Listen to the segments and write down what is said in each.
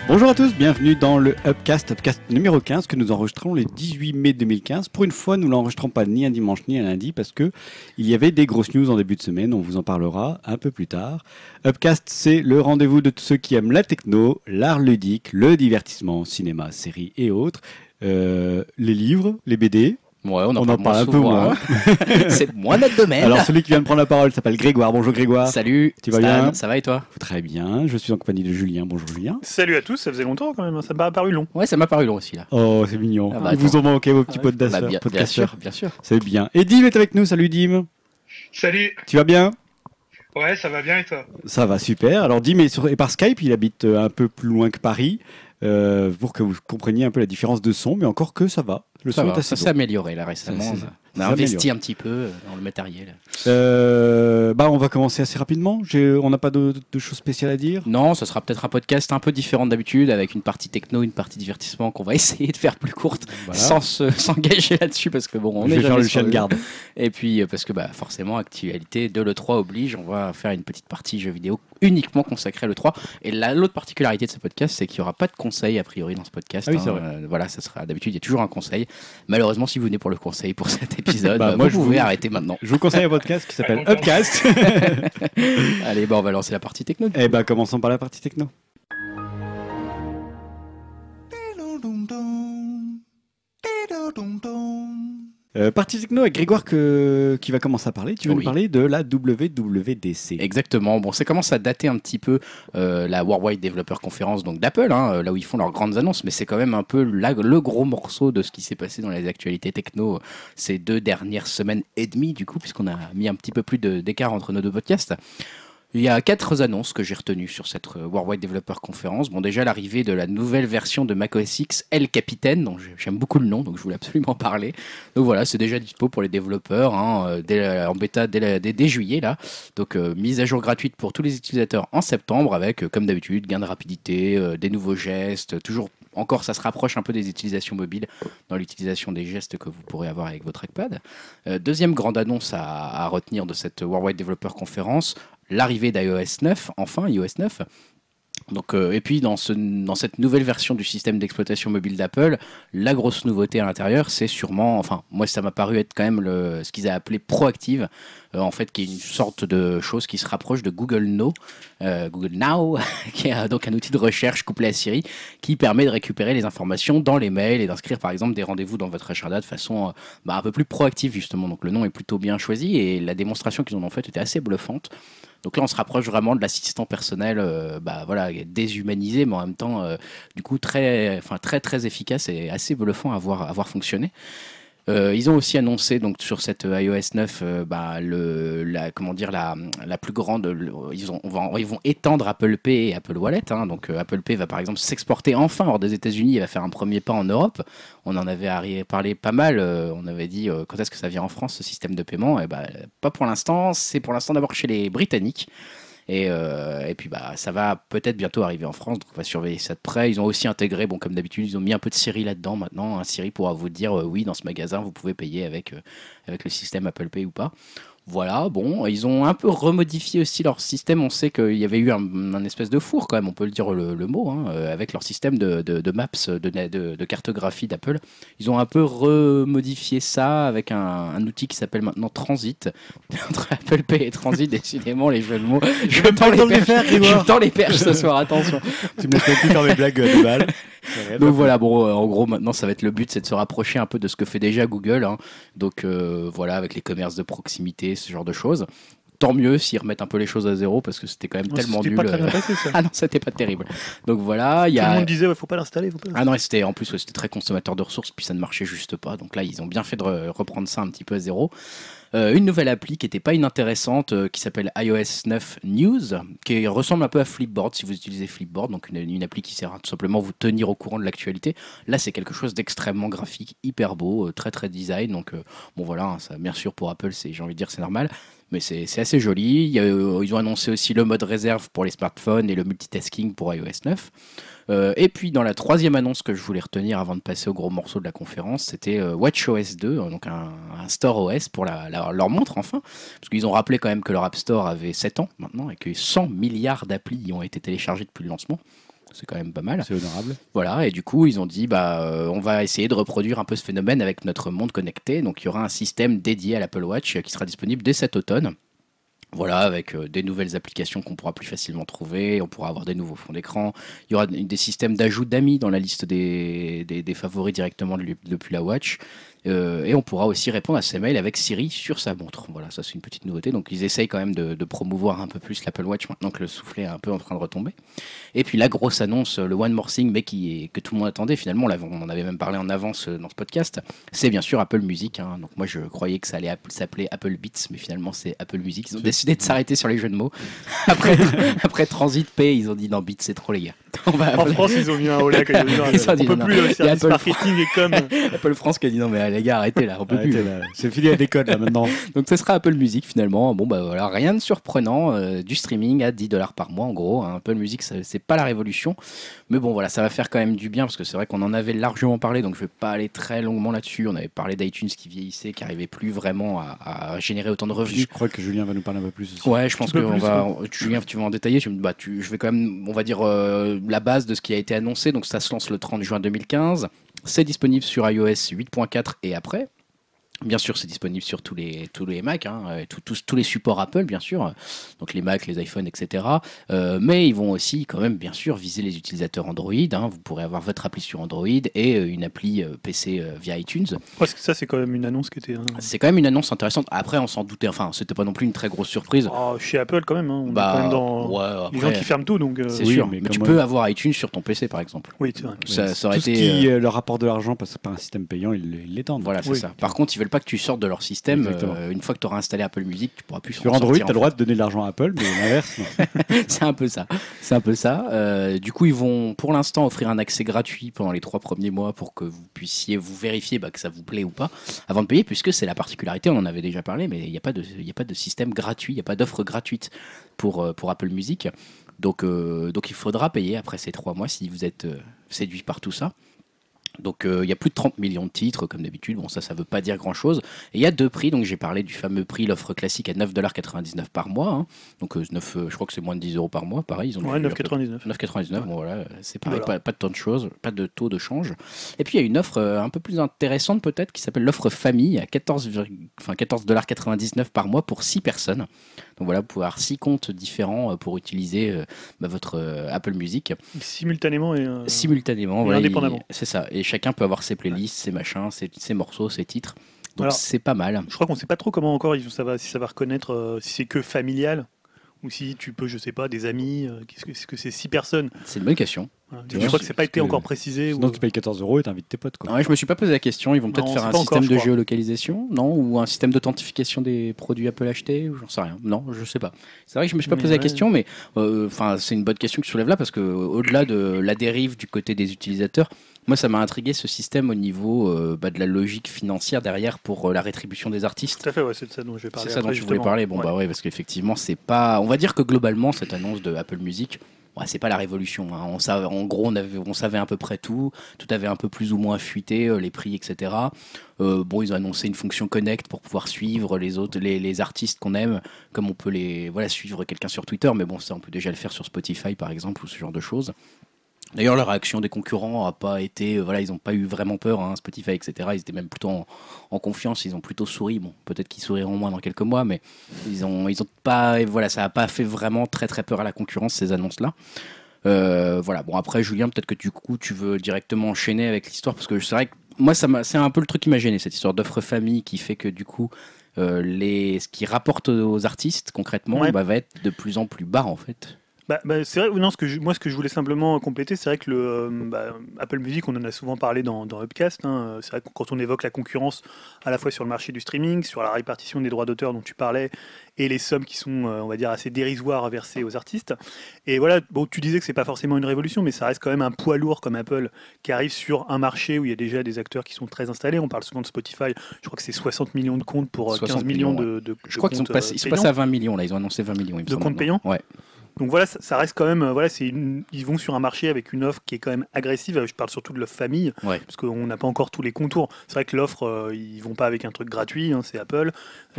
Bonjour à tous, bienvenue dans le Upcast numéro 15 que nous enregistrons le 18 mai 2015. Pour une fois, nous ne l'enregistrons pas ni un dimanche ni un lundi parce que il y avait des grosses news en début de semaine, on vous en parlera un peu plus tard. Upcast, c'est le rendez-vous de tous ceux qui aiment la techno, l'art ludique, le divertissement, cinéma, séries et autres, les livres, les BD. Ouais, on en parle un peu moins. C'est moins notre domaine. Alors celui qui vient de prendre la parole s'appelle Grégoire. Bonjour Grégoire. Salut. Tu vas Stan, bien? Ça va et toi? Très bien, je suis en compagnie de Julien. Bonjour Julien. Salut à tous, ça faisait longtemps quand même, ça m'a paru long. Ouais, ça m'a paru long aussi là. Oh, c'est mignon. Ah bah, Ils vous ont manqué vos petits podcasteurs. Bien sûr, bien sûr. C'est bien. Et Dim est avec nous. Salut Dim. Salut. Tu vas bien? Ouais, ça va bien et toi? Ça va super. Alors Dim est par Skype, il habite un peu plus loin que Paris, pour que vous compreniez un peu la différence de son, mais encore que ça va. Le son est assez ça s'est amélioré là récemment. On a investi un petit peu dans le matériel. On va commencer assez rapidement. On n'a pas de choses spéciales à dire. Non, ce sera peut-être un podcast un peu différent d'habitude, avec une partie techno, une partie divertissement qu'on va essayer de faire plus courte, Voilà. sans s'engager là-dessus, parce que bon, on Je est vais faire jamais le chien de garde. Et puis parce que forcément, actualité de l'E3 oblige, on va faire une petite partie jeux vidéo uniquement consacrée à l'E3. Et l'autre particularité de ce podcast, c'est qu'il n'y aura pas de conseil a priori dans ce podcast. Ah oui, c'est vrai. Voilà, ça sera d'habitude, il y a toujours un conseil. Malheureusement, si vous venez pour le conseil pour cet épisode, moi, vous pouvez arrêter maintenant. Je vous conseille un podcast qui s'appelle Upcast. Allez, on va lancer la partie techno. Eh ben, commençons par la partie techno. Partie techno avec Grégoire qui va commencer à parler. Tu veux nous parler de la WWDC. Exactement. Bon, ça commence à dater un petit peu la Worldwide Developer Conference donc d'Apple, là où ils font leurs grandes annonces, mais c'est quand même un peu le gros morceau de ce qui s'est passé dans les actualités techno ces 2 dernières semaines et demie, du coup, puisqu'on a mis un petit peu plus d'écart entre nos 2 podcasts. Il y a 4 annonces que j'ai retenues sur cette Worldwide Developer Conference. Bon, déjà l'arrivée de la nouvelle version de macOS X, El Capitaine, dont j'aime beaucoup le nom, donc je voulais absolument en parler. Donc voilà, c'est déjà dispo pour les développeurs, en bêta dès juillet là. Donc mise à jour gratuite pour tous les utilisateurs en septembre, avec comme d'habitude gain de rapidité, des nouveaux gestes, toujours. Encore, ça se rapproche un peu des utilisations mobiles dans l'utilisation des gestes que vous pourrez avoir avec votre iPad. Deuxième grande annonce à retenir de cette Worldwide Developer Conference, l'arrivée d'iOS 9, enfin iOS 9. Donc, et puis dans cette nouvelle version du système d'exploitation mobile d'Apple, la grosse nouveauté à l'intérieur, c'est sûrement, enfin moi ça m'a paru être quand même ce qu'ils a appelé Proactive, en fait qui est une sorte de chose qui se rapproche de Google Now, qui est donc un outil de recherche couplé à Siri, qui permet de récupérer les informations dans les mails et d'inscrire par exemple des rendez-vous dans votre agenda de façon un peu plus proactive justement. Donc le nom est plutôt bien choisi et la démonstration qu'ils en ont faite était assez bluffante. Donc là, on se rapproche vraiment de l'assistant personnel, déshumanisé, mais en même temps, du coup, très efficace et assez bluffant à voir fonctionner. Ils ont aussi annoncé donc sur cette iOS 9 la plus grande. Ils vont étendre Apple Pay et Apple Wallet. Donc Apple Pay va par exemple s'exporter enfin hors des États-Unis. Il va faire un premier pas en Europe. On en avait parlé pas mal. On avait dit quand est-ce que ça vient en France ce système de paiement. Et pas pour l'instant. C'est pour l'instant d'abord chez les Britanniques. Et puis ça va peut-être bientôt arriver en France, donc on va surveiller ça de près. Ils ont aussi intégré, comme d'habitude, ils ont mis un peu de Siri là-dedans maintenant. Siri pourra vous dire oui, dans ce magasin, vous pouvez payer avec le système Apple Pay ou pas. Voilà, bon, ils ont un peu remodifié aussi leur système. On sait qu'il y avait eu un espèce de four quand même, on peut le dire le mot, avec leur système de maps, de cartographie d'Apple. Ils ont un peu remodifié ça avec un outil qui s'appelle maintenant Transit. Entre Apple Pay et Transit, décidément, les jeux de mots. Je tends les perches ce soir, attention. Tu me laisses plus faire mes blagues de balles. Donc voilà, en gros maintenant ça va être le but, c'est de se rapprocher un peu de ce que fait déjà Google, donc voilà, avec les commerces de proximité, ce genre de choses. Tant mieux s'ils remettent un peu les choses à zéro parce que c'était quand même tellement nul. Pas très bien passé, ça. Ah non, c'était pas terrible. Donc voilà, tout le monde disait faut pas l'installer. Ah non, c'était très consommateur de ressources, puis ça ne marchait juste pas. Donc là, ils ont bien fait de reprendre ça un petit peu à zéro. Une nouvelle appli qui n'était pas inintéressante, qui s'appelle iOS 9 News, qui ressemble un peu à Flipboard si vous utilisez Flipboard, donc une appli qui sert à tout simplement vous tenir au courant de l'actualité. Là, c'est quelque chose d'extrêmement graphique, hyper beau, très très design. Donc bon voilà, ça, bien sûr pour Apple, j'ai envie de dire c'est normal. Mais c'est assez joli. Ils ont annoncé aussi le mode réserve pour les smartphones et le multitasking pour iOS 9. Et puis dans la troisième annonce que je voulais retenir avant de passer au gros morceau de la conférence, c'était WatchOS 2, donc un Store OS pour leur montre enfin, parce qu'ils ont rappelé quand même que leur App Store avait 7 ans maintenant et que 100 milliards d'applis y ont été téléchargés depuis le lancement. C'est quand même pas mal. C'est honorable. Voilà, et du coup, ils ont dit, on va essayer de reproduire un peu ce phénomène avec notre monde connecté. Donc, il y aura un système dédié à l'Apple Watch qui sera disponible dès cet automne. Voilà, avec des nouvelles applications qu'on pourra plus facilement trouver, on pourra avoir des nouveaux fonds d'écran, il y aura des systèmes d'ajout d'amis dans la liste des favoris directement depuis la Watch, et on pourra aussi répondre à ses mails avec Siri sur sa montre. Voilà, ça c'est une petite nouveauté, donc ils essayent quand même de promouvoir un peu plus l'Apple Watch maintenant que le soufflet est un peu en train de retomber. Et puis la grosse annonce, le One More Thing, mais que tout le monde attendait finalement, on en avait même parlé en avance dans ce podcast, c'est bien sûr Apple Music, hein. Donc moi je croyais que ça allait s'appeler Apple Beats, mais finalement c'est Apple Music. Ils ont décidé de s'arrêter sur les jeux de mots. Après Transit Pay, ils ont dit non, Beats c'est trop les gars. En France, ils ont mis un holà quand Ils ont dit on peut non, plus non. le Il y a service Apple marketing et com. Apple France qui a dit non mais les gars arrêtez là, on peut plus. Là. C'est fini à des codes là maintenant. Donc ce sera Apple Music finalement. Bon voilà, rien de surprenant, du streaming à $10 par mois en gros, hein. Apple Music c'est pas la révolution, mais bon voilà, ça va faire quand même du bien parce que c'est vrai qu'on en avait largement parlé, donc je vais pas aller très longuement là-dessus. On avait parlé d'iTunes qui vieillissait, qui arrivait plus vraiment à générer autant de revenus. Je crois que Julien va nous parler un peu plus aussi. Ouais, je pense que Julien, tu vas en détailler. Je vais quand même, on va dire, la base de ce qui a été annoncé. Donc ça se lance le 30 juin 2015. C'est disponible sur iOS 8.4 et après. Bien sûr, c'est disponible sur tous les Mac, hein, tous les supports Apple, bien sûr, donc les Mac, les iPhones, etc. Mais ils vont aussi, quand même, bien sûr, viser les utilisateurs Android, hein. Vous pourrez avoir votre appli sur Android et une appli PC via iTunes. Parce que ça, c'est quand même une annonce qui était. C'est quand même une annonce intéressante. Après, on s'en doutait, enfin, c'était pas non plus une très grosse surprise. Chez Apple, quand même, hein. On est quand même dans les gens qui ferment tout. Donc, c'est oui, sûr, mais tu peux avoir iTunes sur ton PC, par exemple. Oui, c'est vrai. Ça aurait Tout été. ce qui leur apporte de l'argent parce que c'est pas un système payant, ils l'étendent. Voilà, c'est Oui. ça. Par contre, ils veulent pas que tu sortes de leur système. Une fois que tu auras installé Apple Music, tu pourras plus Sur Android, tu as le droit de donner de l'argent à Apple, mais l'inverse, non. C'est un peu ça. Du coup, ils vont pour l'instant offrir un accès gratuit pendant les 3 premiers mois pour que vous puissiez vous vérifier que ça vous plaît ou pas avant de payer, puisque c'est la particularité, on en avait déjà parlé, mais il n'y a pas de système gratuit, il n'y a pas d'offre gratuite pour Apple Music. Donc il faudra payer après ces 3 mois si vous êtes séduit par tout ça. Donc il y a plus de 30 millions de titres comme d'habitude, bon ça veut pas dire grand chose. Et il y a 2 prix, donc j'ai parlé du fameux prix, l'offre classique à $9,99 par mois, hein. Donc je crois que c'est moins de 10 € par mois, pareil. Ils ont 9,99. 9,99, bon voilà, c'est pareil, Voilà. pas de temps de choses, pas de taux de change. Et puis il y a une offre un peu plus intéressante peut-être qui s'appelle l'offre famille à $14,99 par mois pour 6 personnes. Donc voilà, vous pouvez avoir 6 comptes différents pour utiliser votre Apple Music. Simultanément et Simultanément, et voilà, indépendamment. c'est ça. Et chacun peut avoir ses playlists, ses machins, ses morceaux, ses titres. Donc Alors, c'est pas mal. Je crois qu'on sait pas trop comment encore si ça va reconnaître si c'est que familial ou si tu peux, je sais pas, des amis. Est-ce que c'est 6 personnes? C'est une bonne question. Voilà. Tu Je crois vois, que c'est pas été encore précisé. Sinon, ou- tu payes 14 € et t'invites tes potes, quoi. Ouais, je me suis pas posé la question. Ils vont peut-être Non, faire c'est un pas système encore, je de crois. géolocalisation, non? Ou un système d'authentification des produits Apple achetés, ou j'en sais rien. Non, je sais pas. C'est vrai que je me suis pas Mais posé la ouais. question, mais c'est une bonne question que tu soulèves là, parce que au-delà de la dérive du côté des utilisateurs, moi ça m'a intrigué ce système au niveau de la logique financière derrière pour la rétribution des artistes. Tout à fait, ouais, c'est de ça dont je vais parler. C'est ça dont après, tu voulais justement. parler. Bon, Ouais. bah ouais, parce qu'effectivement, c'est pas. On va dire que globalement, cette annonce de Apple Music, ouais, c'est pas la révolution, hein. En gros, on savait à peu près tout. Tout avait un peu plus ou moins fuité, les prix, etc. Bon, ils ont annoncé une fonction Connect pour pouvoir suivre les artistes qu'on aime, comme on peut suivre quelqu'un sur Twitter. Mais bon, ça, on peut déjà le faire sur Spotify, par exemple, ou ce genre de choses. D'ailleurs, la réaction des concurrents a pas été, ils n'ont pas eu vraiment peur, hein, Spotify, etc. Ils étaient même plutôt en confiance, ils ont plutôt souri. Bon, peut-être qu'ils souriront moins dans quelques mois, mais ils ont pas, ça n'a pas fait vraiment très très peur à la concurrence, ces annonces-là. Voilà. Bon, après, Julien, peut-être que du coup, tu veux directement enchaîner avec l'histoire, parce que c'est vrai que moi, c'est un peu le truc qui m'a gêné, cette histoire d'offre famille qui fait que du coup, ce qui rapporte aux artistes concrètement, Ouais. va être de plus en plus bas en fait. C'est vrai, non, ce que je voulais simplement compléter, c'est vrai que Apple Music, on en a souvent parlé dans Upcast, hein, c'est vrai que quand on évoque la concurrence à la fois sur le marché du streaming, sur la répartition des droits d'auteur dont tu parlais, et les sommes qui sont, on va dire, assez dérisoires à verser aux artistes. Et voilà, bon, tu disais que c'est pas forcément une révolution, mais ça reste quand même un poids lourd comme Apple qui arrive sur un marché où il y a déjà des acteurs qui sont très installés. On parle souvent de Spotify, je crois que c'est 60 millions de comptes pour 15 millions de Je crois qu'ils sont comptes, passés à 20 millions là, ils ont annoncé 20 millions. Il me De semble, comptes maintenant. payants. Ouais. Donc voilà, ça reste quand même, ils vont sur un marché avec une offre qui est quand même agressive. Je parle surtout de l'offre famille, parce qu'on n'a pas encore tous les contours. C'est vrai que l'offre, ils vont pas avec un truc gratuit, hein, c'est Apple.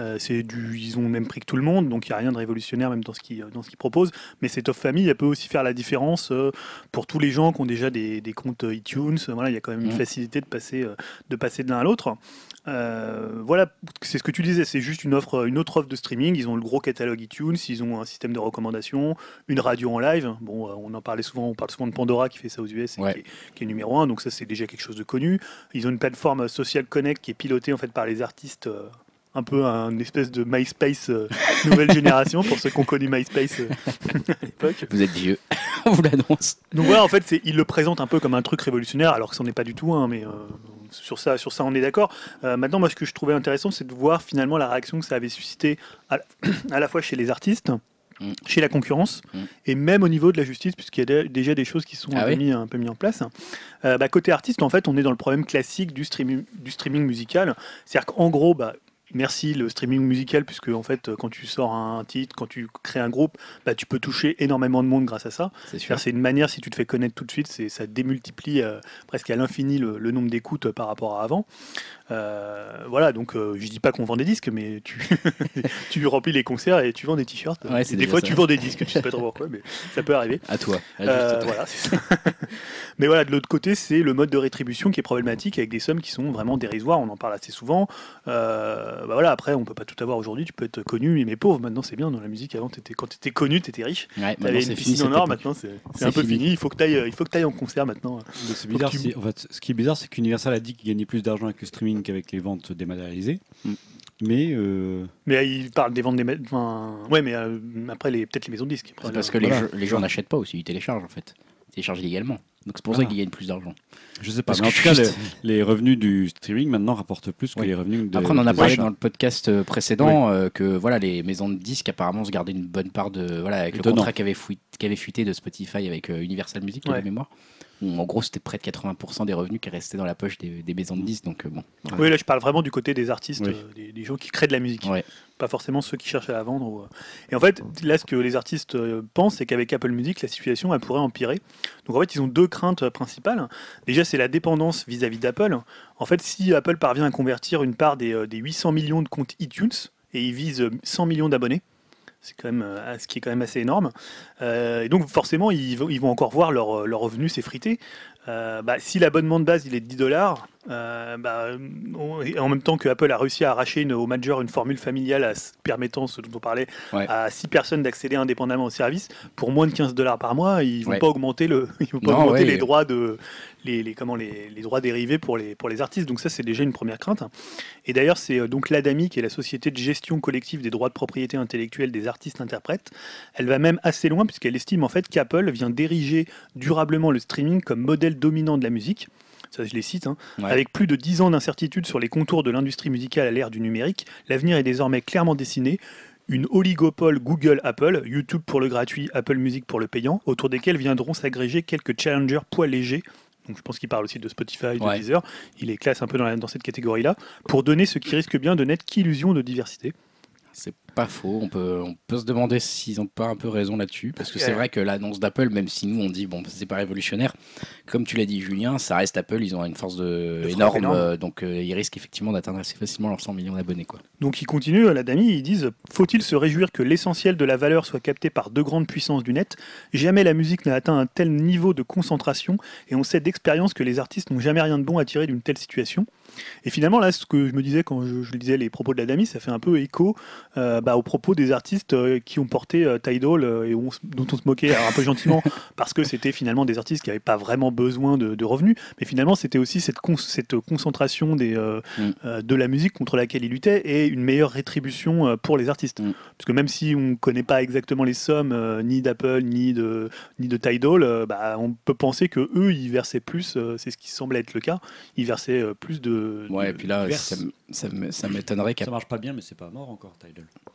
Ils ont le même prix que tout le monde, donc il n'y a rien de révolutionnaire même dans ce qu'ils proposent. Mais cette offre famille, elle peut aussi faire la différence pour tous les gens qui ont déjà des comptes iTunes. Voilà, il y a quand même une facilité de passer de l'un à l'autre. Voilà, c'est ce que tu disais, c'est juste une autre offre de streaming. Ils ont le gros catalogue iTunes, ils ont un système de recommandation, une radio en live. Bon, on parle souvent de Pandora qui fait ça aux US et qui est numéro 1, donc ça c'est déjà quelque chose de connu. Ils ont une plateforme Social Connect qui est pilotée en fait par les artistes. Un peu un espèce de MySpace nouvelle génération pour ceux qui ont connu MySpace à l'époque. Vous êtes vieux, on vous l'annonce. Donc voilà, en fait, ils le présentent un peu comme un truc révolutionnaire, alors que ça n'en est pas du tout, hein, mais sur ça on est d'accord. Maintenant, moi, ce que je trouvais intéressant, c'est de voir finalement la réaction que ça avait suscité à la fois chez les artistes, chez la concurrence, et même au niveau de la justice, puisqu'il y a déjà des choses qui sont un peu mis en place. Côté artiste, en fait, on est dans le problème classique du streaming musical. C'est-à-dire qu'en gros, merci le streaming musical, puisque en fait, quand tu sors un titre, quand tu crées un groupe, tu peux toucher énormément de monde grâce à ça. C'est une manière, si tu te fais connaître tout de suite, ça démultiplie presque à l'infini le nombre d'écoutes par rapport à avant. Voilà, donc je dis pas qu'on vend des disques, mais tu remplis les concerts et tu vends des t-shirts. Des fois, tu vends des disques, tu sais pas trop pourquoi, mais ça peut arriver. À toi. Voilà, c'est ça. Mais voilà, de l'autre côté, c'est le mode de rétribution qui est problématique avec des sommes qui sont vraiment dérisoires. On en parle assez souvent. Voilà, après, on peut pas tout avoir aujourd'hui. Tu peux être connu, mais pauvre. Maintenant, c'est bien dans la musique. Avant, quand tu étais connu, tu étais riche. T'avais une piscine en or. Maintenant, c'est un peu fini. Il faut que tu ailles en concert maintenant. C'est bizarre. En fait, ce qui est bizarre, c'est qu'Universal a dit qu'il gagnait plus d'argent avec le streaming qu'avec les ventes dématérialisées. Mais il parle des ventes ouais, mais après, peut-être les maisons de disques. C'est parce que les gens n'achètent pas aussi, ils téléchargent en fait. Ils téléchargent illégalement. Donc c'est pour ça qu'ils gagnent plus d'argent. Je sais pas, mais en tout cas, les revenus du streaming maintenant rapportent plus que les revenus de. Après, on en a parlé dans le podcast précédent que voilà, les maisons de disques apparemment se gardaient une bonne part de. Voilà, avec le contrat qui avait fuité de Spotify avec Universal Music, de mémoire. En gros, c'était près de 80% des revenus qui restaient dans la poche des maisons de disques. Donc, bon. Oui, là, je parle vraiment du côté des artistes, des gens qui créent de la musique. Pas forcément ceux qui cherchent à la vendre. Et en fait, là, ce que les artistes pensent, c'est qu'avec Apple Music, la situation, elle pourrait empirer. Donc, en fait, ils ont deux craintes principales. Déjà, c'est la dépendance vis-à-vis d'Apple. En fait, si Apple parvient à convertir une part des 800 millions de comptes iTunes, et ils visent 100 millions d'abonnés, c'est quand même ce qui est quand même assez énorme. Et donc forcément, ils vont encore voir leur revenu s'effriter. Si l'abonnement de base il est de $10, et en même temps que Apple a réussi à arracher au major une formule familiale permettant, ce dont on parlait, à 6 personnes d'accéder indépendamment au service, pour moins de $15 par mois, ils vont pas augmenter les droits les droits dérivés pour les artistes. Donc ça, c'est déjà une première crainte. Et d'ailleurs, c'est donc l'ADAMI, qui est la société de gestion collective des droits de propriété intellectuelle des artistes-interprètes. Elle va même assez loin, puisqu'elle estime en fait qu'Apple vient d'ériger durablement le streaming comme modèle dominant de la musique. Ça, je les cite, avec plus de 10 ans d'incertitude sur les contours de l'industrie musicale à l'ère du numérique, l'avenir est désormais clairement dessiné. Une oligopole Google-Apple, YouTube pour le gratuit, Apple Music pour le payant, autour desquels viendront s'agréger quelques challengers poids légers. Donc je pense qu'il parle aussi de Spotify, de Deezer. Il les classe un peu dans cette catégorie-là, pour donner ce qui risque bien de n'être qu'illusion de diversité. C'est pas faux, on peut se demander s'ils n'ont pas un peu raison là-dessus, parce que c'est vrai que l'annonce d'Apple, même si nous on dit bon c'est pas révolutionnaire, comme tu l'as dit Julien, ça reste Apple, ils ont une force énorme, donc ils risquent effectivement d'atteindre assez facilement leurs 100 millions d'abonnés, quoi. Donc ils continuent, la DAMI, ils disent faut-il se réjouir que l'essentiel de la valeur soit capté par deux grandes puissances du net? Jamais la musique n'a atteint un tel niveau de concentration, et on sait d'expérience que les artistes n'ont jamais rien de bon à tirer d'une telle situation. Et finalement, là, ce que je me disais quand je disais les propos de la DAMI, ça fait un peu écho aux propos des artistes qui ont porté Tidal et dont on se moquait un peu gentiment parce que c'était finalement des artistes qui n'avaient pas vraiment besoin de revenus, mais finalement c'était aussi cette concentration de la musique contre laquelle ils luttaient et une meilleure rétribution pour les artistes. Parce que même si on ne connaît pas exactement les sommes ni d'Apple ni de Tidal, on peut penser que eux ils versaient plus, c'est ce qui semble être le cas, ils versaient plus de... Ouais, et puis là, ça m'étonnerait ça marche pas bien, mais c'est pas mort encore, Tidal.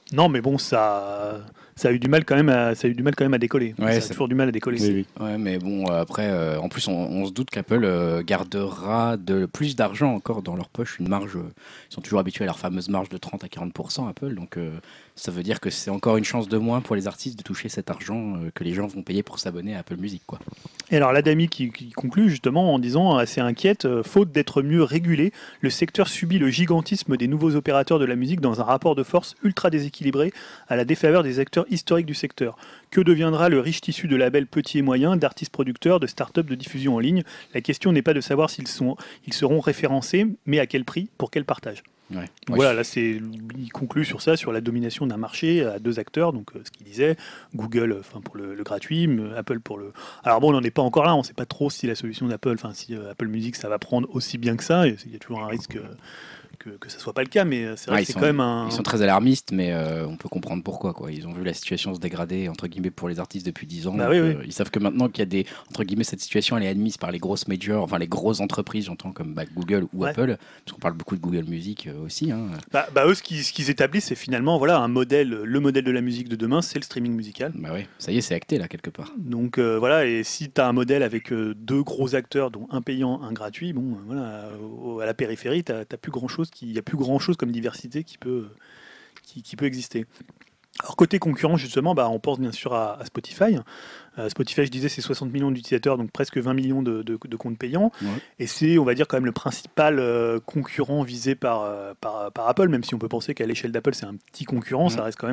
Non, mais bon, ça a eu du mal quand même à décoller. Ouais, Ça a toujours du mal à décoller. Oui, oui. Ouais, mais bon, après, en plus, on se doute qu'Apple gardera plus d'argent encore dans leur poche, une marge. Ils sont toujours habitués à leur fameuse marge de 30 à 40%, Apple. Donc, ça veut dire que c'est encore une chance de moins pour les artistes de toucher cet argent que les gens vont payer pour s'abonner à Apple Music, quoi. Et alors l'Adami qui conclut justement en disant assez inquiète, faute d'être mieux régulé, le secteur subit le gigantisme des nouveaux opérateurs de la musique dans un rapport de force ultra déséquilibré à la défaveur des acteurs historiques du secteur. Que deviendra le riche tissu de labels petits et moyens, d'artistes producteurs, de start-up de diffusion en ligne? La question n'est pas de savoir ils seront référencés, mais à quel prix, pour quel partage. Ouais. Voilà, là il conclut sur ça, sur la domination d'un marché à deux acteurs, donc ce qu'il disait, Google pour le gratuit, Apple pour le... Alors bon, on n'en est pas encore là, on ne sait pas trop si la solution d'Apple, si Apple Music ça va prendre aussi bien que ça, et il y a toujours un risque que ça soit pas le cas, mais c'est vrai que c'est quand même un... Ils sont très alarmistes, mais on peut comprendre pourquoi, quoi. Ils ont vu la situation se dégrader, entre guillemets, pour les artistes depuis 10 ans. Bah donc, oui, oui. Ils savent que maintenant qu'il y a des, entre guillemets, cette situation, elle est admise par les grosses majors, enfin les grosses entreprises, j'entends, comme Google ou Ouais. Apple, parce qu'on parle beaucoup de Google Music aussi. Hein. Eux, ce qu'ils établissent, c'est finalement voilà, le modèle de la musique de demain, c'est le streaming musical. Bah oui, ça y est, c'est acté, là, quelque part. Donc voilà, et si tu as un modèle avec deux gros acteurs, dont un payant, un gratuit, bon, voilà, à la périphérie, il n'y a plus grand chose comme diversité qui peut exister. Alors côté concurrent, justement, on pense bien sûr à Spotify. Spotify, je disais, c'est 60 millions d'utilisateurs, donc presque 20 millions de comptes payants. Ouais. Et c'est, on va dire, quand même le principal concurrent visé par Apple, même si on peut penser qu'à l'échelle d'Apple, c'est un petit concurrent, ça reste quand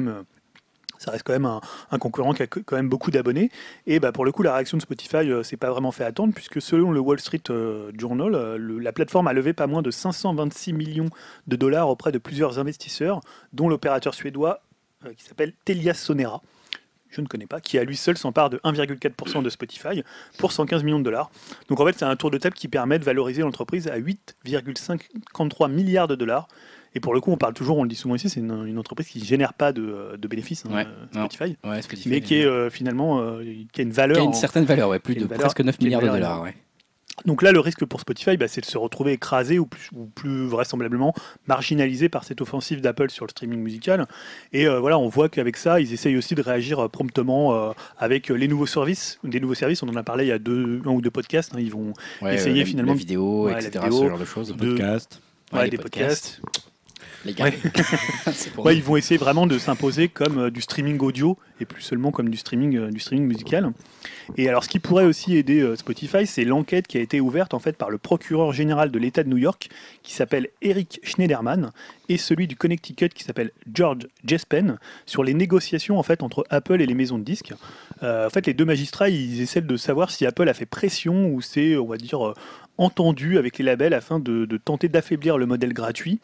même un concurrent qui a quand même beaucoup d'abonnés. Et pour le coup, la réaction de Spotify s'est pas vraiment fait attendre, puisque selon le Wall Street Journal, la plateforme a levé pas moins de 526 millions de dollars auprès de plusieurs investisseurs, dont l'opérateur suédois qui s'appelle Telia Sonera. Je ne connais pas, qui à lui seul s'empare de 1,4% de Spotify pour 115 millions de dollars. Donc en fait, c'est un tour de table qui permet de valoriser l'entreprise à 8,53 milliards de dollars. Et pour le coup, on le dit souvent ici, c'est une entreprise qui ne génère pas de bénéfices, Spotify, Ouais, Spotify, mais qui est finalement qui a une valeur. qui a une certaine valeur, ouais, plus qui a de une valeur- presque 9 qui a une milliards de valeur dollars. énorme. Ouais. Donc là, le risque pour Spotify, c'est de se retrouver écrasé ou plus vraisemblablement marginalisé par cette offensive d'Apple sur le streaming musical. Et voilà, on voit qu'avec ça, ils essayent aussi de réagir promptement avec les nouveaux services. Des nouveaux services, on en a parlé il y a un ou deux podcasts. Ils vont essayer finalement la vidéo, la etc., vidéo, ce genre de choses. Podcast. Ouais, les des podcasts. Les gars, Ouais. c'est pour nous. Ils vont essayer vraiment de s'imposer comme du streaming audio et plus seulement comme du streaming musical. Et alors, ce qui pourrait aussi aider Spotify, c'est l'enquête qui a été ouverte en fait par le procureur général de l'État de New York, qui s'appelle Eric Schneiderman, et celui du Connecticut qui s'appelle George Jespen, sur les négociations en fait entre Apple et les maisons de disques. En fait, les deux magistrats, ils essaient de savoir si Apple a fait pression ou c'est, on va dire, entendu avec les labels afin de tenter d'affaiblir le modèle gratuit.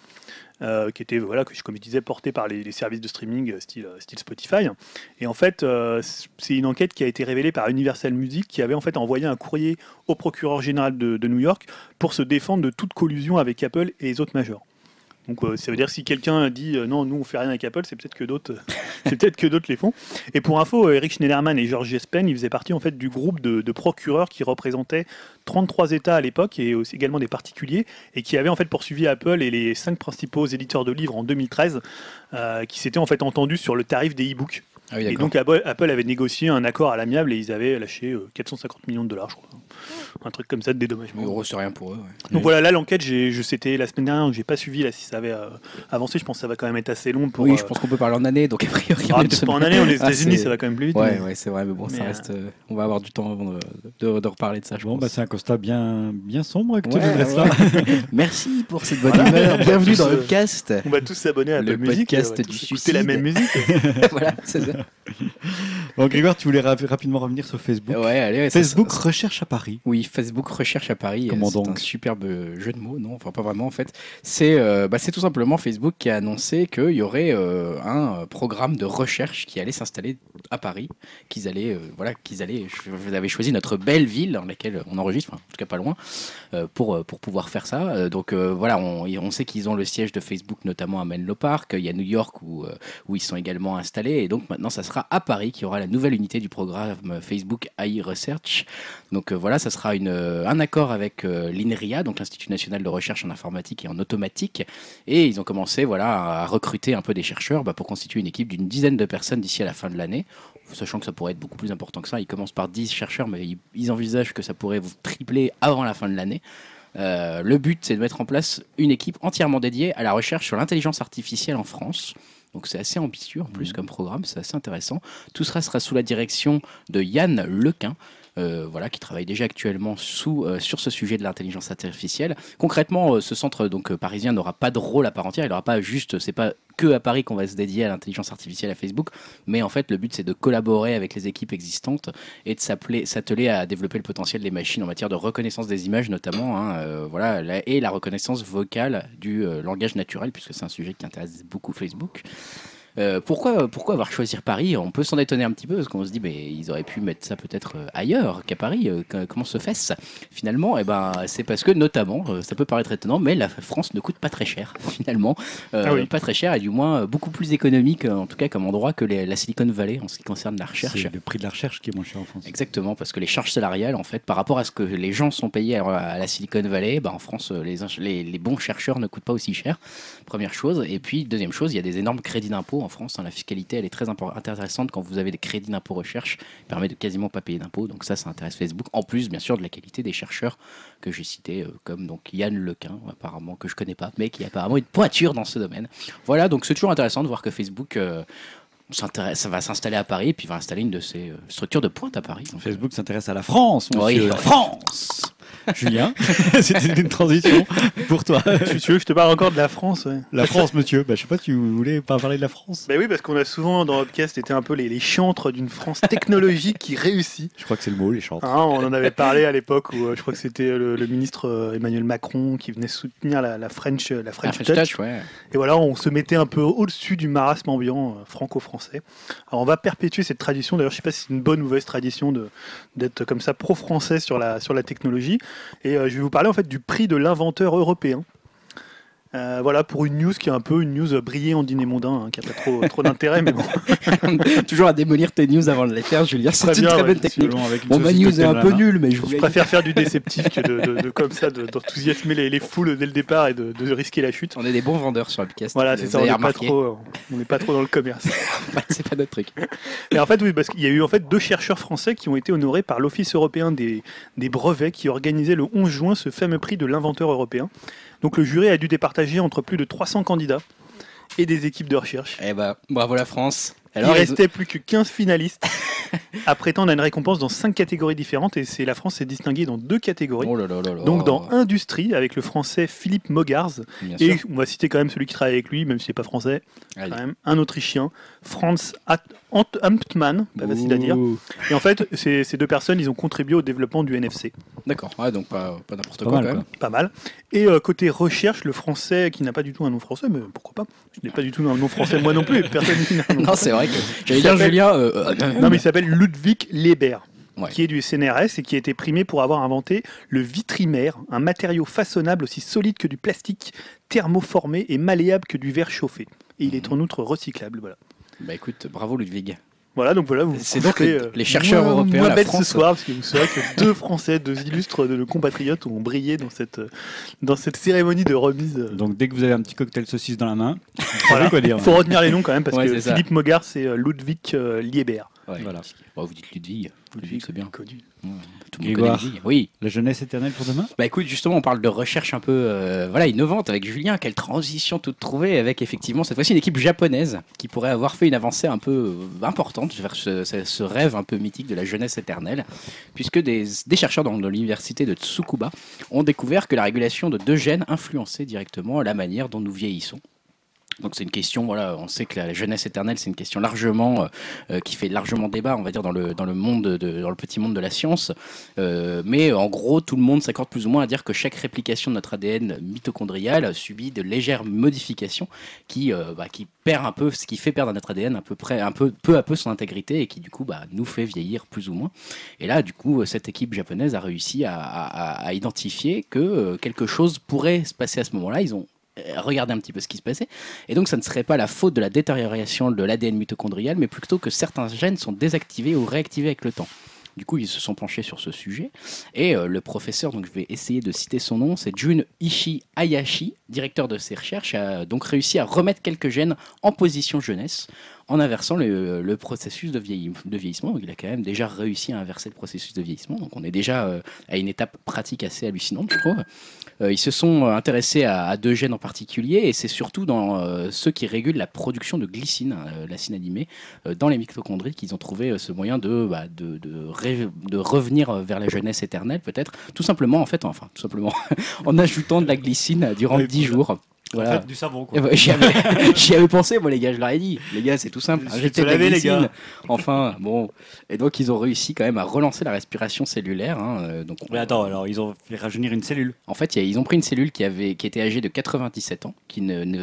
Qui était, comme je disais, porté par les services de streaming style Spotify. Et en fait, c'est une enquête qui a été révélée par Universal Music, qui avait en fait envoyé un courrier au procureur général de New York pour se défendre de toute collusion avec Apple et les autres majors. Donc ça veut dire que si quelqu'un dit non, nous on fait rien avec Apple, c'est peut-être que d'autres, les font. Et pour info, Eric Schneiderman et George Jespen, ils faisaient partie en fait du groupe de procureurs qui représentaient 33 États à l'époque et aussi également des particuliers et qui avaient en fait poursuivi Apple et les 5 principaux éditeurs de livres en 2013, qui s'étaient en fait entendus sur le tarif des e-books. Ah oui, Et d'accord. donc Apple avait négocié un accord à l'amiable et ils avaient lâché 450 millions de dollars, je crois. Un truc comme ça de dédommagement. Euro, c'est rien pour eux. Ouais. Donc voilà, là l'enquête, c'était la semaine dernière, donc j'ai pas suivi là si ça avait avancé. Je pense que ça va quand même être assez long pour. Oui, je pense qu'on peut parler en année, donc a priori. peut-être pas en année, aux États-Unis, c'est- ça va quand même plus vite. Ouais, mais- ouais, c'est vrai, mais bon, ça mais, reste. On va avoir du temps avant de reparler de ça, je Bon, pense. c'est un constat bien sombre que tu Ouais, nous dresses ouais. là. Merci pour cette bonne Voilà. humeur. Bienvenue Tous, dans le podcast. On va tous s'abonner à Le Apple Music, podcast on va du tous écouter suicide. la même musique. Voilà, c'est ça. Bon, Grégoire, tu voulais rapidement revenir sur Facebook. Ouais, allez, ouais, ça- Facebook ça- recherche à Paris. Oui, Facebook recherche à Paris. Comment C'est donc un superbe jeu de mots, non? Enfin, pas vraiment en fait. C'est tout simplement Facebook qui a annoncé qu'il y aurait un programme de recherche qui allait s'installer à Paris, qu'ils allaient, vous avez choisi notre belle ville dans laquelle on enregistre, enfin, en tout cas pas loin, pour pouvoir faire ça. On sait qu'ils ont le siège de Facebook notamment à Menlo Park. Il y a New York où ils sont également installés. Et donc maintenant, ça sera à Paris qu'il y aura la nouvelle unité du programme Facebook AI Research. Donc voilà, ça sera un accord avec l'INRIA, donc l'Institut national de recherche en informatique et en automatique. Et ils ont commencé à recruter un peu des chercheurs pour constituer une équipe d'une dizaine de personnes d'ici à la fin de l'année. Sachant que ça pourrait être beaucoup plus important que ça. Ils commencent par 10 chercheurs, mais ils envisagent que ça pourrait tripler avant la fin de l'année. Le but, c'est de mettre en place une équipe entièrement dédiée à la recherche sur l'intelligence artificielle en France. Donc c'est assez ambitieux en plus comme programme, c'est assez intéressant. Tout sera sous la direction de Yann Lequin, qui travaille déjà actuellement sur ce sujet de l'intelligence artificielle. Concrètement, ce centre parisien n'aura pas de rôle à part entière. Il n'aura pas c'est pas que à Paris qu'on va se dédier à l'intelligence artificielle à Facebook, mais en fait le but c'est de collaborer avec les équipes existantes et de s'atteler à développer le potentiel des machines en matière de reconnaissance des images notamment, et la reconnaissance vocale du langage naturel, puisque c'est un sujet qui intéresse beaucoup Facebook. Pourquoi avoir choisi Paris? On peut s'en étonner un petit peu parce qu'on se dit ils auraient pu mettre ça peut-être ailleurs qu'à Paris. Comment se fait-ce finalement? C'est parce que notamment, ça peut paraître étonnant, mais la France ne coûte pas très cher finalement, pas très cher et du moins beaucoup plus économique en tout cas comme endroit que la Silicon Valley en ce qui concerne la recherche. C'est le prix de la recherche qui est moins cher en France. Exactement, parce que les charges salariales en fait par rapport à ce que les gens sont payés à la Silicon Valley, en France les bons chercheurs ne coûtent pas aussi cher. Première chose, et puis deuxième chose, il y a des énormes crédits d'impôt en France. La fiscalité, elle est très intéressante quand vous avez des crédits d'impôt recherche, permet de quasiment pas payer d'impôt. Donc ça intéresse Facebook. En plus, bien sûr, de la qualité des chercheurs que j'ai cités, comme Yann Lequin, apparemment que je connais pas, mais qui a apparemment une pointure dans ce domaine. Voilà, donc c'est toujours intéressant de voir que Facebook ça va s'installer à Paris et puis va installer une de ses structures de pointe à Paris. Facebook s'intéresse à la France, monsieur. Oui, la France. Julien, c'était une transition pour toi. Tu veux que je te parle encore de la France? La France, monsieur. Je sais pas, tu voulais pas parler de la France? Oui, parce qu'on a souvent dans Upcast été un peu les chantres d'une France technologique qui réussit. Je crois que c'est le mot, les chantres. On en avait parlé à l'époque où je crois que c'était le ministre Emmanuel Macron qui venait soutenir la French Touch. Ouais. Et voilà, on se mettait un peu au-dessus du marasme ambiant franco-français. Alors on va perpétuer cette tradition. D'ailleurs, je sais pas si c'est une bonne ou mauvaise tradition d'être comme ça pro-français sur la technologie. Et je vais vous parler en fait du prix de l'inventeur européen. Pour une news qui est un peu une news brillée en dîner mondain, qui n'a pas trop d'intérêt, mais bon. Toujours à démolir tes news avant de les faire, Julien. C'est une très bonne technique. Ma news est un peu nulle, mais je préfère faire du déceptif que de comme ça, d'enthousiasmer les foules dès le départ et de risquer la chute. On est des bons vendeurs sur Upcast. Voilà, c'est ça, on n'est pas trop dans le commerce. C'est pas notre truc. Et en fait, oui, parce qu'il y a eu en fait 2 chercheurs français qui ont été honorés par l'Office européen des brevets qui organisait le 11 juin ce fameux prix de l'inventeur européen. Donc le jury a dû départager entre plus de 300 candidats et des équipes de recherche. Bravo la France. Alors, il restait plus que 15 finalistes à prétendre à une récompense dans 5 catégories différentes et la France s'est distinguée dans 2 catégories. Donc dans industrie avec le français Philippe Mogars et on va citer quand même celui qui travaille avec lui, même si c'est pas français, quand même, un Autrichien, Franz Amtmann, pas facile à dire. Et en fait, ces 2 personnes, ils ont contribué au développement du NFC. D'accord, donc pas n'importe quoi quand même. Pas mal. Et côté recherche, le français qui n'a pas du tout un nom français, mais pourquoi pas? Je n'ai pas du tout un nom français moi non plus, personne n'a un nom français. C'est vrai que j'allais dire Julien. Non, mais il s'appelle Ludwig Leber, qui est du CNRS et qui a été primé pour avoir inventé le vitrimère, un matériau façonnable aussi solide que du plastique, thermoformé et malléable que du verre chauffé. Et il est en outre recyclable. Voilà. Écoute, bravo Ludwig. Voilà, donc voilà, c'est donc les chercheurs européens. Moins bête ce soir, parce que vous saurez que 2 Français, 2 illustres de nos compatriotes ont brillé dans cette cérémonie de remise. Donc dès que vous avez un petit cocktail saucisse dans la main, quoi dire. Il faut retenir les noms quand même, parce que Philippe Mogars, c'est Ludwig Lieber. Voilà. Vous dites Ludwig, c'est bien connu. Tout le monde connaît Ludwig. Oui. La jeunesse éternelle pour demain. Écoute, justement, on parle de recherche un peu innovante avec Julien. Quelle transition toute trouvée avec effectivement cette fois-ci une équipe japonaise qui pourrait avoir fait une avancée un peu importante vers ce rêve un peu mythique de la jeunesse éternelle, puisque des chercheurs dans l'université de Tsukuba ont découvert que la régulation de 2 gènes influençait directement la manière dont nous vieillissons. Donc c'est une question, on sait que la jeunesse éternelle, c'est une question largement qui fait largement débat, on va dire dans le monde dans le petit monde de la science. Mais en gros, tout le monde s'accorde plus ou moins à dire que chaque réplication de notre ADN mitochondrial subit de légères modifications qui perd un peu, ce qui fait perdre à notre ADN peu à peu son intégrité et qui du coup nous fait vieillir plus ou moins. Et là, du coup, cette équipe japonaise a réussi à identifier que quelque chose pourrait se passer à ce moment-là. Ils ont regarder un petit peu ce qui se passait. Et donc, ça ne serait pas la faute de la détérioration de l'ADN mitochondrial, mais plutôt que certains gènes sont désactivés ou réactivés avec le temps. Du coup, ils se sont penchés sur ce sujet. Et le professeur, donc je vais essayer de citer son nom, c'est Junichi Hayashi, directeur de ces recherches, a donc réussi à remettre quelques gènes en position jeunesse en inversant le processus de vieillissement. Donc, il a quand même déjà réussi à inverser le processus de vieillissement. Donc on est déjà à une étape pratique assez hallucinante, je trouve. Ils se sont intéressés à deux gènes en particulier, et c'est surtout dans ceux qui régulent la production de glycine, l'acide aminé, dans les mitochondries qu'ils ont trouvé ce moyen de revenir vers la jeunesse éternelle, peut-être, tout simplement en ajoutant de la glycine durant 10 jours. Voilà. En fait, du savon, quoi. J'y avais pensé, moi, les gars, je leur ai dit. Les gars, c'est tout simple. Arrêtez de la les glycine. gars. Enfin, bon. Et donc, ils ont réussi quand même à relancer la respiration cellulaire. Donc, Mais attends, alors ils ont fait rajeunir une cellule. en fait, ils ont pris une cellule qui était âgée de 97 ans, qui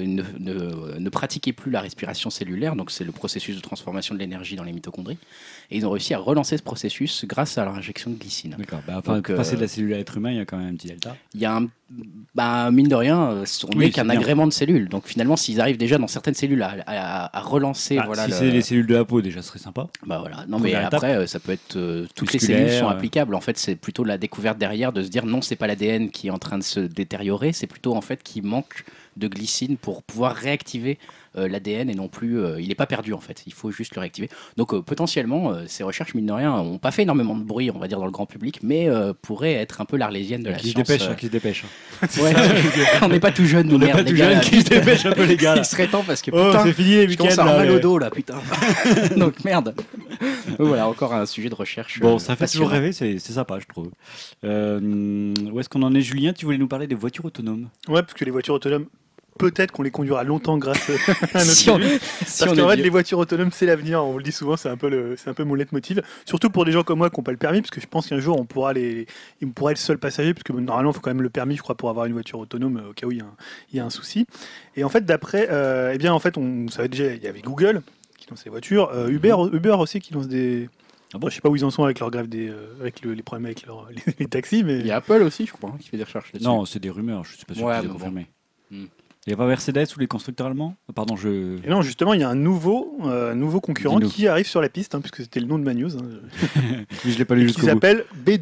ne pratiquait plus la respiration cellulaire. Donc, c'est le processus de transformation de l'énergie dans les mitochondries. Et ils ont réussi à relancer ce processus grâce à l'injection de glycine. D'accord. Bah, enfin, Donc, passer de la cellule à l'être humain, il y a quand même un petit delta. Il y a mine de rien, on Oui, n'est c'est qu'un bien. agrément de cellules. Donc finalement, s'ils arrivent déjà dans certaines cellules à relancer, Si c'est les cellules de la peau, déjà, ce serait sympa. bah voilà. Non, mais Première après, ça peut être toutes les Musculaire, cellules sont applicables. En fait, c'est plutôt la découverte derrière de se dire non, c'est pas l'ADN qui est en train de se détériorer, c'est plutôt en fait qu'il manque de glycine pour pouvoir réactiver l'ADN, et non plus, il n'est pas perdu en fait. Il faut juste le réactiver. Donc potentiellement, ces recherches mine de rien n'ont pas fait énormément de bruit, on va dire dans le grand public, mais pourraient être un peu l'arlésienne de la Qui se science. dépêche, qui se dépêche. Ouais. On n'est pas tout jeune, On n'est merde, pas les tout gars, jeune, là. qui se dépêche un peu, les gars. là. Il serait temps parce que Oh, putain, c'est fini les je commence week-ends. à avoir mal là, au dos là, putain. Donc merde. Donc, voilà, encore un sujet de recherche. Bon, ça fait toujours passionnant. rêver, c'est sympa, je trouve. Où est-ce qu'on en est, Julien? Tu voulais nous parler des voitures autonomes? Ouais, parce que les voitures autonomes, peut-être qu'on les conduira longtemps grâce à notre Si on- cellule. si Parce on qu'en est fait, vieux. les voitures autonomes, c'est l'avenir. On le dit souvent, c'est un peu mon leitmotiv. Surtout pour des gens comme moi qui n'ont pas le permis, parce que je pense qu'un jour, on pourra être le seul passager, parce que normalement, il faut quand même le permis, je crois, pour avoir une voiture autonome, au cas où il y a un souci. Et en fait, d'après, on savait déjà, il y avait Google qui lance les voitures, Uber aussi qui lance des. Ah bon Je sais pas où ils en sont avec leur grève avec les problèmes avec les taxis, mais Il y a Apple aussi, je crois, qui fait des recherches là-dessus. Non, c'est des rumeurs, je suis pas sûr Ouais, que c'est mais bon. confirmé. Hmm. Il n'y a pas Mercedes ou les constructeurs allemands? Pardon, je. Et non, justement, il y a un nouveau concurrent Dis-nous. qui arrive sur la piste, puisque c'était le nom de ma news. Je l'ai pas lu Qui jusqu'au bout. s'appelle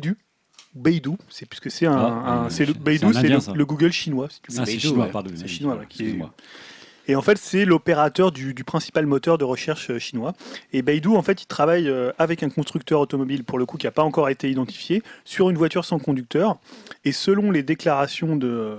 Beidou, c'est puisque c'est c'est le Beidou, c'est un c'est indien, ça. le Google chinois. Si tu veux. Ah, c'est Beidou, chinois, ouais. pardon. C'est oui, chinois, ouais, excuse-moi. Et en fait, c'est l'opérateur du principal moteur de recherche chinois. Et Beidou, en fait, il travaille avec un constructeur automobile, pour le coup, qui n'a pas encore été identifié, sur une voiture sans conducteur. Et selon les déclarations de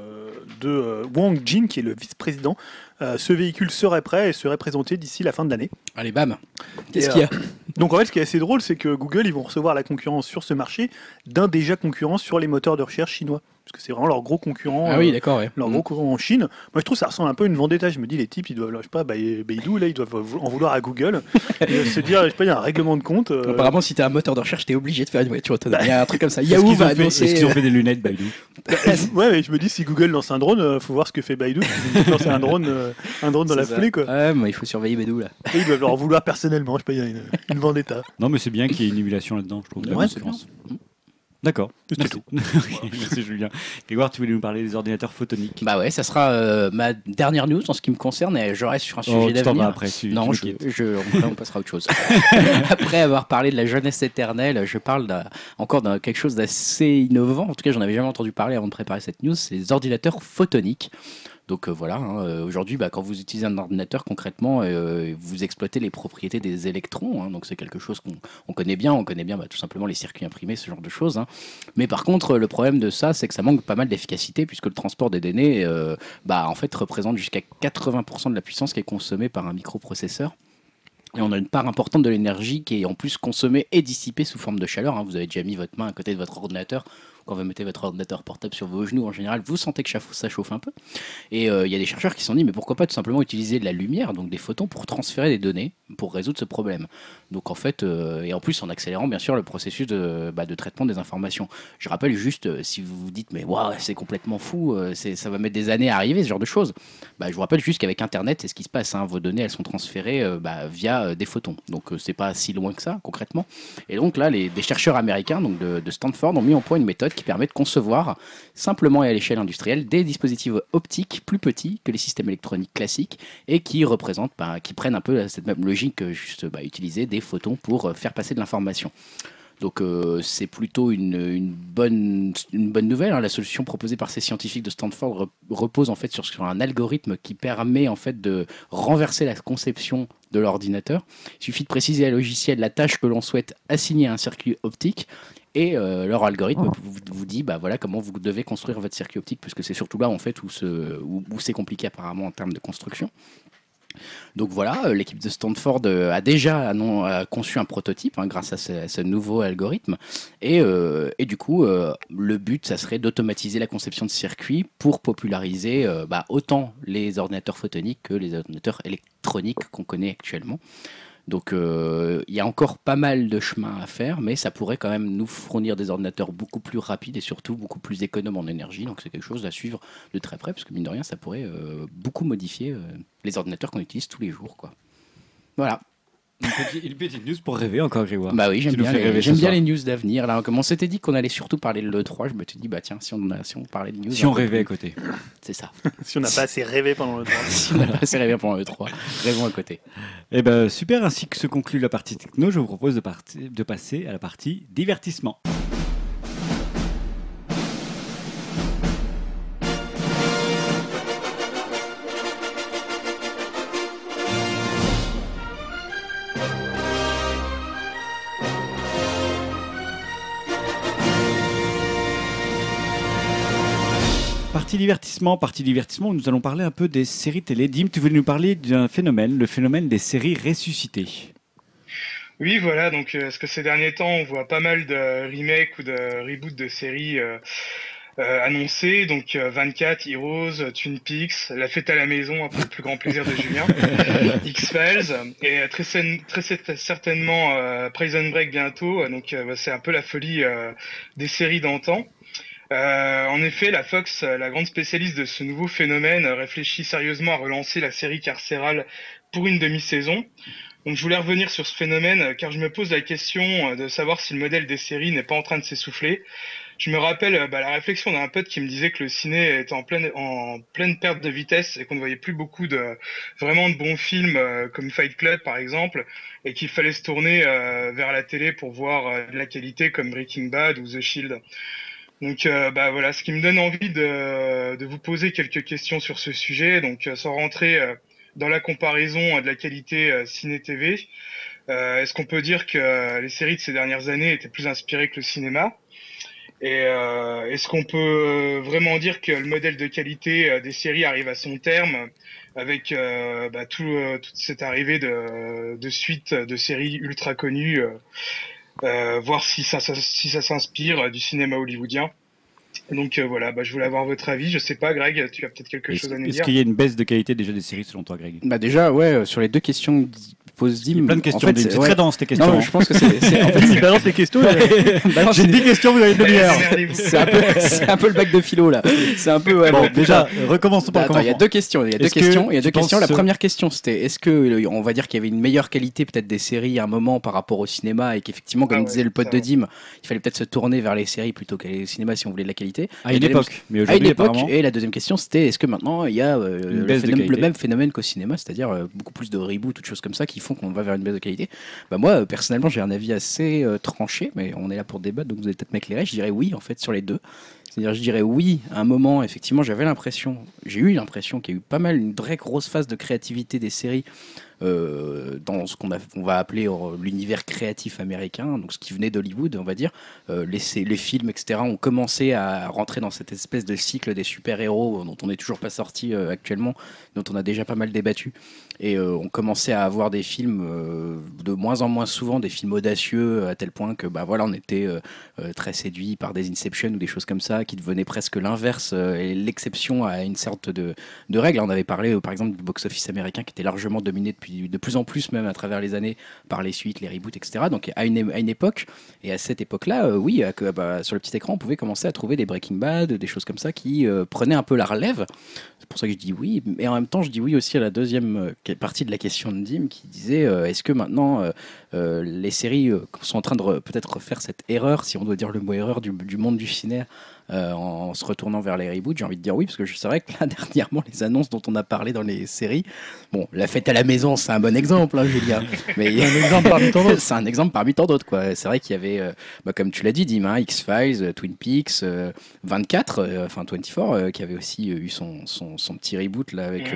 Wang Jin, qui est le vice-président, ce véhicule serait prêt et serait présenté d'ici la fin de l'année. Allez, bam. Qu'est-ce Et, qu'il y a Donc en fait, ce qui est assez drôle, c'est que Google, ils vont recevoir la concurrence sur ce marché d'un déjà concurrent sur les moteurs de recherche chinois. Parce que c'est vraiment leur gros concurrent. Ah oui, d'accord, ouais. Leur gros concurrent en Chine. Moi, je trouve que ça ressemble un peu à une vendetta. Je me dis, les types, ils doivent, je sais pas, Beidou, là, ils doivent en vouloir à Google. Et se dire, je sais pas, il y a un règlement de compte. Apparemment, si t'es un moteur de recherche, t'es obligé de faire une voiture autonome. Il y a un truc comme ça. Est-ce Yahoo qu'ils va ont fait- annoncer. est-ce qu'ils ont fait des lunettes, Baidu? Ouais, mais je me dis, si Google lance un drone, faut voir ce que fait Beidou. Ils lancent un drone dans la C'est ça. foulée, quoi. Ouais, mais il faut surveiller Bédou là. Et ils doivent leur en vouloir personnellement. Je sais pas, il y a une vendetta. Non, mais c'est bien qu'il y ait une émulation là-dedans, je trouve. de la Ouais, concurrence. D'accord. C'était Merci. Ok, merci Julien. Grégoire, tu voulais nous parler des ordinateurs photoniques. Bah ouais, ça sera ma dernière news en ce qui me concerne, et je reste sur un Oh, sujet tu t'en vas d'avenir. après. Non, tu nous quittes. on passera à autre chose. Après avoir parlé de la jeunesse éternelle, je parle encore d'un quelque chose d'assez innovant. En tout cas, j'en avais jamais entendu parler avant de préparer cette news. C'est les ordinateurs photoniques. Donc voilà, aujourd'hui, quand vous utilisez un ordinateur, concrètement, vous exploitez les propriétés des électrons. Donc c'est quelque chose qu'on connaît bien. On connaît bien tout simplement les circuits imprimés, ce genre de choses. Mais par contre, le problème de ça, c'est que ça manque pas mal d'efficacité, puisque le transport des données, en fait, représente jusqu'à 80% de la puissance qui est consommée par un microprocesseur. Et on a une part importante de l'énergie qui est en plus consommée et dissipée sous forme de chaleur. Vous avez déjà mis votre main à côté de votre ordinateur. Quand vous mettez votre ordinateur portable sur vos genoux, en général, vous sentez que ça chauffe un peu. Et il y a des chercheurs qui se sont dit, mais pourquoi pas tout simplement utiliser de la lumière, donc des photons, pour transférer des données, pour résoudre ce problème. Donc en fait, et en plus en accélérant bien sûr le processus de traitement des informations. Je rappelle juste, si vous vous dites, mais waouh, c'est complètement fou, ça va mettre des années à arriver, ce genre de choses. Je vous rappelle juste qu'avec Internet, c'est ce qui se passe. Vos données, elles sont transférées via des photons. Donc c'est pas si loin que ça, concrètement. Et donc là, des chercheurs américains donc de Stanford ont mis en point une méthode qui permet de concevoir simplement et à l'échelle industrielle des dispositifs optiques plus petits que les systèmes électroniques classiques et qui représentent, qui prennent un peu cette même logique, juste utiliser des photons pour faire passer de l'information. Donc c'est plutôt une bonne nouvelle. La solution proposée par ces scientifiques de Stanford repose en fait sur un algorithme qui permet en fait de renverser la conception de l'ordinateur. Il suffit de préciser à logiciel la tâche que l'on souhaite assigner à un circuit optique et leur algorithme vous dit voilà comment vous devez construire votre circuit optique, puisque c'est surtout là en fait où c'est compliqué apparemment en termes de construction. Donc voilà, l'équipe de Stanford a déjà conçu un prototype grâce à ce nouveau algorithme. Et du coup, le but, ça serait d'automatiser la conception de circuits pour populariser autant les ordinateurs photoniques que les ordinateurs électroniques qu'on connaît actuellement. Donc il y a encore pas mal de chemin à faire, mais ça pourrait quand même nous fournir des ordinateurs beaucoup plus rapides et surtout beaucoup plus économes en énergie. Donc c'est quelque chose à suivre de très près, parce que mine de rien, ça pourrait beaucoup modifier les ordinateurs qu'on utilise tous les jours, quoi. Voilà. Une petite news pour rêver encore, Grégoire. Bah oui, j'aime bien les news d'avenir. Là, comme on s'était dit qu'on allait surtout parler de l'E3, je me suis dit, tiens, si on parlait de news. Si on rêvait à côté. C'est ça. Si on n'a pas assez rêvé pendant l'E3. Si on n'a pas assez rêvé pendant l'E3, rêvons à côté. Eh ben super, ainsi que se conclut la partie techno, je vous propose de passer à la partie divertissement. Partie divertissement, nous allons parler un peu des séries télé. Dim, tu voulais nous parler d'un phénomène, le phénomène des séries ressuscitées. Oui, voilà, donc parce que ces derniers temps, on voit pas mal de remakes ou de reboots de séries annoncées. Donc 24, Heroes, Twin Peaks, La Fête à la Maison, pour le plus grand plaisir de Julien, X-Files, et très certainement Prison Break bientôt. Donc c'est un peu la folie des séries d'antan. En effet, la Fox, la grande spécialiste de ce nouveau phénomène, réfléchit sérieusement à relancer la série carcérale pour une demi-saison. Donc je voulais revenir sur ce phénomène car je me pose la question de savoir si le modèle des séries n'est pas en train de s'essouffler. Je me rappelle la réflexion d'un pote qui me disait que le ciné était en pleine perte de vitesse et qu'on ne voyait plus beaucoup vraiment de bons films comme Fight Club par exemple, et qu'il fallait se tourner vers la télé pour voir de la qualité comme Breaking Bad ou The Shield. Donc voilà, ce qui me donne envie de vous poser quelques questions sur ce sujet. Donc sans rentrer dans la comparaison de la qualité ciné-TV, est-ce qu'on peut dire que les séries de ces dernières années étaient plus inspirées que le cinéma ? Et est-ce qu'on peut vraiment dire que le modèle de qualité des séries arrive à son terme avec toute cette arrivée de suites de séries ultra connues voir si ça s'inspire du cinéma hollywoodien. Donc voilà, je voulais avoir votre avis. Je sais pas, Greg, tu as peut-être quelque chose à nous dire. Est-ce qu'il y a une baisse de qualité déjà des séries selon toi, Greg ? Déjà, ouais, sur les deux questions pose Dim. Il y a plein de questions, en fait, c'est très dense tes questions. Non, je pense que c'est en fait, Il balance les questions. J'ai 10 questions, vous avez une demi-heure. C'est un peu le bac de philo là. C'est un peu. Bon, déjà, recommençons par le commencement. Il y a deux questions. La première question, c'était est-ce que on va dire qu'il y avait une meilleure qualité peut-être des séries à un moment par rapport au cinéma et qu'effectivement, comme disait le pote de Dim, il fallait peut-être se tourner vers les séries plutôt qu'aller au cinéma si on voulait de la qualité. À une époque. Mais aujourd'hui, apparemment. Et la deuxième question, c'était est-ce que maintenant il y a le même phénomène qu'au cinéma, c'est-à-dire beaucoup plus de reboots, toutes choses comme ça qui font qu'on va vers une baisse de qualité. Moi, personnellement, j'ai un avis assez tranché, mais on est là pour débattre, donc vous allez peut-être m'éclairer. Je dirais oui, en fait, sur les deux. C'est-à-dire, je dirais oui, à un moment, effectivement, j'ai eu l'impression qu'il y a eu pas mal, une vraie grosse phase de créativité des séries dans ce qu'on va appeler l'univers créatif américain, donc ce qui venait d'Hollywood, on va dire. Les films, etc., ont commencé à rentrer dans cette espèce de cycle des super-héros dont on n'est toujours pas sorti actuellement, dont on a déjà pas mal débattu. Et on commençait à avoir des films de moins en moins souvent, des films audacieux, à tel point que on était très séduit par des Inception ou des choses comme ça qui devenait presque l'inverse et l'exception à une sorte de règle. On avait parlé par exemple du box-office américain qui était largement dominé depuis de plus en plus même à travers les années par les suites, les reboots, etc. Donc à une époque, et à cette époque-là, oui, sur le petit écran, on pouvait commencer à trouver des Breaking Bad, des choses comme ça qui prenaient un peu la relève. C'est pour ça que je dis oui, mais en même temps je dis oui aussi à la deuxième partie de la question de Dim qui disait est-ce que maintenant les séries sont en train de peut-être faire cette erreur, si on doit dire le mot erreur, du monde du ciné en se retournant vers les reboots. J'ai envie de dire oui, parce que c'est vrai que là, dernièrement, les annonces dont on a parlé dans les séries, bon, La Fête à la maison, c'est un bon exemple, hein, Julien. Mais un exemple parmi tant d'autres. C'est un exemple parmi tant d'autres, quoi. C'est vrai qu'il y avait, comme tu l'as dit, Dim, hein, X-Files, Twin Peaks, 24, enfin 24, qui avait aussi eu son petit reboot là, avec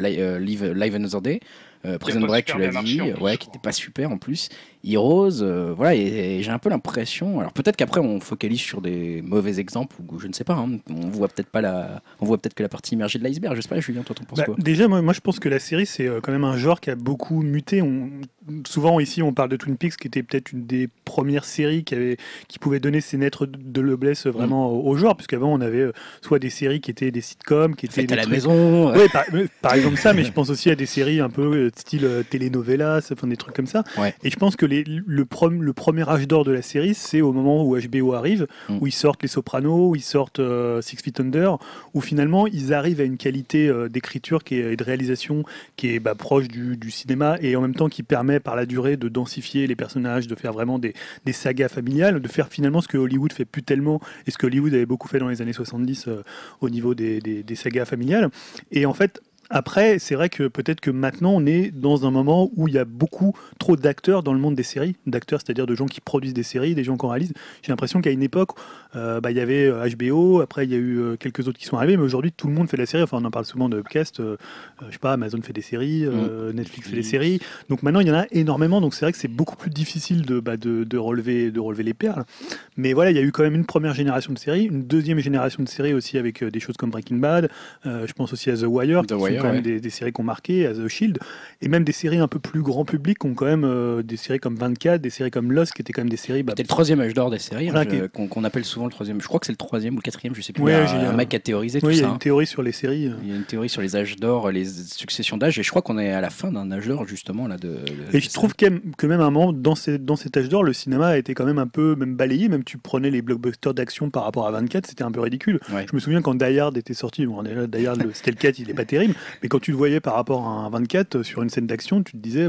Live Another Day. Prison Break, tu l'as dit, ouais, qui n'était pas super en plus. Heroes, voilà, et j'ai un peu l'impression. Alors peut-être qu'après on focalise sur des mauvais exemples ou je ne sais pas. Hein, on voit peut-être que la partie immergée de l'iceberg. Je sais pas, Julien, toi t'en penses quoi? Déjà, moi je pense que la série c'est quand même un genre qui a beaucoup muté. Souvent ici on parle de Twin Peaks qui était peut-être une des premières séries qui pouvait donner ses lettres de noblesse vraiment au genre, puisqu'avant on avait soit des séries qui étaient des sitcoms, qui étaient Fête à la trucs... maison. Ouais, par exemple ça, mais je pense aussi à des séries un peu style telenovelas, enfin des trucs comme ça. Ouais. Et je pense que le premier âge d'or de la série, c'est au moment où HBO arrive, où ils sortent Les Sopranos, où ils sortent Six Feet Under, où finalement ils arrivent à une qualité d'écriture et de réalisation qui est proche du cinéma et en même temps qui permet par la durée de densifier les personnages, de faire vraiment des sagas familiales, de faire finalement ce que Hollywood fait plus tellement et ce que Hollywood avait beaucoup fait dans les années 70 au niveau des sagas familiales. Et en fait, après, c'est vrai que peut-être que maintenant on est dans un moment où il y a beaucoup trop d'acteurs dans le monde des séries, d'acteurs, c'est-à-dire de gens qui produisent des séries, des gens qui en réalisent. J'ai l'impression qu'à une époque, il y avait HBO, après il y a eu quelques autres qui sont arrivés, mais aujourd'hui tout le monde fait de la série. Enfin, on en parle souvent de Upcast, je sais pas, Amazon fait des séries, Netflix fait des séries. Donc maintenant il y en a énormément, donc c'est vrai que c'est beaucoup plus difficile de relever les perles. Mais voilà, il y a eu quand même une première génération de séries, une deuxième génération de séries aussi avec des choses comme Breaking Bad. Je pense aussi à The Wire, qui sont quand même des séries qui ont marqué, à The Shield, et même des séries un peu plus grand public, qui ont quand même des séries comme 24, des séries comme Lost, qui étaient quand même des séries... C'était le troisième âge d'or des séries, voilà, qu'on appelle souvent le troisième. Je crois que c'est le troisième ou le quatrième, je sais plus. Ouais, un mec qui a théorisé tout ça. Il y a une théorie sur les séries. Il y a une théorie sur les âges d'or, les successions d'âge, et je crois qu'on est à la fin d'un âge d'or justement là. Et je trouve que même à un moment, dans cet âge d'or, le cinéma a été quand même un peu même balayé. Même tu prenais les blockbusters d'action par rapport à 24, c'était un peu ridicule. Ouais. Je me souviens quand Die Hard était sorti, bon, Die Hard, c'était le 4, il est pas terrible, mais quand tu le voyais par rapport à un 24 sur une scène d'action, tu te disais,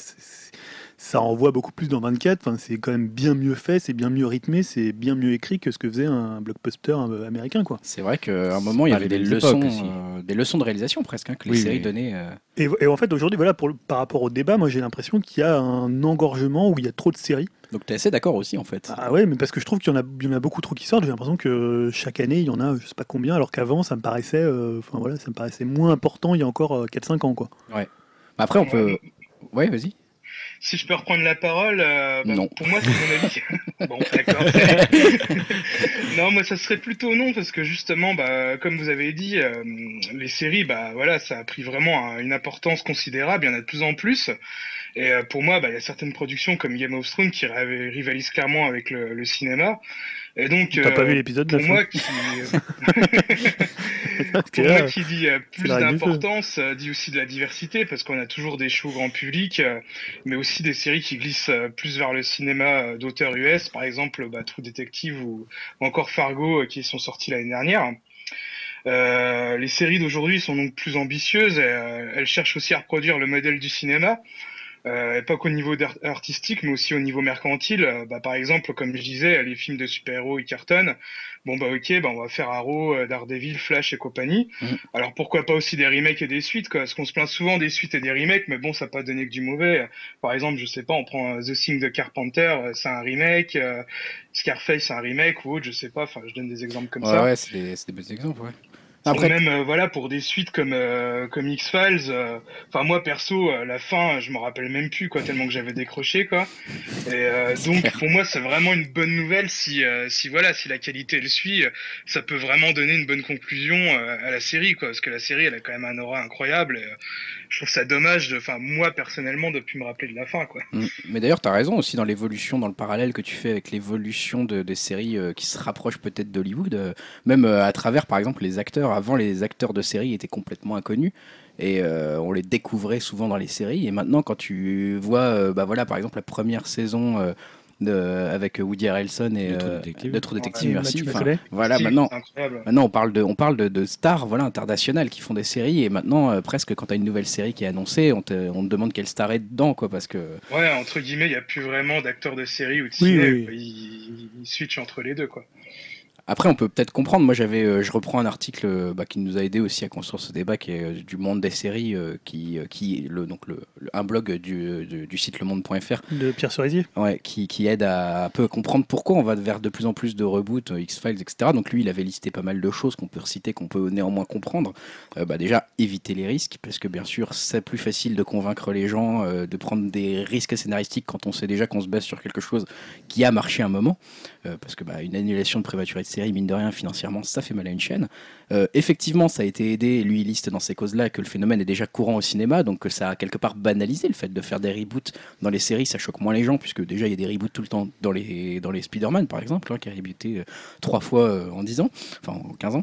ça envoie beaucoup plus dans 24. Enfin, c'est quand même bien mieux fait, c'est bien mieux rythmé, c'est bien mieux écrit que ce que faisait un blockbuster américain, quoi. C'est vrai qu'à un moment, il y avait des leçons de réalisation presque, hein, que les séries donnaient. Et en fait, aujourd'hui, voilà, par rapport au débat, moi j'ai l'impression qu'il y a un engorgement où il y a trop de séries. Donc tu es assez d'accord aussi en fait. Ah ouais, mais parce que je trouve qu'il y en a beaucoup trop qui sortent. J'ai l'impression que chaque année il y en a je sais pas combien, alors qu'avant ça me paraissait, ça me paraissait moins important il y a encore 4-5 ans, quoi. Ouais. Après on peut. Ouais, vas-y. Si je peux reprendre la parole, non. Pour moi, c'est mon avis. Bon, d'accord. Non, moi, ça serait plutôt non, parce que justement, comme vous avez dit, les séries, voilà, ça a pris vraiment une importance considérable. Il y en a de plus en plus. Et pour moi, il y a certaines productions comme Game of Thrones qui rivalisent clairement avec le cinéma. Et donc, t'as pas vu l'épisode pour 9, moi, pour moi là, qui dit plus d'importance, dit aussi de la diversité, parce qu'on a toujours des shows grand public, mais aussi des séries qui glissent plus vers le cinéma d'auteur US, par exemple True Detective ou encore Fargo qui sont sortis l'année dernière. Les séries d'aujourd'hui sont donc plus ambitieuses, et, elles cherchent aussi à reproduire le modèle du cinéma. Et pas qu'au niveau artistique, mais aussi au niveau mercantile. Par exemple, comme je disais, les films de super-héros, ils cartonnent. Bon, ok, on va faire Arrow, Daredevil, Flash et compagnie. Alors, pourquoi pas aussi des remakes et des suites, quoi. Parce qu'on se plaint souvent des suites et des remakes, mais bon, ça n'a pas donné que du mauvais. Par exemple, je sais pas, on prend The Thing de Carpenter, c'est un remake. Scarface, c'est un remake ou autre, je sais pas. Enfin, je donne des exemples comme ça. Ouais, c'est des bons exemples, ouais. Après, Ou même voilà pour des suites comme X-Files. Enfin moi perso, la fin, je m'en rappelle même plus quoi, tellement que j'avais décroché quoi. Et c'est donc clair. pour moi c'est vraiment une bonne nouvelle si voilà si la qualité le suit, ça peut vraiment donner une bonne conclusion à la série quoi, parce que la série elle a quand même un aura incroyable. Et, je trouve ça dommage enfin moi personnellement de plus me rappeler de la fin quoi. Mais d'ailleurs, tu as raison aussi dans l'évolution, dans le parallèle que tu fais avec l'évolution des séries qui se rapprochent peut-être d'Hollywood, même à travers par exemple les acteurs. Avant, les acteurs de séries étaient complètement inconnus et on les découvrait souvent dans les séries. Et maintenant, quand tu vois, bah voilà, par exemple la première saison avec Woody Harrelson et De True Detective. de True Detective, Et merci. Matthew Enfin, McConaughey. voilà, Si, maintenant. c'est incroyable. Maintenant, on parle de stars voilà, internationales qui font des séries et maintenant, presque quand tu as une nouvelle série qui est annoncée, on te demande quelle star est dedans, quoi, parce que Ouais, entre guillemets, il n'y a plus vraiment d'acteurs de série ou de Oui, ciné. oui, Quoi. oui. Ils switchent entre les deux, quoi. après, on peut peut-être comprendre. Moi, je reprends un article qui nous a aidé aussi à construire ce débat, qui est du monde des séries, un blog du site lemonde.fr, De Pierre Cerisier. ouais, qui aide à un peu comprendre pourquoi on va vers de plus en plus de reboots, X-Files, etc. Donc lui, il avait listé pas mal de choses qu'on peut reciter, qu'on peut néanmoins comprendre. Déjà, éviter les risques, parce que bien sûr, c'est plus facile de convaincre les gens de prendre des risques scénaristiques quand on sait déjà qu'on se base sur quelque chose qui a marché un moment. Parce que une annulation de prématurée de série, mine de rien, financièrement, ça fait mal à une chaîne. Effectivement, ça a été aidé, lui, il liste dans ces causes-là que le phénomène est déjà courant au cinéma, donc que ça a quelque part banalisé le fait de faire des reboots dans les séries, ça choque moins les gens, puisque déjà il y a des reboots tout le temps dans les Spider-Man, par exemple, qui a rebooté 3 fois en 10 ans, enfin en 15 ans.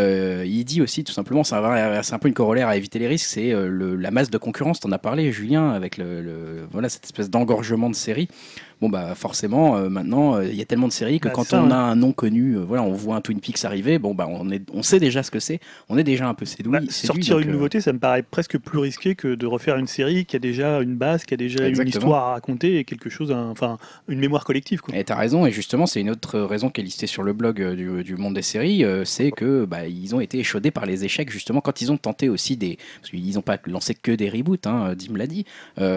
Il dit aussi, tout simplement, c'est un peu une corollaire à éviter les risques, c'est la masse de concurrence, t'en as parlé, Julien, avec voilà, cette espèce d'engorgement de séries. Bon forcément maintenant il y a tellement de séries que Bah, quand ça, on ouais. a un nom connu, voilà, on voit un Twin Peaks arriver, on sait déjà ce que c'est, on est déjà un peu séduit, Sortir donc, une nouveauté, ça me paraît presque plus risqué que de refaire une série qui a déjà une base, qui a déjà une exactement. histoire à raconter et quelque chose, enfin, une mémoire collective, quoi. Et t'as raison, et justement, c'est une autre raison qui est listée sur le blog du monde des séries, c'est que ils ont été échaudés par les échecs, justement, quand ils ont tenté aussi parce qu'ils n'ont pas lancé que des reboots, hein, Dim l'a dit,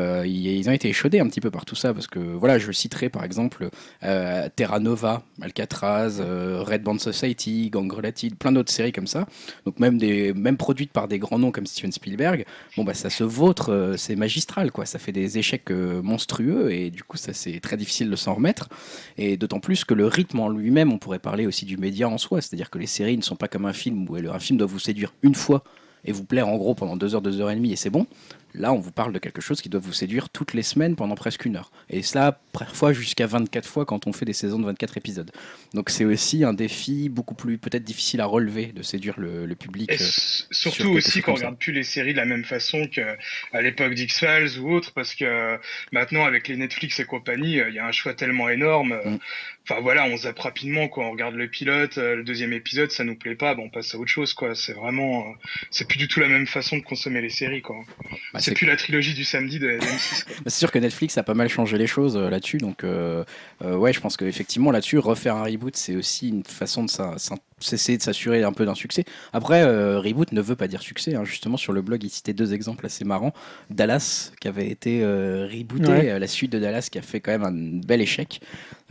ils ont été échaudés un petit peu par tout ça, parce que, voilà, je citerai par exemple Terra Nova, Alcatraz, Red Band Society, Gang Related, plein d'autres séries comme ça, donc même produites par des grands noms comme Steven Spielberg, ça se vautre, c'est magistral, quoi, ça fait des échecs monstrueux, et du coup, ça c'est très difficile de s'en remettre. Et d'autant plus que le rythme en lui-même, on pourrait parler aussi du média en soi, c'est-à-dire que les séries ne sont pas comme un film où un film doit vous séduire une fois et vous plaire en gros pendant 2 heures et demie et c'est bon. Là, on vous parle de quelque chose qui doit vous séduire toutes les semaines pendant presque 1 heure. Et cela, parfois, jusqu'à 24 fois quand on fait des saisons de 24 épisodes. Donc c'est aussi un défi beaucoup plus peut-être difficile à relever de séduire le public Et sur surtout quelque aussi chose qu'on comme ça. regarde plus les séries de la même façon qu'à l'époque d'X-Files ou autre, parce que maintenant avec les Netflix et compagnie, il y a un choix tellement énorme. Mm. Enfin voilà, on zappe rapidement quoi. On regarde le pilote, le deuxième épisode, ça nous plaît pas, on passe à autre chose quoi. C'est vraiment, c'est plus du tout la même façon de consommer les séries quoi. C'est C'est plus la trilogie du samedi de M6 quoi. C'est sûr que Netflix a pas mal changé les choses là-dessus, donc ouais, je pense qu'effectivement là-dessus, refaire un reboot, c'est aussi une façon de s'essayer de s'assurer un peu d'un succès. Après, reboot ne veut pas dire succès, hein. Justement, sur le blog, il citait 2 exemples assez marrants. Dallas, qui avait été rebooté, Ouais. la suite de Dallas, qui a fait quand même un bel échec.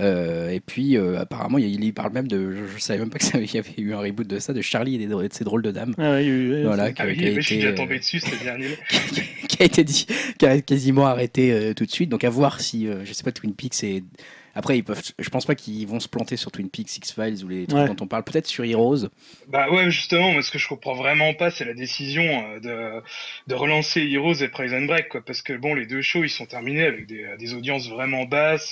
Et puis, apparemment, il parle même je savais même pas qu'il y avait eu un reboot de ça, de Charlie et de ses drôles de dames. Ah ouais, Voilà, Ah oui, qui a je suis été, déjà tombé dessus, c'était bien nul. qui a été dit, qui a quasiment arrêté tout de suite. Donc à voir si, je sais pas, Twin Peaks et après je pense pas qu'ils vont se planter sur Twin Peaks, X-Files ou les trucs Ouais. dont on parle. Peut-être sur Heroes. Bah ouais, justement, moi ce que je comprends vraiment pas, c'est la décision de relancer Heroes et Prison Break, quoi, parce que bon, les deux shows ils sont terminés avec des audiences vraiment basses,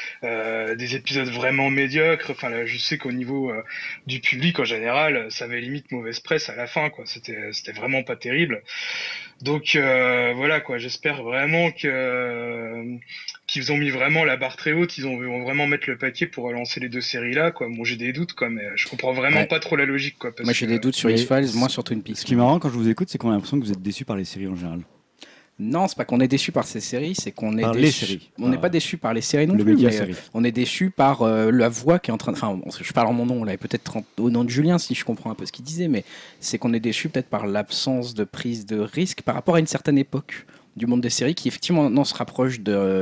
des épisodes vraiment médiocres. Enfin, là, je sais qu'au niveau du public en général, ça avait limite mauvaise presse à la fin, quoi. C'était vraiment pas terrible. Donc voilà quoi, j'espère vraiment qu'ils ont mis vraiment la barre très haute, vont vraiment mettre le paquet pour relancer les deux séries là quoi. Bon, j'ai des doutes quoi, mais je comprends vraiment Ouais. pas trop la logique quoi parce Moi j'ai que des doutes sur Mais X-Files, moins sur Twin Peaks. Ce qui est marrant quand je vous écoute, c'est qu'on a l'impression que vous êtes déçu par les séries en général. Non, c'est pas qu'on est déçu par ces séries, c'est qu'on est Par les déçu. séries. On n'est pas déçu par les séries non Le plus, média mais série. on est déçu par la voix qui est en train de. Enfin, je parle en mon nom là, et peut-être au nom de Julien si je comprends un peu ce qu'il disait, mais c'est qu'on est déçu peut-être par l'absence de prise de risque par rapport à une certaine époque. du monde des séries qui effectivement maintenant se rapproche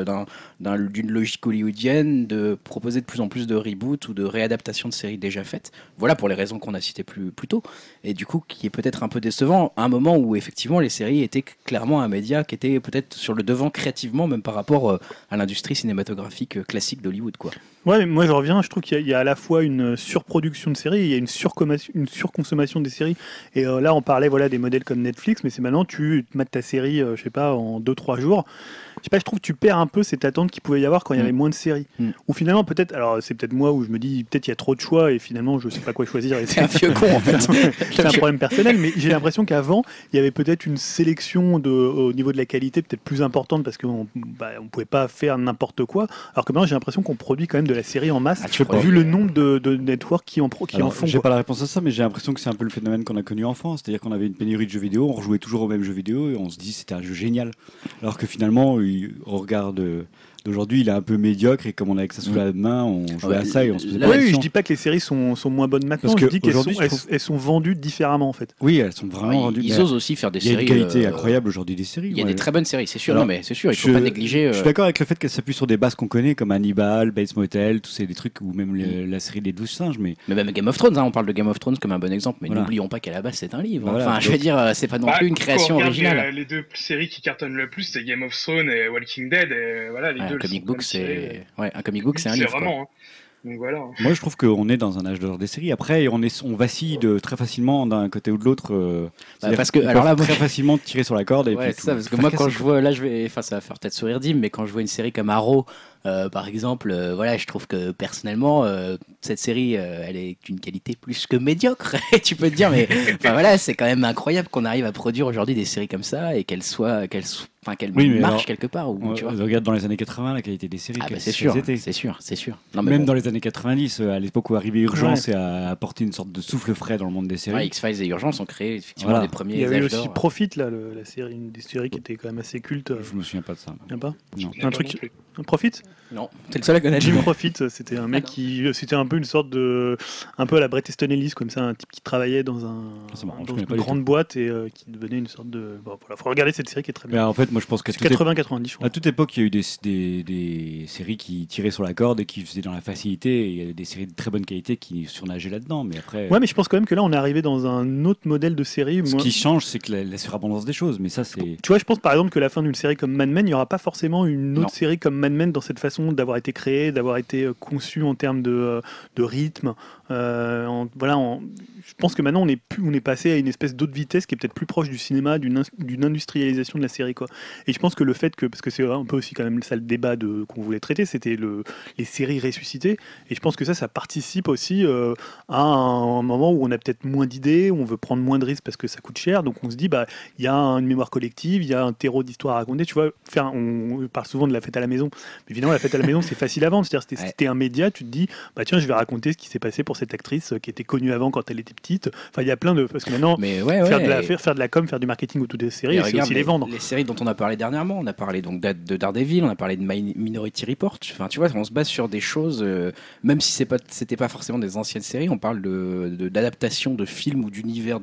d'une logique hollywoodienne de proposer de plus en plus de reboots ou de réadaptations de séries déjà faites. Voilà pour les raisons qu'on a citées plus tôt. Et du coup, qui est peut-être un peu décevant à un moment où effectivement les séries étaient clairement un média qui était peut-être sur le devant créativement, même par rapport à l'industrie cinématographique classique d'Hollywood, quoi. Ouais, mais moi je reviens, je trouve qu'il y a à la fois une surproduction de séries, et il y a une surconsommation des séries. Et là, on parlait des modèles comme Netflix, mais c'est maintenant tu te mates ta série, je sais pas, en 2-3 jours. Je sais pas, je trouve que tu perds un peu cette attente qu'il pouvait y avoir quand il y avait moins de séries. Ou finalement, peut-être, alors c'est peut-être moi où je me dis, peut-être il y a trop de choix et finalement je sais pas quoi choisir. Et c'est un vieux con en fait. C'est un problème personnel, mais j'ai l'impression qu'avant, il y avait peut-être une sélection au niveau de la qualité peut-être plus importante parce qu'on pouvait pas faire n'importe quoi. Alors que maintenant, j'ai l'impression qu'on produit quand même de la série en masse, vu le nombre de networks qui en font. J'ai pas la réponse à ça, mais j'ai l'impression que c'est un peu le phénomène qu'on a connu en France. C'est-à-dire qu'on avait une pénurie de jeux vidéo, on rejouait toujours au même jeu vidéo et on se dit c'était un jeu génial. Alors que finalement, au regard d'aujourd'hui, il est un peu médiocre et comme on avait que ça sous la main, on jouait à ça et on se faisait pas Oui, je dis pas que les séries sont moins bonnes maintenant, je dis qu'elles sont vendues différemment en fait. Oui, elles sont vraiment vendues. Ils osent aussi faire des séries. Il y a une qualité incroyable aujourd'hui des séries. Il y a des très bonnes séries, c'est sûr. Alors, non, mais c'est sûr, il faut pas négliger. Je suis d'accord avec le fait qu'elles s'appuient sur des bases qu'on connaît comme Hannibal, Bates Motel, tous ces des trucs ou même la série des 12 singes. Mais même Game of Thrones, on parle de Game of Thrones comme un bon exemple, mais n'oublions pas qu'à la base c'est un livre. Enfin, je veux dire, c'est pas non plus une création originale. Les deux séries qui cartonnent le plus, c'est Game of Thrones et Walking Dead. Et voilà, les deux. Comic book, un comic book, c'est un livre. Vraiment. Donc voilà. Moi, je trouve qu'on est dans un âge d'or des séries. Après, on vacille très facilement d'un côté ou de l'autre. Parce que alors là, très facilement tirer sur la corde. Et puis c'est ça, parce que moi, quand je vois, là, ça va faire peut-être sourire Dim, mais quand je vois une série comme Arrow. Par exemple, je trouve que personnellement, cette série, elle est d'une qualité plus que médiocre. Tu peux te dire, mais c'est quand même incroyable qu'on arrive à produire aujourd'hui des séries comme ça et qu'elles marchent quelque part. Tu vois. Regarde dans les années 80, la qualité des séries. C'est sûr. Non, même dans les années 90, à l'époque où arrivait Urgence et a apporté une sorte de souffle frais dans le monde des séries. X-Files et Urgence ont créé effectivement des premiers. Il y avait aussi Profit, là, la série, une des séries qui était quand même assez culte. Je me souviens pas de ça. Pas non. Un truc. Profit. Non, t'es le seul à connaître. Jim Profit, c'était un mec c'était un peu une sorte un peu à la Bret Easton Ellis, comme ça, un type qui travaillait dans une grande boîte et qui devenait une sorte de. Bon, voilà, faut regarder cette série qui est très bien. Mais en fait, moi, je pense que 80-90, je crois. À toute époque, il y a eu des séries qui tiraient sur la corde et qui faisaient dans la facilité. Et il y a des séries de très bonne qualité qui surnageaient là-dedans. Mais après. Ouais, mais je pense quand même que là, on est arrivé dans un autre modèle de série. Ce qui change, c'est que la surabondance des choses. Mais ça, c'est. Tu vois, je pense par exemple que la fin d'une série comme Mad Men, il n'y aura pas forcément une autre série comme Mad Men dans cette façon d'avoir été créée, d'avoir été conçue en termes de rythme. Je pense que maintenant on est passé à une espèce d'autre vitesse qui est peut-être plus proche du cinéma, d'une industrialisation de la série, quoi. Et je pense que le fait que, parce que c'est un peu aussi quand même ça le débat qu'on voulait traiter, c'était les séries ressuscitées. Et je pense que ça participe aussi à un moment où on a peut-être moins d'idées, où on veut prendre moins de risques parce que ça coûte cher. Donc on se dit, il y a une mémoire collective, il y a un terreau d'histoire à raconter. Tu vois, on parle souvent de la fête à la maison. Mais évidemment, la fête à la maison, c'est facile à vendre. C'est-à-dire, si t'es un média, tu te dis, tiens, je vais raconter ce qui s'est passé pour cette actrice qui était connue avant quand elle était petite. Enfin, il y a plein de. Parce que maintenant, faire de la com, faire du marketing autour des séries, c'est aussi les vendre. Les séries dont on a parlé dernièrement, on a parlé donc de Daredevil, on a parlé de Minority Report. Enfin, tu vois, on se base sur des choses, même si c'était pas forcément des anciennes séries, on parle d'adaptation de films ou d'univers de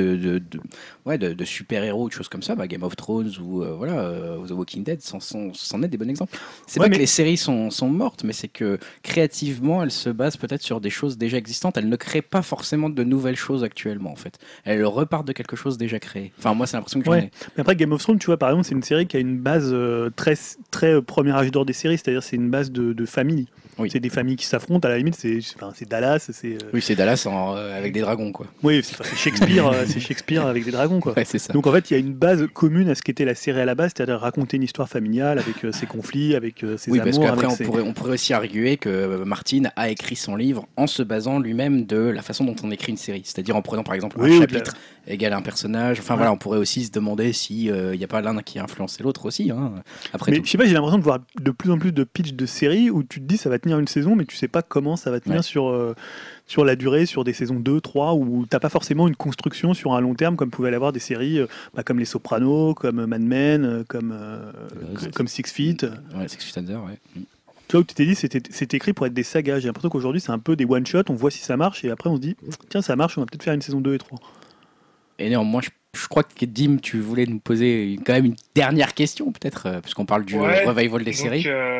super-héros ou de choses comme ça. Game of Thrones ou The Walking Dead, c'en est des bons exemples. C'est pas que les séries sont mortes, mais c'est que créativement, elles se basent peut-être sur des choses déjà existantes. Elles ne créent pas forcément de nouvelles choses actuellement, en fait. Elles repartent de quelque chose déjà créé. Enfin, moi, c'est l'impression que j'en ai. Mais après, Game of Thrones, tu vois, par exemple, c'est une série qui a une base très, très premier âge d'or des séries, c'est-à-dire c'est une base de famille. Oui. C'est des familles qui s'affrontent, à la limite, c'est Dallas. Oui, c'est Dallas avec des dragons, quoi. Oui, c'est Shakespeare, c'est Shakespeare avec des dragons, quoi. Ouais, c'est ça. Donc en fait, il y a une base commune à ce qu'était la série à la base, c'est-à-dire raconter une histoire familiale avec ses conflits, avec ses amours. Oui, parce qu'après, on pourrait aussi arguer que Martin a écrit son livre en se basant lui-même de la façon dont on écrit une série. C'est-à-dire en prenant, par exemple, un chapitre égale un personnage. Enfin, voilà, on pourrait aussi se demander s'il n'y a pas l'un qui a influencé l'autre aussi. Après mais je sais pas, j'ai l'impression de voir de plus en plus de pitch de séries où tu te dis ça va tenir une saison, mais tu sais pas comment ça va tenir sur la durée, sur des saisons 2, 3, où t'as pas forcément une construction sur un long terme comme pouvaient l'avoir des séries comme Les Sopranos, comme Mad Men, comme Six Feet. Ouais, Six Feet Under, ouais. Tu vois, où tu t'es dit c'est écrit pour être des sagas. J'ai l'impression qu'aujourd'hui c'est un peu des one-shots, on voit si ça marche et après on se dit tiens ça marche, on va peut-être faire une saison 2 et 3. Et néanmoins, je crois que Dim, tu voulais nous poser quand même une dernière question, peut-être, puisqu'on parle du Ouais, revival des donc, séries.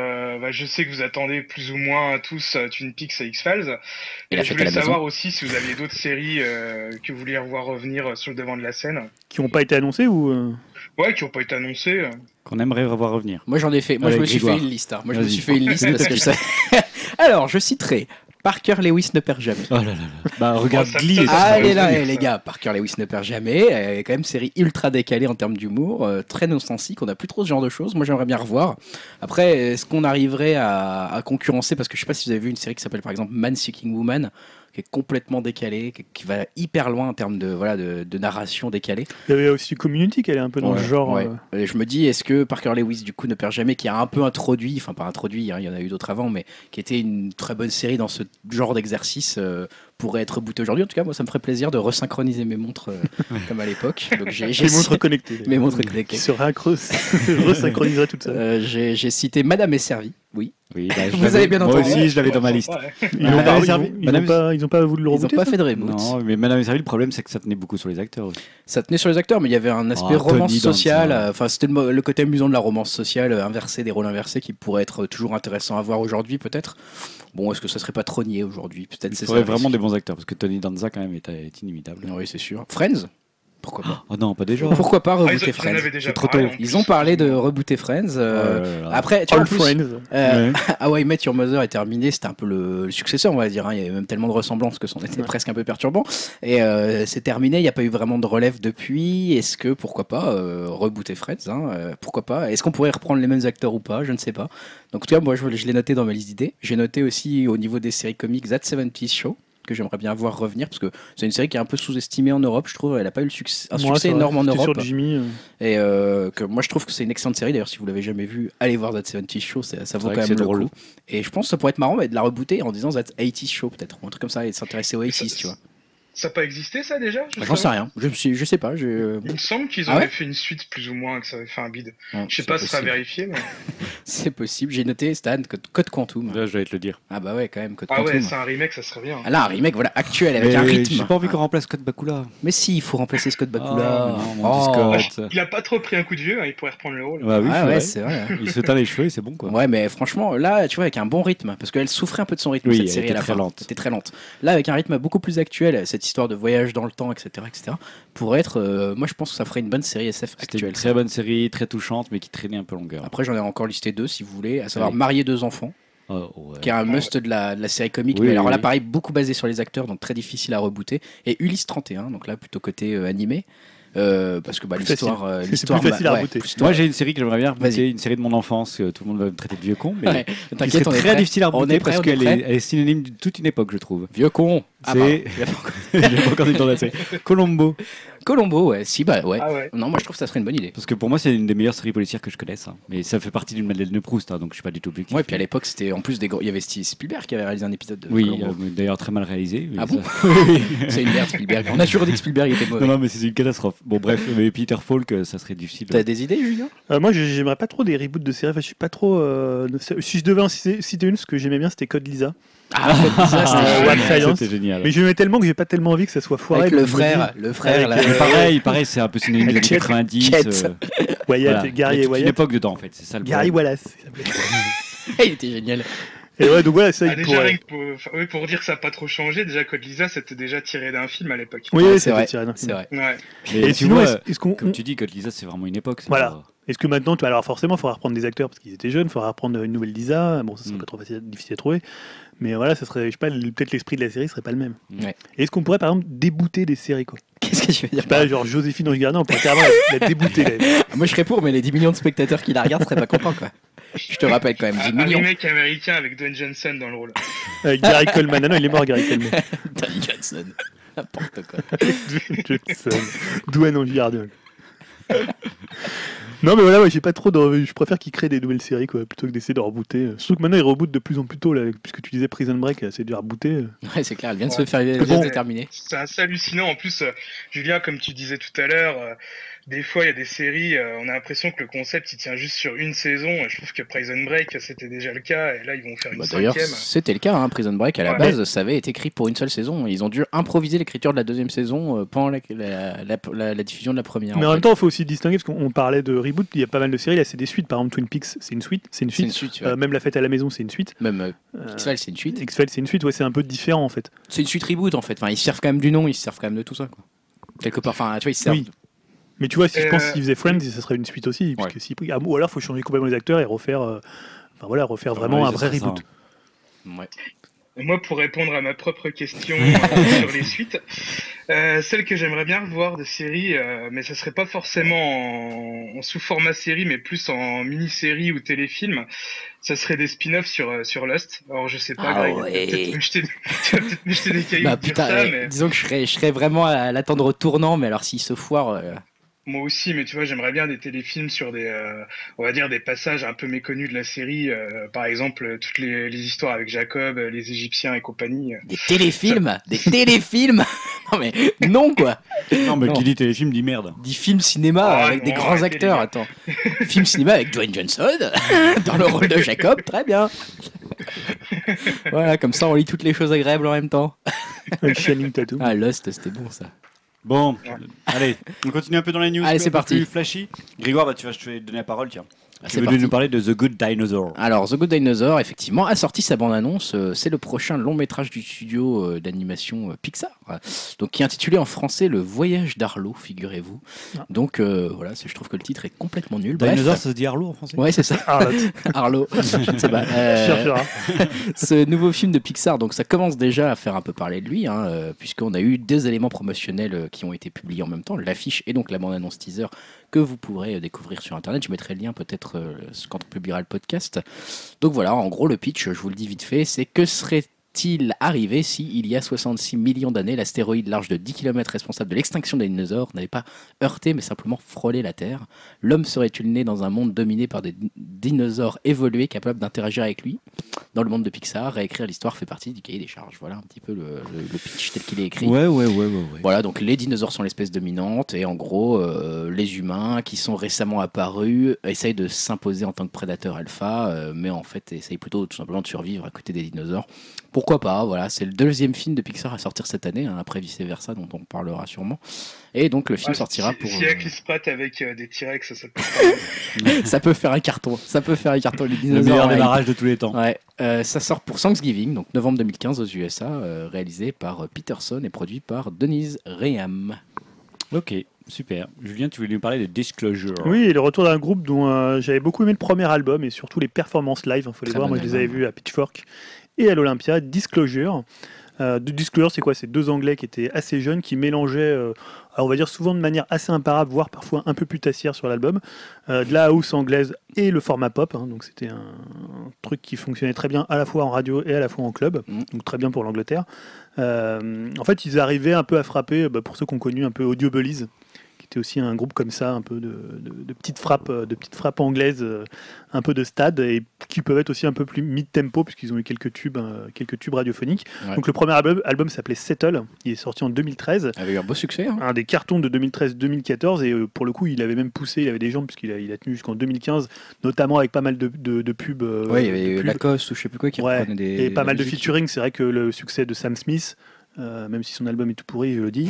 je sais que vous attendez plus ou moins tous Twin Peaks et X-Files. Et la Je fête à voulais la savoir maison. aussi si vous aviez d'autres séries que vous vouliez revoir revenir sur le devant de la scène. Qui n'ont pas été annoncés ou Ouais, qui n'ont pas été annoncées. Qu'on aimerait revoir revenir. Moi, j'en ai fait. Moi, Allez, je me suis Grégoire. fait une liste. Hein. Moi, je me Vas-y. suis fait une liste parce que je sais. Alors, je citerai Parker Lewis ne perd jamais. Oh là là là. Bah regarde ça me Glee. tape. et ça Allez sera là, revenir. les gars, Parker Lewis ne perd jamais. Quand même série ultra décalée en termes d'humour, très nostalgique. On n'a plus trop ce genre de choses. Moi, j'aimerais bien revoir. Après, est-ce qu'on arriverait à concurrencer? Parce que je sais pas si vous avez vu une série qui s'appelle par exemple Man Seeking Woman, qui est complètement décalée, qui va hyper loin en termes de narration décalée. il y avait aussi Community qui allait un peu dans le genre. Ouais. Et je me dis, est-ce que Parker Lewis du coup ne perd jamais, qui a un peu introduit, enfin pas introduit, hein, il y en a eu d'autres avant, mais qui était une très bonne série dans ce genre d'exercice, pourrait être rebooté aujourd'hui. En tout cas, moi, ça me ferait plaisir de resynchroniser mes montres comme à l'époque. Donc j'ai Les montres connectées. mes montres Qui connectées. se resynchroniseraient toutes seules. J'ai cité Madame est servie. Oui. Oui, bah, je Vous l'avais- avez bien Moi entendu. aussi, je l'avais dans ma Ouais, liste. ouais. Ils ont Madame pas- Servi- ils ont Madame- pas- ils ont pas voulu le Ils n'ont rebooter. pas ça fait de reboot. Non, mais Madame Servi, le problème, c'est que ça tenait beaucoup sur les acteurs aussi. Ça tenait sur les acteurs, mais il y avait un aspect Ah, romance Tony Danza. sociale. Enfin, c'était le côté amusant de la romance sociale inversée, des rôles inversés, qui pourrait être toujours intéressant à voir aujourd'hui, peut-être. Bon, est-ce que ça serait pas trop nié aujourd'hui? Peut-être Il c'est faudrait ça. le vraiment risque. des bons acteurs, parce que Tony Danza, quand même, est inimitable. Oui, c'est sûr. Friends? Pourquoi pas? Oh non, pas déjà. Pourquoi pas Ah, rebooter ils en Friends? avaient déjà C'est trop parlé, tôt. en Ils plus. ont parlé de rebooter Friends. Oh là là. Après, tu vois, en All plus, Friends. Ouais. How I Met Your Mother est terminé, c'était un peu le successeur, on va dire. Hein. Il y avait même tellement de ressemblances que c'en était presque un peu perturbant. Et c'est terminé, il n'y a pas eu vraiment de relève depuis. Est-ce que, pourquoi pas, rebooter Friends hein, pourquoi pas? Est-ce qu'on pourrait reprendre les mêmes acteurs ou pas? Je ne sais pas. Donc, en tout cas, moi, je l'ai noté dans ma liste d'idées. J'ai noté aussi au niveau des séries comiques That 70's Show, que j'aimerais bien voir revenir, parce que c'est une série qui est un peu sous-estimée en Europe, je trouve. Elle n'a pas eu un Moi, succès c'est vrai, énorme en c'était Europe. sur Jimmy. Et que moi je trouve que c'est une excellente série. D'ailleurs, si vous l'avez jamais vue, allez voir That 70 Show, ça vaut vrai quand que même c'est le drôle. coup. Et je pense que ça pourrait être marrant mais de la rebooter en disant That 80 Show peut-être, ou un truc comme ça, et de s'intéresser aux 80s, tu vois. Ça n'a pas existé, ça, déjà Bah, j'en sais rien, je sais pas. Il me semble qu'ils Ah avaient ouais fait une suite plus ou moins, que ça avait fait un bide. Non, Je sais c'est pas, ce sera possible. vérifié. Mais... C'est possible. J'ai noté Stan, Code Quantum. Là, je vais te le dire. Ah bah ouais, quand même, Code Ah ouais, Quantum. c'est un remake, ça serait bien. Ah là, un remake voilà, actuel avec un Mais rythme. J'ai pas envie qu'on remplace Scott Bakula. Mais si, il faut remplacer Scott Bakula. Oh, non, mon petit Scott. Il a pas trop pris un coup de vieux, hein, il pourrait reprendre le rôle. Bah oui, Ah c'est ouais, vrai. c'est vrai. Il se teint les cheveux et c'est bon quoi. Ouais, mais franchement, là, tu vois, avec un bon rythme, parce qu'elle souffrait un peu de son rythme, Oui, cette elle série était à la très fin. lente. C'était très lente. Là, avec un rythme beaucoup plus actuel, cette histoire de voyage dans le temps, etc., pourrait être. Moi, je pense que ça ferait une bonne série SF C'était une actuelle. très bonne série, très touchante, mais qui traînait un peu longueur. Après, j'en ai encore listé deux, si vous voulez, à savoir Allez. Marier deux enfants, Oh, ouais. qui est un must de la série comique, Oui, mais alors oui, là, oui. pareil, beaucoup basé sur les acteurs, donc très difficile à rebooter. Et Ulysse 31, donc là, plutôt côté animé. Parce que bah, Plus l'histoire, facile. l'histoire, C'est plus facile à rebooter. Moi j'ai une série que j'aimerais bien Vas-y. rebooter, une série de mon enfance, tout le monde va me traiter de vieux con, mais Ouais, qui serait t'inquiète, on est très prêt. difficile à On rebooter est prêt, parce on est qu'elle prêt. est, elle est synonyme de toute une époque, je trouve. Vieux con. Ah, C'est- pardon, il a pas encore- J'ai pas encore dit le temps de la série. Colombo. Colombo, ouais, si, bah ouais. Ah ouais. Non, moi je trouve que ça serait une bonne idée. Parce que pour moi c'est une des meilleures séries policières que je connaisse. Hein. Mais ça fait partie d'une Madeleine de Proust, hein, donc je suis pas du tout objectif. Ouais, puis à l'époque, c'était en plus des gros. Il y avait Steve Spielberg qui avait réalisé un épisode de Oui, Columbo. d'ailleurs très mal réalisé. mais Ah ça- bon C'est une merde, Spielberg. On a toujours dit que Spielberg était Non, mauvais. non, mais c'est une catastrophe. Bon, bref, mais Peter Falk, ça serait difficile. T'as des idées, Julien Moi, j'aimerais pas trop des reboots de séries. Enfin, je suis pas trop. Si je devais en citer une, ce que j'aimais bien, c'était Code Lisa. Ah, ça, c'était One génial. Science. C'était génial. Mais j'aimais tellement que j'ai pas tellement envie que ça soit foiré. Avec donc le je me frère, Avec, là. Pareil, c'est un peu synonyme des années Chet. 90. Chet. dis, Wyatt, voilà. Gary Il y a et toute une Wyatt. époque dedans, en fait, c'est ça le Gary problème. Wallace. il s'appelait. Il était génial. Et ouais, donc voilà, ça, Ah, il déjà, pourrait. rien que pour dire que ça n'a pas trop changé, déjà Code Lisa, c'était déjà tiré d'un film à l'époque. Oui, Ouais, c'est c'est vrai. tiré d'un C'est film. vrai. Ouais. Mais Et tu sinon, vois, est-ce qu'on. comme tu dis, Code Lisa, c'est vraiment une époque. c'est Voilà. pas- Est-ce que maintenant, alors forcément, il faudra reprendre des acteurs parce qu'ils étaient jeunes, il faudra reprendre une nouvelle Lisa. Bon, ça serait Mm. pas trop difficile à trouver. Mais voilà, ça serait, je sais pas, peut-être l'esprit de la série serait pas le même. Ouais. Et est-ce qu'on pourrait par exemple débooter des séries quoi? Qu'est-ce que tu veux Je dire sais pas, genre Joséphine Ange Gardien, on pourrait carrément la débooter. Là. Moi, je serais pour, mais les 10 millions de spectateurs qui la regardent seraient pas contents, quoi. Je te rappelle quand même, 10 Un millions. remake américain avec Dwayne Johnson dans le rôle. Avec Gary Coleman. Ah non, il est mort, Gary Coleman. Danny Johnson. N'importe quoi. Dwayne Ange Gardien. Non mais voilà, ouais, j'ai pas trop je préfère qu'ils créent des nouvelles séries quoi, plutôt que d'essayer de rebooter. Surtout que maintenant ils rebootent de plus en plus tôt là, puisque tu disais Prison Break, c'est dur à rebooter. Ouais, c'est clair, elle vient de Ouais. se faire, elle vient Bon. de se terminer. C'est assez hallucinant. En plus, Julien, comme tu disais tout à l'heure, des fois, il y a des séries, on a l'impression que le concept il tient juste sur une saison. Et je trouve que Prison Break, c'était déjà le cas. Et là, ils vont faire une D'ailleurs, cinquième. c'était le cas, hein, Prison Break, à la base, ça avait été écrit pour une seule saison. Ils ont dû improviser l'écriture de la deuxième saison pendant la diffusion de la première. Mais en même temps, il faut aussi distinguer, parce qu'on parlait de reboot, il y a pas mal de séries, là c'est des suites. Par exemple, Twin Peaks, c'est une suite. C'est une suite, ouais. Même La Fête à la Maison, c'est une suite. Même X-Files, c'est une suite. X-Files, c'est une suite, ouais, c'est un peu différent en fait. C'est une suite reboot en fait. Enfin, ils se servent quand même du nom, ils se servent quand même de tout ça, quoi. Quelque part, enfin, tu vois, ils se servent. Oui. Mais tu vois, si je pense qu'ils faisaient Friends, ça serait une suite aussi. Puisque ou alors, il faut changer complètement les acteurs et refaire, refaire vraiment un vrai reboot. Ouais. Et moi, pour répondre à ma propre question sur les suites, celle que j'aimerais bien revoir de série, mais ça serait pas forcément en sous-format série, mais plus en mini-série ou téléfilm, ça serait des spin-offs sur Lost. Alors, je sais pas, Greg, tu vas peut-être me jeter des cailloux pour dire ça, mais... Disons que je serais vraiment à l'attendre au tournant, mais alors s'il se foire... Moi aussi, mais tu vois, j'aimerais bien des téléfilms sur on va dire, des passages un peu méconnus de la série. Par exemple, toutes les histoires avec Jacob, les Égyptiens et compagnie. Des téléfilms Des téléfilms Non mais, non quoi. Non, mais qui dit téléfilm dit merde. Dit film cinéma avec des grands acteurs, attends. Film cinéma avec Dwayne Johnson dans le rôle de Jacob, très bien. Voilà, comme ça on lit toutes les choses agréables en même temps. Avec Channing Tatum. Ah, Lost, c'était bon ça. Bon, allez, on continue un peu dans les news. Allez, c'est parti. Plus flashy. Grégoire, je vais te donner la parole, tiens. Tu C'est veux parti. nous parler de The Good Dinosaur. Alors, The Good Dinosaur, effectivement, a sorti sa bande-annonce. C'est le prochain long métrage du studio d'animation Pixar, donc qui est intitulé en français Le Voyage d'Arlo, figurez-vous. Donc voilà, je trouve que le titre est complètement nul. Bref. Dinosaur, ça se dit Arlo en français. Ouais, c'est ça. Arlo, je ne sais pas. Ce nouveau film de Pixar, donc ça commence déjà à faire un peu parler de lui, puisqu'on a eu deux éléments promotionnels qui ont été publiés en même temps, l'affiche et donc la bande-annonce teaser que vous pourrez découvrir sur internet. Je mettrai le lien peut-être quand on publiera le podcast. Donc voilà, en gros le pitch, je vous le dis vite fait, c'est que serait-il arrivé si, il y a 66 millions d'années, l'astéroïde large de 10 km responsable de l'extinction des dinosaures n'avait pas heurté mais simplement frôlé la Terre? L'homme serait-il né dans un monde dominé par des dinosaures évolués capables d'interagir avec lui? Dans le monde de Pixar, réécrire l'histoire fait partie du cahier des charges. Voilà un petit peu le pitch tel qu'il est écrit. Ouais. Voilà, donc les dinosaures sont l'espèce dominante et en gros, les humains qui sont récemment apparus essayent de s'imposer en tant que prédateurs alpha, mais en fait essayent plutôt tout simplement de survivre à côté des dinosaures. Pourquoi pas, voilà, c'est le deuxième film de Pixar à sortir cette année, après Vice Versa dont on parlera sûrement. Et donc le film sortira pour... Si Chris Pratt avec des T-Rex, ça peut ça peut faire un carton, les dinosaures. Le meilleur démarrage de tous les temps. Ouais, ça sort pour Thanksgiving, donc novembre 2015 aux USA, réalisé par Peterson et produit par Denise Reham. Ok, super. Julien, tu voulais nous parler de Disclosure. Oui, et le retour d'un groupe dont j'avais beaucoup aimé le premier album et surtout les performances live, il faut les voir, moi je les avais vus à Pitchfork et à l'Olympia. Disclosure. Disclosure, c'est quoi? C'est deux Anglais qui étaient assez jeunes, qui mélangeaient, alors on va dire souvent de manière assez imparable, voire parfois un peu putassière sur l'album, de la house anglaise et le format pop. Donc c'était un truc qui fonctionnait très bien à la fois en radio et à la fois en club, donc très bien pour l'Angleterre. En fait, ils arrivaient un peu à frapper, pour ceux qui ont connu un peu Audio Bullies, qui était aussi un groupe comme ça, un peu de petites frappes anglaises, un peu de stade, et qui peuvent être aussi un peu plus mid-tempo, puisqu'ils ont eu quelques tubes radiophoniques. Ouais. Donc le premier album s'appelait Settle, il est sorti en 2013. Avec un beau succès. Un des cartons de 2013-2014, et pour le coup, il avait même poussé, il avait des jambes, puisqu'il a tenu jusqu'en 2015, notamment avec pas mal de pubs. Oui, il y avait Lacoste ou je sais plus quoi qui reprenait des... Et pas mal de featuring, c'est vrai que le succès de Sam Smith, même si son album est tout pourri, je le dis.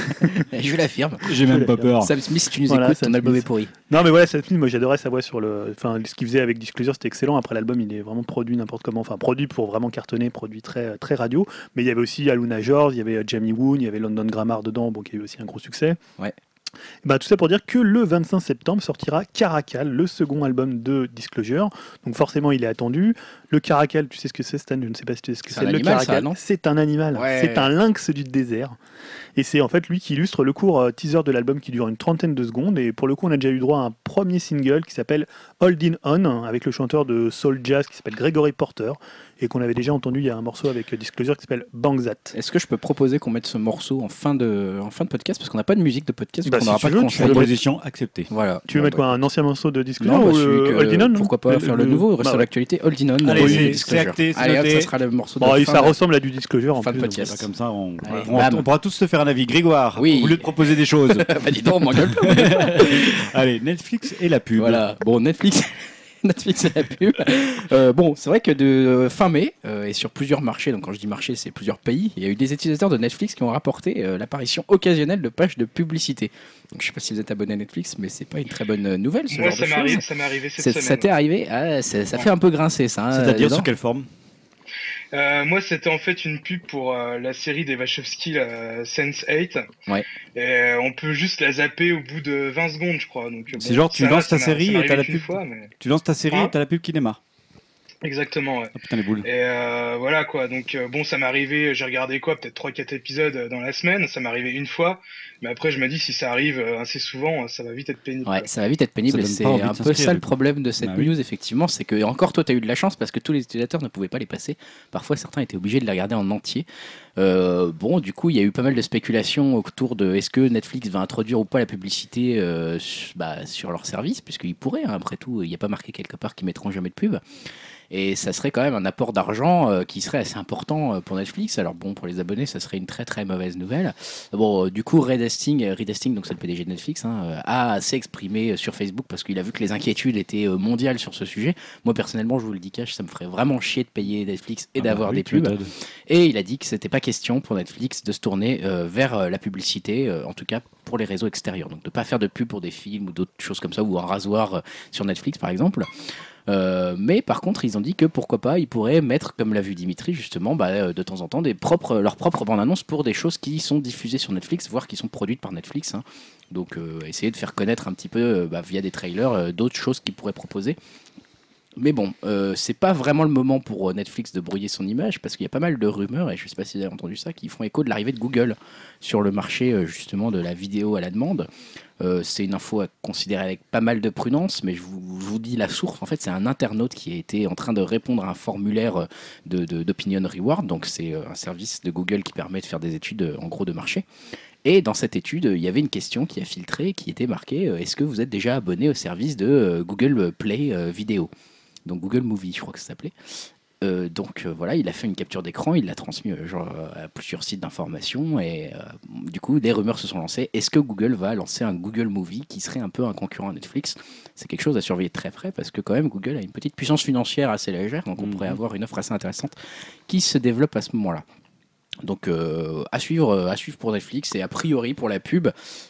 Je l'affirme. J'ai même pas peur. Sam Smith, tu nous écoutes, ton album est pourri. Non, mais voilà, Sam Smith, moi j'adorais sa voix sur ce qu'il faisait avec Disclosure, c'était excellent. Après l'album, il est vraiment produit n'importe comment, enfin produit pour vraiment cartonner, produit très, très radio. Mais il y avait aussi Aluna George, il y avait Jamie Woon, il y avait London Grammar dedans, qui a eu aussi un gros succès. Ouais. Tout ça pour dire que le 25 septembre sortira Caracal, le second album de Disclosure. Donc forcément, il est attendu. Le Caracal, tu sais ce que c'est, Stan? Je ne sais pas si tu sais ce que c'est. Le Caracal, c'est un animal. Ouais. C'est un lynx du désert. Et c'est en fait lui qui illustre le court teaser de l'album qui dure une trentaine de secondes. Et pour le coup, on a déjà eu droit à un premier single qui s'appelle Holding On, avec le chanteur de soul jazz qui s'appelle Gregory Porter, et qu'on avait déjà entendu. Il y a un morceau avec Disclosure qui s'appelle Bang That. Est-ce que je peux proposer qu'on mette ce morceau en fin de podcast, parce qu'on n'a pas de musique de podcast? on n'aura si pas tu de veux, conseils. Proposition acceptée. Voilà. Tu veux Bon, mettre quoi, un ancien morceau de Disclosure Non, ou celui que- Old In On pourquoi pas faire le nouveau, reste bah sur ouais. l'actualité. Old In On, Allez, oui, c'est acté, c'est Allez, hop, noté. ça sera le morceau de Bon, fin ça de- ressemble à du Disclosure en fin de plus. podcast. donc, Comme ça, Allez, on bam. pourra tous se faire un avis. Grégoire, Oui. au lieu de proposer des choses. Bah dis donc, m'engueule pas. Allez, Netflix et la pub. Voilà, bon, Netflix. Netflix et la pub. Bon, c'est vrai que de fin mai, et sur plusieurs marchés, donc quand je dis marché, c'est plusieurs pays, il y a eu des utilisateurs de Netflix qui ont rapporté l'apparition occasionnelle de pages de publicité. Donc je sais pas si vous êtes abonné à Netflix, mais c'est pas une très bonne nouvelle, ce Moi, genre de choses. ça m'est arrivé cette Ça semaine. t'est arrivé? Ah, ça fait un peu grincer, ça. hein, C'est-à-dire dedans. sous quelle forme? Moi, c'était en fait une pub pour la série des Wachowski, Sense8. Ouais. Et on peut juste la zapper au bout de 20 secondes, je crois. Donc, C'est genre, tu lances ta série et t'as la qu'une pub. fois, mais... Tu lances ta série Hein et t'as la pub qui démarre. Exactement, ouais. Oh putain, les boules. Et voilà quoi, donc bon, ça m'est arrivé, j'ai regardé quoi, peut-être 3-4 épisodes dans la semaine, ça m'est arrivé une fois, mais après je me dis si ça arrive assez souvent, ça va vite être pénible. Ouais, quoi. ça va vite être pénible Ça et donne c'est pas envie de un peu s'inscrire, ça du le coup. problème de cette Bah oui. news, effectivement, c'est que encore toi, tu as eu de la chance parce que tous les utilisateurs ne pouvaient pas les passer. Parfois, certains étaient obligés de les regarder en entier. Bon, du coup, il y a eu pas mal de spéculations autour de est-ce que Netflix va introduire ou pas la publicité sur leur service, puisqu'ils pourraient, hein, après tout, il n'y a pas marqué quelque part qu'ils mettront jamais de pub. Et ça serait quand même un apport d'argent qui serait assez important pour Netflix. Alors bon, pour les abonnés, ça serait une très très mauvaise nouvelle. Bon, du coup, Reed Hastings, donc c'est le PDG de Netflix, hein, a assez exprimé sur Facebook parce qu'il a vu que les inquiétudes étaient mondiales sur ce sujet. Moi, personnellement, je vous le dis cash, ça me ferait vraiment chier de payer Netflix et d'avoir des pubs. Et il a dit que c'était pas question pour Netflix de se tourner vers la publicité, en tout cas pour les réseaux extérieurs. Donc de pas faire de pub pour des films ou d'autres choses comme ça, ou un rasoir sur Netflix par exemple. Mais par contre, ils ont dit que pourquoi pas, ils pourraient mettre, comme l'a vu Dimitri justement, de temps en temps leurs propres bandes annonces pour des choses qui sont diffusées sur Netflix, voire qui sont produites par Netflix. Hein. Donc essayer de faire connaître un petit peu via des trailers d'autres choses qu'ils pourraient proposer. Mais bon, c'est pas vraiment le moment pour Netflix de brouiller son image parce qu'il y a pas mal de rumeurs, et je sais pas si vous avez entendu ça, qui font écho de l'arrivée de Google sur le marché justement de la vidéo à la demande. C'est une info à considérer avec pas mal de prudence, mais je vous dis la source. En fait, c'est un internaute qui a été en train de répondre à un formulaire d'Opinion Reward. Donc, c'est un service de Google qui permet de faire des études en gros de marché. Et dans cette étude, il y avait une question qui a filtré, qui était marquée est-ce que vous êtes déjà abonné au service de Google Play Vidéo? Donc Google Movie, je crois que ça s'appelait. Donc voilà, il a fait une capture d'écran, il l'a transmis à plusieurs sites d'information et du coup des rumeurs se sont lancées. Est-ce que Google va lancer un Google Movie qui serait un peu un concurrent à Netflix? C'est quelque chose à surveiller très près parce que quand même Google a une petite puissance financière assez légère, donc on pourrait avoir une offre assez intéressante qui se développe à ce moment-là. Donc à suivre pour Netflix et a priori pour la pub,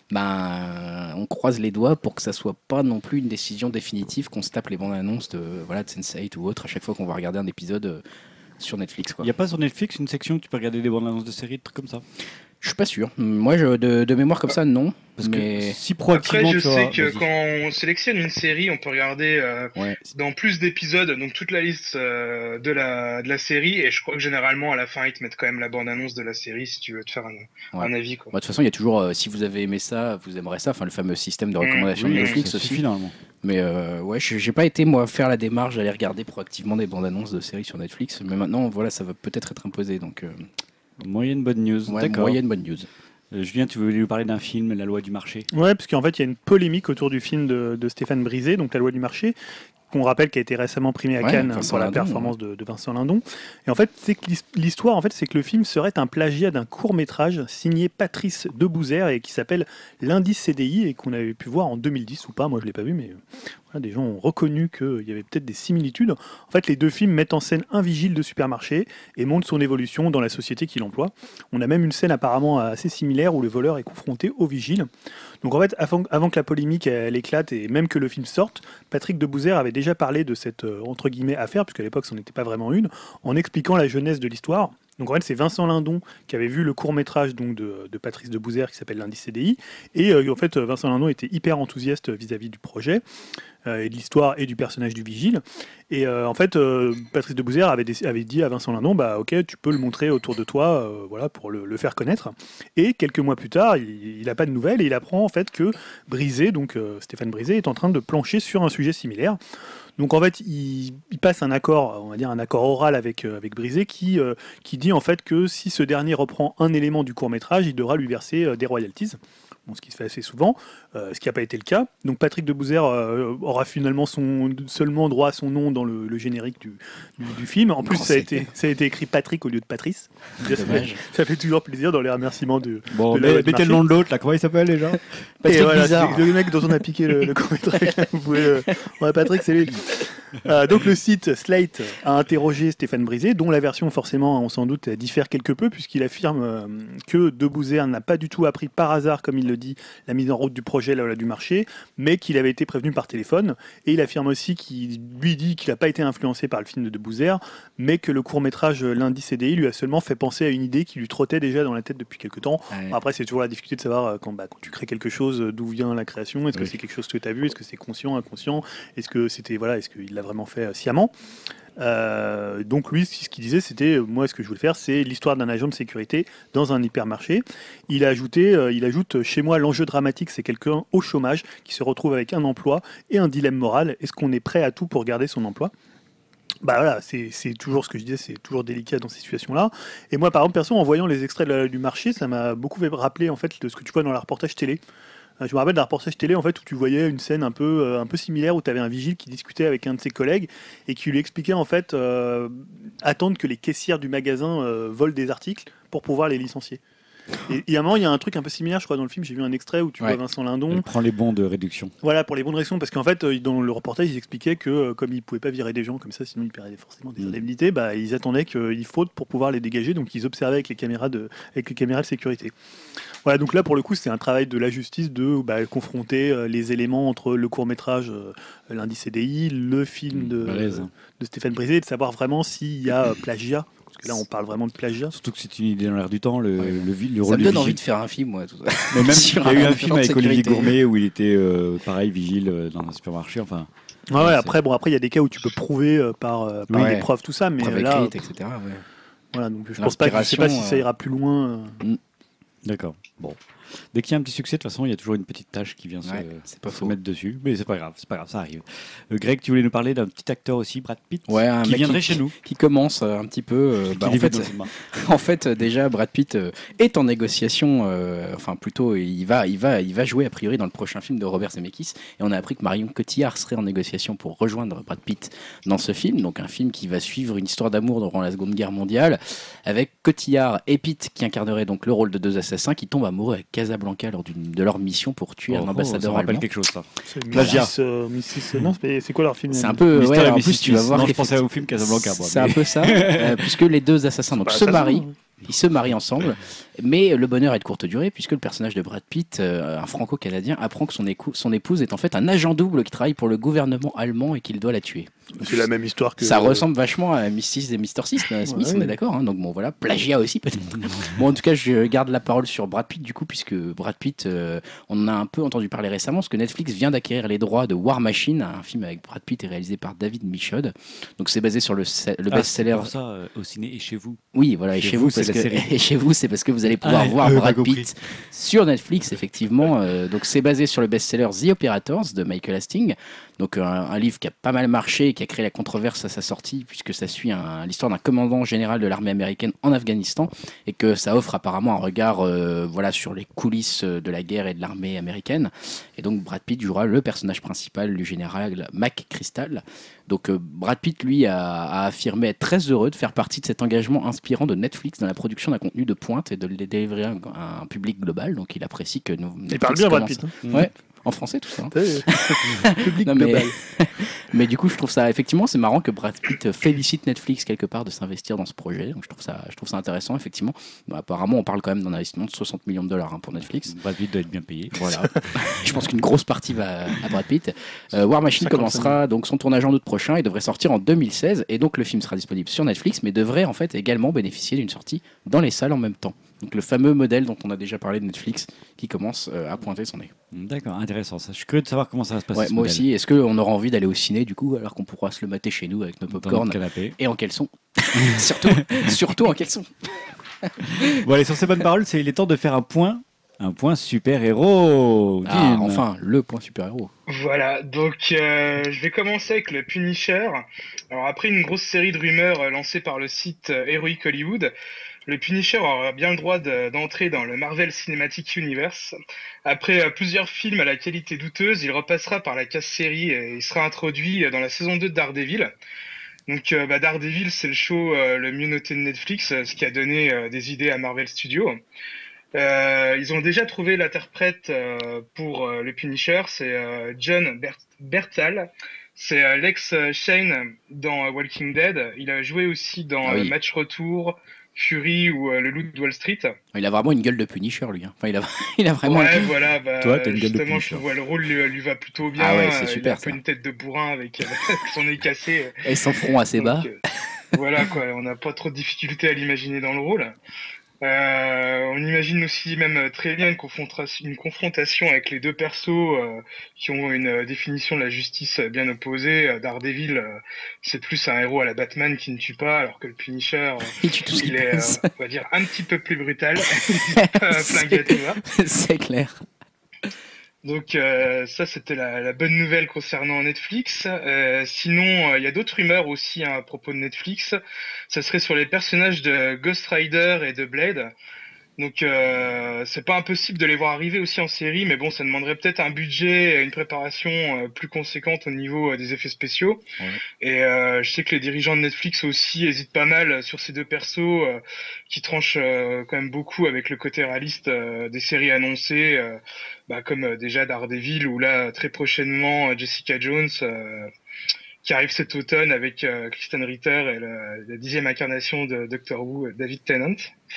on croise les doigts pour que ça soit pas non plus une décision définitive qu'on se tape les bandes annonces de Sense8 ou autre à chaque fois qu'on va regarder un épisode sur Netflix. Il n'y a pas sur Netflix une section où tu peux regarder des bandes annonces de séries, des trucs comme ça? Je suis pas sûr. Moi, de mémoire comme ça, non. Parce mais que si Après, proactivement je tu vois, sais que vas-y. quand on sélectionne une série, on peut regarder ouais. dans plus d'épisodes, donc toute la liste de la série, et je crois que généralement à la fin ils te mettent quand même la bande-annonce de la série si tu veux te faire un avis. Quoi. De toute façon, il y a toujours, si vous avez aimé ça, vous aimerez ça, enfin le fameux système de recommandation Oui, de Netflix ça aussi. suffit normalement. Mais ouais, j'ai pas été moi faire la démarche d'aller regarder proactivement des bandes annonces de séries sur Netflix, mais maintenant voilà, ça va peut-être être imposé, donc Moyenne bonne news. ouais, D'accord. moyenne bonne news. Julien, tu voulais nous parler d'un film, La loi du marché? Ouais, parce qu'en fait, il y a une polémique autour du film de Stéphane Brisé, donc La loi du marché, qu'on rappelle qui a été récemment primé à Ouais, Cannes Vincent pour la Lindon, performance de Vincent Lindon. Et en fait, c'est que l'histoire, en fait, c'est que le film serait un plagiat d'un court-métrage signé Patrice Debouzère et qui s'appelle L'indice CDI et qu'on avait pu voir en 2010 ou pas. Moi, je l'ai pas vu, mais voilà, des gens ont reconnu qu'il y avait peut-être des similitudes. En fait, les deux films mettent en scène un vigile de supermarché et montrent son évolution dans la société qu'il emploie. On a même une scène apparemment assez similaire où le voleur est confronté au vigile. Donc en fait, avant que la polémique elle éclate et même que le film sorte, Patrick Debouzère avait déjà parlé de cette entre guillemets affaire, puisqu'à l'époque ce n'était pas vraiment une, en expliquant la jeunesse de l'histoire. Donc en fait, c'est Vincent Lindon qui avait vu le court-métrage donc, de Patrice Debouzère qui s'appelle L'indice CDI. Et en fait, Vincent Lindon était hyper enthousiaste vis-à-vis du projet et de l'histoire et du personnage du vigile. Et en fait, Patrice Debouzère avait dit à Vincent Lindon, bah ok, tu peux le montrer autour de toi, voilà, pour le faire connaître. Et quelques mois plus tard, il n'a pas de nouvelles et il apprend en fait que Brisé, donc Stéphane Brisé, est en train de plancher sur un sujet similaire. Donc en fait, il passe un accord, on va dire un accord oral avec Brisé qui dit en fait que si ce dernier reprend un élément du court-métrage, il devra lui verser des royalties. bon, ce qui se fait assez souvent, ce qui n'a pas été le cas. Donc Patrick Debouzer aura finalement seulement droit à son nom dans le générique du film. En plus, ça a été écrit Patrick au lieu de Patrice. Ça fait toujours plaisir dans les remerciements de mettez le nom de l'autre, là, comment il s'appelle déjà? Patrick Bizarre. C'est le mec dont on a piqué le court-métrage. Ouais, Patrick, c'est lui. Donc le site Slate a interrogé Stéphane Brisé, dont la version forcément, on s'en doute, diffère quelque peu, puisqu'il affirme que Debouzer n'a pas du tout appris par hasard, comme il le dit, la mise en route du projet là, du marché, mais qu'il avait été prévenu par téléphone. Et il affirme aussi qu'il lui dit qu'il n'a pas été influencé par le film de Debouzer, mais que le court-métrage Lundi CDI lui a seulement fait penser à une idée qui lui trottait déjà dans la tête depuis quelque temps. Ouais. Après, c'est toujours la difficulté de savoir quand tu crées quelque chose, d'où vient la création. Est-ce que c'est quelque chose que tu as vu? Est-ce que c'est conscient, inconscient? Est-ce qu'il l'a vraiment fait sciemment? Donc lui, ce qu'il disait, c'était moi, ce que je voulais faire, c'est l'histoire d'un agent de sécurité dans un hypermarché. Il ajoute chez moi, l'enjeu dramatique, c'est quelqu'un au chômage qui se retrouve avec un emploi et un dilemme moral. Est-ce qu'on est prêt à tout pour garder son emploi? Bah voilà, c'est toujours ce que je disais, c'est toujours délicat dans ces situations-là. Et moi, par exemple, perso, en voyant les extraits du marché, ça m'a beaucoup fait rappeler en fait de ce que tu vois dans le reportage télé. Je me rappelle d'un reportage télé en fait, où tu voyais une scène un peu similaire où tu avais un vigile qui discutait avec un de ses collègues et qui lui expliquait en fait attendre que les caissières du magasin volent des articles pour pouvoir les licencier. Et à un moment, il y a un truc un peu similaire, je crois, dans le film. J'ai vu un extrait où tu vois Vincent Lindon. Il prend les bons de réduction. Voilà, pour les bons de réduction, parce qu'en fait, dans le reportage, ils expliquaient que comme ils ne pouvaient pas virer des gens comme ça, sinon ils perdaient forcément des indemnités, bah, ils attendaient qu'il faute pour pouvoir les dégager, donc ils observaient avec les caméras de sécurité. Voilà, donc là, pour le coup, c'est un travail de la justice de confronter les éléments entre le court-métrage Lundi CDI, le film de Stéphane Brisé, de savoir vraiment s'il y a plagiat. Parce que là, on parle vraiment de plagiat. Surtout que c'est une idée dans l'air du temps, le rôle. Ça me donne envie de faire un film, moi. Tout ça. Mais même, il y a eu un film avec Olivier Gourmet où il était, pareil, vigile dans un supermarché. Enfin. Ouais, après, il y a des cas où tu peux prouver par des preuves, tout ça, mais preuves là, écrites, etc. Ouais. Voilà, donc je pense pas, je sais pas si ça ira plus loin. D'accord. Bon. Dès qu'il y a un petit succès, de toute façon, il y a toujours une petite tâche qui vient se mettre dessus. Mais c'est pas grave, ça arrive. Greg, tu voulais nous parler d'un petit acteur aussi, Brad Pitt, qui viendrait chez nous. Qui commence un petit peu. En fait, déjà, Brad Pitt est en négociation. Enfin, plutôt, il va jouer a priori dans le prochain film de Robert Zemeckis. Et on a appris que Marion Cotillard serait en négociation pour rejoindre Brad Pitt dans ce film. Donc, un film qui va suivre une histoire d'amour durant la Seconde Guerre mondiale, avec Cotillard et Pitt qui incarneraient donc le rôle de deux assassins qui tombent amoureux avec Casablanca lors de leur mission pour tuer un ambassadeur allemand. Ça rappelle quelque chose, ça. Non, c'est quoi leur film? C'est un peu. En plus, tu vas voir. Non, je pensais au film Casablanca. C'est un peu ça, puisque les deux assassins donc se marient. Ils se marient ensemble, mais le bonheur est de courte durée puisque le personnage de Brad Pitt, un franco-canadien, apprend que son épouse est en fait un agent double qui travaille pour le gouvernement allemand et qu'il doit la tuer. C'est la même histoire que... Ça ressemble vachement à Mrs. et Mr. Smith, on est d'accord, hein. Donc bon voilà, plagiat aussi peut-être. Bon, en tout cas, je garde la parole sur Brad Pitt du coup, puisque Brad Pitt, on en a un peu entendu parler récemment, parce que Netflix vient d'acquérir les droits de War Machine, un film avec Brad Pitt et réalisé par David Michôd. Donc c'est basé sur le best-seller... pour ça, au ciné et chez vous. Oui, voilà, et chez vous, c'est parce que vous allez pouvoir voir Brad Pitt sur Netflix, effectivement. Donc c'est basé sur le best-seller The Operators de Michael Hastings. Donc un livre qui a pas mal marché et qui a créé la controverse à sa sortie, puisque ça suit l'histoire d'un commandant général de l'armée américaine en Afghanistan, et que ça offre apparemment un regard sur les coulisses de la guerre et de l'armée américaine. Et donc Brad Pitt jouera le personnage principal du général McChrystal. Donc Brad Pitt, lui, a affirmé être très heureux de faire partie de cet engagement inspirant de Netflix dans la production d'un contenu de pointe et de le délivrer à un public global. Donc il apprécie que nous... Il parle bien Brad Pitt. Ouais. En français, tout ça. Public global. Mais du coup, je trouve ça, effectivement, c'est marrant que Brad Pitt félicite Netflix quelque part de s'investir dans ce projet. Donc, je trouve ça intéressant, effectivement. Bon, apparemment, on parle quand même d'un investissement de 60 millions de dollars pour Netflix. Brad Pitt doit être bien payé. Voilà. Je pense qu'une grosse partie va à Brad Pitt. War Machine commencera donc son tournage en août prochain et devrait sortir en 2016. Et donc, le film sera disponible sur Netflix, mais devrait en fait également bénéficier d'une sortie dans les salles en même temps. Donc le fameux modèle dont on a déjà parlé de Netflix qui commence à pointer son nez. D'accord, intéressant ça. Je suis curieux de savoir comment ça va se passer. Ouais, moi aussi. Est-ce qu'on aura envie d'aller au ciné du coup, alors qu'on pourra se le mater chez nous avec nos popcorn et en caleçon surtout en caleçon. Bon allez, sur ces bonnes paroles, il est temps de faire un point super-héros. Enfin, le point super-héros. Voilà, donc je vais commencer avec le Punisher. Alors après une grosse série de rumeurs lancées par le site Heroic Hollywood, le Punisher aura bien le droit d'entrer dans le Marvel Cinematic Universe. Après plusieurs films à la qualité douteuse, il repassera par la case série et il sera introduit dans la saison 2 de Daredevil. Donc Daredevil, c'est le show le mieux noté de Netflix, ce qui a donné des idées à Marvel Studios. Ils ont déjà trouvé l'interprète pour le Punisher, c'est Berthal. C'est l'ex Shane dans Walking Dead. Il a joué aussi dans Ah oui. Match Retour, Fury ou Le Loup de Wall Street. Il a vraiment une gueule de Punisher, lui. Hein. Enfin, il a vraiment. Ouais, voilà, Toi, t'as une gueule de justement, je Punisher. vois le rôle lui va plutôt bien. Ah ouais, c'est Il a super un peu ça. une tête de bourrin avec son nez cassé. Et son front assez Donc, bas. voilà, quoi, on n'a pas trop de difficultés à l'imaginer dans le rôle. On imagine aussi même très bien une confrontation avec les deux persos qui ont une définition de la justice bien opposée. Daredevil, c'est plus un héros à la Batman qui ne tue pas, alors que le Punisher, Il tue tout ce qui il est, passe. on va dire, un petit peu plus brutal. Il n'hésite pas à flinguer à tout va. C'est clair. Donc ça, c'était la bonne nouvelle concernant Netflix. Sinon, il y a d'autres rumeurs aussi à propos de Netflix. Ça serait sur les personnages de Ghost Rider et de Blade. Donc c'est pas impossible de les voir arriver aussi en série, mais bon, ça demanderait peut-être un budget et une préparation plus conséquente au niveau des effets spéciaux. Ouais. Et je sais que les dirigeants de Netflix aussi hésitent pas mal sur ces deux persos qui tranchent quand même beaucoup avec le côté réaliste des séries annoncées, comme déjà Daredevil ou là très prochainement Jessica Jones. Qui arrive cet automne avec Kristen Ritter et la 10e incarnation de Doctor Who, David Tennant.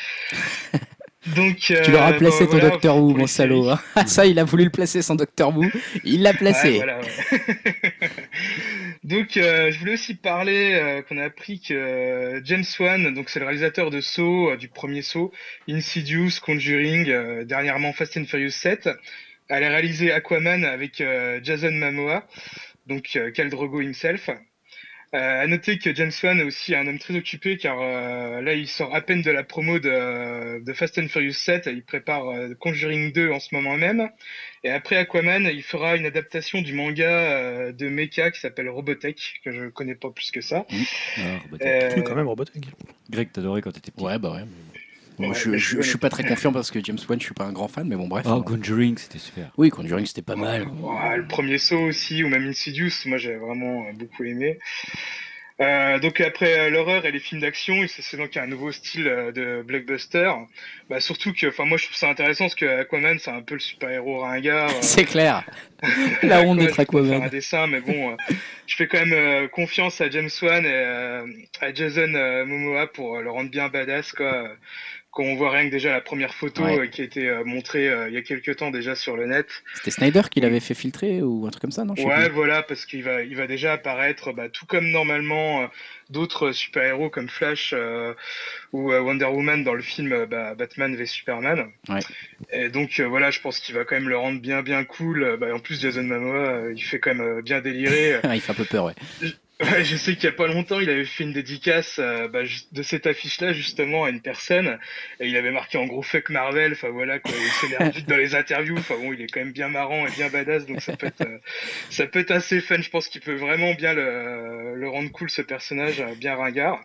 Donc, Tu l'auras placé ton voilà, Doctor Who, pour mon les salaud. séries. Hein. Ça, il a voulu le placer, son Doctor Who. Il l'a placé. Ouais, voilà, ouais. Donc, je voulais aussi parler qu'on a appris que James Wan, donc c'est le réalisateur de Saw, du premier Saw, Insidious, Conjuring, dernièrement Fast and Furious 7, allait réaliser Aquaman avec Jason Momoa, donc Khal Drogo himself. À noter que James Wan est aussi un homme très occupé car là il sort à peine de la promo de Fast and Furious 7, il prépare Conjuring 2 en ce moment même, et après Aquaman il fera une adaptation du manga de Mecha qui s'appelle Robotech, que je connais pas plus que ça. Ah, Robotech. Euh, Oui, quand même, Robotech. Greg, t'adorais quand t'étais petit. Ouais, bah ouais. Bon, Ouais, je suis pas très confiant parce que James Wan, je suis pas un grand fan, mais bon, bref. Oh, Conjuring, c'était super. Oui, Conjuring, c'était pas mal. ouais, le premier Saw aussi, ou même Insidious, moi j'ai vraiment beaucoup aimé. Donc après l'horreur et les films d'action, c'est donc un nouveau style de blockbuster. Surtout que, enfin moi je trouve ça intéressant parce que Aquaman c'est un peu le super-héros ringard. C'est clair. La honte d'être Je peux pas faire un Aquaman. dessin, mais bon, je fais quand même confiance à James Wan et à Jason Momoa pour le rendre bien badass, quoi. Quand on voit rien que déjà la première photo Ouais. qui a été montrée il y a quelques temps déjà sur le net. C'était Snyder qui l'avait fait filtrer ou un truc comme ça, non? Je sais Ouais, plus. voilà, parce il va déjà apparaître, tout comme normalement d'autres super-héros comme Flash ou Wonder Woman dans le film Batman v Superman. Ouais. Et donc voilà, je pense qu'il va quand même le rendre bien cool. En plus, Jason Momoa, il fait quand même bien délirer. Il fait un peu peur, ouais. Ouais, je sais qu'il y a pas longtemps, il avait fait une dédicace de cette affiche-là justement à une personne, et il avait marqué en gros fuck Marvel. Enfin voilà, quoi, il s'énerve vite dans les interviews. Enfin bon, il est quand même bien marrant et bien badass, donc ça peut être assez fun. Je pense qu'il peut vraiment bien le rendre cool, ce personnage bien ringard.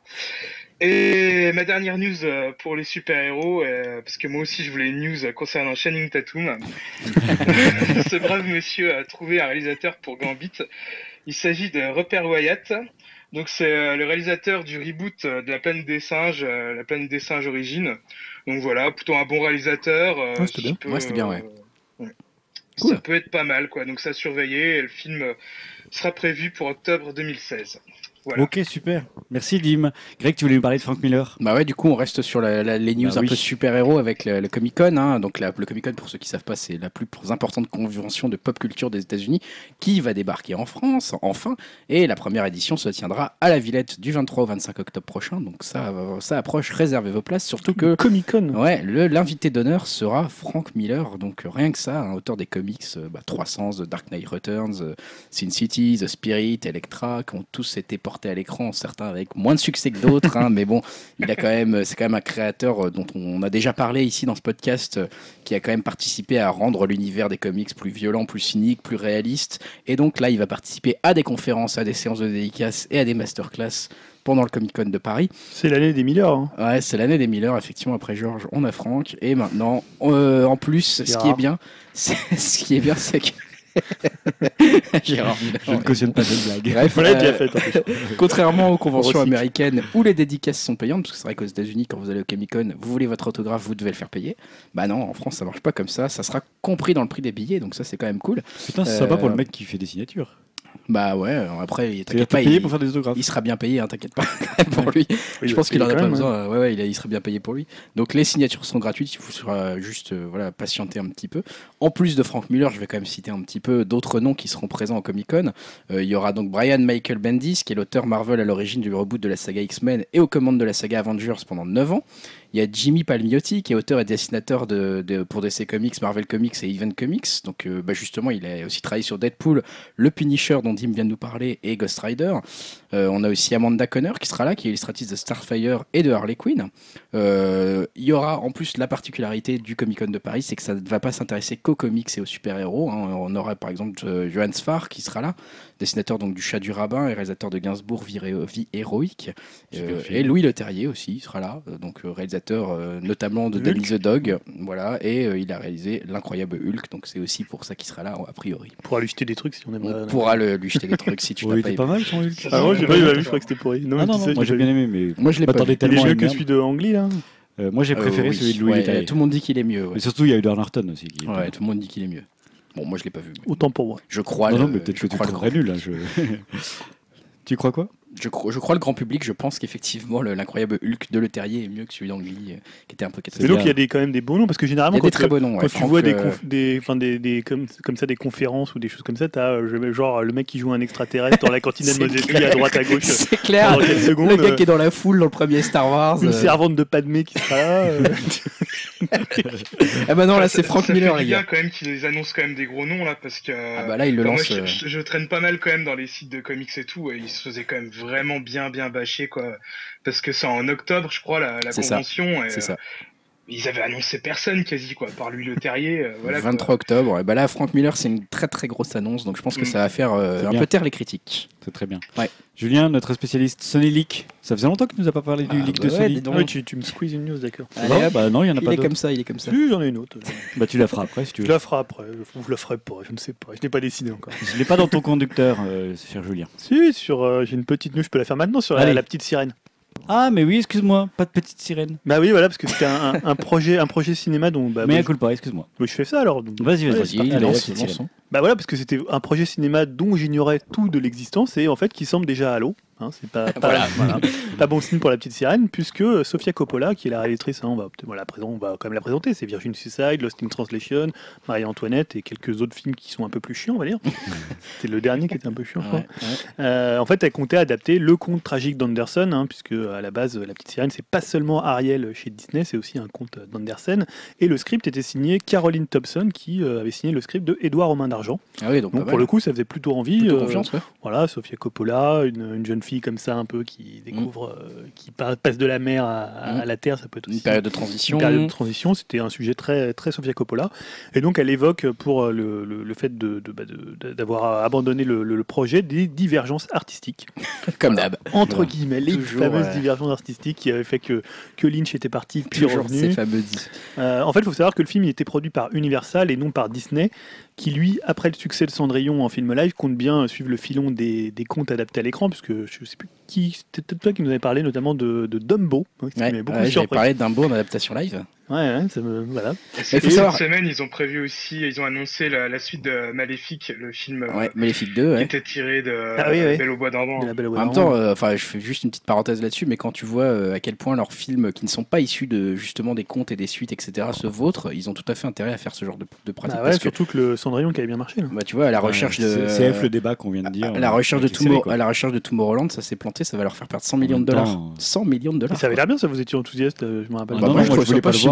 Et ma dernière news pour les super-héros, parce que moi aussi je voulais une news concernant Channing Tatum. Ce brave monsieur a trouvé un réalisateur pour Gambit. Il s'agit de Rupert Wyatt. Donc c'est le réalisateur du reboot de La Planète des Singes, La Planète des Singes Origine. Donc voilà, plutôt un bon réalisateur. Ouais, c'était bien. Ouais, c'était bien, ouais. Ouais. Cool. Ça peut être pas mal, quoi. Donc ça a surveillé, et le film sera prévu pour octobre 2016. Voilà. Ok, super. Merci, Dim. Greg, tu voulais nous parler de Frank Miller? Bah ouais, du coup, on reste sur les news Bah un oui. peu super-héros avec le Comic-Con. Hein. Donc, le Comic-Con, pour ceux qui savent pas, c'est la plus importante convention de pop culture des États-Unis qui va débarquer en France, enfin. Et la première édition se tiendra à la Villette du 23 au 25 octobre prochain. Donc, ça approche, réservez vos places. Surtout que Comic-Con. ouais, l'invité d'honneur sera Frank Miller. Donc, rien que ça, un auteur des comics 300, The Dark Knight Returns, Sin City, The Spirit, Elektra, qui ont tous été portés portés à l'écran, certains avec moins de succès que d'autres, hein, mais bon, c'est quand même un créateur dont on a déjà parlé ici dans ce podcast, qui a quand même participé à rendre l'univers des comics plus violent, plus cynique, plus réaliste. Et donc là, il va participer à des conférences, à des séances de dédicaces et à des masterclass pendant le Comic Con de Paris. C'est l'année des Miller. Hein. Ouais, c'est l'année des Miller, effectivement. Après George, on a Franck. Et maintenant, en plus, ce qui est bien, c'est que Gérard Miller. Je ne cautionne pas cette blague. Bref, Voilà, déjà fait. contrairement aux conventions Recycle. américaines où les dédicaces sont payantes, parce que c'est vrai qu'aux États-Unis, quand vous allez au Comic-Con, vous voulez votre autographe, vous devez le faire payer. Bah non, en France, ça marche pas comme ça. Ça sera compris dans le prix des billets, donc ça, c'est quand même cool. Putain, c'est sympa pour le mec qui fait des signatures. Bah ouais, après, Tu vas t'inquiète te pas, payer pour faire des autographes. il sera bien payé, hein, t'inquiète pas pour lui. Je pense qu'il en a pas besoin. Ouais, il sera bien payé pour lui. Donc les signatures sont gratuites, il faudra juste patienter un petit peu. En plus de Frank Miller, je vais quand même citer un petit peu d'autres noms qui seront présents au Comic-Con. Il y aura donc Brian Michael Bendis, qui est l'auteur Marvel à l'origine du reboot de la saga X-Men et aux commandes de la saga Avengers pendant 9 ans. Il y a Jimmy Palmiotti, qui est auteur et dessinateur pour DC Comics, Marvel Comics et Event Comics. Donc justement, il a aussi travaillé sur Deadpool, le Punisher dont Dim vient de nous parler et Ghost Rider. On a aussi Amanda Conner qui sera là, qui est illustratrice de Starfire et de Harley Quinn. Il y aura en plus la particularité du Comic Con de Paris, c'est que ça ne va pas s'intéresser qu'aux comics et aux super-héros. Hein. On aura par exemple Johan Sfar qui sera là, dessinateur donc du Chat du Rabbin et réalisateur de Gainsbourg, Vie héroïque. Et Louis Leterrier aussi sera là, donc réalisateur notamment de Danny the Dog. Voilà, et il a réalisé l'incroyable Hulk, donc c'est aussi pour ça qu'il sera là a priori. On pourra lui jeter des trucs si on aimerait. On pourra lui jeter des trucs si tu Ouais, n'as il pas était aimé. pas mal son Hulk. Ah moi j'ai pas vu, je crois que c'était pourri. Non, moi j'ai bien aimé, mais Moi je l'ai pas m'attendais vu. Il est tellement à mieux une que merde. celui de Ang Lee là. Moi j'ai préféré Oui, celui de Louis ouais, Leterrier. tout le monde dit qu'il est mieux. Ouais. Mais surtout, il y a eu Norton aussi. Qui est Ouais, tout le monde dit qu'il est mieux. Bon, moi je l'ai pas vu. Autant pour moi. Je crois Non, mais peut-être que tu crois le le trouverais nul. Là, Tu crois quoi? Je crois le grand public, je pense qu'effectivement l'incroyable Hulk de Leterrier est mieux que celui d'Ang Lee, qui était un peu Mais catastrophique. donc il y a quand même des beaux noms parce que Il y généralement a des très beaux noms. quand Ouais. tu Franck, vois comme ça des conférences ou des choses comme ça, t'as genre le mec qui joue un extraterrestre dans la cantine C'est d'Admoiserie clair. à droite à gauche. c'est clair. Pendant quelques secondes, Le gars qui est dans la foule dans le premier Star Wars. une servante de Padmé qui sera là. Ah bah non, là c'est Ça Frank fait Miller, du les bien gars. quand même qu'ils annoncent quand même des gros noms là parce que Ah bah là il le moi, lance. je traîne pas mal quand même dans les sites de comics et tout et ils se faisaient quand même vraiment bien bâcher quoi parce que c'est en octobre je crois la C'est ça. convention et C'est ça. ils avaient annoncé personne quasi quoi par lui Leterrier voilà 23 octobre. Et bah là, Frank Miller, c'est une très très grosse annonce, donc je pense que ça va faire un bien. peu taire les critiques. C'est très bien. Ouais. Julien, notre spécialiste Sony Leak. Ça faisait longtemps que tu nous as pas parlé du Ah, leak bah de ouais, Sony. dis donc. Ah oui, tu me squeezes une news, d'accord. Ouais, bah non, il y en a Il pas est d'autres. comme ça, il est comme ça. Si, j'en ai une autre. Bah tu la feras après si tu Je veux. la ferai après, ou je la ferai pas, je ne sais pas. Je n'ai pas décidé encore. Je l'ai pas dans ton conducteur, cher Julien. Si, j'ai une petite news, je peux la faire maintenant sur Allez. la petite sirène. Ah mais oui, excuse-moi, pas de petite sirène. Bah oui, voilà, parce que c'était un projet cinéma dont. Mais à coup pas, excuse-moi. je fais ça alors. donc. Vas-y, Vas-y, c'est parti. Allez, lance, la petite lance. sirène. Bah voilà, parce que c'était un projet cinéma dont j'ignorais tout de l'existence et en fait qui semble déjà à l'eau. Hein, c'est pas pas bon signe pour la petite sirène, puisque Sofia Coppola, qui est la réalisatrice, hein, on va quand même la présenter, c'est Virgin Suicide, Lost in Translation, Marie-Antoinette et quelques autres films qui sont un peu plus chiants, on va dire. C'était le dernier qui était un peu chiant, je crois. Ouais. En fait, elle comptait adapter le conte tragique d'Anderson, hein, puisque à la base, la petite sirène, c'est pas seulement Ariel chez Disney, c'est aussi un conte d'Anderson. Et le script était signé Caroline Thompson, qui avait signé le script de Édouard aux mains d'argent. Ah oui, donc, Donc pour le coup, ça faisait plutôt envie. plutôt confiance, ouais. Voilà, Sofia Coppola, une jeune fille comme ça un peu qui découvre, qui passe de la mer à la terre, ça peut être aussi Une période de transition. une période de transition. C'était un sujet très, très Sofia Coppola. Et donc elle évoque pour le fait d'avoir abandonné le projet des divergences artistiques. Comme d'hab. Entre guillemets, les Toujours, fameuses ouais. divergences artistiques qui avaient fait que Lynch était parti puis Toujours ces revenu. fameux 10. En fait, il faut savoir que le film il était produit par Universal et non par Disney, qui lui, après le succès de Cendrillon en film live, compte bien suivre le filon des contes adaptés à l'écran, puisque je sais plus qui, c'était peut-être toi qui nous avait parlé notamment de Dumbo, hein, qui m'avait beaucoup J'avais surpris. parlé d'un beau en adaptation live. Ouais, ça me voilà. Mais Cette faut savoir- semaine, ils ont prévu aussi, ils ont annoncé la suite de Maléfique, le film Ouais, Maléfique 2, qui ouais. était tiré de Ah oui, oui. Belle au bois dormant. De la Belle au En bois même dormant. temps, je fais juste une petite parenthèse là-dessus, mais quand tu vois à quel point leurs films qui ne sont pas issus de justement des contes et des suites, etc., se vautrent, ils ont tout à fait intérêt à faire ce genre de pratique. Bah ouais, parce que, surtout que le Cendrillon qui avait bien marché. Là. bah, tu vois, à la recherche de. C'est F le débat qu'on vient de dire. À la recherche avec de les séries, quoi. à la recherche de Tomorrowland, ça s'est planté, ça va leur faire perdre 100 En millions de même dollars. temps, 100 millions de Et dollars. ça avait l'air bien, ça vous étiez enthousiaste, je me rappelle. Ah Bah, non, moi, non, je moi, trouve je voulais ça pas pas le si voir,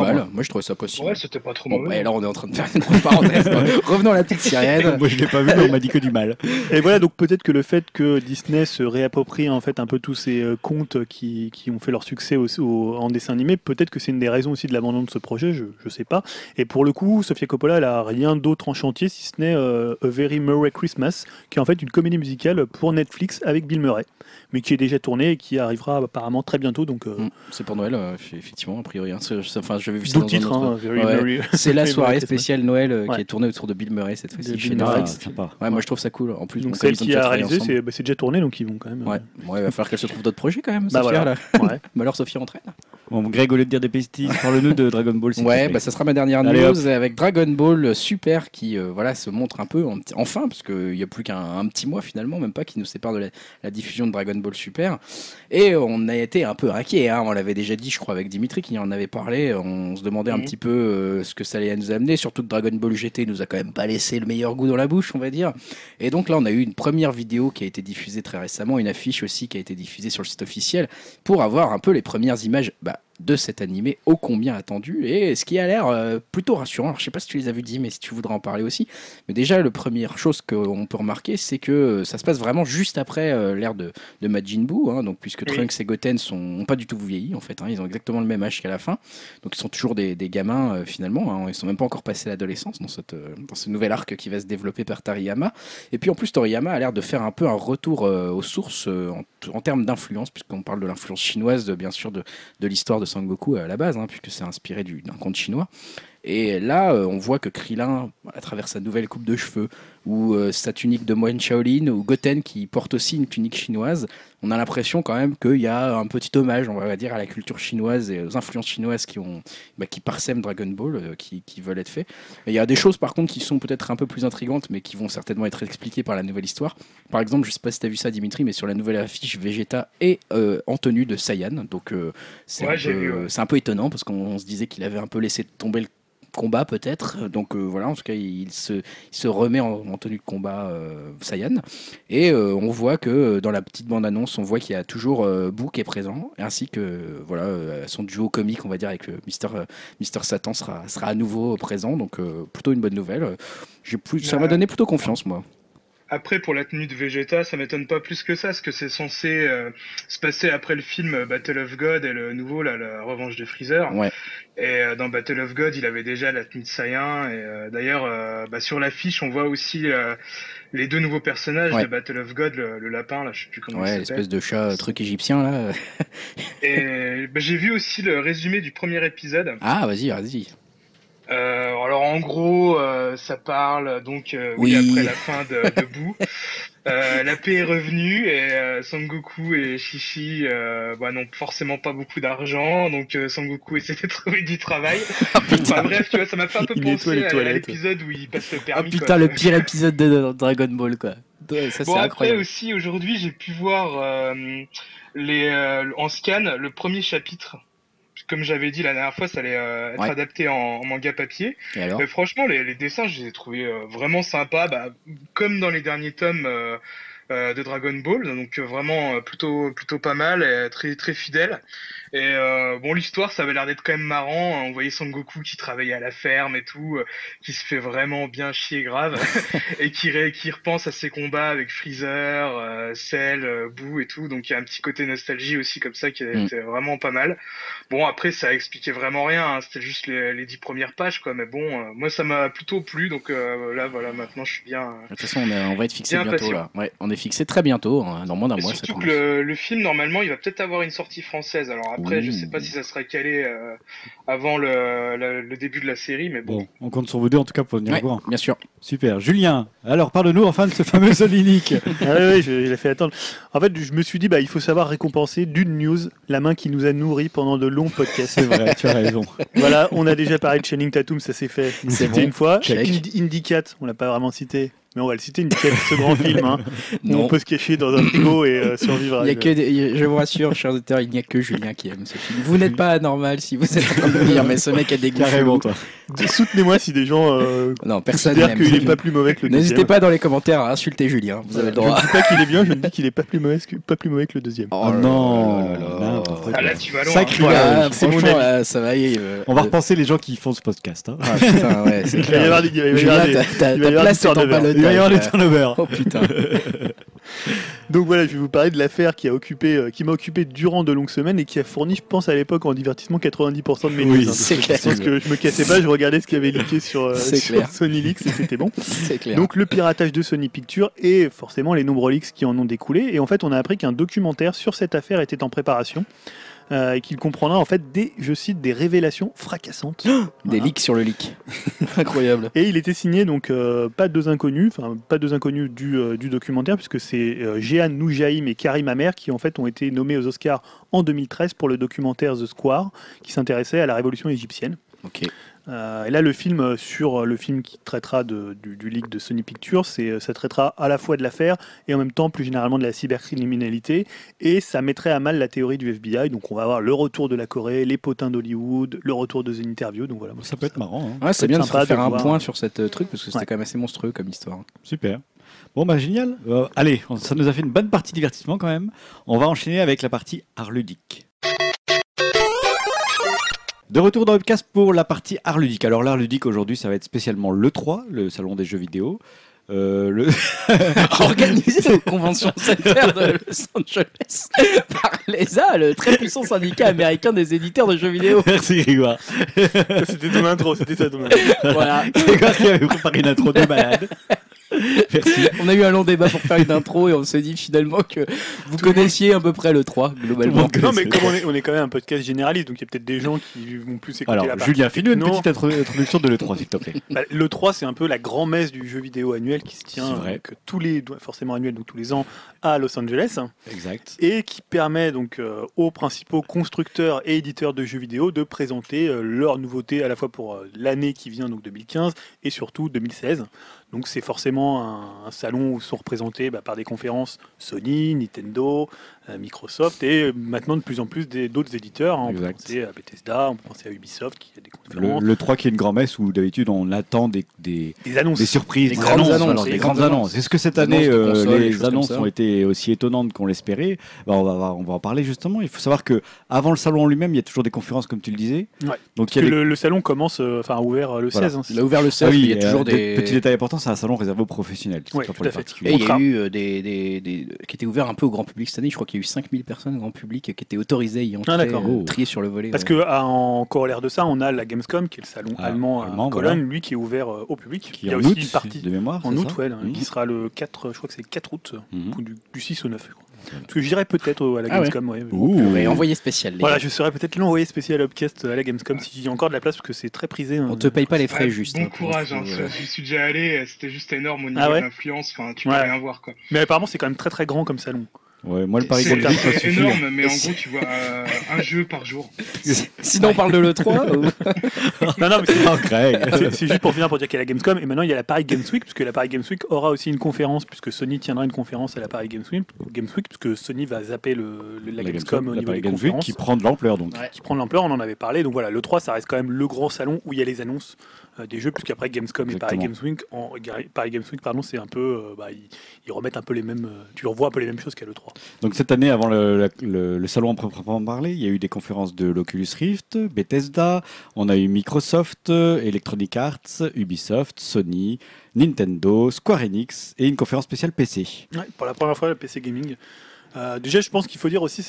mal. Moi, je trouvais ça pas si Ouais, mal. c'était pas trop Bon, mauvais. là, on est en train de faire une grosse parenthèse. Revenons à la petite sirène. Moi, je l'ai pas vu, mais on m'a dit que du mal. Et voilà, donc peut-être que le fait que Disney se réapproprie en fait un peu tous ces contes qui ont fait leur succès en dessin animé, peut-être que c'est une des raisons aussi de l'abandon de ce projet, je sais pas. Et pour le coup, Sofia Coppola, elle a rien d'autre en chantier si ce n'est A Very Murray Christmas, qui est en fait une comédie musicale pour Netflix avec Bill Murray, mais qui est déjà tournée et qui arrivera apparemment très bientôt. Donc C'est pour Noël, effectivement, a priori. Hein. Enfin, j'avais vu ça d'où le dans un titre, autre- hein, Very Ouais. Murray. C'est la soirée Christmas. spéciale Noël qui Ouais. est tournée autour de Bill Murray cette fois-ci De chez Bill Netflix. Murray. sympa. Ouais, moi je trouve ça cool. En plus, Donc bon, comme celle ils ont qui déjà a travaillé réalisé, ensemble. c'est déjà tourné, donc ils vont quand même. Ouais, il va falloir qu'elle se trouve d'autres projets quand même, Bah Sophia. voilà. Là. Ouais. Mais alors, Sophia entraîne. Bon, Greg, au lieu de dire des bêtises, parle-nous de Dragon Ball. s'il te Ouais, plaît. bah ça sera ma dernière Allez, news avec Dragon Ball Super qui voilà se montre un peu enfin parce qu'il y a plus qu'un petit mois finalement, même pas, qui nous sépare de la diffusion de Dragon Ball Super. Et on a été un peu inquiets, hein. On l'avait déjà dit, je crois, avec Dimitri qui en avait parlé. On se demandait un petit peu ce que ça allait nous amener, surtout que Dragon Ball GT nous a quand même pas laissé le meilleur goût dans la bouche, on va dire. Et donc là, on a eu une première vidéo qui a été diffusée très récemment, une affiche aussi qui a été diffusée sur le site officiel pour avoir un peu les premières images de cet animé ô combien attendu et ce qui a l'air plutôt rassurant. Alors, je sais pas si tu les as vus, dit, mais si tu voudrais en parler aussi. Mais déjà, la première chose qu'on peut remarquer, c'est que ça se passe vraiment juste après l'ère de Majin Buu, hein, donc puisque Trunks et Goten n'ont pas du tout vieilli en fait, hein, ils ont exactement le même âge qu'à la fin, donc ils sont toujours des gamins finalement, hein, ils sont même pas encore passés l'adolescence dans ce nouvel arc qui va se développer par Toriyama. Et puis en plus, Toriyama a l'air de faire un peu un retour aux sources en termes d'influence, puisqu'on parle de l'influence chinoise, bien sûr, de l'histoire de Sangoku à la base, hein, puisque c'est inspiré d'un conte chinois. Et là, on voit que Krillin, à travers sa nouvelle coupe de cheveux, ou sa tunique de moine Shaolin, ou Goten qui porte aussi une tunique chinoise, on a l'impression quand même qu'il y a un petit hommage, on va dire, à la culture chinoise et aux influences chinoises qui parsèment Dragon Ball, qui veulent être faits. Et il y a des choses par contre qui sont peut-être un peu plus intrigantes, mais qui vont certainement être expliquées par la nouvelle histoire. Par exemple, je sais pas si tu as vu ça, Dimitri, mais sur la nouvelle affiche, Vegeta est en tenue de Saiyan. Donc c'est un peu étonnant parce qu'on se disait qu'il avait un peu laissé tomber le combat peut-être, donc voilà, en tout cas il se remet en tenue de combat Saiyan, et on voit que dans la petite bande annonce on voit qu'il y a toujours Boo qui est présent, ainsi que voilà son duo comique, on va dire, avec Mister Satan sera à nouveau présent, donc plutôt une bonne nouvelle. Ça m'a donné plutôt confiance, moi. Après, pour la tenue de Vegeta, ça m'étonne pas plus que ça, parce que c'est censé se passer après le film Battle of God et le nouveau, là, la revanche de Freezer. Ouais. Et dans Battle of God, il avait déjà la tenue de Saiyan. Et d'ailleurs, sur l'affiche, on voit aussi les deux nouveaux personnages de Battle of God, le lapin, là, je sais plus comment il s'appelle. L'espèce de chat truc égyptien, là. Et j'ai vu aussi le résumé du premier épisode. Ah, vas-y. Alors en gros, ça parle donc après la fin de Boo. La paix est revenue et Sangoku et Shishi n'ont forcément pas beaucoup d'argent, donc Sangoku essaie de trouver du travail. Enfin bref, tu vois, ça m'a fait un peu penser à l'épisode où il passe le permis. Ah putain, le pire épisode de Dragon Ball, quoi. Ça, c'est après incroyable. aussi, aujourd'hui, j'ai pu voir en scan le premier chapitre. Comme j'avais dit la dernière fois, ça allait être adapté en manga papier. Et alors franchement, les dessins, je les ai trouvés vraiment sympas, comme dans les derniers tomes de Dragon Ball. Donc vraiment plutôt pas mal et très très fidèle. Et l'histoire, ça avait l'air d'être quand même marrant. On voyait Son Goku qui travaillait à la ferme et tout, qui se fait vraiment bien chier grave et qui repense à ses combats avec Freezer, Cell, Boo et tout. Donc il y a un petit côté nostalgie aussi comme ça qui était vraiment pas mal. Bon, après, ça expliquait vraiment rien, hein. C'était juste les 10 premières pages, quoi. Mais bon, moi, ça m'a plutôt plu. Donc là, voilà, maintenant, je suis bien. De toute façon, on va être fixé bientôt, patient. là. Ouais, on est fixé très bientôt, hein, dans moins d'un mois. Surtout que le film, normalement, il va peut-être avoir une sortie française. Alors après, je sais pas si ça sera calé avant le début de la série, mais bon. On compte sur vous deux, en tout cas, pour venir voir. Bien sûr. Super. Julien, alors parle-nous enfin de ce fameux Solinic. Oui, je l'ai fait attendre. En fait, je me suis dit, il faut savoir récompenser d'une news la main qui nous a nourris pendant de longs podcasts. C'est vrai, tu as raison. Voilà, on a déjà parlé de Channing Tatum, ça s'est fait. C'était une fois. Check. Indy Cat, on l'a pas vraiment cité. mais on va le citer, ce grand film, hein, où Non. on peut se cacher dans un frigo et survivre. Il y a que je vous rassure, chers auditeurs, il n'y a que Julien qui aime ce film. Vous n'êtes pas anormal si vous êtes en train de dire, mais ce mec a des goûts Carrément, chelous. toi. Soutenez-moi si des gens Non, personne considèrent n'aime qu'il ce n'est film. pas plus mauvais que le N'hésitez deuxième. pas dans les commentaires à insulter Julien, vous avez le Je droit. ne dis pas qu'il est bien, je dis qu'il est pas plus mauvais que le deuxième. Oh Oh là non, là là là. n'importe quoi. Ah là, tu vas loin. Sacrilège. Voilà, c'est mon franchement, avis. là, ça va y On va repenser les gens qui font ce podcast. Hein. Ah putain, ouais, c'est Il va y avoir clair. des- il va y Julien, avoir des- ta il va y avoir place des est en turnovers. Il va y avoir des balotage. turnovers. Oh putain. Donc voilà, je vais vous parler de l'affaire qui m'a occupé durant de longues semaines et qui a fourni, je pense à l'époque en divertissement, 90% de mes Oui, news. c'est clair. Parce que je me cassais pas, je regardais ce qu'il y avait leaké sur C'est clair. Sony Leaks et c'était bon. C'est clair. Donc le piratage de Sony Pictures et forcément les nombreux leaks qui en ont découlé. Et en fait, on a appris qu'un documentaire sur cette affaire était en préparation. Et qu'il comprendra en fait je cite, des révélations fracassantes. Des Voilà. leaks sur le leak. Incroyable. Et il était signé donc pas deux inconnus du documentaire puisque c'est Jehan Noujaïm et Karim Amer qui en fait ont été nommés aux Oscars en 2013 pour le documentaire The Square qui s'intéressait à la révolution égyptienne. Ok. Et là, le film qui traitera du leak de Sony Pictures, ça traitera à la fois de l'affaire et en même temps plus généralement de la cybercriminalité. Et ça mettrait à mal la théorie du FBI. Donc on va avoir le retour de la Corée, les potins d'Hollywood, le retour de The Interview. Donc voilà. Ça peut être marrant. Hein. Ouais, c'est bien de sympa faire de un voir. point sur cette truc parce que c'était Ouais. quand même assez monstrueux comme histoire. Super. Bon, bah génial. Allez, ça nous a fait une bonne partie divertissement quand même. On va enchaîner avec la partie art ludique. De retour dans Webcast pour la partie art ludique. Alors l'art ludique aujourd'hui, ça va être spécialement l'E3, le salon des jeux vidéo. Organisé au Convention Center de Los Angeles par l'ESA, le très puissant syndicat américain des éditeurs de jeux vidéo. Merci Grégoire. C'était ton intro, c'était ça ton intro. Voilà. Grégoire qui avait préparé une intro de malade. Merci. On a eu un long débat pour faire une intro et on s'est dit finalement que vous connaissiez à peu près le 3 globalement. Tout le Non, monde mais comme on est quand même un podcast généraliste, donc il y a peut-être des gens qui vont plus écouter Alors la partie Julien, fais-nous une techno. petite introduction de l'E3 s'il te plaît. Bah, le 3, c'est un peu la grand-messe du jeu vidéo annuel qui se tient C'est vrai. forcément annuel, donc tous les ans à Los Angeles, Exact. et qui permet donc aux principaux constructeurs et éditeurs de jeux vidéo de présenter leurs nouveautés à la fois pour l'année qui vient, donc 2015, et surtout 2016. Donc c'est forcément un salon où sont représentés par des conférences Sony, Nintendo, Microsoft et maintenant de plus en plus d'autres éditeurs. Hein. On peut Exact. penser à Bethesda, on peut penser à Ubisoft qui a des conférences, Le 3 qui est une grand-messe où d'habitude on attend des des annonces. surprises, Des grandes annonces, alors, des des grandes grandes annonces. annonces. Est-ce que cette Des année annonces de consoles, des les choses comme annonces ça. ont été aussi étonnantes qu'on l'espérait? On va en parler justement. Il faut savoir que avant le salon en lui-même, il y a toujours des conférences comme tu le disais. Ouais. Donc Parce il y que a des... le salon commence, a ouvert le Voilà. 16. hein, Il a ouvert le 16, Ah oui, il y a toujours des. Petit détail important, c'est un salon réservé aux professionnels. C'est Ouais, pas tout pour les à fait. Et particuliers. il y a Contrat. eu des qui étaient ouverts un peu au grand public cette année. Je crois qu'il y a eu 5000 personnes grand public qui étaient autorisées à y entrer, d'accord. Oh. triées sur le volet. Parce ouais. que en corollaire de ça, on a la Gamescom, qui est le salon allemand à Cologne, lui qui est ouvert au public. Qui Il y a en aussi août, une partie de mémoire. en c'est août, ça ouais, Mhm. qui sera le 4, je crois que c'est le 4 août, Mhm. ou du 6 au 9. Je crois. Parce que j'irai peut-être à la Ah ouais. Gamescom. Ouais. Ouh. Et envoyé spécial. les Voilà, gars. je serai peut-être l'envoyé spécial Upcast à la Gamescom s'il y a encore de la place parce que c'est très prisé. On te paye pas les frais Ouais, juste. Bon hein, pour courage, le hein, coup, je suis déjà allé, c'était juste énorme au niveau Ah ouais de l'influence, enfin tu peux Ouais. rien voir quoi. Mais apparemment, c'est quand même très très grand comme salon. Ouais, moi le Paris C'est Games Week, ça c'est suffit. énorme, mais en Et gros tu vois un jeu par jour. Sinon, on parle de l'E3 ou... Non, non, mais c'est- Oh, Craig. c'est juste pour finir pour dire qu'il y a la Gamescom et maintenant il y a la Paris Games Week puisque la Paris Games Week aura aussi une conférence puisque Sony tiendra une conférence à la Paris Games Week puisque Sony va zapper la Gamescom au la niveau Paris des Games Week conférences qui prend de l'ampleur donc. Ouais. qui prend de l'ampleur, on en avait parlé. Donc voilà, le 3 ça reste quand même le gros salon où il y a les annonces des jeux puisqu'après Gamescom et Paris Games Exactement. Week Paris Games Week pardon, c'est un peu ils remettent un peu les mêmes tu revois un peu les mêmes choses qu'à l'E3. Donc cette année, avant le salon en proprement parler, il y a eu des conférences de l'Oculus Rift, Bethesda, on a eu Microsoft, Electronic Arts, Ubisoft, Sony, Nintendo, Square Enix et une conférence spéciale PC. Ouais, pour la première fois, le PC Gaming. Déjà, je pense qu'il faut dire aussi,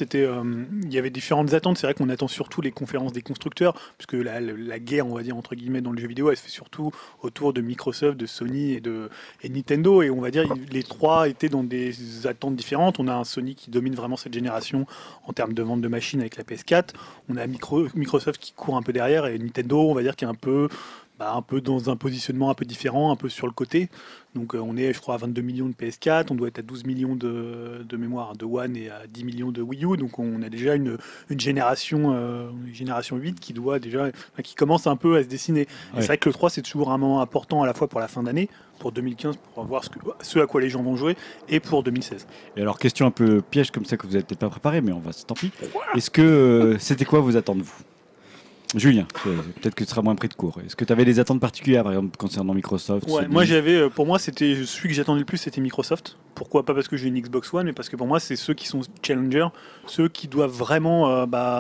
il y avait différentes attentes. C'est vrai qu'on attend surtout les conférences des constructeurs, puisque la guerre, on va dire entre guillemets, dans le jeu vidéo, elle se fait surtout autour de Microsoft, de Sony et de Nintendo. Et on va dire, les trois étaient dans des attentes différentes. On a un Sony qui domine vraiment cette génération en termes de vente de machines avec la PS4. On a Microsoft qui court un peu derrière et Nintendo, on va dire, qui est un peu un peu dans un positionnement un peu différent, un peu sur le côté. Donc on est, je crois, à 22 millions de PS4, on doit être à 12 millions de mémoire de One et à 10 millions de Wii U. Donc on a déjà une génération 8 qui commence un peu à se dessiner. Et Ouais. c'est vrai que le 3, c'est toujours un moment important à la fois pour la fin d'année, pour 2015, pour voir ce à quoi les gens vont jouer, et pour 2016. Et alors, question un peu piège comme ça que vous n'avez peut-être pas préparé, mais tant pis. Est-ce que c'était quoi vos attentes, vous Julien, peut-être que tu seras moins pris de court. Est-ce que tu avais des attentes particulières, par exemple, concernant Microsoft Ouais, Sony moi pour moi celui que j'attendais le plus c'était Microsoft. Pourquoi? Pas parce que j'ai une Xbox One, mais parce que pour moi c'est ceux qui sont challengers, ceux qui doivent vraiment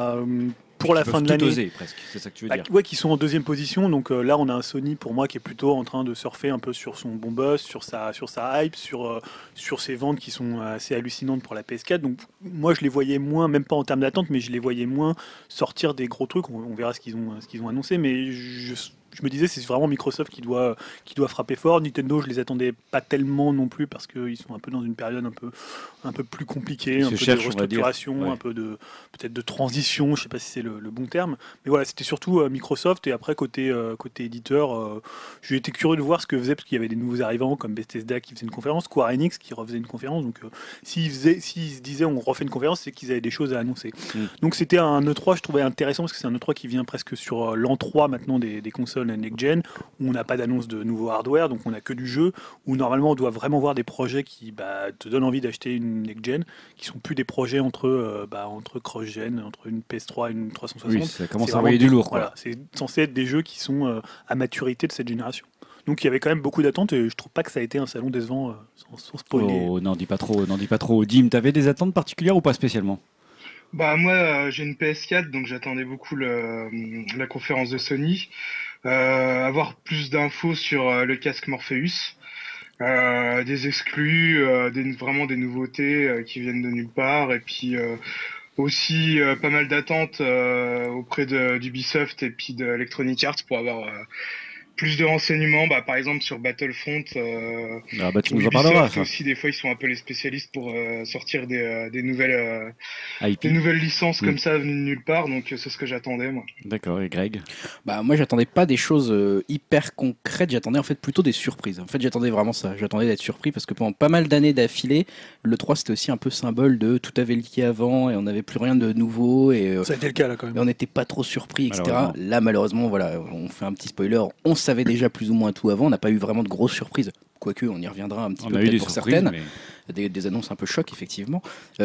pour la Qui fin peuvent de tout l'année. oser, presque. C'est ça que tu veux dire. Ouais, qui sont en deuxième position. Donc là, on a un Sony pour moi qui est plutôt en train de surfer un peu sur son bon buzz, sur sa hype, sur ses ventes qui sont assez hallucinantes pour la PS4. Donc moi, je les voyais moins, même pas en termes d'attente, mais je les voyais moins sortir des gros trucs. On verra ce qu'ils ont annoncé, mais je me disais c'est vraiment Microsoft qui doit frapper fort. Nintendo, je les attendais pas tellement non plus parce qu'ils sont un peu dans une période un peu plus compliquée, Ils un se peu cherchent, de on va dire. restructuration, Ouais. un peu de peut-être de transition. Je sais pas si c'est le bon terme. Mais voilà, c'était surtout Microsoft. Et après, côté éditeur, j'ai été curieux de voir ce que faisait, parce qu'il y avait des nouveaux arrivants comme Bethesda qui faisait une conférence, Square Enix qui refaisait une conférence. Donc, s'ils se disaient on refait une conférence, c'est qu'ils avaient des choses à annoncer. Donc, c'était un E3, je trouvais intéressant, parce que c'est un E3 qui vient presque sur l'an 3 maintenant des consoles next-gen, où on n'a pas d'annonce de nouveau hardware, donc on n'a que du jeu, où normalement on doit vraiment voir des projets qui te donnent envie d'acheter une next-gen, qui sont plus des projets entre cross-gen, entre une PS3 et une 360. Oui, ça commence C'est à envoyer vraiment du lourd, quoi. Voilà, c'est censé être des jeux qui sont à maturité de cette génération. Donc il y avait quand même beaucoup d'attentes et je trouve pas que ça a été un salon décevant sans spoiler. Oh, n'en dis pas trop, n'en dis pas trop. Dim, t'avais des attentes particulières ou pas spécialement Bah moi j'ai une PS4 donc j'attendais beaucoup la conférence de Sony, avoir plus d'infos sur le casque Morpheus, des exclus, vraiment des nouveautés qui viennent de nulle part et puis aussi pas mal d'attentes auprès d'Ubisoft et puis de Electronic Arts pour avoir plus de renseignements, par exemple sur Battlefront. Ah bah tu Où nous en parleras, Ubisoft ça. aussi, des fois, ils sont un peu les spécialistes pour sortir des nouvelles IP. des nouvelles licences Mm. comme ça venues de nulle part, donc c'est ce que j'attendais, moi. D'accord, et Greg Moi, j'attendais pas des choses hyper concrètes, j'attendais en fait plutôt des surprises. En fait, j'attendais vraiment ça. J'attendais d'être surpris parce que pendant pas mal d'années d'affilée, le 3 c'était aussi un peu symbole de tout avait leaké avant et on n'avait plus rien de nouveau et Ça a été le cas là quand et même. on n'était pas trop surpris, etc. Malheureusement. Là, malheureusement, voilà, on fait un petit spoiler. On savait déjà plus ou moins tout avant. On n'a pas eu vraiment de grosses surprises. Quoique, on y reviendra un petit On peu a eu peut-être des pour surprises, certaines. mais Des annonces un peu choc, effectivement.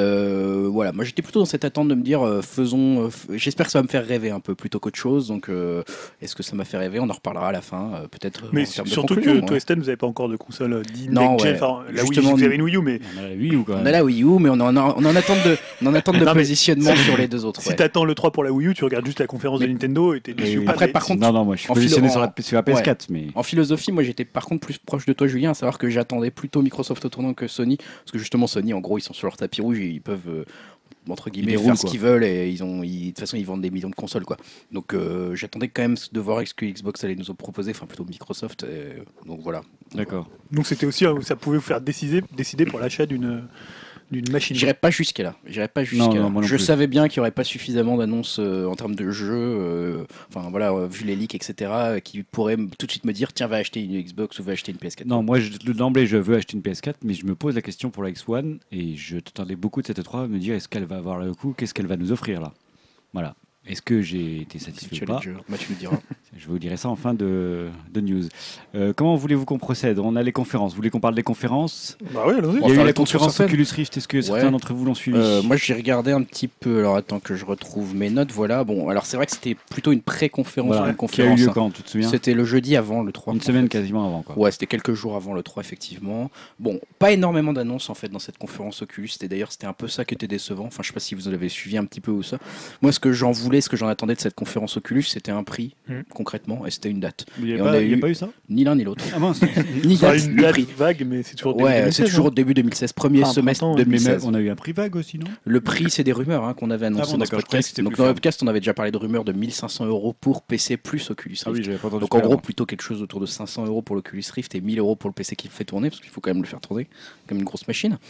Voilà, moi j'étais plutôt dans cette attente de me dire, j'espère que ça va me faire rêver un peu plutôt qu'autre chose. Donc, est-ce que ça m'a fait rêver? On en reparlera à la fin, peut-être. Mais en termes de surtout conclusion, que ouais. toi, Estelle, vous n'avez pas encore de console dit Non, next-gen. ouais. Enfin, la Wii, Justement, vous avez une Wii U, mais on a la Wii U quand On même. a la Wii U, mais on est en attente de Non, mais positionnement sur les deux autres. si ouais. t'attends le 3 pour la Wii U, tu regardes juste la conférence de Mais- Nintendo et t'es déçu. Et- Pas, Après, mais par contre, Non, moi je suis en positionné philo- sur la PS4, mais En philosophie, moi j'étais par contre plus proche de toi, Julien, à savoir que j'attendais plutôt Microsoft au tournant que Sony, parce que justement Sony, en gros, ils sont sur leur tapis rouge et ils peuvent entre guillemets déroulent, faire ce quoi. qu'ils veulent et de toute façon ils vendent des millions de consoles quoi. Donc j'attendais quand même de voir ce que Xbox allait nous proposer, enfin plutôt Microsoft. Donc voilà. d'accord. donc c'était aussi, ça pouvait vous faire décider pour l'achat d'une machine. J'irai pas jusqu'à là. J'irai pas jusqu'à Non, là. moi non Je plus. savais bien qu'il y aurait pas suffisamment d'annonces en termes de jeux, enfin voilà, vu les leaks, etc., qui pourraient tout de suite me dire tiens va acheter une Xbox ou va acheter une PS4. Non, moi d'emblée je veux acheter une PS4, mais je me pose la question pour la X1 et je t'attendais beaucoup de cette E3 à me dire est-ce qu'elle va avoir le coup, qu'est-ce qu'elle va nous offrir là. Voilà. Est-ce que j'ai été satisfait ou pas? Challenger. Bah, tu me diras. Je vous dirai ça en fin de news. Comment voulez-vous qu'on procède? On a les conférences. Vous voulez qu'on parle des conférences? Bah oui, allons-y. Il y va a eu faire la les tours sur conférence certaines. Oculus Rift. Est-ce que certains Ouais. d'entre vous l'ont suivi? Moi j'ai regardé un petit peu, alors attends que je retrouve mes notes, voilà. Bon, alors c'est vrai que c'était plutôt une pré-conférence, Voilà. ou une Qui a eu conférence. lieu hein. quand? Tu te souviens? C'était le jeudi avant le 3. Une en semaine fait. quasiment avant, quoi. Ouais, c'était quelques jours avant le 3, effectivement. Bon, pas énormément d'annonces en fait dans cette conférence Oculus. C'était un peu ça qui était décevant. Enfin, je sais pas si vous l'avez suivi un petit peu ou ça. Moi, ce que j'en voulais, ce que j'en attendais de cette conférence Oculus, c'était un prix, concrètement, et c'était une date. Il n'y Et a, on a il y a eu- pas eu ça? Ni l'un ni l'autre. Ah mince. Ni Ça a date, une ni date prix. vague, mais c'est toujours début Ouais, 2016, c'est toujours hein. début 2016, premier Enfin, semestre printemps, ouais. Mais 2016. on a eu un prix vague aussi, non? Le prix, c'est des rumeurs qu'on avait annoncées bon, dans ce d'accord, je croyais que podcast. c'était Donc plus dans le ferme. podcast, on avait déjà parlé de rumeurs de 1500 € pour PC plus Oculus Rift. Ah oui, j'avais pas entendu. Donc en gros, plutôt quelque chose autour de 500 € pour l'Oculus Rift et 1000 € pour le PC qui le fait tourner, parce qu'il faut quand même le faire tourner comme une grosse machine.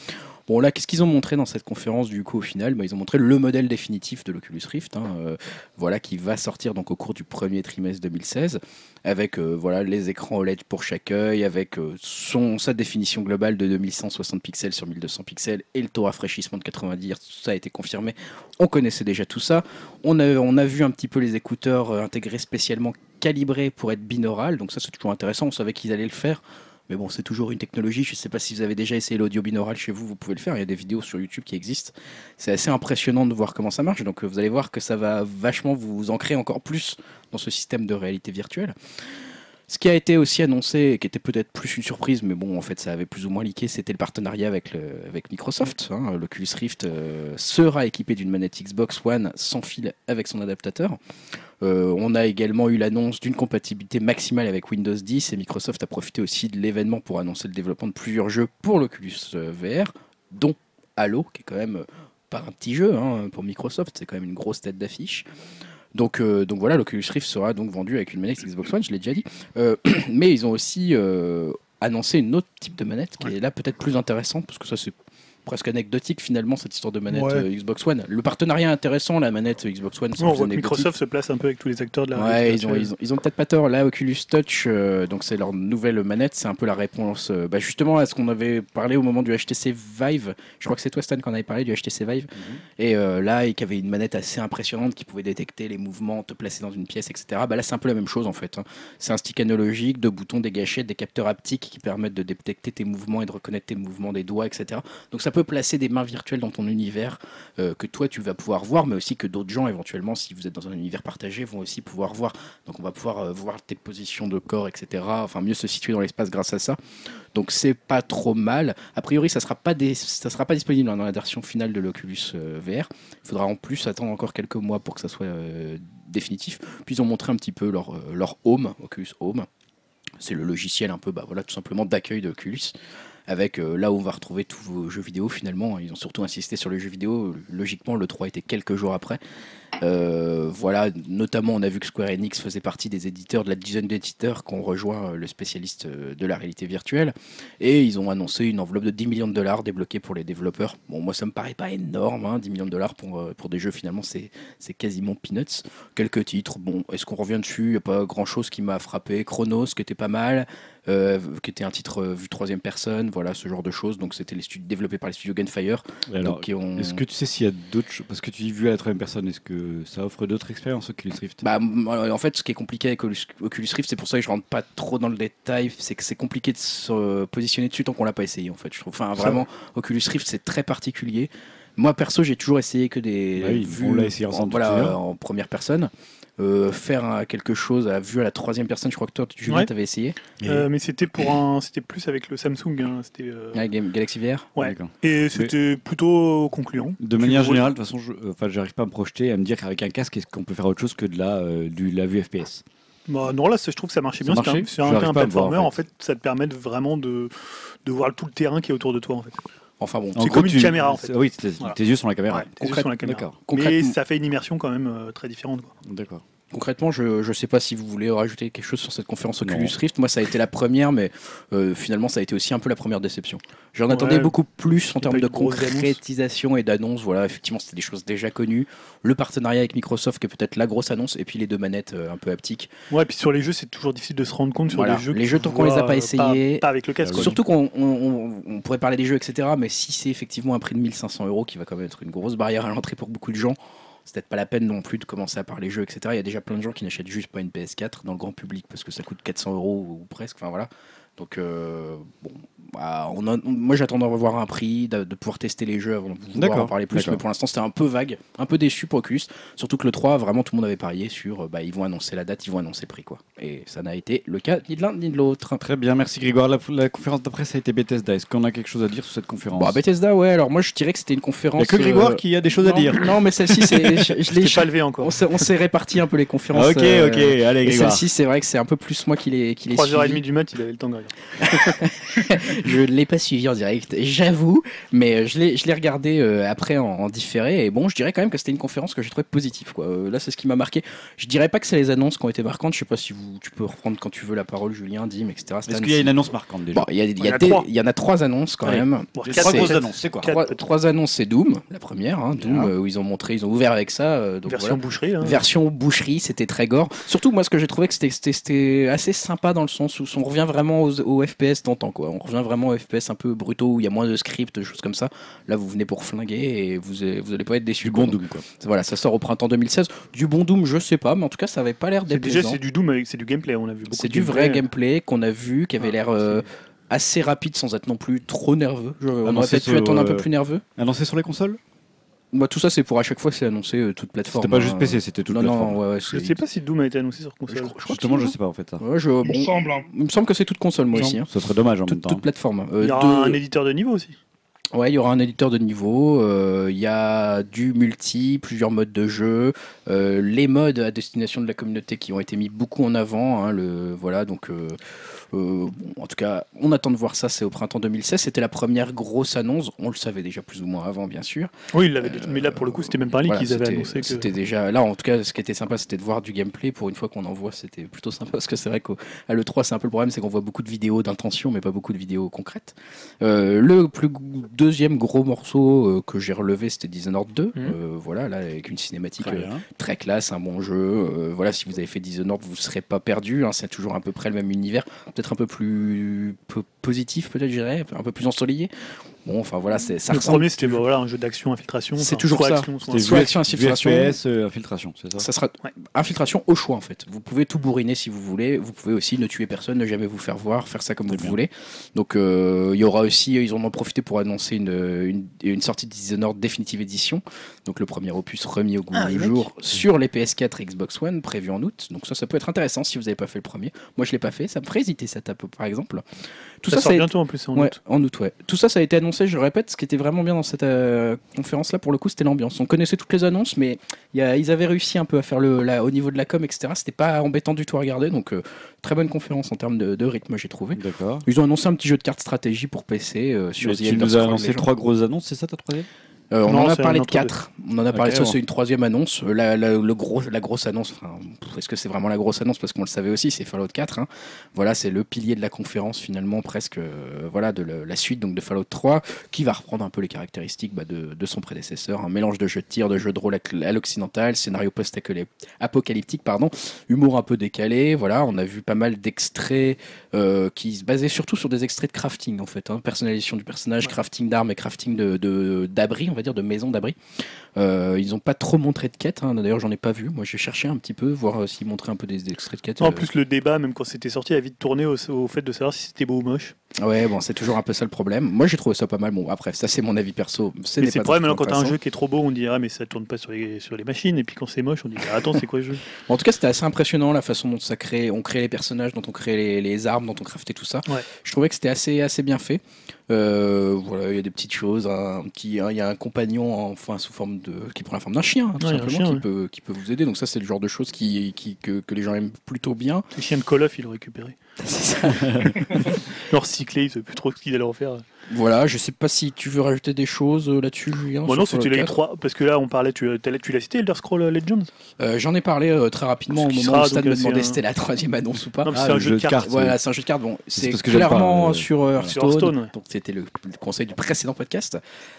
Bon là, qu'est-ce qu'ils ont montré dans cette conférence du coup au final? Ils ont montré le modèle définitif de l'Oculus Rift, voilà, qui va sortir donc au cours du premier trimestre 2016, avec voilà, les écrans OLED pour chaque œil, avec sa définition globale de 2160 pixels sur 1200 pixels et le taux rafraîchissement de 90 Hz, tout ça a été confirmé. On connaissait déjà tout ça. On a vu un petit peu les écouteurs intégrés spécialement calibrés pour être binaural, donc ça c'est toujours intéressant, on savait qu'ils allaient le faire. Mais bon, c'est toujours une technologie. Je ne sais pas si vous avez déjà essayé l'audio binaural chez vous, vous pouvez le faire. Il y a des vidéos sur YouTube qui existent. C'est assez impressionnant de voir comment ça marche. Donc vous allez voir que ça va vachement vous ancrer encore plus dans ce système de réalité virtuelle. Ce qui a été aussi annoncé, et qui était peut-être plus une surprise, mais bon, en fait, ça avait plus ou moins leaké, c'était le partenariat avec Microsoft. L'Oculus Rift sera équipé d'une manette Xbox One sans fil avec son adaptateur. On a également eu l'annonce d'une compatibilité maximale avec Windows 10 et Microsoft a profité aussi de l'événement pour annoncer le développement de plusieurs jeux pour l'Oculus VR, dont Halo, qui est quand même pas un petit jeu pour Microsoft, c'est quand même une grosse tête d'affiche. Donc voilà, l'Oculus Rift sera donc vendu avec une manette Xbox One, je l'ai déjà dit. Mais ils ont aussi annoncé une autre type de manette qui est là peut-être plus intéressante, parce que ça c'est presque anecdotique finalement cette histoire de manette Xbox One. Le partenariat est intéressant, la manette Xbox One. On voit que Microsoft se place un peu avec tous les acteurs de la réalité virtuelle. Ils ont peut-être pas tort. Là, Oculus Touch, donc c'est leur nouvelle manette, c'est un peu la réponse justement à ce qu'on avait parlé au moment du HTC Vive. Je crois que c'est toi Stan qu'on avait parlé du HTC Vive. Et là, qui avait une manette assez impressionnante qui pouvait détecter les mouvements, te placer dans une pièce, etc. Là, c'est un peu la même chose en fait. C'est un stick analogique, 2 boutons, des gâchettes, des capteurs haptiques qui permettent de détecter tes mouvements et de reconnaître tes mouvements des doigts, etc. Donc ça peut placer des mains virtuelles dans ton univers que toi tu vas pouvoir voir, mais aussi que d'autres gens éventuellement, si vous êtes dans un univers partagé, vont aussi pouvoir voir. Donc on va pouvoir voir tes positions de corps, etc. Enfin mieux se situer dans l'espace grâce à ça. Donc c'est pas trop mal. A priori ça sera pas disponible dans la version finale de l'Oculus VR. Il faudra en plus attendre encore quelques mois pour que ça soit définitif. Puis ils ont montré un petit peu leur Home, Oculus Home. C'est le logiciel un peu tout simplement d'accueil de Oculus. Avec là où on va retrouver tous vos jeux vidéo finalement. Ils ont surtout insisté sur les jeux vidéo. Logiquement, le 3 était quelques jours après. Voilà, notamment on a vu que Square Enix faisait partie des éditeurs, de la dizaine d'éditeurs qui ont rejoint le spécialiste de la réalité virtuelle. Et ils ont annoncé une enveloppe de 10 millions de dollars débloquée pour les développeurs. Bon, moi ça me paraît pas énorme, 10 millions de dollars pour des jeux finalement, c'est quasiment peanuts. Quelques titres, bon, est-ce qu'on revient dessus? Il n'y a pas grand chose qui m'a frappé. Chronos, qui était pas mal. Qui était un titre vu troisième personne, voilà ce genre de choses. Donc c'était développé par les studios Gunfire. Alors, est-ce que tu sais s'il y a d'autres choses, parce que tu dis vu à la troisième personne, est-ce que ça offre d'autres expériences Oculus Rift? En fait, ce qui est compliqué avec Oculus Rift, c'est pour ça que je rentre pas trop dans le détail, c'est que c'est compliqué de se positionner dessus tant qu'on l'a pas essayé en fait. Je trouve, vraiment, Oculus Rift c'est très particulier. Moi perso, j'ai toujours essayé que des vues on l'a essayé ensemble en première personne. Faire quelque chose à vue à la troisième personne, je crois que toi Julien t'avais essayé mais c'était plus avec le Samsung c'était Galaxy VR. Et c'était plutôt concluant de manière générale. De toute façon j'arrive pas à me projeter à me dire qu'avec un casque est-ce qu'on peut faire autre chose que de la vue FPS. Non, là je trouve que ça marchait bien. C'est un platformer en fait, ça te permet vraiment de voir tout le terrain qui est autour de toi en fait. Enfin bon, c'est comme une caméra en fait. Oui, tes yeux sont la caméra. Tes yeux sont la caméra. Mais ça fait une immersion quand même très différente. D'accord. Concrètement, je ne sais pas si vous voulez rajouter quelque chose sur cette conférence Oculus Rift. Moi, ça a été la première, mais finalement, ça a été aussi un peu la première déception. J'en attendais beaucoup plus en termes de concrétisation et d'annonce. Voilà, effectivement, c'était des choses déjà connues. Le partenariat avec Microsoft, qui est peut-être la grosse annonce, et puis les 2 manettes un peu haptiques. Ouais, et puis sur les jeux, c'est toujours difficile de se rendre compte sur les jeux tant qu'on les a pas essayés. Pas avec le casque. Surtout qu'on pourrait parler des jeux, etc. Mais si c'est effectivement un prix de 1 500 €, qui va quand même être une grosse barrière à l'entrée pour beaucoup de gens, c'est peut-être pas la peine non plus de commencer à parler jeux, etc. Il y a déjà plein de gens qui n'achètent juste pas une PS4 dans le grand public parce que ça coûte 400 € ou presque. Enfin voilà. Donc moi j'attends d'en revoir un prix, de pouvoir tester les jeux avant de pouvoir en parler plus. Mais pour l'instant c'était un peu vague, un peu déçu pour Oculus. Surtout que le 3, vraiment tout le monde avait parié sur ils vont annoncer la date, ils vont annoncer le prix quoi. Et ça n'a été le cas ni de l'un ni de l'autre. Très bien, merci Grégoire. La conférence d'après ça a été Bethesda. Est-ce qu'on a quelque chose à dire sur cette conférence? Bethesda, ouais. Alors moi je dirais que c'était une conférence. Il n'y a que Grégoire qui a des choses à dire. Non, mais celle-ci je l'ai pas levé encore. On s'est réparti un peu les conférences. Ok, allez Grégoire. Celle-ci c'est vrai que c'est un peu plus moi qui l'ai 3h30 du mat, il avait le temps de Je ne l'ai pas suivi en direct, j'avoue, mais je l'ai regardé après en différé. Et bon, je dirais quand même que c'était une conférence que j'ai trouvée positive, quoi. Là, c'est ce qui m'a marqué. Je dirais pas que c'est les annonces qui ont été marquantes. Je sais pas si tu peux reprendre quand tu veux la parole, Julien, Dim, etc. Est-ce qu'il y a une annonce marquante déjà? Bon, il y en a 3 annonces quand même. Les 3 grosses annonces, c'est quoi? 3 annonces, c'est Doom, la première. Doom, où ils ont ouvert avec ça. Donc version boucherie. Version boucherie, c'était très gore. Surtout, moi, ce que j'ai trouvé que c'était assez sympa dans le sens où on revient vraiment au FPS d'antan, quoi. On revient vraiment aux FPS un peu brutaux où il y a moins de script, de choses comme ça. Là, vous venez pour flinguer et vous allez pas être déçus. Du bon Doom, quoi. Voilà, ça sort au printemps 2016. Du bon Doom, je sais pas, mais en tout cas, ça avait pas l'air déplaisant. Déjà, c'est du Doom avec c'est du gameplay. On a vu beaucoup. C'est du vrai gameplay qu'on a vu, qui avait l'air assez rapide sans être non plus trop nerveux. On aurait peut-être pu attendre un peu plus nerveux. Annoncé sur les consoles? Bah, tout ça, c'est pour à chaque fois, c'est annoncé toute plateforme. C'était pas juste PC, c'était toute plateforme. Non, je sais pas si Doom a été annoncé sur console. Justement, je sais pas en fait ça. Ouais, Il me semble. Il me semble que c'est toute console, moi aussi. Ça serait dommage en même temps. Toute plateforme. Il y aura un éditeur de niveau aussi. Ouais, il y aura un éditeur de niveau, il y a du multi, plusieurs modes de jeu, les modes à destination de la communauté qui ont été mis beaucoup en avant, voilà, donc en tout cas, on attend de voir ça, c'est au printemps 2016, c'était la première grosse annonce, on le savait déjà plus ou moins avant, bien sûr. Oui, mais là pour le coup, c'était même pas un leak, ils avaient annoncé que... C'était déjà, là en tout cas, ce qui était sympa, c'était de voir du gameplay, pour une fois qu'on en voit, c'était plutôt sympa, parce que c'est vrai qu'à l'E3, c'est un peu le problème, c'est qu'on voit beaucoup de vidéos d'intention, mais pas beaucoup de vidéos concrètes. Le deuxième gros morceau que j'ai relevé, c'était Dishonored 2. Voilà, là, avec une cinématique très classe, un bon jeu. Voilà, si vous avez fait Dishonored, vous ne serez pas perdu. C'est toujours à peu près le même univers. Peut-être un peu plus positif, peut-être, je dirais, un peu plus ensoleillé. Bon, enfin voilà, ça le ressemble. premier, c'était un jeu d'action, infiltration. C'est toujours ça. Soit action, infiltration. FPS, infiltration, c'est ça. Ça sera infiltration au choix en fait. Vous pouvez tout bourriner si vous voulez. Vous pouvez aussi ne tuer personne, ne jamais vous faire voir, faire ça comme vous voulez. Donc il y aura aussi, ils en ont profité pour annoncer une sortie de Dishonored Definitive Edition. Donc le premier opus remis au goût du jour sur les PS4 et Xbox One, prévu en août. Donc ça peut être intéressant si vous n'avez pas fait le premier. Moi je l'ai pas fait, ça me ferait hésiter cette tape par exemple. Tout ça sort bientôt en plus, en août. En août, ouais. Tout ça a été annoncé, je le répète, ce qui était vraiment bien dans cette conférence-là, pour le coup, c'était l'ambiance. On connaissait toutes les annonces, mais ils avaient réussi un peu à faire au niveau de la com, etc. C'était pas embêtant du tout à regarder, donc très bonne conférence en termes de rythme, j'ai trouvé. D'accord. Ils ont annoncé un petit jeu de cartes stratégie pour PC sur The Elder Scrolls. Tu nous as annoncé 3 grosses annonces, c'est ça ta troisième? On en a parlé de 4. On en a parlé, ça c'est une troisième annonce. La grosse annonce, est-ce que c'est vraiment la grosse annonce? Parce qu'on le savait aussi, c'est Fallout 4. Voilà, c'est le pilier de la conférence finalement, presque voilà, de la suite donc, de Fallout 3, qui va reprendre un peu les caractéristiques de son prédécesseur. Un mélange de jeux de tir, de jeux de rôle à l'occidental, scénario post-apocalyptique, humour un peu décalé. Voilà, on a vu pas mal d'extraits qui se basaient surtout sur des extraits de crafting en fait. Personnalisation du personnage, crafting d'armes et crafting d'abris, on va dire, de maisons d'abri. Ils n'ont pas trop montré de quêtes, d'ailleurs j'en ai pas vu. Moi j'ai cherché un petit peu, voir s'ils montraient un peu des extraits de quêtes. En plus le débat, même quand c'était sorti, a vite tourné au fait de savoir si c'était beau ou moche. Ouais, bon, c'est toujours un peu ça le problème. Moi j'ai trouvé ça pas mal. Bon, après, ça c'est mon avis perso. C'est le problème, quand t'as un jeu qui est trop beau, on dirait mais ça tourne pas sur les machines, et puis quand c'est moche, on dit attends, c'est quoi le jeu? En tout cas, c'était assez impressionnant la façon dont on crée les personnages, dont on crée les armes, dont on craftait tout ça. Ouais. Je trouvais que c'était assez bien fait. Voilà, il y a des petites choses. Il y a un compagnon sous forme qui prend la forme d'un chien, tout simplement, qui peut vous aider. Donc ça, c'est le genre de choses que les gens aiment plutôt bien. Le chien de Call of, il l'a récupéré. C'est ça. Le recyclé, il ne sait plus trop ce qu'il allait en faire. Voilà, je sais pas si tu veux rajouter des choses là-dessus, Julien. Bon, non, c'était les 3, parce que là, on parlait, tu l'as cité, Elder Scrolls Legends. J'en ai parlé très rapidement au moment où Stan me demandait si c'était la troisième annonce ou pas. Non, c'est un jeu de cartes. Voilà, c'est un jeu de cartes. Bon, c'est clairement sur Hearthstone. Donc c'était le conseil du précédent podcast.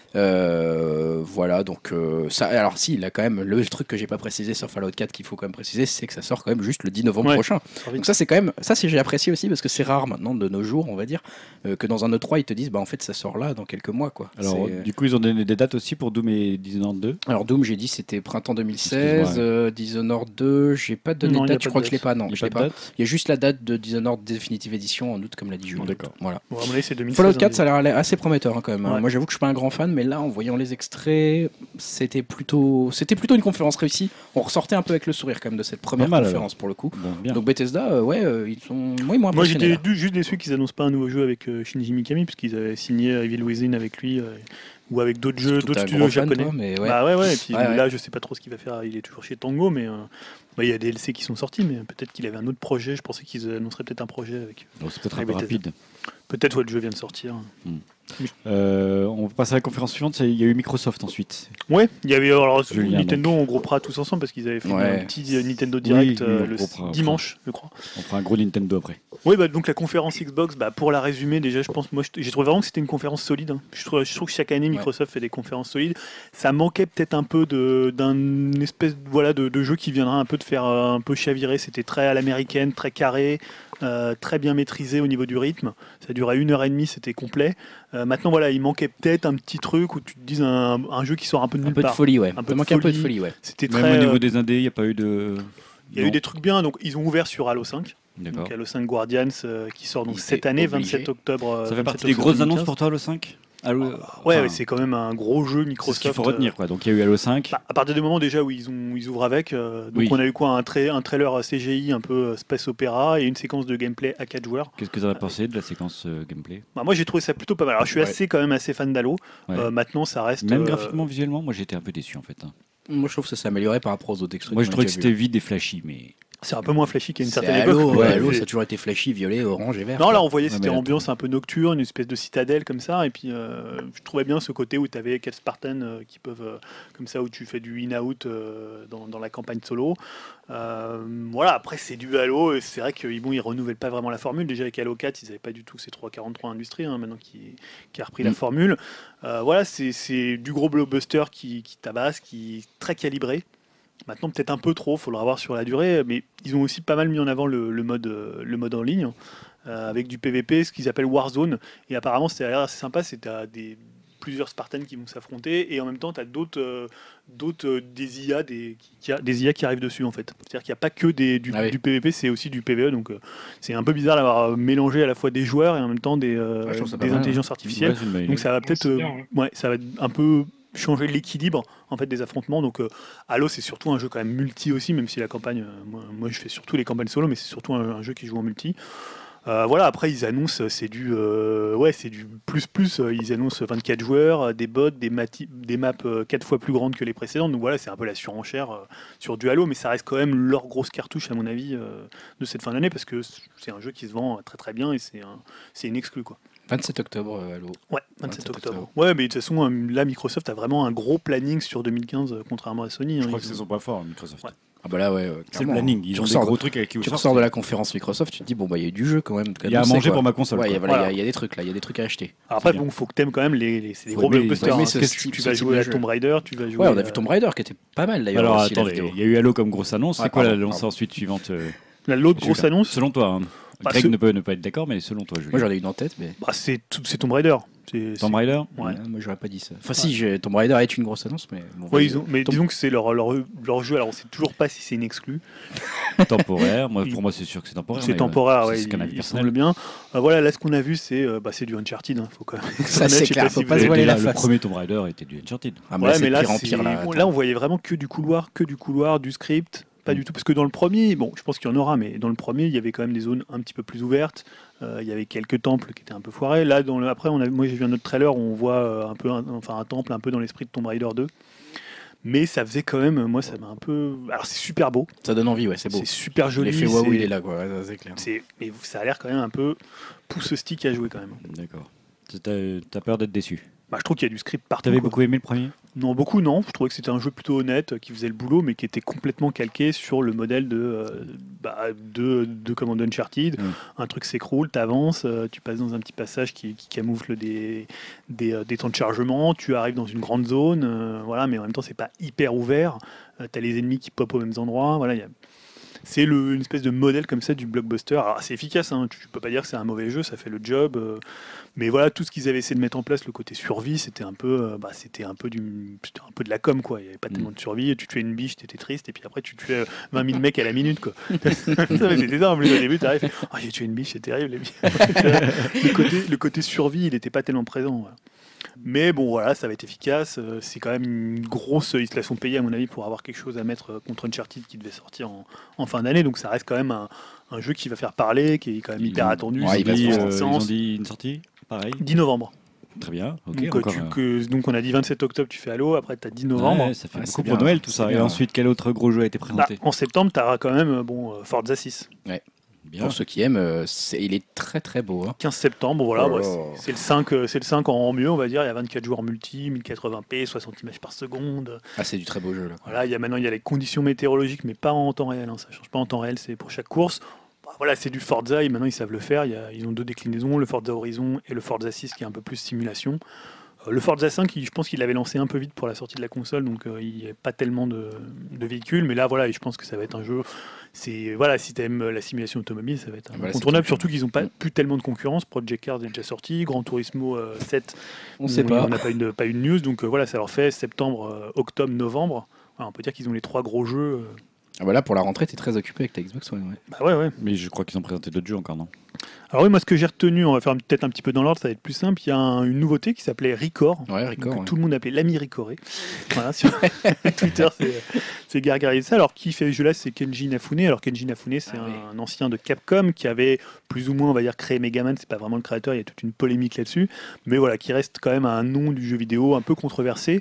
Voilà, donc ça. Alors si, il a quand même le truc que j'ai pas précisé sur Fallout 4 qu'il faut quand même préciser, c'est que ça sort quand même juste le 10 novembre prochain. Donc ça, c'est quand même j'ai apprécié aussi parce que c'est rare maintenant de nos jours, on va dire, que dans un E3 ils te disent en fait ça sort là dans quelques mois quoi. Alors du coup ils ont donné des dates aussi pour Doom et Dishonored 2. Alors Doom, j'ai dit c'était printemps 2016, Dishonored 2, j'ai pas donné de date, je crois que je l'ai pas, non, je l'ai pas. Il y a juste la date de Dishonored Definitive Edition en août comme l'a dit Julien. D'accord. Voilà. Bon, à mon avis, c'est 2016. Fallout 4 ça a l'air assez prometteur quand même. Moi j'avoue que je suis pas un grand fan, mais là en voyant les extraits, c'était plutôt une conférence réussie. On ressortait un peu avec le sourire quand même de cette première conférence pour le coup. Bon, donc Bethesda, ils sont moins Moi j'étais juste déçu qu'ils annoncent pas un nouveau jeu avec Shinji Mikami, puisqu'ils avaient signé Evil Within avec lui. ou avec d'autres jeux, Surtout d'autres t'es un studios gros fan, japonais. toi, mais ouais. Bah ouais. Et puis Ouais, ouais. là, je sais pas trop ce qu'il va faire. Il est toujours chez Tango, mais il y a des DLC qui sont sortis, mais peut-être qu'il avait un autre projet. Je pensais qu'ils annonceraient peut-être un projet avec. Bon, c'est peut-être un Avec peu Bethesda. rapide. Peut-être le jeu vient de sortir. On va passer à la conférence suivante. Il y a eu Microsoft ensuite. Ouais, il y avait alors Julien, Nintendo, on groupera tous ensemble parce qu'ils avaient fait Ouais. un petit Nintendo Direct Oui, on le groupera, dimanche, je crois. On fera un gros Nintendo après. Oui, bah, donc la conférence Xbox, bah, pour la résumer, déjà, je pense, moi, j'ai trouvé vraiment que c'était une conférence solide. Hein. Je trouve que chaque année, Microsoft fait des conférences solides. Ça manquait peut-être un peu d'un espèce de jeu qui viendra un peu de faire un peu chavirer. C'était très à l'américaine, très carré, très bien maîtrisé au niveau du rythme. Ça durait 1h30, c'était complet. Maintenant, voilà, il manquait peut-être un petit truc où tu te dises un jeu qui sort un peu de Un nulle peu de part. folie, ouais. Un peu Ça de manque un peu de folie. folie, ouais. C'était Même très. au niveau des indés, il n'y a pas eu de. Il y a eu des trucs bien, donc ils ont ouvert sur Halo 5. D'accord. Donc Halo 5 Guardians qui sort donc Ils cette étaient année, obligés. 27 octobre. Ça fait 27 partie des octobre grosses 2015. annonces pour toi, le 5 Halo, Ouais, enfin, ouais, c'est quand même un gros jeu c'est Microsoft. ce qu'il faut retenir, quoi. Donc il y a eu Halo 5. À partir du moment déjà où ils ouvrent avec, donc Oui. on a eu quoi, un trailer CGI un peu space opéra et une séquence de gameplay à 4 joueurs. Qu'est-ce que tu as pensé de la séquence gameplay? Bah, moi j'ai trouvé ça plutôt pas mal. Alors je suis Ouais. quand même assez fan d'Halo. Ouais. Maintenant ça reste. Même graphiquement, visuellement, moi j'étais un peu déçu en fait. Hein. Moi, je trouve que ça s'est amélioré par rapport aux autres extraits. Moi je qu'on a trouvais que déjà c'était vus. vide et flashy, mais. C'est un peu moins flashy qu'à une C'est certaine Halo, époque. ouais, Halo, c'est- ça a toujours été flashy, violet, orange et vert. Non, là quoi. on voyait Ouais, c'était mais là, ambiance un peu nocturne, une espèce de citadelle comme ça, et puis je trouvais bien ce côté où tu avais quelques Spartans qui peuvent, comme ça, où tu fais du in-out dans la campagne solo. Voilà, après c'est du Halo, et c'est vrai qu'ils ils renouvellent pas vraiment la formule. Déjà avec Halo 4, ils n'avaient pas du tout ces 343 Industries, hein, maintenant qui a repris la formule. Voilà, c'est du gros blockbuster qui tabasse, qui est très calibré. Maintenant, peut-être un peu trop, il faudra voir sur la durée, mais ils ont aussi pas mal mis en avant le mode en ligne, avec du PVP, ce qu'ils appellent Warzone, et apparemment, c'était assez sympa, c'est plusieurs Spartans qui vont s'affronter, et en même temps, tu as des IA, des IA qui arrivent dessus, en fait. C'est-à-dire qu'il n'y a pas que Ah oui. du PVP, c'est aussi du PVE, donc c'est un peu bizarre d'avoir mélangé à la fois des joueurs et en même temps des je trouve ça pas des mal, intelligences artificielles. Ouais, c'est une bonne idée. Donc ça va peut-être, c'est bien, ouais. ouais, ça va un peu changer l'équilibre en fait des affrontements. Donc Halo c'est surtout un jeu quand même multi aussi, même si la campagne, moi je fais surtout les campagnes solo, mais c'est surtout un jeu qui joue en multi. Voilà, après ils annoncent c'est du plus ils annoncent 24 joueurs, des bots, des maps 4 fois plus grandes que les précédentes. Donc voilà, c'est un peu la surenchère sur du Halo, mais ça reste quand même leur grosse cartouche à mon avis de cette fin d'année parce que c'est un jeu qui se vend très très bien et c'est une exclue quoi. 27 octobre, Halo. Ouais, 27 27 octobre. octobre. Ouais, mais de toute façon, là, Microsoft a vraiment un gros planning sur 2015, contrairement à Sony. Je hein, crois ils que c'est ont- son point fort, Microsoft. Ouais. Ah bah là, ouais. C'est le clairement. planning. Ils Tu ont des ressors gros de- trucs avec qui Tu ressors de la conférence Microsoft, tu te dis, bon, bah, il y a eu du jeu quand même. Il y a à manger pour ma console. Ouais, il y, quoi. a- voilà, Voilà. il y a des trucs là, il y a des trucs à acheter. Alors après, c'est bon, faut que t'aimes quand même c'est des Faut gros aimer- blockbusters. faut aimer hein, ce parce que style- tu ce vas type jouer de à jeu. Tomb Raider, tu vas jouer Ouais, on a à- vu Tomb Raider qui était pas mal d'ailleurs. Alors aussi, la attendez, vidéo. il y a eu Halo comme grosse annonce. Ouais, C'est quoi pardon, l'annonce pardon. ensuite suivante L'autre grosse Julien annonce, Selon toi. Hein. Bah, Greg ce- ne peut ne pas être d'accord, mais selon toi, Moi, Julien. j'en ai une en tête, mais. c'est Tomb Raider. Tomb Raider Ouais. Moi, j'aurais pas dit ça. Enfin, si, Tomb Raider est une grosse annonce, mais. Bon, Ouais, mais Tomb- disons que c'est leur jeu. Alors, on sait toujours pas si c'est une exclue. Temporaire. Il- Pour moi, c'est sûr que c'est temporaire. C'est mais, temporaire, c'est ouais, ce qu'un avis il personnel. semble bien. Voilà, là, ce qu'on a vu, c'est du Uncharted. Hein, faut quand même. Ça, être c'est honnête, je sais clair, pas faut si pas vous se avez- voiler la Le face. premier Tomb Raider était du Uncharted. Ah, mais Ouais, là, mais c'est là, pire en pire, là. on voyait vraiment que du couloir, du script. Pas du tout, parce que dans le premier, bon, je pense qu'il y en aura, mais dans le premier, il y avait quand même des zones un petit peu plus ouvertes. Il y avait quelques temples qui étaient un peu foirés. Là, après, moi j'ai vu un autre trailer où on voit un temple un peu dans l'esprit de Tomb Raider 2. Mais ça faisait quand même, moi ça m'a un peu. Alors c'est super beau, Ça donne envie, ouais, c'est beau. c'est super joli. L'effet waouh, c'est- il est là, quoi, ouais, ça, c'est clair. Mais ça a l'air quand même un peu pouce stick à jouer quand même. D'accord. T'as peur d'être déçu. Bah, je trouve qu'il y a du script partout. T'avais quoi. beaucoup aimé le premier? Non, beaucoup non. Je trouvais que c'était un jeu plutôt honnête, qui faisait le boulot, mais qui était complètement calqué sur le modèle de Command Uncharted. Un truc s'écroule, t'avances, tu passes dans un petit passage qui camoufle des temps de chargement, tu arrives dans une grande zone, voilà, mais en même temps c'est pas hyper ouvert. T'as les ennemis qui popent aux mêmes endroits, voilà. C'est une espèce de modèle comme ça du blockbuster. Alors c'est efficace, hein, tu peux pas dire que c'est un mauvais jeu, ça fait le job. Mais voilà, tout ce qu'ils avaient essayé de mettre en place, le côté survie, c'était un peu de la com, quoi. Il n'y avait pas tellement de survie. Tu tuais une biche, t'étais triste, et puis après tu tuais 20 000 mecs à la minute, quoi. C'était ça, en plus, au début, t'arrives, oh, j'ai tué une biche, c'est terrible, les biches. le côté survie, il n'était pas tellement présent. Voilà. Mais bon, voilà, ça va être efficace. C'est quand même une grosse. Ils se la sont payés, à mon avis, pour avoir quelque chose à mettre contre Uncharted qui devait sortir en fin d'année. Donc ça reste quand même un jeu qui va faire parler, qui est quand même hyper attendu. ouais, il va se Ils vendre. ont dit une sortie pareil. 10 novembre. Très bien. Ok, Donc, encore, donc on a dit 27 octobre, tu fais Halo, après tu as 10 novembre. ouais, ça fait Ouais, beaucoup c'est pour bien, Noël tout c'est ça. Et bien. ensuite, quel autre gros jeu a été présenté? En septembre, tu auras quand même Forza 6. Bien. Pour ceux qui aiment, il est très très beau. 15 septembre, voilà, Oh. ouais, c'est le 5 en mieux, on va dire. Il y a 24 joueurs multi, 1080p, 60 images par seconde. Ah, c'est du très beau jeu là. Voilà, maintenant il y a les conditions météorologiques, mais pas en temps réel. Ça change pas en temps réel, c'est pour chaque course. Bah, voilà, c'est du Forza et maintenant ils savent le faire. Ils ont 2 déclinaisons, le Forza Horizon et le Forza 6 qui est un peu plus simulation. Le Forza 5, je pense qu'il avait lancé un peu vite pour la sortie de la console, donc il n'y avait pas tellement de véhicules. Mais là, voilà, je pense que ça va être un jeu. Voilà, si tu aimes la simulation automobile, ça va être incontournable. Surtout qu'ils n'ont pas plus tellement de concurrence. Project Cars est déjà sorti, Gran Turismo 7, On sait pas. on n'a pas une news, donc voilà, ça leur fait septembre, octobre, novembre. Voilà, on peut dire qu'ils ont les 3 gros jeux. Ah, voilà, pour la rentrée, t'es très occupé avec ta Xbox One. Ouais. Bah ouais. Mais je crois qu'ils ont présenté d'autres jeux encore, non? Alors oui, moi ce que j'ai retenu, on va faire peut-être un petit peu dans l'ordre, ça va être plus simple. Il y a une nouveauté qui s'appelait Record, Ouais, Record. que Ouais. tout le monde appelait l'ami Ricoré. Voilà, sur Twitter, c'est gargarisé ça. Alors qui fait ce jeu-là, c'est Kenji Inafune. Alors Kenji Inafune, c'est un ancien de Capcom qui avait plus ou moins, on va dire, créé Megaman. C'est pas vraiment le créateur, il y a toute une polémique là-dessus, mais voilà, qui reste quand même un nom du jeu vidéo un peu controversé.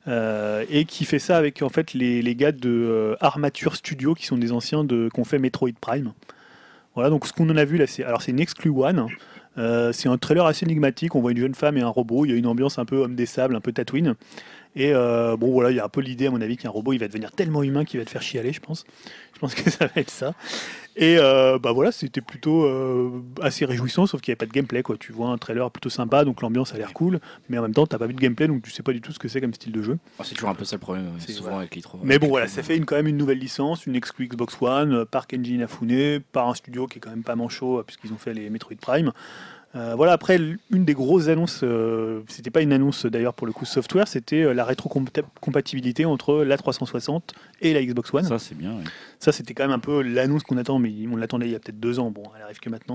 Et qui fait ça avec en fait les gars de Armature Studio, qui sont des anciens qui ont fait Metroid Prime. Voilà, donc ce qu'on en a vu là, c'est une exclu one. C'est un trailer assez énigmatique. On voit une jeune femme et un robot. Il y a une ambiance un peu homme des sables, un peu Tatooine. Et bon, voilà, il y a un peu l'idée, à mon avis, qu'un robot, il va devenir tellement humain qu'il va te faire chialer, je pense. Je pense que ça va être ça. Et bah voilà, c'était plutôt assez réjouissant, sauf qu'il n'y avait pas de gameplay, quoi. Tu vois un trailer plutôt sympa, donc l'ambiance a l'air cool, mais en même temps, t'as pas vu de gameplay, donc tu sais pas du tout ce que c'est comme style de jeu. Oh, c'est toujours un peu ça le problème, souvent voilà. avec les trop. Mais bon, voilà, ça fait quand même une nouvelle licence, une exclu Xbox One, par Kenji Inafune, par un studio qui est quand même pas manchot, puisqu'ils ont fait les Metroid Prime. Voilà, après, une des grosses annonces, c'était pas une annonce d'ailleurs pour le coup software, c'était la rétrocompatibilité entre la 360 et la Xbox One. Ça, c'est bien. Oui. Ça, c'était quand même un peu l'annonce qu'on attend, mais on l'attendait il y a peut-être 2 ans. Bon, elle arrive que maintenant.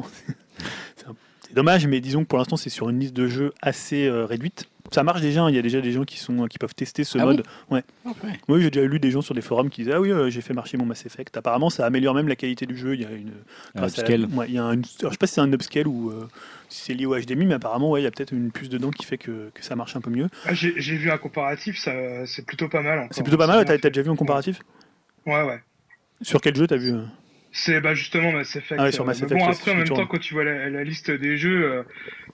C'est dommage, mais disons que pour l'instant, c'est sur une liste de jeux assez réduite. Ça marche déjà, il y a déjà des gens qui peuvent tester ce mode. Oui, Oui, j'ai déjà lu des gens sur des forums qui disaient ah oui, j'ai fait marcher mon Mass Effect. Apparemment, ça améliore même la qualité du jeu. Il y a Un upscale. il y a alors, je sais pas si c'est un upscale ou si c'est lié au HDMI, mais apparemment, il y a peut-être une puce dedans qui fait que ça marche un peu mieux. Ah, j'ai vu un comparatif, c'est plutôt pas mal. C'est plutôt pas mal. T'as déjà vu un comparatif? Ouais. Sur quel jeu t'as vu? C'est justement Mass Effect. Ah ouais, sur Mass Effect. Bon, après, en même temps, quand tu vois la liste des jeux,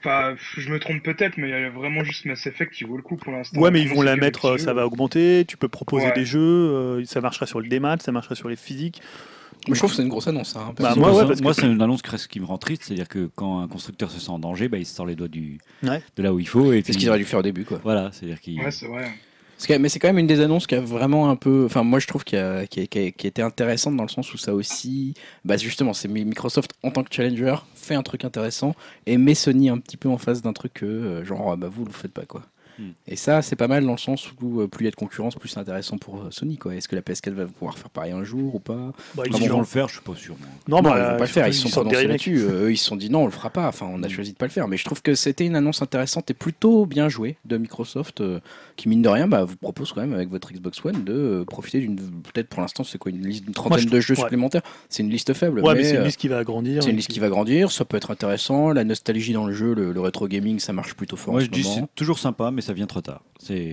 je me trompe peut-être, mais il y a vraiment juste Mass Effect qui vaut le coup pour l'instant. Ouais, mais ils vont la mettre, ça va augmenter, tu peux proposer des jeux, ça marchera sur le démat, ça marchera sur les physiques. Mais je trouve que c'est une grosse annonce. Hein, moi, c'est une annonce qui me rend triste, c'est-à-dire que quand un constructeur se sent en danger, il se sort les doigts de là où il faut. C'est ce qu'ils auraient dû faire au début, quoi. Voilà, c'est-à-dire qu'il... Ouais, c'est vrai. Mais c'est quand même une des annonces qui a vraiment un peu. Enfin, moi je trouve qui était intéressante dans le sens où ça aussi. Bah, justement, c'est Microsoft en tant que challenger fait un truc intéressant et met Sony un petit peu en face d'un truc que, genre, vous le faites pas, quoi. Et ça, c'est pas mal dans le sens où plus il y a de concurrence, plus c'est intéressant pour Sony, quoi. Est-ce que la PS4 va pouvoir faire pareil un jour ou pas? Ils vont le faire, je suis pas sûr. Non, ils vont pas le faire, ils se sont prononcés là-dessus. Eux, ils se sont dit non, on le fera pas. Enfin, on a choisi de pas le faire. Mais je trouve que c'était une annonce intéressante et plutôt bien jouée de Microsoft qui, mine de rien, vous propose quand même avec votre Xbox One de profiter d'une. Peut-être pour l'instant, c'est quoi, une liste d'une trentaine de jeux supplémentaires. C'est une liste faible. Ouais, mais c'est une liste qui va agrandir. C'est une liste qui va grandir, ça peut être intéressant. La nostalgie dans le jeu, le rétro gaming, ça marche plutôt fort. Moi, je dis c'est toujours sympa, mais ça vient trop tard.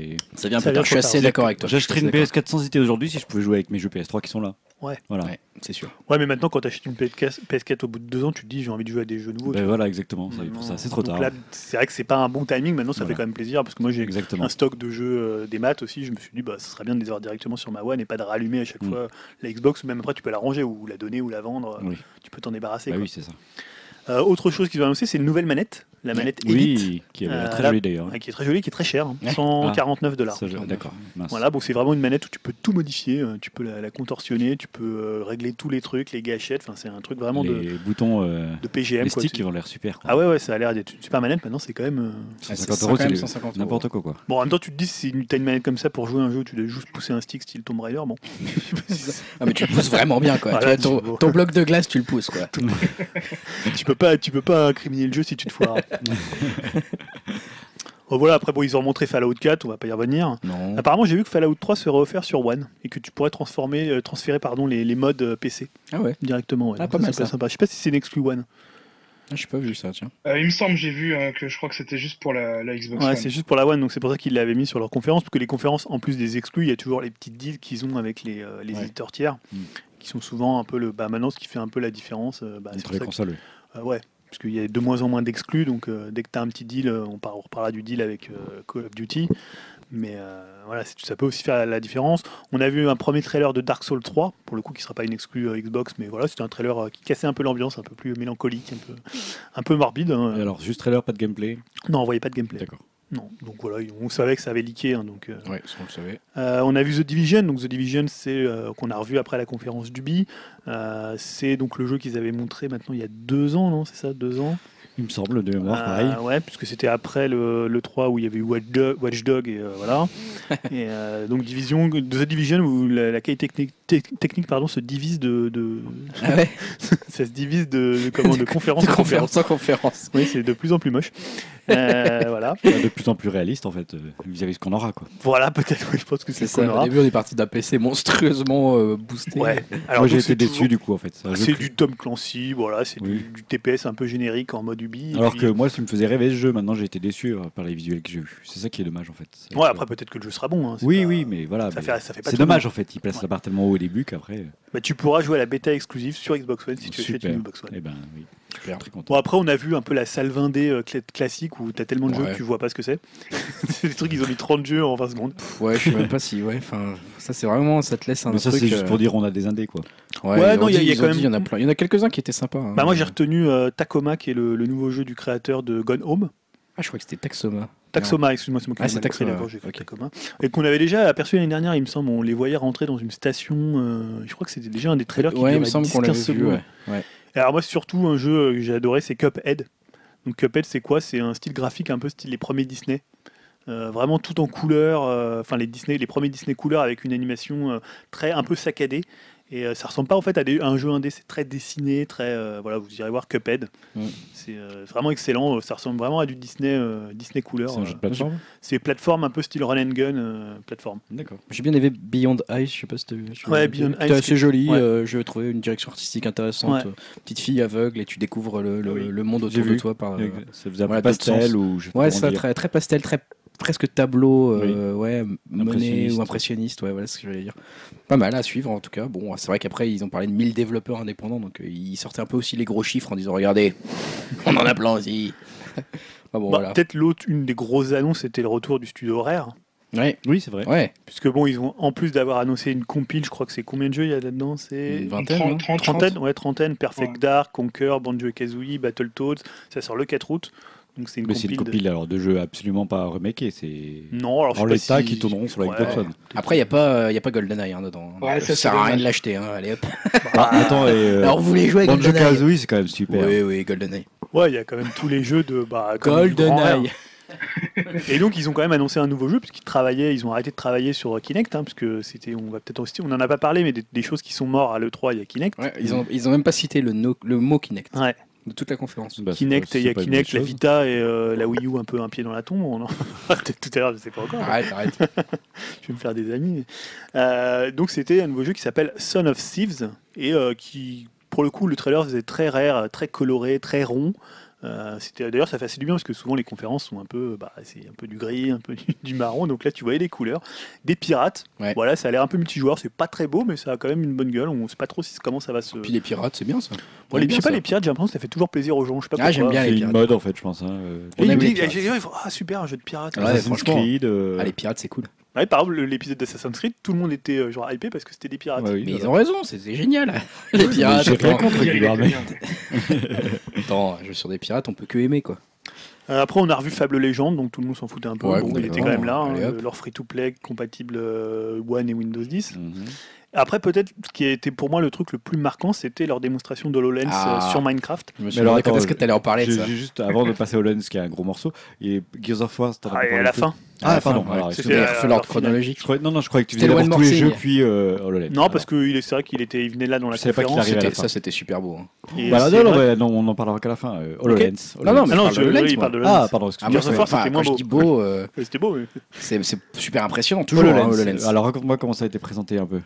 Ça vient plus tard. Je suis assez d'accord avec toi. J'achèterais une PS4 sans hésiter aujourd'hui si je pouvais jouer avec mes jeux PS3 qui sont là. Ouais. Voilà. Ouais, c'est sûr. Ouais, mais maintenant, quand tu achètes une PS4 au bout de 2 ans, tu te dis j'ai envie de jouer à des jeux nouveaux. Voilà, exactement. C'est pour ça, c'est trop tard. Là, c'est vrai que c'est pas un bon timing. Maintenant, ça fait quand même plaisir parce que moi, j'ai un stock de jeux des maths aussi. Je me suis dit, ça serait bien de les avoir directement sur ma One et pas de rallumer à chaque fois la Xbox. Ou même après, tu peux la ranger ou la donner ou la vendre. Tu peux t'en débarrasser. Oui, c'est ça. Autre chose qu'ils ont annoncé, c'est une nouvelle manette, la manette Elite. Oui, qui est très jolie d'ailleurs. Qui est très jolie, qui est très chère, $149. D'accord. Voilà, bon, c'est vraiment une manette où tu peux tout modifier, tu peux la contorsionner, tu peux régler tous les trucs, les gâchettes, enfin c'est un truc vraiment les boutons de PGM. Les sticks qui ont l'air super. Ah ouais, ça a l'air d'être une super manette, maintenant c'est quand même... 150 €, c'est n'importe quoi. Bon, en même temps, tu te dis, si t'as une manette comme ça pour jouer à un jeu, tu dois juste pousser un stick style Tomb Raider, bon. Ah mais tu le pousses vraiment bien, quoi. Voilà, ton bloc de glace, tu le pousses, quoi. Tu peux pas incriminer le jeu si tu te foires. Voilà, après ils ont montré Fallout 4, on va pas y revenir. Non. Apparemment, j'ai vu que Fallout 3 serait offert sur One et que tu pourrais transférer les mods PC. Ah ouais. Directement. Ouais. Ah, pas mal ça. Sympa. Je sais pas si c'est une exclu One. Ah, j'ai pas vu ça, tiens. Il me semble, j'ai vu que je crois que c'était juste pour la Xbox Ouais, One. c'est juste pour la One, donc c'est pour ça qu'ils l'avaient mis sur leur conférence, parce que les conférences, en plus des exclus, il y a toujours les petites deals qu'ils ont avec les éditeurs tiers, qui sont souvent un peu maintenant ce qui fait un peu la différence. C'est Entre pour les ça consoles. ouais, parce qu'il y a de moins en moins d'exclus, donc dès que tu as un petit deal, on reparlera du deal avec Call of Duty. Mais voilà, ça peut aussi faire la différence. On a vu un premier trailer de Dark Souls 3, pour le coup qui ne sera pas une exclue Xbox, mais voilà, c'était un trailer qui cassait un peu l'ambiance, un peu plus mélancolique, un peu morbide. Hein. Et alors, juste trailer, pas de gameplay. Non, on voyait pas de gameplay. D'accord. Non, donc voilà, on savait que ça avait leaké. Hein, donc, Ouais, ça on le savait. on a vu The Division. Donc The Division, c'est qu'on a revu après la conférence d'Ubi. C'est donc le jeu qu'ils avaient montré maintenant il y a 2 ans, non? C'est ça, 2 ans? Il me semble, de mémoire, pareil. Ouais, puisque c'était après le 3 où il y avait eu Watch Dog et voilà. Et donc The Division où la qualité technique pardon, se divise Ah ouais. ça se divise de conférence De en conférence en conférence. Oui, c'est de plus en plus moche. Voilà. De plus en plus réaliste, en fait, vis-à-vis de ce qu'on aura, quoi. Voilà, peut-être, oui, je pense que c'est ce C'est qu'on ça. Au aura. début, on est parti d'un PC monstrueusement boosté. Ouais. Moi, j'ai donc, été c'est déçu, toujours- du coup, en fait. C'est un jeu C'est que- du Tom Clancy, voilà, c'est Oui. du TPS un peu générique en mode Ubi. et Alors puis- que moi, ce qui me faisait rêver ce jeu, maintenant, j'ai été déçu par les visuels que j'ai vus. C'est ça qui est dommage, en fait. C'est- Ouais, après peut-être que le jeu sera bon. Hein, c'est Oui, pas- oui, mais voilà. ça mais fait pas c'est tout dommage, le en fait. Il place Ouais. la barre tellement haut au début qu'après. Bah, tu pourras jouer à la bêta exclusive sur Xbox One si tu achètes Super. une Xbox One. Eh ben, oui. Je suis très content. Bon, après, on a vu un peu la salvindée classique où t'as tellement de jeux Ouais. que tu vois pas ce que c'est. C'est des trucs, ils ont mis 30 jeux en 20 secondes. Ouais, je sais même pas si. Ouais, enfin, ça c'est vraiment, ça te laisse un Mais ça, truc. c'est juste pour dire on a des indés, quoi. Ouais, ils non, ont il y a dit- ils quand ont même- dit, il y en a plein. Il y en a quelques-uns qui étaient sympas. Hein. Bah, moi, j'ai retenu Tacoma, qui est le nouveau jeu du créateur de Gone Home. Ah, je crois que c'était Taxoma. Taxoma, excuse-moi, c'est moi qui Ah, l'ai c'est mal écrit, Taxoma, d'accord, j'ai fait ok. Tacoma. Et qu'on avait déjà aperçu l'année dernière, il me semble. On les voyait rentrer dans une station. Je crois que c'était déjà un des trailers qui Ouais, il durait me semble qu'on 10-15 l'avait vu. secondes. Ouais. Et alors moi, surtout, un jeu que j'ai adoré, c'est Cuphead. Donc Cuphead, c'est quoi? C'est un style graphique un peu style les premiers Disney. Vraiment tout en couleur, enfin les premiers Disney couleurs avec une animation un peu saccadée. Et ça ressemble pas en fait à un jeu indé, c'est très dessiné, voilà, vous irez voir Cuphead. Mm. C'est vraiment excellent, ça ressemble vraiment à du Disney couleur. C'est un jeu de plateforme. C'est plateforme un peu style run and gun, plateforme. D'accord. J'ai bien aimé Beyond Ice, je sais pas si t'as vu. Ouais, Beyond C'était Ice, assez joli, ouais. je trouvais une direction artistique intéressante. Ouais. Petite fille aveugle et tu découvres Oui. le monde J'ai autour de vu. toi par. Ça faisait un voilà, peu d'autres pastel sens. ou je sais pas Ouais, comment ça, dire. très, très pastel, très presque tableau, ouais, monnaie Impressionniste. ou impressionniste, ouais, voilà ce que j'allais dire. Pas mal à suivre en tout cas. Bon, c'est vrai qu'après ils ont parlé de 1000 développeurs indépendants, donc ils sortaient un peu aussi les gros chiffres en disant regardez, on en a plein aussi. Ah bon, voilà. Peut-être une des grosses annonces, c'était le retour du studio Rare. Ouais, Oui, c'est vrai. ouais, Puisque bon, ils ont, en plus d'avoir annoncé une compile, je crois que c'est combien de jeux il y a là-dedans? C'est une vingtaine. hein. 30. trentaine, Perfect Ouais. Dark, Conquer, Banjo-Kazooie, Battletoads, ça sort le 4 août. Donc c'est une Mais c'est une compile. compile alors de jeux absolument pas remakés. C'est Non, alors je sais en pas l'état si- qui tourneront sur la Ouais. Xbox One. Après, il n'y a pas GoldenEye hein, dedans. Ouais, ça, sert c'est à rien dommage. de l'acheter. Hein. Allez hop. Ah, attends, et Alors, vous voulez jouer avec Banjo GoldenEye Kazooie, c'est quand même super. Oui, oui, GoldenEye. Ouais, il y a quand même tous les jeux de comme du grand Rare. GoldenEye. Et donc ils ont quand même annoncé un nouveau jeu puisqu'ils travaillaient, ils ont arrêté de travailler sur Kinect, hein, parce que c'était, on va peut-être aussi, on en a pas parlé, mais des choses qui sont mortes à l'E3, il y a Kinect. Ouais, ils ont même pas cité le mot Kinect Ouais. de toute la conférence. Bah, c'est Kinect, pas- il y a c'est pas une Kinect, la bonne chose. Vita et la Wii U un peu un pied dans la tombe. On en peut-être tout à l'heure, je sais pas encore. Arrête. Je vais me faire des amis. Donc c'était un nouveau jeu qui s'appelle Son of Thieves et qui, pour le coup, le trailer faisait très rare, très coloré, très rond. D'ailleurs, ça fait assez du bien parce que souvent les conférences sont un peu, c'est un peu du gris, un peu du marron. Donc là, tu voyais des couleurs, des pirates. Ouais. Voilà, ça a l'air un peu multijoueur. C'est pas très beau, mais ça a quand même une bonne gueule. On sait pas trop comment ça va se. Puis les pirates, c'est bien ça. Bon, je sais pas, les pirates, j'ai l'impression que ça fait toujours plaisir aux gens. Je sais pas Ah, pourquoi. j'aime bien C'est les une pirates. mode en fait, je pense. Hein. Et On il aime me les dit, pirates. super, un jeu de pirates. Ouais, Assassin's franchement. Creed. Ah, les pirates, c'est cool. Ouais, par exemple, l'épisode d'Assassin's Creed, tout le monde était genre hypé parce que c'était des pirates. Ouais, oui, Mais voilà. ils ont raison, c'est génial. Les Mais pirates. j'ai rien attends, contre les pirates, mais- attends, un jeu sur des pirates, on peut que aimer quoi. Après, on a revu Fable Legends, donc tout le monde s'en foutait un peu. Ouais, Bon, il complètement. était quand même là, hein, Allez, hop. leur free-to-play compatible One et Windows 10. Mhm. Après, peut-être, ce qui a été pour moi le truc le plus marquant, c'était leur démonstration d'HoloLens Ah. sur Minecraft. Je me suis Mais alors, demandé quand attends, est-ce que tu allais en parler de ça. J'ai juste avant de passer au Lens, qui est un gros morceau, et Gears of War, t'en as pas Et parlé à la un peu. fin. Ah, pardon. ouais. Alors, C'était Ils excuse-moi. la- refait leur l'ordre chronologique. Non, je croyais que tu C'était faisais le d'abord One tous les More jeux, Thing. puis HoloLens. Non, parce que c'est vrai qu'il venait là dans la Je savais pas qu'il conférence. arrivait à la fin. Ça, c'était super beau. hein. Et Voilà, c'est non, vrai- non, on en parlera qu'à la fin. HoloLens. Non, non, mais Ah non, je parle de HoloLens, il moi. parle de HoloLens. Ah, pardon, Ah, excuse-moi. moi, Gears of War, c'était quand moins je beau. dis beau, C'était beau, oui. c'est super impressionnant, toujours, hein, HoloLens. HoloLens. Alors, raconte-moi comment ça a été présenté un peu.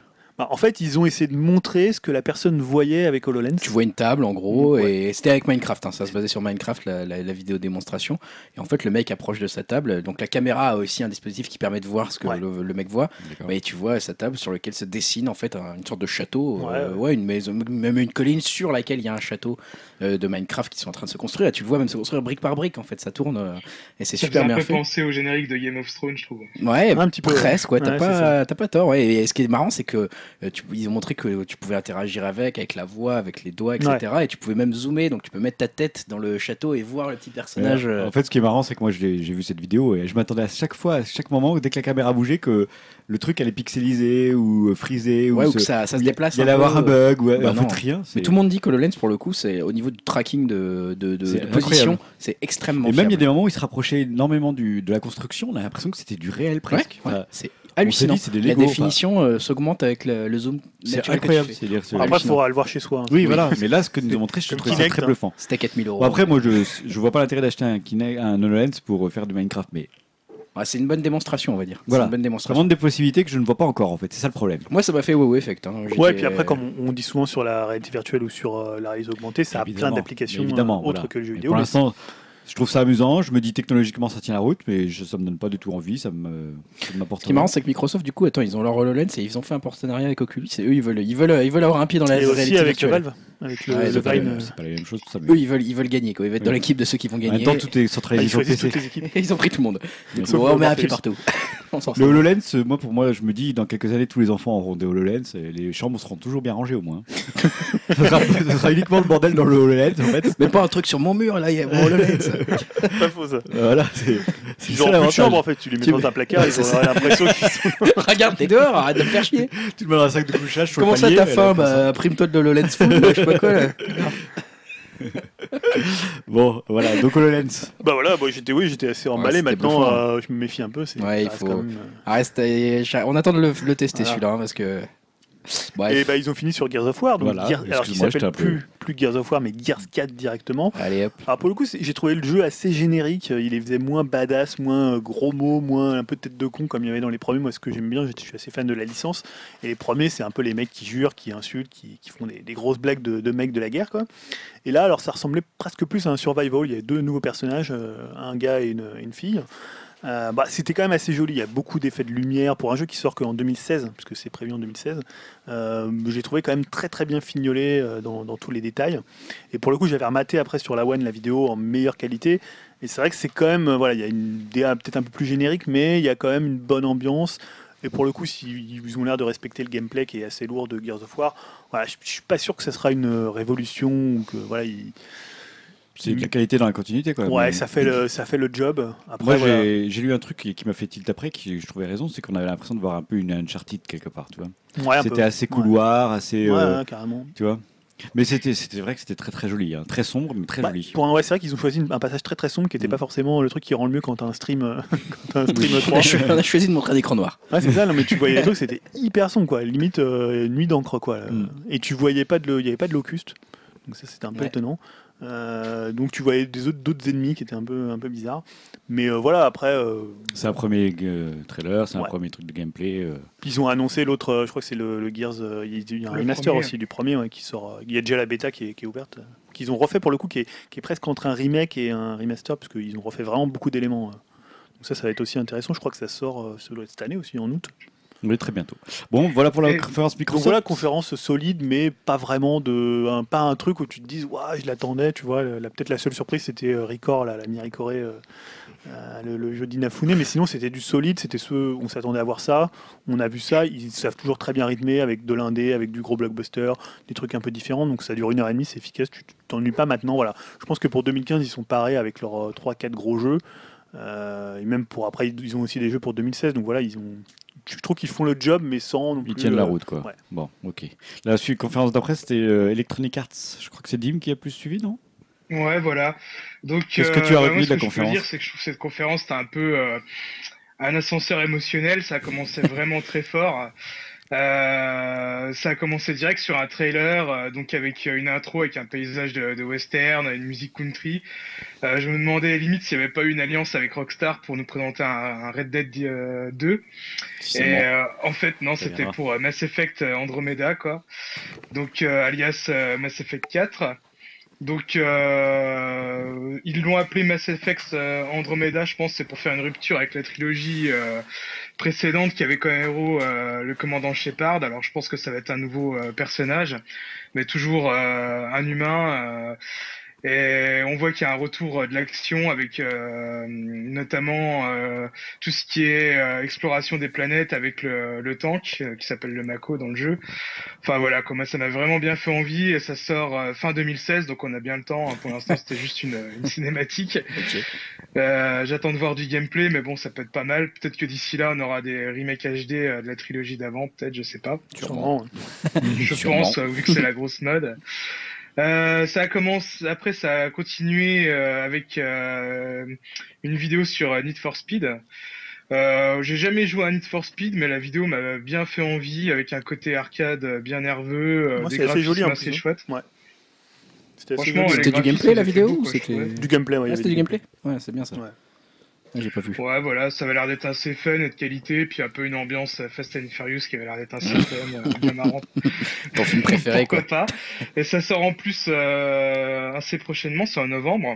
En fait, ils ont essayé de montrer ce que la personne voyait avec HoloLens. Tu vois une table en gros, Ouais. et c'était avec Minecraft, hein, ça se basait sur Minecraft, la vidéo démonstration. Et en fait, le mec approche de sa table, donc la caméra a aussi un dispositif qui permet de voir ce que Ouais. le mec voit. D'accord. Mais tu vois sa table sur laquelle se dessine en fait une sorte de château, Ouais. une maison, même une colline sur laquelle il y a un château de Minecraft qui sont en train de se construire. Et tu le vois même se construire brique par brique en fait, ça tourne et c'est Ça faisait super un bien peu fait. penser au générique de Game of Thrones, je trouve. Ouais, Un petit peu, presque, ouais, ouais, c'est t'as pas tort. Ouais. Et ce qui est marrant, c'est que ils ont montré que tu pouvais interagir avec la voix, avec les doigts, etc. Et tu pouvais même zoomer, donc tu peux mettre ta tête dans le château et voir le petit personnage. En fait, ce qui est marrant, c'est que moi, j'ai vu cette vidéo et je m'attendais à chaque moment, dès que la caméra bougeait, que le truc allait pixeliser ou friser. Ouais, ou se- que ça se déplace. Il y allait un peu. avoir un bug. Ou, Bah en non. fait, rien. Mais tout le monde dit que HoloLens, pour le coup, c'est au niveau du tracking de C'est position, incroyable. c'est extrêmement Et même, il y a fiable. des moments où il se rapprochait énormément de la construction. On a l'impression que c'était du réel presque. Ouais, Enfin, c'est on hallucinant. s'est dit, c'est des La Lego, définition s'augmente avec le zoom c'est naturel que incroyable. tu fais. C'est-à-dire, c'est- Après, Après, il hallucinant. faudra le voir chez soi. hein. Oui, voilà. Mais là, ce que nous ont montré, je Comme trouve ça Kinect, très hein. bluffant. C'était 4000 euros. Bon, après, moi, je vois pas l'intérêt d'acheter un HoloLens pour faire du Minecraft. Mais Ouais, c'est une bonne démonstration, on va dire. Voilà. C'est une bonne ça démonstration. montre des possibilités que je ne vois pas encore, en fait. C'est ça le problème. Moi, ça m'a fait wow effect. Hein. Ouais, J'étais- puis après, comme on dit souvent sur la réalité virtuelle ou sur la réalité augmentée, ça a plein Évidemment. d'applications Mais évidemment, autres voilà. que le jeu Mais vidéo. pour mais l'instant, je trouve ça amusant. Je me dis technologiquement ça tient la route, mais ça me donne pas du tout envie. Ça m'apporte Ce qui est marrant, c'est que Microsoft, du coup, attends, ils ont leur HoloLens et ils ont fait un partenariat avec Oculus. Et eux, ils veulent avoir un pied dans la Et aussi réalité avec virtuelle. Valve, avec Ouais, le c'est pas, Vine. c'est pas la même chose, tout ça. Mais... Eux, ils veulent gagner, quoi. Ils veulent être dans Oui. l'équipe de ceux qui vont En gagner. même temps, tout est Ils centralisé sur choisissent PC. toutes les équipes. Et ils ont pris tout le monde. Du Sauf coup, on met un Morpheus. pied partout. On s'en Le sort. HoloLens, pour moi, je me dis, dans quelques années, tous les enfants auront des HoloLens et les chambres seront toujours bien rangées au moins. Ce sera uniquement le bordel dans le HoloLens, en fait. Mais pas un truc sur mon mur, là, il y a mon HoloLens. Pas faux ça. Voilà, c'est Ils ça auront plus de l'avantage. chambre en fait, tu les mets Tu dans mets- un placard, ils c'est auraient l'impression qu'ils sont. Regarde, t'es dehors, arrête de me faire chier. Tu te mets dans un sac de couchage sur Comment le ça, palier. t'as et faim là, Bah, imprime-toi de l'HoloLens full, je sais pas quoi, là. Bon, voilà, donc HoloLens. Bah voilà, j'étais assez emballé. c'était Maintenant, bluffant, hein. je me méfie un peu. Ouais, il ça reste faut- quand même, Reste, on attend de le tester Voilà. celui-là, hein, parce que. Bref. Et bah ils ont fini sur Gears of War, donc Voilà, alors qui excuse-moi, j'étais s'appelle un peu- plus Gears of War, mais Gears 4 directement. Allez hop. Alors pour le coup, j'ai trouvé le jeu assez générique. Il les faisait moins badass, moins gros mots, moins un peu tête de con comme il y avait dans les premiers. Moi, ce que j'aime bien, je suis assez fan de la licence. Et les premiers, c'est un peu les mecs qui jurent, qui insultent, qui font des grosses blagues de mecs de la guerre, quoi. Et là, alors ça ressemblait presque plus à un survival. Il y avait deux nouveaux personnages, un gars et une fille. C'était quand même assez joli, il y a beaucoup d'effets de lumière pour un jeu qui sort qu'en 2016, puisque c'est prévu en 2016. J'ai trouvé quand même très très bien fignolé dans tous les détails. Et pour le coup, j'avais rematé après sur la One la vidéo en meilleure qualité. Et c'est vrai que c'est quand même, voilà, il y a une DA peut-être un peu plus générique, mais il y a quand même une bonne ambiance. Et pour le coup, ils ont l'air de respecter le gameplay qui est assez lourd de Gears of War. Voilà, je suis pas sûr que ça sera une révolution ou que voilà, C'est de la qualité dans la continuité, quoi. ouais, Mais- ça fait le job. Après, Moi, voilà. j'ai lu un truc qui m'a fait tilt après, je trouvais raison, c'est qu'on avait l'impression de voir un peu une Uncharted quelque part, tu vois. Ouais, un peu. C'était assez couloir, assez, Ouais, carrément. tu vois. Mais c'était vrai que c'était très très joli, hein. Très sombre, mais très Bah, joli. c'est vrai qu'ils ont choisi un passage très très sombre qui n'était pas forcément le truc qui rend le mieux quand t'as un stream, quand t'as un stream 3. On a choisi de montrer un écran noir. Ouais, c'est ça, non, mais tu voyais les trucs, c'était hyper sombre, quoi. Limite nuit d'encre, quoi. Et tu voyais pas il y avait pas de locuste, donc ça c'était un peu Ouais. étonnant. Donc tu voyais d'autres ennemis qui étaient un peu bizarres. Mais voilà, après, C'est un premier trailer, c'est un Ouais. premier truc de gameplay. ils ont annoncé l'autre, je crois que c'est le Gears, il y a un Le remaster premier. aussi du premier qui sort. Il y a déjà la bêta qui est ouverte, qu'ils ont refait pour le coup, qui est presque entre un remake et un remaster, parce qu'ils ont refait vraiment beaucoup d'éléments. Donc ça va être aussi intéressant. Je crois que ça sort cette année aussi, en août. Mais très bientôt. Bon, voilà pour la Et- conférence Donc Microsoft. voilà, conférence solide, mais pas vraiment pas un truc où tu te dises, waouh, je l'attendais, tu vois. Peut-être la seule surprise, c'était Record, la mi-Recoré, le jeu d'Inafune, mais sinon c'était du solide, c'était on s'attendait à voir ça, on a vu ça, ils savent toujours très bien rythmer avec de l'indé, avec du gros blockbuster, des trucs un peu différents, donc ça dure 1h30, c'est efficace, tu t'ennuies pas maintenant, voilà. Je pense que pour 2015, ils sont parés avec leurs 3-4 gros jeux, et même pour après, ils ont aussi des jeux pour 2016, donc voilà, je trouve qu'ils font le job, mais sans non plus. Ils tiennent la route, quoi. ouais. Bon, ok. La conférence d'après, c'était Electronic Arts. Je crois que c'est Dim qui a plus suivi, non? Ouais, voilà. Donc, Qu'est-ce que tu as retenu moi, de la ce que je conférence peux dire, c'est que je trouve que cette conférence, c'était un peu un ascenseur émotionnel. Ça a commencé vraiment très fort. ça a commencé direct sur un trailer, donc avec une intro avec un paysage de western, une musique country. Je me demandais limite s'il n'y avait pas eu une alliance avec Rockstar pour nous présenter un Red Dead 2. Et en fait, non, c'était pour Mass Effect Andromeda, quoi. Donc, alias Mass Effect 4. Donc, ils l'ont appelé Mass Effect Andromeda, je pense, c'est pour faire une rupture avec la trilogie précédente qui avait comme héros le commandant Shepard. Alors, je pense que ça va être un nouveau personnage, mais toujours un humain. Et on voit qu'il y a un retour de l'action avec notamment tout ce qui est exploration des planètes avec le tank qui s'appelle le Mako dans le jeu. Enfin voilà, comment ça m'a vraiment bien fait envie et ça sort fin 2016 donc on a bien le temps. Hein. Pour l'instant c'était juste une cinématique. Okay. J'attends de voir du gameplay mais bon ça peut être pas mal. Peut-être que d'ici là on aura des remakes HD de la trilogie d'avant, peut-être, je sais pas. Sûrement. Je pense vu que c'est la grosse mode. Ça a continué avec une vidéo sur Need for Speed. J'ai jamais joué à Need for Speed, mais la vidéo m'a bien fait envie, avec un côté arcade bien nerveux, Moi, des c'est assez joli, assez chouettes. Ouais. C'était Franchement, c'était du gameplay la vidéo ou c'était du gameplay, ouais. C'était du gameplay. Ouais, c'est bien ça. Ouais. J'ai pas vu. Ouais, voilà, ça avait l'air d'être assez fun et de qualité, puis un peu une ambiance Fast and Furious qui avait l'air d'être assez fun, bien marrant. Ton film préféré, Pourquoi pas. Et ça sort en plus assez prochainement, c'est en novembre.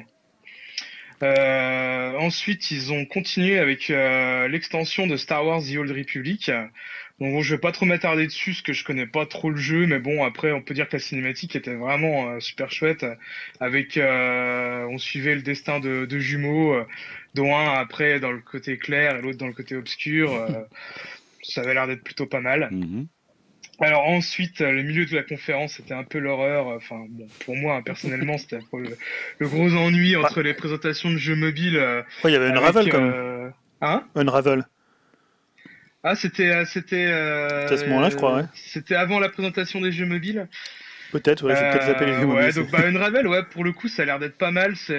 Ensuite, ils ont continué avec l'extension de Star Wars The Old Republic. Donc bon, je vais pas trop m'attarder dessus, parce que je connais pas trop le jeu, mais bon, après, on peut dire que la cinématique était vraiment super chouette. Avec, on suivait le destin de jumeaux, dont un après dans le côté clair et l'autre dans le côté obscur. Ça avait l'air d'être plutôt pas mal. Alors ensuite, le milieu de la conférence, c'était un peu l'horreur. Enfin, bon, pour moi, personnellement, c'était le gros ennui entre les présentations de jeux mobiles. Il y avait Unravel quand même. Unravel. Ah, c'était à ce moment-là, je crois, ouais. C'était avant la présentation des jeux mobiles. Peut-être, ouais, j'ai peut-être zappé les jeux mobiles. Ouais, donc Unravel, ouais, pour le coup, ça a l'air d'être pas mal. C'est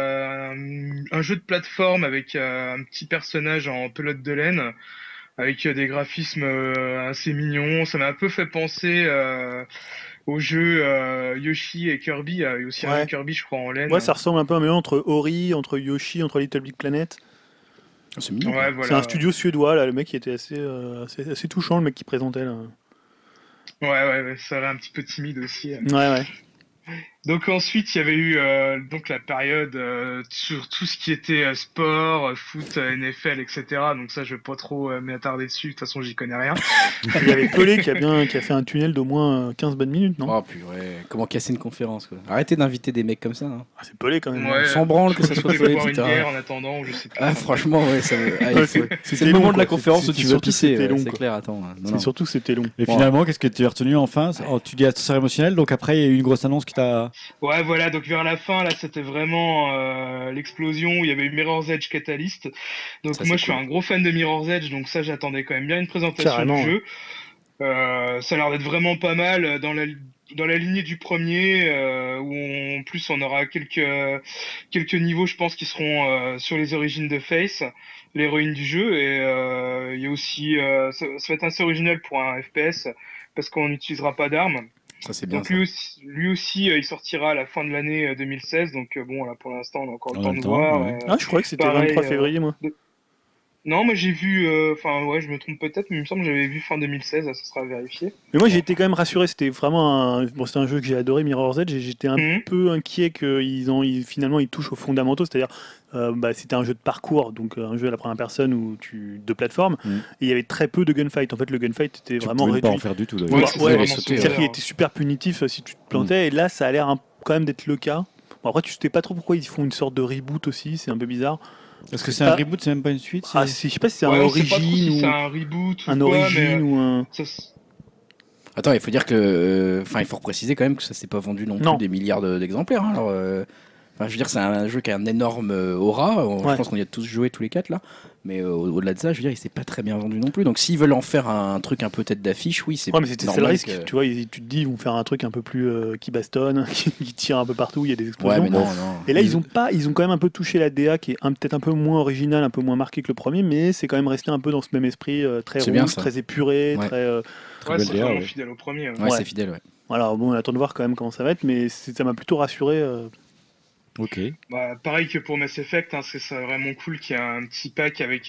un jeu de plateforme avec un petit personnage en pelote de laine, avec des graphismes assez mignons. Ça m'a un peu fait penser au jeu Yoshi et Kirby. Il y a aussi un Kirby, je crois, en laine. Ouais, ça ressemble un peu à un mélange entre Ori, entre Yoshi, entre Little Big Planet. C'est mignon. Ouais, voilà. C'est un studio suédois, là. Le mec qui était assez touchant, le mec qui présentait là. Ouais, ça a l'air un petit peu timide aussi. Ouais. Donc ensuite, il y avait eu donc la période sur tout ce qui était sport, foot, NFL, etc. Donc ça, je vais pas trop m'attarder dessus. De toute façon, j'y connais rien. Il y avait Pelé qui a fait un tunnel d'au moins 15 bonnes minutes, non? Oh purée, comment casser une conférence quoi. Arrêtez d'inviter des mecs comme ça. Hein. Ah, c'est Pelé quand même. Ouais, on s'en branle que ça soit Pelé, boire etc. une bière en attendant, je sais pas. Ah franchement, ouais, ça. C'est le long, moment de la quoi. conférence où tu veux pisser. C'était long, C'est quoi. clair, attends. C'est surtout c'était long. Et finalement, qu'est-ce que tu as retenu enfin? Tu dis ascenseur émotionnel, donc après, il y a eu une grosse annonce qui t'a. Ouais, voilà, donc vers la fin, là, c'était vraiment l'explosion où il y avait eu Mirror's Edge Catalyst. Donc ça, moi, je cool. suis un gros fan de Mirror's Edge, donc ça, j'attendais quand même bien une présentation Carrément, du jeu. Ça a l'air d'être vraiment pas mal dans la lignée du premier, où en plus on aura quelques niveaux, je pense, qui seront sur les origines de Face, l'héroïne du jeu, et il y a aussi, ça va être assez original pour un FPS, parce qu'on n'utilisera pas d'armes. Ça c'est bien. Donc lui aussi, il sortira à la fin de l'année 2016. Donc bon, là pour l'instant, on a encore le temps de voir. Ouais. Je croyais que c'était le pareil, 23 février, moi. Non, moi j'ai vu. Enfin ouais, je me trompe peut-être, mais il me semble que j'avais vu fin 2016. Ça sera vérifié. Mais moi j'ai été quand même rassuré. C'était vraiment c'était un jeu que j'ai adoré, Mirror's Edge, et j'étais un peu inquiet qu'ils finalement ils touchent aux fondamentaux, c'est-à-dire c'était un jeu de parcours, donc un jeu à la première personne de plateforme, et il y avait très peu de gunfight. En fait, le gunfight était vraiment réduit. Tu pouvais pas en faire du tout. Ouais, c'est-à-dire qu'il était super punitif si tu te plantais, et là ça a l'air quand même d'être le cas. Bon, après, tu sais pas trop pourquoi ils font une sorte de reboot aussi, c'est un peu bizarre. Est-ce que c'est un reboot, c'est même pas une suite? Je sais pas si c'est un origine ou c'est un reboot un origine ou un. Attends, il faut dire que, il faut préciser quand même que ça s'est pas vendu non plus des milliards d'exemplaires. Hein, alors, je veux dire, c'est un jeu qui a un énorme aura. Je pense qu'on y a tous joué tous les quatre là. Mais au-delà de ça, je veux dire, il s'est pas très bien vendu non plus. Donc s'ils veulent en faire un truc un peu tête d'affiche, oui, c'est. Ouais, mais c'est le risque. Tu vois, tu te dis, ils vont faire un truc un peu plus qui bastonne, qui tire un peu partout. Il y a des explosions. Ouais, mais non. Et là, ils ont quand même un peu touché la DA, qui est peut-être un peu moins originale, un peu moins marquée que le premier, mais c'est quand même resté un peu dans ce même esprit, très rouge, très épuré, très. très Ouais, belle c'est DA. vraiment Ouais. fidèle au premier. Ouais, Ouais. c'est fidèle, ouais. Voilà, bon, on attend de voir quand même comment ça va être, mais ça m'a plutôt rassuré. Ok. Bah, pareil que pour Mass Effect, hein, c'est vraiment cool qu'il y ait un petit pack avec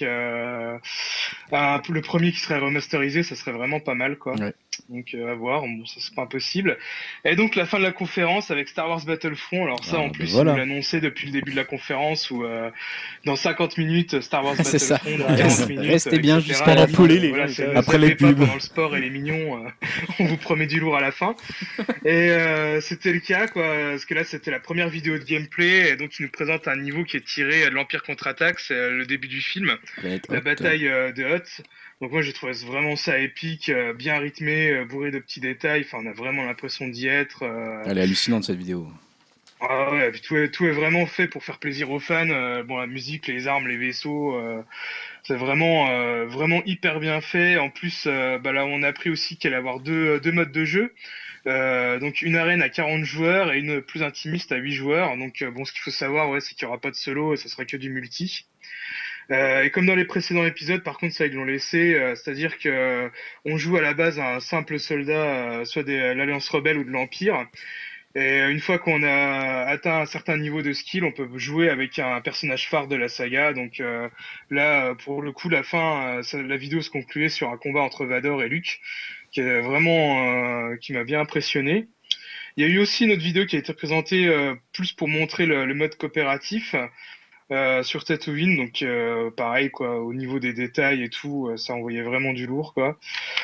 le premier qui serait remasterisé, ça serait vraiment pas mal, quoi. Ouais. Donc à voir, bon, ça c'est pas impossible. Et donc la fin de la conférence avec Star Wars Battlefront, alors ça Ah, en bah plus voilà. ils nous l'annonçaient depuis le début de la conférence où dans 50 minutes Star Wars C'est ça. Battlefront, dans 40 minutes, Restez bien etc. jusqu'à la Et fin. Pendant puis, les voilà, gens, c'est ils ne Après les zappez pas pubs. pendant le sport et les mignons, on vous promet du lourd à la fin. Et c'était le cas, quoi, parce que là c'était la première vidéo de gameplay, et donc il nous présente un niveau qui est tiré de l'Empire contre-attaque, c'est le début du film, Planète la Hoth. bataille de Hoth. Donc moi j'ai trouvé vraiment ça épique, bien rythmé, bourré de petits détails, enfin on a vraiment l'impression d'y être. Elle est hallucinante cette vidéo. Ah ouais, puis tout est vraiment fait pour faire plaisir aux fans. Bon, la musique, les armes, les vaisseaux, c'est vraiment hyper bien fait. En plus, bah là, on a appris aussi qu'elle allait avoir deux modes de jeu. Donc une arène à 40 joueurs et une plus intimiste à 8 joueurs. Donc bon, ce qu'il faut savoir, ouais, c'est qu'il n'y aura pas de solo et ça sera que du multi. Et comme dans les précédents épisodes, par contre, ça ils l'ont laissé, c'est-à-dire que on joue à la base un simple soldat, soit de l'Alliance Rebelle ou de l'Empire. Et une fois qu'on a atteint un certain niveau de skill, on peut jouer avec un personnage phare de la saga. Donc là, pour le coup, la fin, la vidéo se concluait sur un combat entre Vador et Luke, qui est vraiment, qui m'a bien impressionné. Il y a eu aussi une autre vidéo qui a été présentée plus pour montrer le mode coopératif sur Tatooine. Donc pareil, quoi, au niveau des détails et tout, ça envoyait vraiment du lourd, quoi.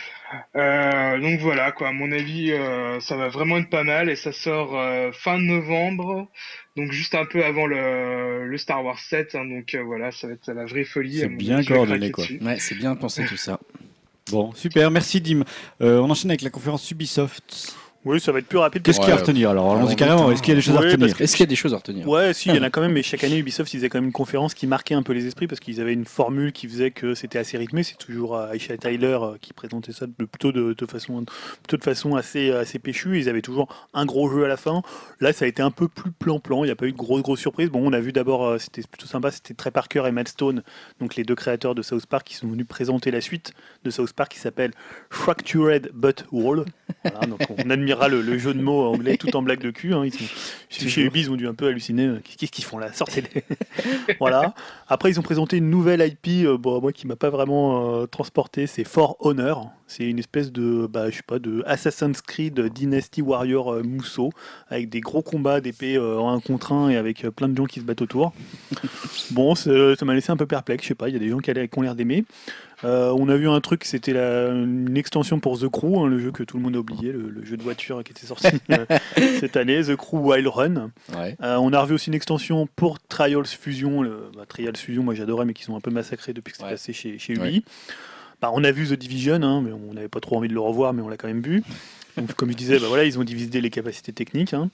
Donc voilà, quoi, à mon avis, ça va vraiment être pas mal et ça sort fin de novembre, donc juste un peu avant le Star Wars 7, hein, donc voilà, ça va être la vraie folie. C'est À mon bien avis, je vais coordonné, craquer quoi. dessus. Ouais, c'est bien pensé tout ça. Bon, super, merci Dim. On enchaîne avec la conférence Ubisoft. Oui, ça va être plus rapide. Qu'est-ce qu'il y a à Ouais, retenir alors? allons Allons-y vite, carrément. hein. Est-ce qu'il y a des choses à Ouais, retenir? parce que- Est-ce qu'il y a des choses à retenir? Ouais, si, il y en a quand même, mais chaque année, Ubisoft, ils faisaient quand même une conférence qui marquait un peu les esprits parce qu'ils avaient une formule qui faisait que c'était assez rythmé. C'est toujours Aisha Tyler qui présentait ça plutôt de façon assez péchue. Ils avaient toujours un gros jeu à la fin. Là, ça a été un peu plus plan-plan. Il n'y a pas eu de grosse surprise. Bon, on a vu d'abord, c'était plutôt sympa, c'était Trey Parker et Matt Stone, donc les deux créateurs de South Park, qui sont venus présenter la suite de South Park qui s'appelle Fractured But Whole. Voilà, donc on admirera le jeu de mots anglais tout en blague de cul. Hein. Chez Ubi, ils ont dû un peu halluciner. Qu'est-ce qu'ils font là? Sortez-les. Voilà. Après, ils ont présenté une nouvelle IP, bon, moi qui m'a pas vraiment transporté, c'est For Honor. C'est une espèce de, je sais pas, de Assassin's Creed Dynasty Warrior Mousseau, avec des gros combats d'épée en 1 contre 1 et avec plein de gens qui se battent autour. Bon, ça m'a laissé un peu perplexe, je sais pas, il y a des gens qui ont l'air d'aimer. On a vu un truc, c'était une extension pour The Crew, hein, le jeu que tout le monde a oublié, le jeu de voiture qui était sorti cette année, The Crew Wild Run. Ouais. On a revu aussi une extension pour Trials Fusion. Trials Fusion, moi j'adorais, mais qui sont un peu massacrés depuis que c'est Ouais. passé chez Ubi. Ouais. On a vu The Division, hein, mais on n'avait pas trop envie de le revoir, mais on l'a quand même vu. Donc, comme je disais, voilà, ils ont divisé les capacités techniques. Hein.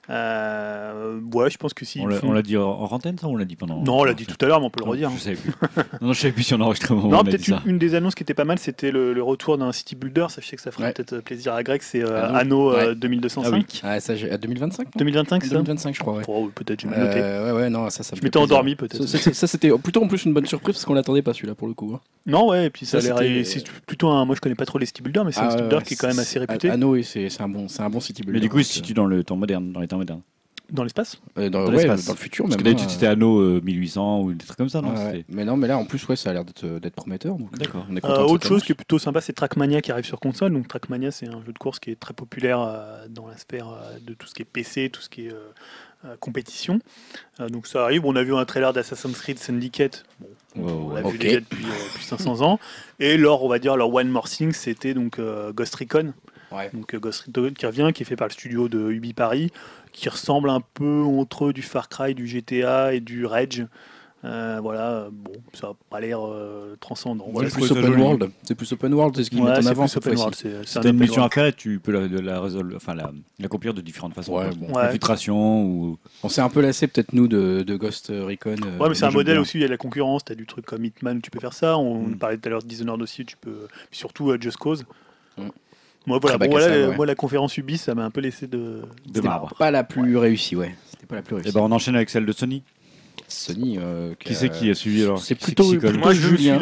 Ouais, je pense que si. On l'a dit en antenne, ça, ou on l'a dit pendant? Non, on l'a dit tout à l'heure, mais on peut le redire. Je hein. savais plus. Non, je savais plus si on enregistrait au moment où Non, on a dit peut-être ça. une des annonces qui était pas mal, c'était le retour d'un city builder. Ça, je sais que ça fera Ouais. peut-être plaisir à Greg. C'est Anno. Anno Ouais. 2205. Ah, ça, à 2025 non 2025, c'est ça 2025, je crois, ouais. Oh, peut-être, j'ai mal noté. Ouais, non, ça me Je fait m'étais plaisir. endormi, peut-être. Ça, c'était plutôt en plus une bonne surprise parce qu'on l'attendait pas celui-là pour le coup. Hein. Non, ouais, et puis ça a Ça, l'air. c'était- C'est plutôt un. Moi, je connais pas trop les city builders, mais c'est un city builder qui est quand même assez réputé. Anno, oui, c'est un bon city builder. Mais du coup, il donc, se situe dans le temps moderne, dans les temps modernes. Dans l'espace. dans dans ouais, l'espace. dans le futur Parce même. que d'habitude, hein, c'était Anno 1800 ou des trucs comme ça, non? ouais, ouais. Mais non, mais là en plus, ouais, ça a l'air d'être prometteur. Donc, D'accord. on est content de Autre cette chose annonce. qui est plutôt sympa, c'est Trackmania qui arrive sur console. Donc Trackmania, c'est un jeu de course qui est très populaire dans la sphère de tout ce qui est PC, tout ce qui est compétition. Donc ça arrive. On a vu un trailer d'Assassin's Creed Syndicate. Bon, on l'a vu ok. déjà depuis 500 ans. Et leur, on va dire, leur One More Thing, c'était donc Ghost Recon. Ouais. Donc Ghost Recon qui revient, qui est fait par le studio de Ubi Paris, qui ressemble un peu entre du Far Cry, du GTA et du Rage. Voilà, bon, ça n'a pas l'air transcendant. Voilà, C'est plus open world. C'est plus open world, c'est ce qu'ils Ouais, mettent en c'est avant plus cette open fois-ci. world. Si un t'as une open mission à world. faire, et tu peux l'accomplir de différentes façons. Ouais, quoi. bon. Ouais. Infiltration ou. On s'est un peu lassé peut-être nous de Ghost Recon. Ouais, mais c'est un j'aime modèle bien. aussi, il y a de la concurrence, tu as du truc comme Hitman, tu peux faire ça. On Mm. parlait tout à l'heure de Dishonored aussi, tu peux. Puis surtout Just Cause. Mm. Moi, voilà, Très bon, bac à voilà, sable, ouais. moi, la conférence Ubi, ça m'a un peu laissé de marbre. Pas la plus réussie, ouais. C'était pas la plus Et réussie. ben, on enchaîne avec celle de Sony. Sony. Qui c'est qui a suivi alors? C'est Qui plutôt- s'y colle Moi, je me suis Julien. levé.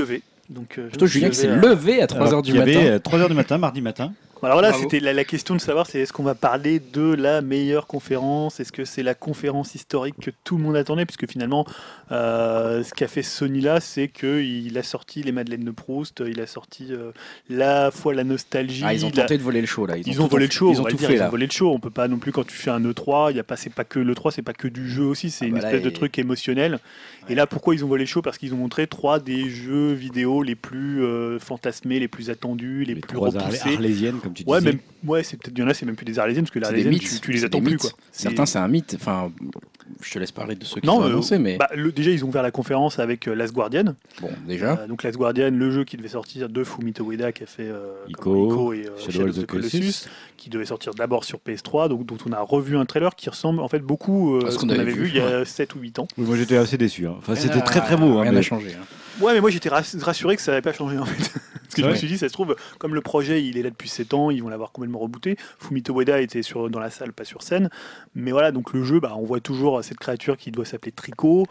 Donc, Plutôt Julien qui s'est levé à 3h du Il y matin. avait 3h du matin, mardi matin. Alors là, Bravo. c'était la question de savoir, c'est est-ce qu'on va parler de la meilleure conférence? Est-ce que c'est la conférence historique que tout le monde attendait? Puisque finalement, ce qu'a fait Sony là, c'est qu'il a sorti les Madeleines de Proust, il a sorti la fois la nostalgie. Ah, ils ont tenté de voler le show là. Ils ont volé le show, Ils on ont va tout le dire, fait ils ont là. volé le show. On peut pas non plus, quand tu fais un E3, c'est pas que l'E3, c'est pas que du jeu aussi, c'est Ah une bah là, espèce de truc émotionnel. Et là, pourquoi ils ont volé le show? Parce qu'ils ont montré 3 des jeux vidéo les plus fantasmés, les plus attendus, les plus trois repoussés. arlésiennes, comme tu Ouais, disais. même, ouais, c'est peut-être, il y en a, c'est même plus des arlésiennes, parce que les C'est des arlésiennes, mythes. tu les C'est attends des plus, mythes. quoi. Certains, c'est un mythe. Enfin, je te laisse parler de ceux qui Non, sont annoncés, mais déjà, ils ont ouvert la conférence avec Last Guardian. bon, déjà. Donc, Last Guardian, le jeu qui devait sortir de Fumito Ueda, qui a fait Ico, et Shadow of the Colossus, qui devait sortir d'abord sur PS3, donc, dont on a revu un trailer qui ressemble en fait beaucoup à ce qu'on avait vu il y a 7 ou 8 ans. Oui, moi j'étais assez déçu. Hein. Enfin, c'était Rien très à- très beau. Hein, Rien mais- n'a changé. Hein. Ouais, mais moi j'étais rassuré que ça n'avait pas changé en fait. Parce que je me Ouais. suis dit, ça se trouve, comme le projet il est là depuis 7 ans, ils vont l'avoir complètement rebooté. Fumito Ueda était dans la salle, pas sur scène. Mais voilà, donc le jeu, on voit toujours cette créature qui doit s'appeler Trico,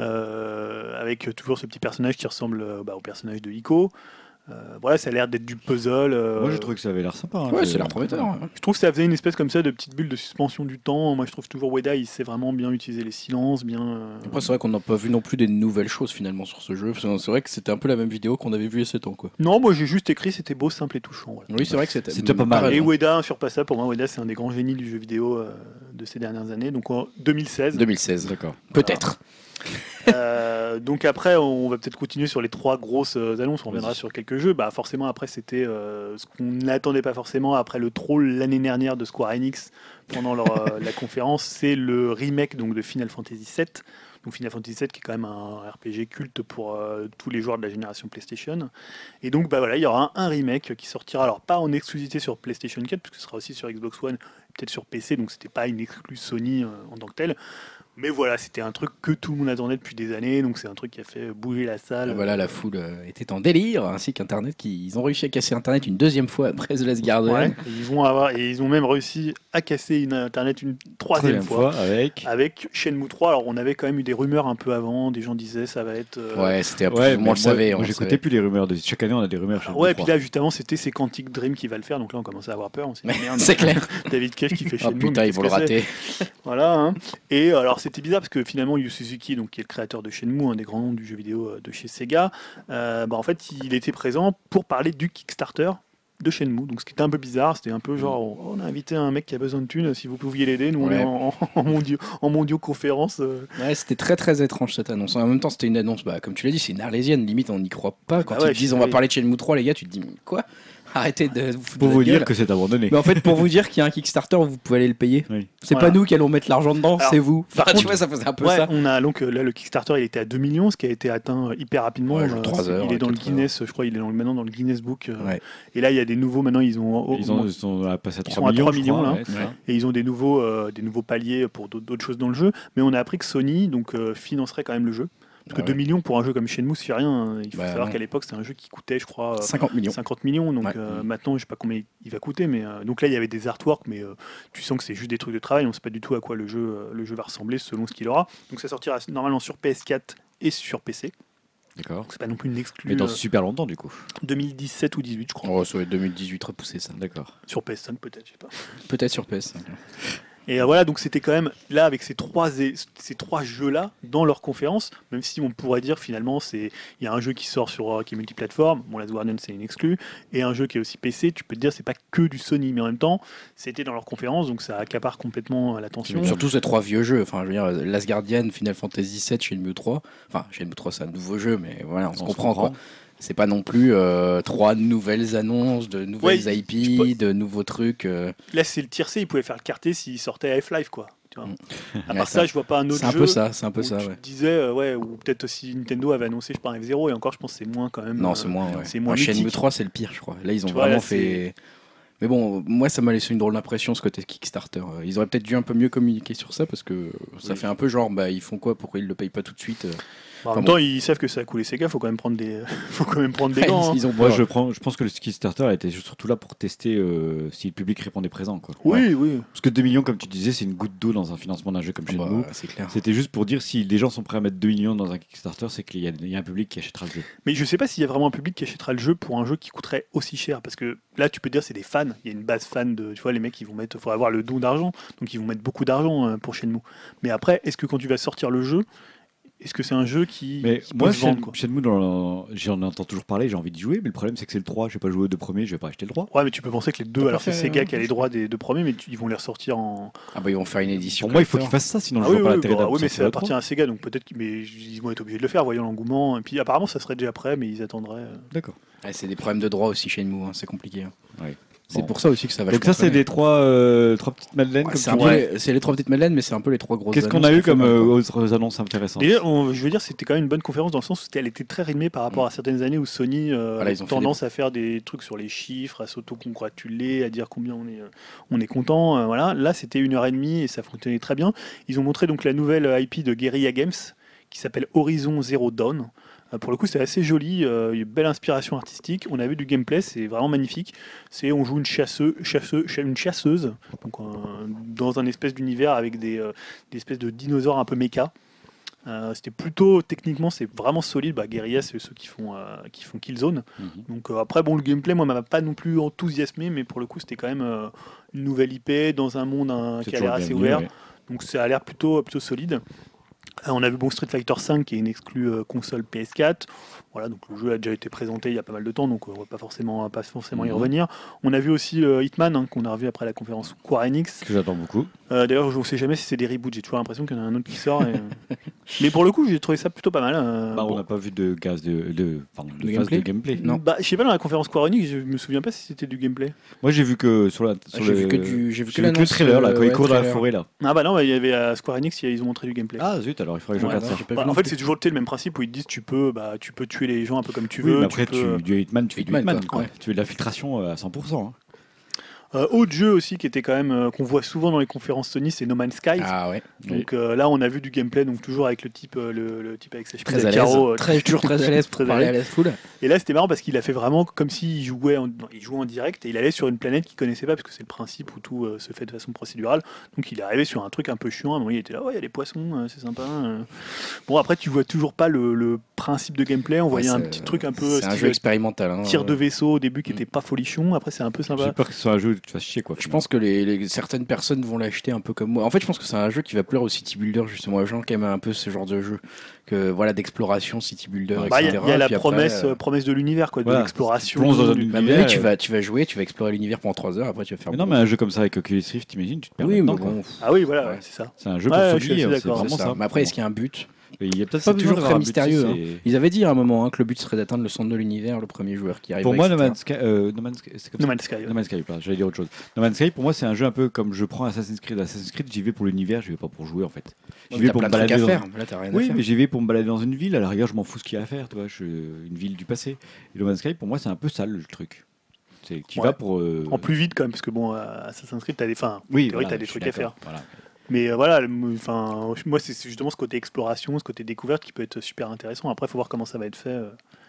avec toujours ce petit personnage qui ressemble au personnage de Ico. Voilà, ça a l'air d'être du puzzle. Moi j'ai trouvé que ça avait l'air sympa. Hein. Ouais, c'est l'air prometteur. Hein. Je trouve que ça faisait une espèce comme ça de petite bulle de suspension du temps. Moi je trouve toujours Ueda, il sait vraiment bien utiliser les silences, bien. Après, c'est vrai qu'on n'a pas vu non plus des nouvelles choses finalement sur ce jeu. C'est vrai que c'était un peu la même vidéo qu'on avait vue il y a 7 ans. Quoi. Non, moi j'ai juste écrit, c'était beau, simple et touchant. Voilà. Oui, c'est vrai que c'était pas mal. pareil. Et Ueda, surpassable, pour moi, Ueda, c'est un des grands génies du jeu vidéo de ces dernières années. Donc en 2016. 2016. D'accord. Peut-être. Donc après, on va peut-être continuer sur les 3 grosses annonces. On reviendra Vas-y. sur quelques jeux. Forcément, après, c'était ce qu'on n'attendait pas forcément après le troll l'année dernière de Square Enix pendant la conférence. C'est le remake donc, de Final Fantasy VII. Donc Final Fantasy VII qui est quand même un RPG culte pour tous les joueurs de la génération PlayStation. Et donc voilà, il y aura un remake qui sortira, alors pas en exclusivité sur PlayStation 4, puisque ce sera aussi sur Xbox One, peut-être sur PC, donc c'était pas une exclue Sony en tant que telle. Mais voilà, c'était un truc que tout le monde attendait depuis des années, donc c'est un truc qui a fait bouger la salle. Voilà, la foule était en délire, ainsi qu'Internet. Ils ont réussi à casser Internet une deuxième fois après The Last Guardian. Ouais, et ils ont même réussi à casser Internet une troisième fois. Avec Shenmue 3. Alors on avait quand même eu des rumeurs un peu avant, des gens disaient ça va être. Ouais, c'était un peu. Ouais, on mais le savait. Moi on le j'écoutais savait. plus les rumeurs. Chaque année on a des rumeurs. Chez Ouais, nous, et puis trois. là justement c'est Quantic Dream qui va le faire, donc là on commençait à avoir peur. On s'est dit, merde, C'est clair. David Cage qui fait Oh Shenmue. putain, mais ils vont le qu'est-ce que rater. c'est Voilà. Hein. Et alors c'était bizarre parce que finalement Yu Suzuki, donc qui est le créateur de Shenmue, un des grands noms du jeu vidéo de chez Sega, en fait il était présent pour parler du Kickstarter de Shenmue. Donc ce qui était un peu bizarre, c'était un peu genre on a invité un mec qui a besoin de thunes, si vous pouviez l'aider, nous on Ouais. est en mondio conférence. Ouais, c'était très très étrange cette annonce. En même temps, c'était une annonce, comme tu l'as dit, c'est une arlésienne. Limite, on n'y croit pas. Quand Ah ouais, ils te disent je- on va parler de Shenmue 3, les gars, tu te dis mais quoi? Arrêtez de vous foutre Pour de vous la dire gueule. que c'est abandonné. Mais en fait, pour vous dire qu'il y a un Kickstarter, vous pouvez aller le payer. Oui. C'est Voilà. pas nous qui allons mettre l'argent dedans, Alors, c'est vous. par Enfin, tu contre- vois, ça faisait un peu Ouais, ça. on a donc là le Kickstarter il était à 2 millions, ce qui a été atteint hyper rapidement. Ouais, genre 3 heures, il est dans le 4 heures. Guinness, je crois, il est maintenant dans le Guinness Book. Ouais. Et là il y a des nouveaux, maintenant ils ont Ils sont passés à 3 sont à millions. 3 je millions, crois, là. ouais, c'est ça. et ils ont des nouveaux paliers pour d'autres choses dans le jeu. Mais on a appris que Sony financerait quand même le jeu. Parce que Ah 2 ouais. millions pour un jeu comme Shenmue, c'est rien. Hein. Il faut Bah, savoir non. qu'à l'époque, c'était un jeu qui coûtait, je crois, 50 millions. 50 millions. Donc Ouais. maintenant, je sais pas combien il va coûter. Mais donc là, il y avait des artworks, mais tu sens que c'est juste des trucs de travail. On ne sait pas du tout à quoi le jeu va ressembler selon ce qu'il aura. Donc ça sortira normalement sur PS4 et sur PC. D'accord. Donc c'est pas non plus une exclue. Mais dans super longtemps du coup. 2017 ou 18, je crois. Oh, ça va être 2018 repoussé ça. D'accord. Sur PS5 peut-être, je sais pas. Peut-être sur PS. Et voilà, donc c'était quand même là avec ces trois jeux-là dans leur conférence, même si on pourrait dire finalement il y a un jeu qui sort qui est multiplateforme, bon Last Guardian c'est une exclue, et un jeu qui est aussi PC, tu peux te dire c'est pas que du Sony, mais en même temps c'était dans leur conférence, donc ça accapare complètement l'attention. Surtout ces 3 vieux jeux, enfin je veux dire Last Guardian, Final Fantasy VII, Shenmue 3. Enfin Shenmue 3 c'est un nouveau jeu, mais voilà, on se comprend quoi. C'est pas non plus 3 nouvelles annonces, de nouvelles Ouais, IP, de nouveaux trucs. Là c'est le tier C, ils pouvaient faire le quartier s'il sortait à Half-Life quoi. Tu vois. À Ouais, part ça, je vois pas un autre C'est un jeu. peu ça, c'est un peu où ça, tu ouais. te disais, ou peut-être aussi Nintendo avait annoncé, je sais pas, un F0, et encore, je pense que c'est moins quand même. Non, c'est moins, ouais. c'est moins Shenmue mythique. 3, c'est le pire, je crois. Là, ils ont Tu vois, vraiment là, fait. Mais bon, moi, ça m'a laissé une drôle d'impression, ce côté Kickstarter. Ils auraient peut-être dû un peu mieux communiquer sur ça, parce que ça Oui. fait un peu genre, ils font quoi, pourquoi ils le payent pas tout de suite En même temps, ils savent que ça a coulé Sega, faut quand même prendre des, faut quand même prendre des Ouais, gants. ils ont Moi, peur. je pense que le Kickstarter était surtout là pour tester si le public répondait présent. Quoi. Oui, oui. Parce que 2 millions, comme tu disais, c'est une goutte d'eau dans un financement d'un jeu comme Shenmue. C'est clair. C'était juste pour dire si les gens sont prêts à mettre 2 millions dans un Kickstarter, c'est qu'il y a un public qui achètera le jeu. Mais je sais pas s'il y a vraiment un public qui achètera le jeu pour un jeu qui coûterait aussi cher. Parce que là, tu peux dire c'est des fans. Il y a une base fan de. Tu vois, les mecs, ils vont mettre. Il faudra avoir le don d'argent. Donc, ils vont mettre beaucoup d'argent pour Shenmue. Mais après, est-ce que quand tu vas sortir le jeu, est-ce que c'est un jeu qui peut moi, se vendre, quoi. Shenmue, j'en entends toujours parler, j'ai envie d'y jouer, mais le problème c'est que c'est le 3, je vais pas jouer aux 2 premiers, je vais pas acheter le 3. Ouais, mais tu peux penser que les deux, T'as alors pas c'est fait, Sega qui a les droits des deux premiers, mais ils vont les ressortir en. Ah bah ils vont faire une édition. Pour moi, il faut collector. qu'ils fassent ça, sinon Ah je oui, vois pas oui, l'intérêt bah, d'avoir oui, mais sorti ça le appartient 3. à Sega, donc peut-être qu'ils vont être obligés de le faire, voyant l'engouement. Et puis apparemment, ça serait déjà prêt, mais ils attendraient. D'accord. Ouais, c'est des problèmes de droit aussi chez nous, c'est compliqué. Hein. Ouais. C'est Bon. pour ça aussi que ça va. Donc ça, c'est les trois petites madeleines, Ouais, comme c'est tu un dis. peu c'est les trois petites madeleines, mais c'est un peu les trois grosses. Qu'est-ce qu'on annonces a eu qu'on fait comme mal, quoi. autres annonces intéressantes? Déjà, je veux dire, c'était quand même une bonne conférence dans le sens où elle était très rythmée par rapport à certaines années où Sony Voilà, a ils ont fait tendance à faire des trucs sur les chiffres, à s'auto-congratuler, à dire combien on est content. Voilà. Là, c'était 1h30 et ça fonctionnait très bien. Ils ont montré donc la nouvelle IP de Guerrilla Games qui s'appelle Horizon Zero Dawn. Pour le coup, c'est assez joli, une belle inspiration artistique. On a vu du gameplay, c'est vraiment magnifique. On joue une chasseuse donc, dans un espèce d'univers avec des espèces de dinosaures un peu méca. C'était plutôt techniquement, c'est vraiment solide. Guerrilla, c'est ceux qui font Killzone. Donc après, bon, le gameplay, moi, m'a pas non plus enthousiasmé, mais pour le coup, c'était quand même une nouvelle IP dans un monde C'est qui a l'air toujours assez bienvenu, ouvert. ouais. Donc ça a l'air plutôt solide. On a vu Street Fighter V qui est une exclue console PS4. Voilà, donc le jeu a déjà été présenté il y a pas mal de temps, donc on va pas forcément y revenir. On a vu aussi Hitman, qu'on a revu après la conférence Square Enix. Que j'attends beaucoup. D'ailleurs, je ne sais jamais si c'est des reboots, j'ai toujours l'impression qu'il y en a un autre qui sort. Mais pour le coup, j'ai trouvé ça plutôt pas mal. On n'a pas vu de phase de gameplay. Non. Je sais pas, dans la conférence Square Enix, je me souviens pas si c'était du gameplay. Moi, j'ai vu que j'ai vu que le le trailer, là, quand il court dans la forêt, là. Ah bah non, il y avait à Square Enix, ils ont montré du gameplay. Ah zut, alors il faudrait que je regarde ça. j'ai pas vu En non fait, plus. c'est toujours le même principe où ils te disent tu peux tuer les gens un peu comme tu Oui, veux. mais après, tu peux, du Hitman, tu fais du Hitman, Hitman, quoi. quoi. Tu fais de la filtration à 100%. Hein. Autre jeu aussi qui était quand même qu'on voit souvent dans les conférences Sony, c'est No Man's Sky. Ah ouais. Donc là, on a vu du gameplay, donc toujours avec le type avec sa chemise Très à à l'aise. carreaux, Toujours très à l'aise pour très à parler à l'aise. la foule. Et là, c'était marrant parce qu'il a fait vraiment comme s'il jouait en direct et il allait sur une planète qu'il connaissait pas parce que c'est le principe où tout se fait de façon procédurale. Donc il est arrivé sur un truc un peu chiant. À un moment, il était là, ouais, il y a des poissons, c'est sympa. Bon, après, tu vois toujours pas le principe de gameplay. On voyait un petit truc un peu C'est un jeu expérimental. Hein. tir de vaisseau au début qui était pas folichon. Après, c'est un peu J'ai sympa. peur que ce soit un jeu où tu te fasses chier, quoi. Je pense que certaines personnes vont l'acheter un peu comme moi. En fait, je pense que c'est un jeu qui va plaire aux city builders, justement, aux gens qui aiment un peu ce genre de jeu, d'exploration, city builder, Il y etc. a la Puis après, promesse de l'univers, quoi, voilà, de l'exploration. tu plonges dans un du- univers. mais tu vas jouer, tu vas explorer l'univers pendant 3 heures, après tu vas faire. Mais non, mais un jeu comme ça avec Oculus Rift, t'imagines, tu te perds oui, mais dedans, quoi. bon. Ah oui, voilà, Ouais. ouais, c'est ça. C'est un jeu Ouais, pour je suis assez s'oublier, c'est d'accord. vraiment C'est ça. Mais après, est-ce qu'il y a un but? Il y a peut-être C'est pas besoin toujours d'avoir très un but, mystérieux. c'est- Hein. Ils avaient dit à un moment que le but serait d'atteindre le centre de l'univers, le premier joueur qui arrive. Pour moi, etc. No Man's Sky, c'est comme No ça. Man's Sky. No Man's Sky, pardon, j'allais dire autre chose. No Man's Sky, pour moi, c'est un jeu un peu comme je prends Assassin's Creed. Assassin's Creed, j'y vais pour l'univers, j'y vais pas pour jouer, en fait. J'y vais T'as pour plein me de trucs balader à dans... faire. Là, t'as rien à Oui, faire. mais j'y vais pour me balader dans une ville, à la rigueur, je m'en fous ce qu'il y a à faire, tu vois, une ville du passé. Et No Man's Sky, pour moi, c'est un peu sale, le truc. Tu Ouais. vas pour... En plus vite, quand même, parce que bon, Assassin's Creed, t'as des fins. Oui, théorie, voilà, t'as des je suis trucs à faire. d'accord, voilà. Mais voilà, moi, c'est justement ce côté exploration, ce côté découverte qui peut être super intéressant. Après, il faut voir comment ça va être fait.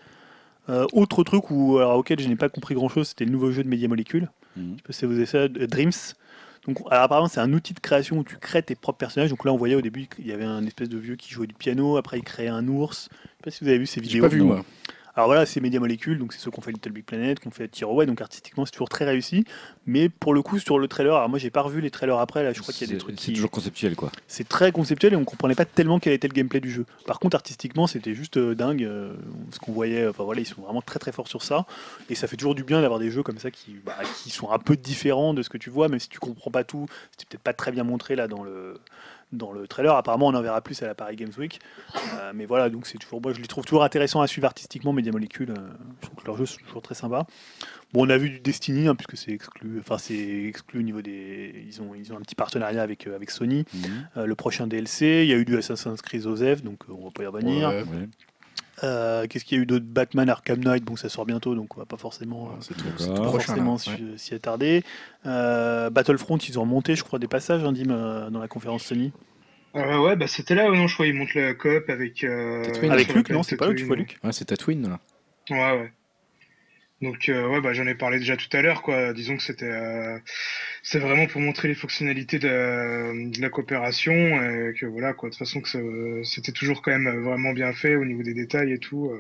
Autre truc auquel je n'ai pas compris grand-chose, c'était le nouveau jeu de Media Molecule. Mhm. Je sais pas si vous avez ça, Dreams. Donc, alors, apparemment, c'est un outil de création où tu crées tes propres personnages. Donc là, on voyait au début qu'il y avait un espèce de vieux qui jouait du piano. Après, il créait un ours. Je sais pas si vous avez vu ces J'ai vidéos. pas vu, non. moi. Alors voilà, c'est Media Molecule, donc c'est ceux qu'on fait Little Big Planet, qu'on fait Tiro, donc artistiquement c'est toujours très réussi. Mais pour le coup, sur le trailer, alors moi j'ai pas revu les trailers après, là je crois qu'il y a des trucs C'est qui. toujours conceptuel, quoi. C'est très conceptuel et on comprenait pas tellement quel était le gameplay du jeu. Par contre, artistiquement, c'était juste dingue. Ce qu'on voyait, enfin voilà, ils sont vraiment très très forts sur ça. Et ça fait toujours du bien d'avoir des jeux comme ça qui sont un peu différents de ce que tu vois, même si tu comprends pas tout. C'était peut-être pas très bien montré là dans le trailer. Apparemment, on en verra plus à la Paris Games Week. Mais voilà, donc c'est toujours, moi je les trouve toujours intéressants à suivre artistiquement, Media Molecule. Je trouve que leurs jeux sont toujours très sympas. Bon, on a vu du Destiny, puisque c'est exclu au niveau des. Ils ont un petit partenariat avec Sony. Le prochain DLC, il y a eu du Assassin's Creed Joseph, donc on va pas y revenir. Ouais. Ouais. Qu'est-ce qu'il y a eu d'autre? Batman Arkham Knight, bon, ça sort bientôt, donc on va pas forcément. C'est tout. D'accord. C'est tout Pas prochain, forcément là. Ouais. s'y attarder. Battlefront, ils ont remonté, je crois, des passages, Dim, dans la conférence Sony. Ouais, bah c'était là, non, je crois, il monte la coop avec, Tatooine. Avec sur la Luke, non, planète c'est pas là où tu vois Tatooine. Luke. Ouais, c'est Tatooine, là. Ouais, ouais. Donc, ouais, bah j'en ai parlé déjà tout à l'heure, quoi. Disons que c'est vraiment pour montrer les fonctionnalités de la coopération, et que voilà, quoi. De toute façon, c'était toujours quand même vraiment bien fait au niveau des détails et tout.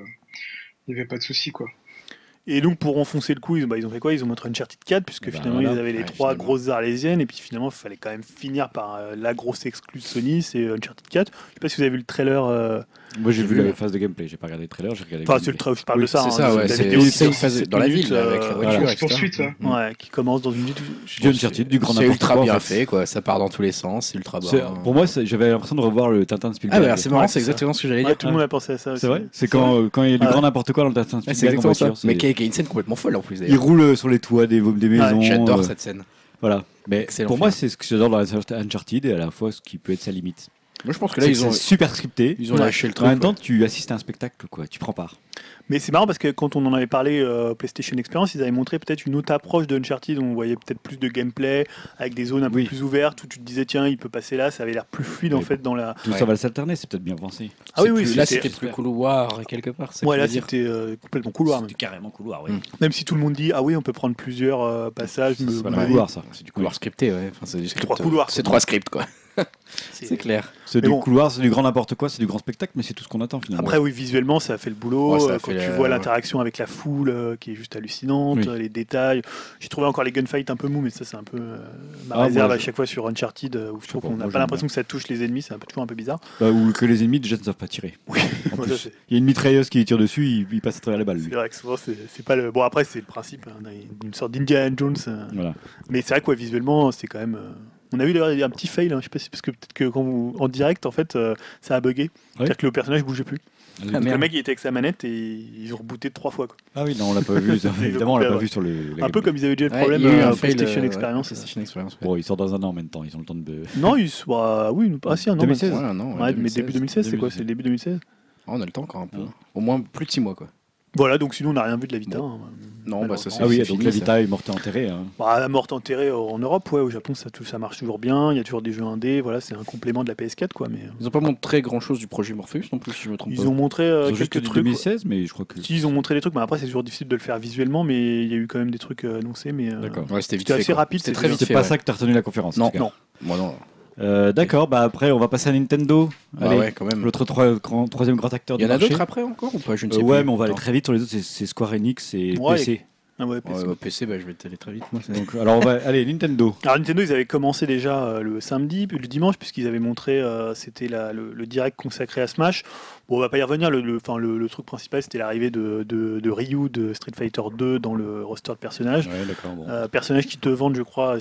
Il n'y avait pas de souci, quoi. Et donc pour enfoncer le coup, ils ont fait quoi? Ils ont montré Uncharted 4, puisque Bah, finalement voilà. ils avaient les Ouais, trois finalement. grosses arlésiennes, et puis finalement il fallait quand même finir par la grosse exclue de Sony, c'est Uncharted 4. Je sais pas si vous avez vu le trailer. Moi, j'ai J'ai vu vu, la ouais. phase de gameplay. J'ai pas regardé le trailer, j'ai regardé le Enfin, c'est gameplay. je parle Oui, de ça, C'est hein, ça, ouais. la C'est vidéo qui c'est dure une phase 7 dans la minutes, ville, là, avec la voiture, voilà. etc. Poursuite, ouais. Mm. ouais, qui commence dans une ville. Du Uncharted, du grand C'est n'importe ultra quoi, en bien fait. fait, quoi. Ça part dans tous les sens, c'est ultra C'est- bien. Pour moi, j'avais l'impression de revoir le Tintin de Ah, Spielberg. bah, c'est marrant, Ouais, c'est c'est ça. exactement ce que j'allais Ouais, dire. tout le monde a pensé à ça aussi. C'est vrai. C'est vrai quand il y a du Ah grand ouais. n'importe quoi dans le Tintin de Ouais, c'est Spielberg en exactement ça. voiture. Mais c'est- qui est une scène complètement folle en plus, Il d'ailleurs. roule sur les toits des maisons. J'adore euh, cette scène. Voilà. Mais Excellent pour moi, film. c'est ce que j'adore dans Uncharted et à la fois ce qui peut être sa limite. Moi, je pense que là, C'est que c'est super scripté. ils ont Ouais. lâché le En truc. même temps, Ouais. tu assistes à un spectacle, quoi. Tu prends part. Mais c'est marrant parce que quand on en avait parlé PlayStation Experience, ils avaient montré peut-être une autre approche de Uncharted où on voyait peut-être plus de gameplay avec des zones un peu Oui. plus ouvertes où tu te disais tiens il peut passer là, ça avait l'air plus fluide en Mais fait dans la. Tout Ouais. ça va s'alterner, c'est peut-être bien pensé. Ah oui C'est oui plus- là, c'était- c'était plus couloir, quelque part. c'est ça que Ouais je là veux dire. c'était complètement couloir même. C'était carrément couloir, oui. Mm. Même si tout le monde dit ah oui on peut prendre plusieurs passages. C'est pas me- un Ouais. couloir, ça. C'est du couloir scripté, ouais. Enfin, c'est du script. 3 couloirs, C'est quoi. 3 scripts, quoi. c'est- C'est clair. C'est Mais du bon. couloir, c'est du grand n'importe quoi, c'est du grand spectacle, mais c'est tout ce qu'on attend finalement. Après oui visuellement ça a fait le boulot. Ouais, ça a Quand fait tu la- vois l'interaction avec la foule qui est juste hallucinante, Oui. les détails. J'ai trouvé encore les gunfights un peu mous mais ça c'est un peu ma Ah, réserve moi, à chaque fois sur Uncharted où je trouve pas, qu'on n'a moi, pas j'aime l'impression que ça touche les ennemis, c'est toujours un peu bizarre. Ou que les ennemis déjà ne savent pas tirer. Oui. En Moi, plus, ça, c'est- il y a une mitrailleuse qui tire dessus, il passe à travers les balles. C'est Lui. vrai que souvent, c'est pas le. Bon, après, c'est le principe d'une sorte d'Indiana Jones. Voilà. Mais c'est vrai que ouais, visuellement, c'est quand même. On a vu d'ailleurs il y a un petit fail, hein, je sais pas si parce que peut-être que en direct, en fait, ça a bugué. C'est-à-dire que le personnage bougeait plus. Ah, Donc, le merde. mec, il était avec sa manette et ils ont rebooté 3 fois. Quoi. Ah oui, non, on l'a pas vu. ça. Ils Évidemment, on l'a ont pas coupé, vu sur le. la Un peu gameplay. comme ils avaient déjà le Ouais, problème il y a eu à un fail, PlayStation ouais, Experience. PlayStation Experience. ouais. Bon, il sort dans un an en même temps, ils ont le temps de. Non, oui, ah si, un an. 2016. même. Ouais, non, Ouais, mais début 2016, c'est quoi? C'est début 2016. Ah, on a le temps encore un peu. Ouais. Au moins plus de 6 mois, quoi. Voilà, donc sinon, on n'a rien vu de la Vita. Bon. hein. Non, bah ça c'est Ah oui, c'est donc fini, la ça. Vita est morte et enterrée. Hein. Bah, la morte enterrée en Europe, ouais, au Japon, ça marche toujours bien. Il y a toujours des jeux indés. Voilà, c'est un complément de la PS4, quoi. Mais Ils ont pas montré grand chose du projet Morpheus non plus, si je me trompe ils pas. ont montré Ils ont juste quelques dit trucs. 2016, mais je crois que. Si, ils ont montré des trucs, mais après c'est toujours difficile de le faire visuellement, mais il y a eu quand même des trucs annoncés. Mais D'accord. Ouais, c'était vite C'était fait. assez quoi. rapide, C'était c'est très bien. vite C'est fait. pas ouais. ça que t'as retenu la conférence. en Non, tout cas. non. Moi non. D'accord, bah après, on va passer à Nintendo. Bah Allez, ouais, quand même. l'autre troisième grand acteur Il y du en a marché. d'autres après encore ou pas? Je ne sais Ouais, plus. mais on va aller Attends. très vite sur les autres. C'est Square Enix et Ouais, PC. Ah ouais, PC. Ouais, bah, PC, bah, je vais aller très vite. Moi, c'est- Donc, alors, on va aller Nintendo. Alors Nintendo, ils avaient commencé déjà le samedi, puis le dimanche, puisqu'ils avaient montré, c'était le direct consacré à Smash. Bon, on va pas y revenir. Le truc principal, c'était l'arrivée de Ryu de Street Fighter 2 dans le roster de personnages. Ouais, d'accord. Bon. Personnages qui te vendent, je crois,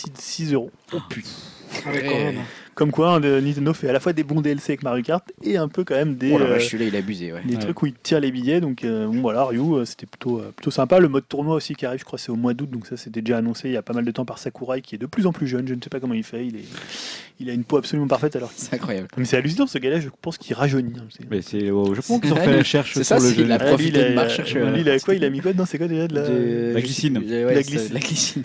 6 euros. Oh putain. Ah ouais, quand même. Comme quoi, Nintendo fait à la fois des bons DLC avec Mario Kart et un peu quand même des, Oh la vache, celui-là il a abusé, ouais. des Ouais. trucs où il tire les billets. Donc bon voilà, Ryu, c'était plutôt sympa. Le mode tournoi aussi qui arrive, je crois, c'est au mois d'août. Donc ça, c'était déjà annoncé il y a pas mal de temps par Sakurai, qui est de plus en plus jeune. Je ne sais pas comment il fait. Il a une peau absolument parfaite alors. C'est incroyable. Mais c'est hallucinant ce gars-là. Je pense qu'il rajeunit. Hein. Mais c'est au Japon qu'ils ont fait la recherche C'est sur ça, le c'est jeu. la- Ah, lui, profité de ma recherche, lui, il a quoi? Il a mis quoi dedans? C'est quoi déjà de la... La glycine. Ouais, La c'est- glycine. La glycine.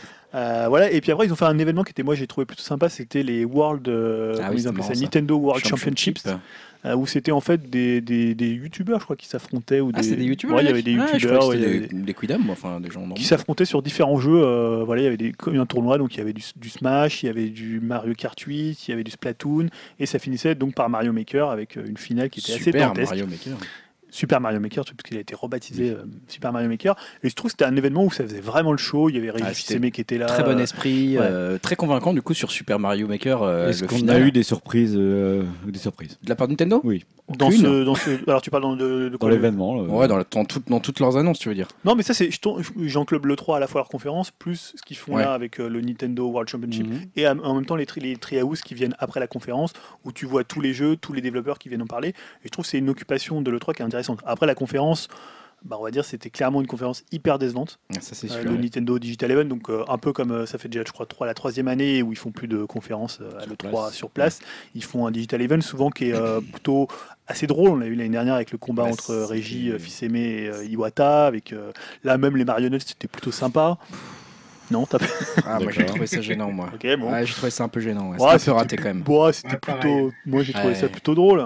Voilà, et puis après ils ont fait un événement qui était, moi j'ai trouvé plutôt sympa, c'était les World, Ah comment oui, ils c'était appelaient ça, marrant, ça. Nintendo World Championships, où c'était en fait des youtubeurs, je crois, qui s'affrontaient, ou Ah, c'est des youtubeurs? ouais, il y les avait des mecs. Ah, je youtubeurs, croyais que ouais, il y c'était avait des quidam, moi, enfin des gens normaux. qui s'affrontaient sur différents jeux. Voilà, il y avait un tournoi, donc il y avait du Smash, il y avait du Mario Kart 8, il y avait du Splatoon, et ça finissait donc par Mario Maker avec une finale qui était assez Super dantesque. Mario Maker. Super Mario Maker, puisqu'il a été rebaptisé Super Mario Maker. Et je trouve que c'était un événement où ça faisait vraiment le show. Il y avait Régis Ah, c'était Fils-Aimé qui était là. Très bon esprit, ouais. très convainquant du coup sur Super Mario Maker. Est-ce Le qu'on final. a eu des surprises De la part de Nintendo? Oui, Dans Aucune. alors tu parles de dans quoi, l'événement. Ouais, dans toutes leurs annonces, tu veux dire. Non, mais ça, j'enclube le 3 à la fois leur conférence, plus ce qu'ils font Ouais. là avec le Nintendo World Championship, Mhm. et en même temps les Treehouse qui viennent après la conférence, où tu vois tous les jeux, tous les développeurs qui viennent en parler. Et je trouve que c'est une occupation de l'E3 qui est intéressante. Après la conférence, bah, on va dire c'était clairement une conférence hyper décevante. Ah, ça c'est sûr. Le Nintendo Digital Event, donc un peu comme ça fait déjà, je crois, la troisième année où ils font plus de conférences à Sur l'E3 place. sur place. Ils font un Digital Event souvent qui est plutôt assez drôle. On l'a eu l'année dernière avec le combat Ouais, entre c'était- Régie, Fils-Aimé et Iwata. Avec là même les marionnettes, c'était plutôt sympa. Non, t'as pas. Ah, moi j'ai trouvé ça gênant, moi. Ok, bon. Ouais, j'ai trouvé ça un peu gênant. Ouais. Ouais, C'était un peu raté quand même. C'était Ouais, plutôt. Moi, j'ai trouvé ça Ouais. plutôt drôle.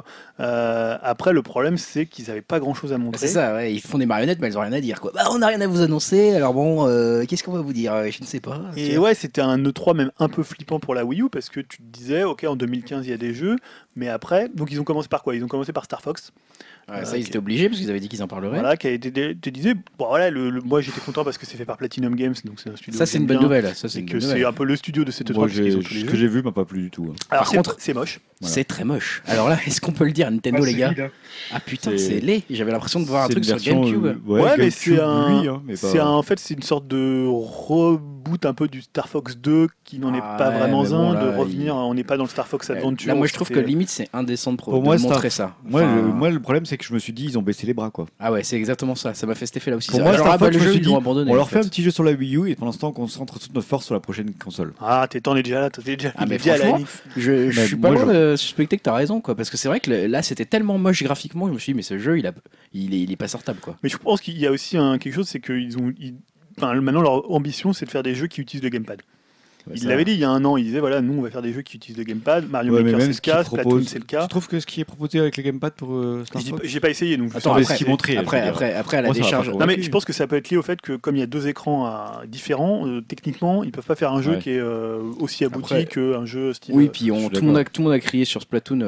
Après, le problème, c'est qu'ils n'avaient pas grand-chose à Bah, montrer. c'est ça, ouais, ils font des marionnettes, mais elles ont rien à dire, quoi. Bah, on n'a rien à vous annoncer, alors bon, qu'est-ce qu'on va vous dire? Je ne sais pas. Et ouais, c'était un E3 même un peu flippant pour la Wii U parce que tu te disais, ok, en 2015 il y a des jeux, mais après, donc ils ont commencé par quoi? Ils ont commencé par Star Fox. Ouais, ça, ils Ok. étaient obligés parce qu'ils avaient dit qu'ils en parleraient. Voilà, qui a été, tu disais, bon voilà, moi j'étais content parce que c'est fait par Platinum Games, donc c'est un studio. Ça, que c'est une j'aime bonne bien, nouvelle. Ça, c'est et une que bonne c'est nouvelle. un peu le studio de cette E3 Moi, parce qu'ils ont tous les ce jeux. que j'ai vu m'a pas plu du tout. Alors Par contre, c'est moche. Voilà. C'est très moche. Alors là, est-ce qu'on peut le dire, Nintendo, Ah, les c'est gars? vide, hein. Ah putain, C'est- c'est laid. J'avais l'impression de voir un C'est truc une sur version, GameCube. Ouais, mais c'est un, oui, hein, mais c'est pas- en fait c'est une sorte de reboot un peu du Star Fox 2 qui n'en est Ah pas ouais, vraiment mais bon, un, de là, revenir. On n'est pas dans le Star Fox Adventure. Là, moi, où je trouve que c'était- limite, c'est indécent de, Pour de moi, montrer Star- ça. Moi, Enfin, moi, le problème, c'est que je me suis dit, ils ont baissé les bras, quoi. Ah ouais, c'est exactement ça. Ça m'a fait cet effet-là aussi. Pour Ça. moi, Alors, Star ah bah, Fox, le je me jeu, suis ils dit, l'ont abandonné. on en leur fait un fait. petit jeu sur la Wii U et pour l'instant, on concentre toute notre force sur la prochaine console. Ah, t'en es déjà là, Ah, mais déjà à la franchement, NX. Je Mais suis pas moi, loin de suspecter que t'as raison, quoi. Parce que c'est vrai que là, c'était tellement moche graphiquement, je me suis dit, mais ce jeu, il est pas sortable, quoi. Mais je pense qu'il y a aussi quelque chose, c'est qu'ils ont. Enfin, maintenant, leur ambition, c'est de faire des jeux qui utilisent le gamepad. Ouais, Ils ça- l'avaient dit il y a un an, ils disaient voilà, nous on va faire des jeux qui utilisent le gamepad. Mario Ouais, mais Maker même c'est ce le qu'ils cas, Splatoon proposent, c'est le je cas. trouve que ce qui est proposé avec le gamepad pour Star Je dis Fox, pas- J'ai pas essayé donc. je Attends, sais mais pas ce qu'ils si- montraient, je veux dire. après, à la Moi, ça va décharge. pas Non mais Ok. je pense que ça peut être lié au fait que comme il y a deux écrans différents, techniquement ils peuvent pas faire un jeu Ouais. qui est aussi abouti Après- qu'un jeu style. Oui, puis je suis tout le monde a crié sur Splatoon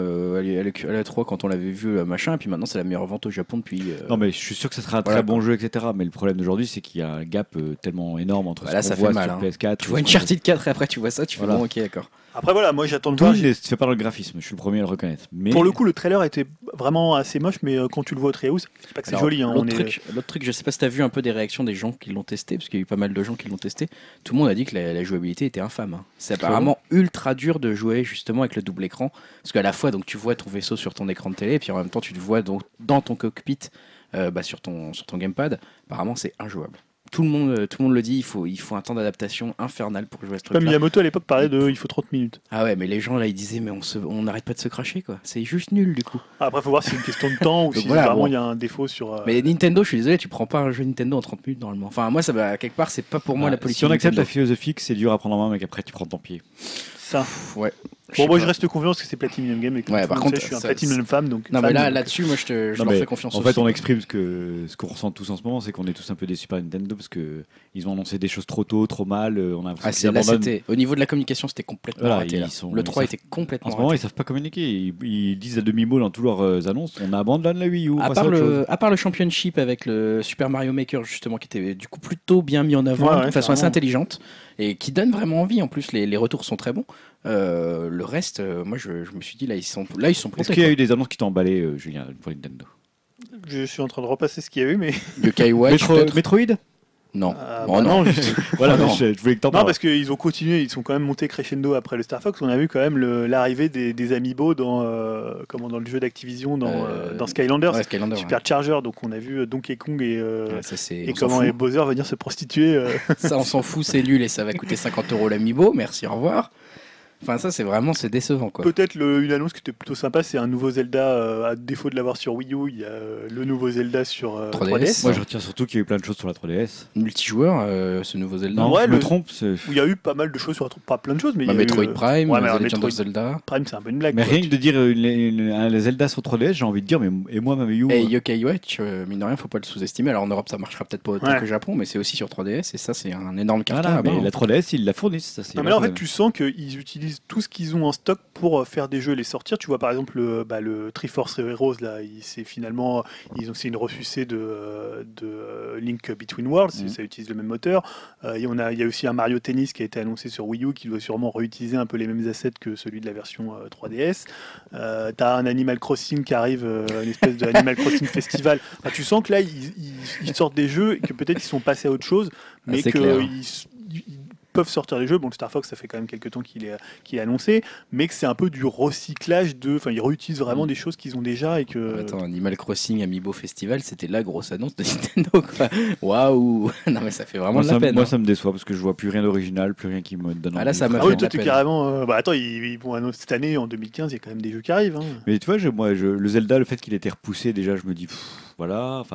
à la 3 quand on l'avait vu, machin, et puis maintenant c'est la meilleure vente au Japon depuis. Non, mais je suis sûr que ça sera un Voilà, très bon jeu, etc. Mais le problème d'aujourd'hui, c'est qu'il y a un gap tellement énorme entre Bah là, ce ça qu'on fait voit mal, sur hein. PS4. Tu vois et une ce qu'on- Uncharted 4 et après tu vois ça, tu fais Voilà. bon, ok, d'accord. Après voilà, moi j'attends de Tout voir. ne se fait pas dans le graphisme, je suis le premier à le reconnaître. Mais Pour le coup, le trailer était vraiment assez moche, mais quand tu le vois au Treehouse, je sais pas que c'est Alors, joli. Hein, L'autre truc, je sais pas si t'as vu un peu des réactions des gens qui l'ont testé, parce qu'il y a eu pas mal de gens qui l'ont testé. Tout le monde a dit que la jouabilité était infâme. Hein. C'est apparemment ultra dur de jouer justement avec le double écran, parce qu'à la fois donc tu vois ton vaisseau sur ton écran de télé, et puis en même temps tu le vois donc dans ton cockpit sur ton gamepad. Apparemment c'est injouable. Tout le monde le dit, il faut un temps d'adaptation infernal pour jouer à ce Comme truc-là. Miyamoto à l'époque parlait de il faut 30 minutes. Ah ouais, mais les gens là ils disaient mais on n'arrête pas de se cracher quoi. C'est juste nul du coup. Après, faut voir si c'est une question de temps ou Donc si voilà, vraiment bon. il y a un défaut sur. Mais Nintendo, je suis désolé, tu prends pas un jeu Nintendo en 30 minutes normalement. Enfin moi ça va quelque part, c'est pas pour moi Ah, la politique. si on accepte la Nintendo. philosophie que c'est dur à prendre en main, mais qu'après tu prends ton pied. Ça. Ouais. Bon, moi sais je pas. reste confiant parce que c'est Platinum Game. Et que Ouais, tout par le monde contre, sait, je suis un ça- Platinum fan donc. Non fan, mais donc- là-dessus, moi je Non, leur mais fais confiance. En fait, aussi. on exprime ce qu'on ressent tous en ce moment, c'est qu'on est tous un peu déçus par Nintendo parce que ils ont annoncé des choses trop tôt, trop mal. On a l'impression Ah, qu'ils là, abandonnent. c'était au niveau de la communication, c'était complètement Voilà, raté. ils Là. sont- Le ils 3 savent- était complètement En ce moment, raté. ils savent pas communiquer. Ils disent à demi-mot dans toutes leurs annonces on abandonne la Wii U. on À passe à part, autre chose. à part le Championship avec le Super Mario Maker justement qui était du coup plutôt bien mis en avant Ouais, de façon assez carrément. intelligente et qui donne vraiment envie en plus les retours sont très bons. Le reste moi je me suis dit là ils sont Est-ce plantés. qu'il y a eu des annonces qui t'ont emballé, Julien, pour Nintendo Je suis en train de repasser ce qu'il y a eu, mais. Yokai Watch peut-être Metroid Non. Ah, Oh, bah non. Voilà, non. je voulais que t'en Non, parles. parce qu'ils ont continué, ils sont quand même montés crescendo après le Star Fox. On a vu quand même l'arrivée des Amiibo dans le jeu d'Activision dans Skylanders. Ouais, Skylander, Super Charger, donc on a vu Donkey Kong et, ouais, ça, c'est- et on s'en comment fout. et Bowser venir se prostituer. Ça, on s'en fout, c'est nul et ça va coûter 50 € l'amiibo. Merci, au revoir. Enfin, ça, c'est décevant, quoi. Peut-être une annonce qui était plutôt sympa, c'est un nouveau Zelda, à défaut de l'avoir sur Wii U, il y a le nouveau Zelda sur 3DS. Moi, je retiens surtout qu'il y a eu plein de choses sur la 3DS. Multijoueur, ce nouveau Zelda. Non, ouais, je me le- trompe. c'est- Où il y a eu pas mal de choses sur pas plein de choses, mais il Bah, y a eu, Metroid Prime, ouais, mais The alors, Legend Metroid of Zelda. Prime, c'est un peu une blague. Mais quoi. rien que de dire un Zelda sur 3DS, j'ai envie de dire, mais et moi, ma Wii U. Et Yokai Watch, mine de rien, faut pas le sous-estimer. Alors en Europe, ça marchera peut-être pas autant Ouais. que au Japon, mais c'est aussi sur 3DS et ça, c'est un énorme carton. Voilà, là-bas, mais hein. la 3DS, ils la fournissent. Ça, c'est Non, mais là, en fait, tu sens qu'ils utilisent tout ce qu'ils ont en stock pour faire des jeux et les sortir. Tu vois, par exemple, le Triforce Heroes, là, c'est finalement, c'est une ressucée de Link Between Worlds, Mhm. ça utilise le même moteur. Il y a aussi un Mario Tennis qui a été annoncé sur Wii U qui doit sûrement réutiliser un peu les mêmes assets que celui de la version 3DS. T'as un Animal Crossing qui arrive, une espèce de Animal Crossing Festival. Enfin, tu sens que là, ils sortent des jeux et que peut-être ils sont passés à autre chose, mais c'est clair. qu'ils peuvent sortir des jeux. Bon, le Star Fox, ça fait quand même quelques temps qu'il est annoncé, mais que c'est un peu du recyclage enfin, ils réutilisent vraiment des choses qu'ils ont déjà et que. Attends, Animal Crossing Amiibo Festival, c'était la grosse annonce de Nintendo, quoi. Waouh. Non, mais ça fait vraiment Moi, de la peine. moi, hein. ça me déçoit parce que je vois plus rien d'original, plus rien qui me donne Ah, là, envie. ça m'a Ah fait oui, de toi, la t'es peine. carrément. Bah attends, ils vont annoncer cette année, en 2015, il y a quand même des jeux qui arrivent. Hein. Mais tu vois, le Zelda, le fait qu'il ait été repoussé, déjà, je me dis, voilà. Enfin,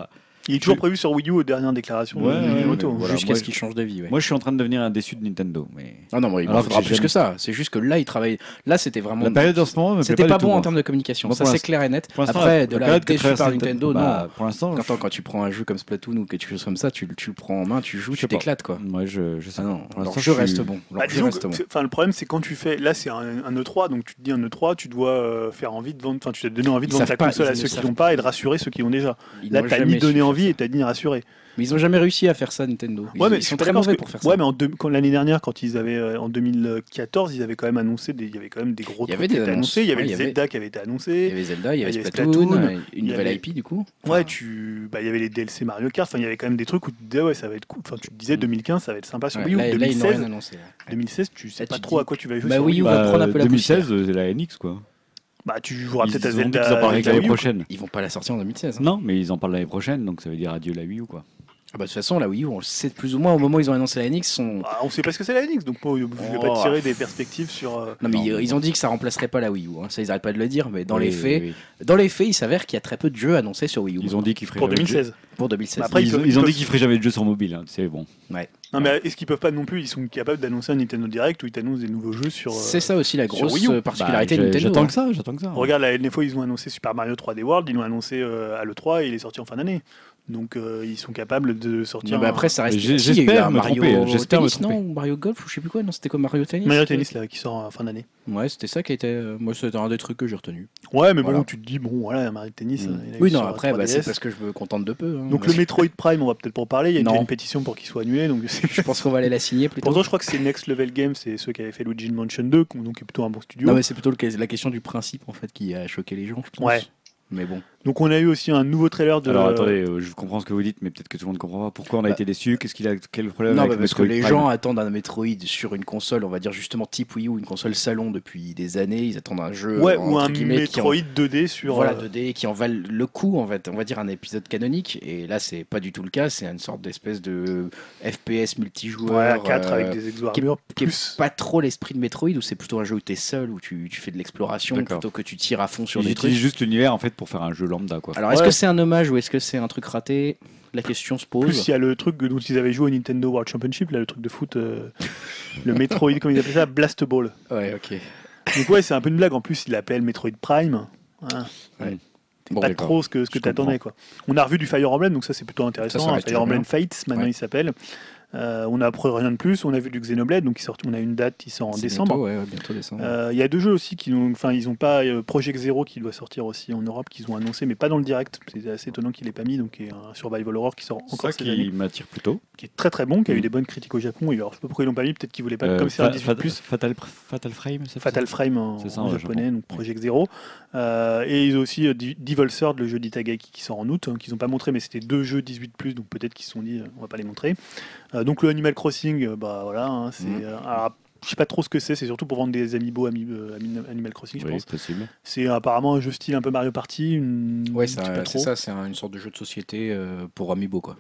Il est toujours prévu sur Wii U aux dernières déclarations Ouais, de ouais, Miyamoto. ouais, voilà. Jusqu'à moi, ce qu'il change d'avis. Ouais. Moi, je suis en train de devenir un déçu de Nintendo. Mais... Ah non, il en Alors que faudra j'ai plus jamais- que ça. C'est juste que là, il travaille. Là, c'était vraiment. La période en ce moment me plaît C'était pas pas du tout, bon en moi. termes de communication. Moi, Ça, pour c'est l'instant- clair et net. Pour l'instant, Après, la de là, période être que déçu traverse par Nintendo, Nintendo, non. bah, pour l'instant, Quand tu prends un jeu comme Splatoon ou que tu choses comme ça, tu le prends en main, tu joues, Je tu sais pas. t'éclates quoi. moi, je sais Ah pas. non, Pour leur l'instant, jeu je reste suis- bon. Bah, Leur jeu disons reste que, bon. le problème, c'est quand tu fais. Là, c'est un E3, donc tu te dis un E3, tu dois faire envie de vendre. Enfin, tu t'es donné envie de Ils vendre savent ta pas, console ils à ne ceux qui savent l'ont pas et de rassurer ceux qui l'ont déjà. Ils Là, n'ont t'as jamais ni donné su faire envie ça. et t'as ni rassuré. Mais ils ont jamais réussi à faire ça, Nintendo. Ouais, mais Ils je sont suis très d'accord mauvais parce pour que- faire ça. Ouais, mais quand l'année dernière, quand ils avaient en 2014, ils avaient quand même annoncé, il y avait quand même des gros Il y trucs avait qui des étaient annonces. annoncés. Il y avait Ouais, le il y avait- Zelda qui avait été Il y annoncé. avait Zelda, il y avait il y avait Splatoon, Splatoon, une il y nouvelle avait- IP du coup. Ouais, Enfin, il y avait les DLC Mario Kart. Enfin, il y avait quand même des trucs où tu te disais ouais, ça va être cool. Enfin, tu te disais 2015, ça va être sympa sur ouais, Wii U. là, ils n'ont 2016, rien annoncé. là. 2016, tu sais Là, pas tu trop dis- à quoi tu vas jouer Bah sur oui, Wii U. on va prendre un peu la 2016, c'est la NX, quoi. Bah, tu joueras peut-être à Ils ont dit Zelda. qu'ils en parleraient que Zelda l'année Wii U, prochaine. Ils vont pas la sortir en 2016. hein. Non, mais ils en parlent l'année prochaine, donc ça veut dire adieu la Wii U, quoi. Ah bah, de toute façon, la Wii U, on le sait plus ou moins au moment où ils ont annoncé la NX. Bah, on sait pas ce que c'est la NX, donc moi, je vais pas Oh. tirer des perspectives sur. Non, mais Non, mais ils ont dit que ça remplacerait pas la Wii U. hein. Ça, ils arrêtent pas de le dire, mais dans Oui, les faits, oui, oui. il s'avère qu'il y a très peu de jeux annoncés sur Wii U. Ils ont dit qu'ils feraient Pour jamais de jeu. 2016. pour 2016. Bah, après, Ils ont ils peuvent- dit qu'ils feraient jamais de jeu sur mobile, hein, c'est bon. Non, mais est-ce qu'ils peuvent pas non plus? Ils sont capables d'annoncer un Nintendo Direct où ils t'annoncent des nouveaux jeux sur. C'est ça aussi la sur grosse Wii U. particularité Bah, de Nintendo. J'attends hein. que ça, j'attends que ça. Regarde, la dernière fois, ils ont annoncé Super Mario 3D World, ils l'ont annoncé à l'E3 et il est sorti en fin d'année. Donc, ils sont capables de sortir. Non, mais après, ça reste. J'ai- Si, il y a eu j'espère un me Mario tromper, j'espère me Tennis, non tromper. Ou Mario Golf, ou je sais plus quoi. Non, c'était comme Mario Tennis. Mario Tennis là, qui sort en fin d'année. Ouais, c'était ça qui a été. Moi, c'était un des trucs que j'ai retenu. Ouais, mais Voilà. bon, tu te dis, bon, voilà, Mario Tennis. Mm. il a Oui, eu non, sur après, bah, 3DS. c'est parce que je me contente de peu. hein. Donc, le Metroid Prime, on va peut-être pas en parler. Il y a Non. déjà une pétition pour qu'il soit annulé. Donc, Je pense qu'on va aller la signer plutôt. pourtant, je crois que c'est Next Level Games, c'est ceux qui avaient fait Luigi's Mansion 2, donc qui est plutôt un bon studio. Non, mais c'est plutôt la question du principe en fait qui a choqué les gens, je pense. Ouais. Mais bon. Donc, on a eu aussi un nouveau trailer de. Alors attendez, je comprends ce que vous dites, mais peut-être que tout le monde ne comprend pas. Pourquoi on a Bah. été déçu? Quel problème Non, avec bah, parce que Metroid les Prime gens attendent un Metroid sur une console, on va dire justement type Wii U, une console salon depuis des années. Ils attendent un jeu Ouais, ou entre un guillemets, qui en- Metroid 2D sur. Voilà, 2D qui en valent le coup, en fait, on va dire un épisode canonique. Et là, c'est pas du tout le cas. C'est une sorte d'espèce de FPS multijoueur. Ouais, à 4 avec des qui est, exo-armures. qui est Plus. pas trop l'esprit de Metroid, où c'est plutôt un jeu où t'es seul, où tu fais de l'exploration D'accord. plutôt que tu tires à fond sur Ils des utilisent trucs. juste l'univers en fait pour faire un jeu lambda, quoi. Alors, est-ce Ouais. que c'est un hommage ou est-ce que c'est un truc raté? La question se pose. Plus, il y a le truc dont ils avaient joué au Nintendo World Championship, là, le truc de foot, le Metroid, comme ils appellent ça, Blast Ball. Ouais, ok. Donc, ouais, c'est un peu une blague. En plus, il l'appelle Metroid Prime. Hein. Bon, Pas d'accord. trop ce que Je t'attendais, quoi. On a revu du Fire Emblem, donc ça, c'est plutôt intéressant. Ça reste Fire toujours Emblem bien. Fates, maintenant Ouais. il s'appelle. On a appris rien de plus. On a vu du Xenoblade, donc on a une date qui sort en c'est décembre. bientôt, ouais, bientôt décembre. Il y a deux jeux aussi ils ont pas Project Zero qui doit sortir aussi en Europe qu'ils ont annoncé, mais pas dans le direct. C'est assez étonnant qu'il ait pas mis, donc qui est un survival horror qui sort C'est encore ça cette année, qui m'attire plutôt. qui est très très bon, qui a eu Mm. des bonnes critiques au Japon. Et alors je sais pas pourquoi ils l'ont pas mis, peut-être qu'ils voulaient pas, comme c'est un 18+. Fatal Frame, ça fait Fatal ça Frame en, C'est ça, en au japonais, Japon. donc Project Zero. Et ils ont aussi Devil Third, le jeu d'Itagaki qui sort en août, qu'ils n'ont pas montré, mais c'était deux jeux 18+, donc peut-être qu'ils se sont dit on va pas les montrer. Donc le Animal Crossing, bah voilà, hein, c'est. Alors, je sais pas trop ce que c'est surtout pour vendre des amiibo Animal Crossing, je Oui, pense. possible. C'est apparemment un jeu style un peu Mario Party. Ouais, je sais pas c'est trop. ça, c'est une sorte de jeu de société pour Amiibo, quoi.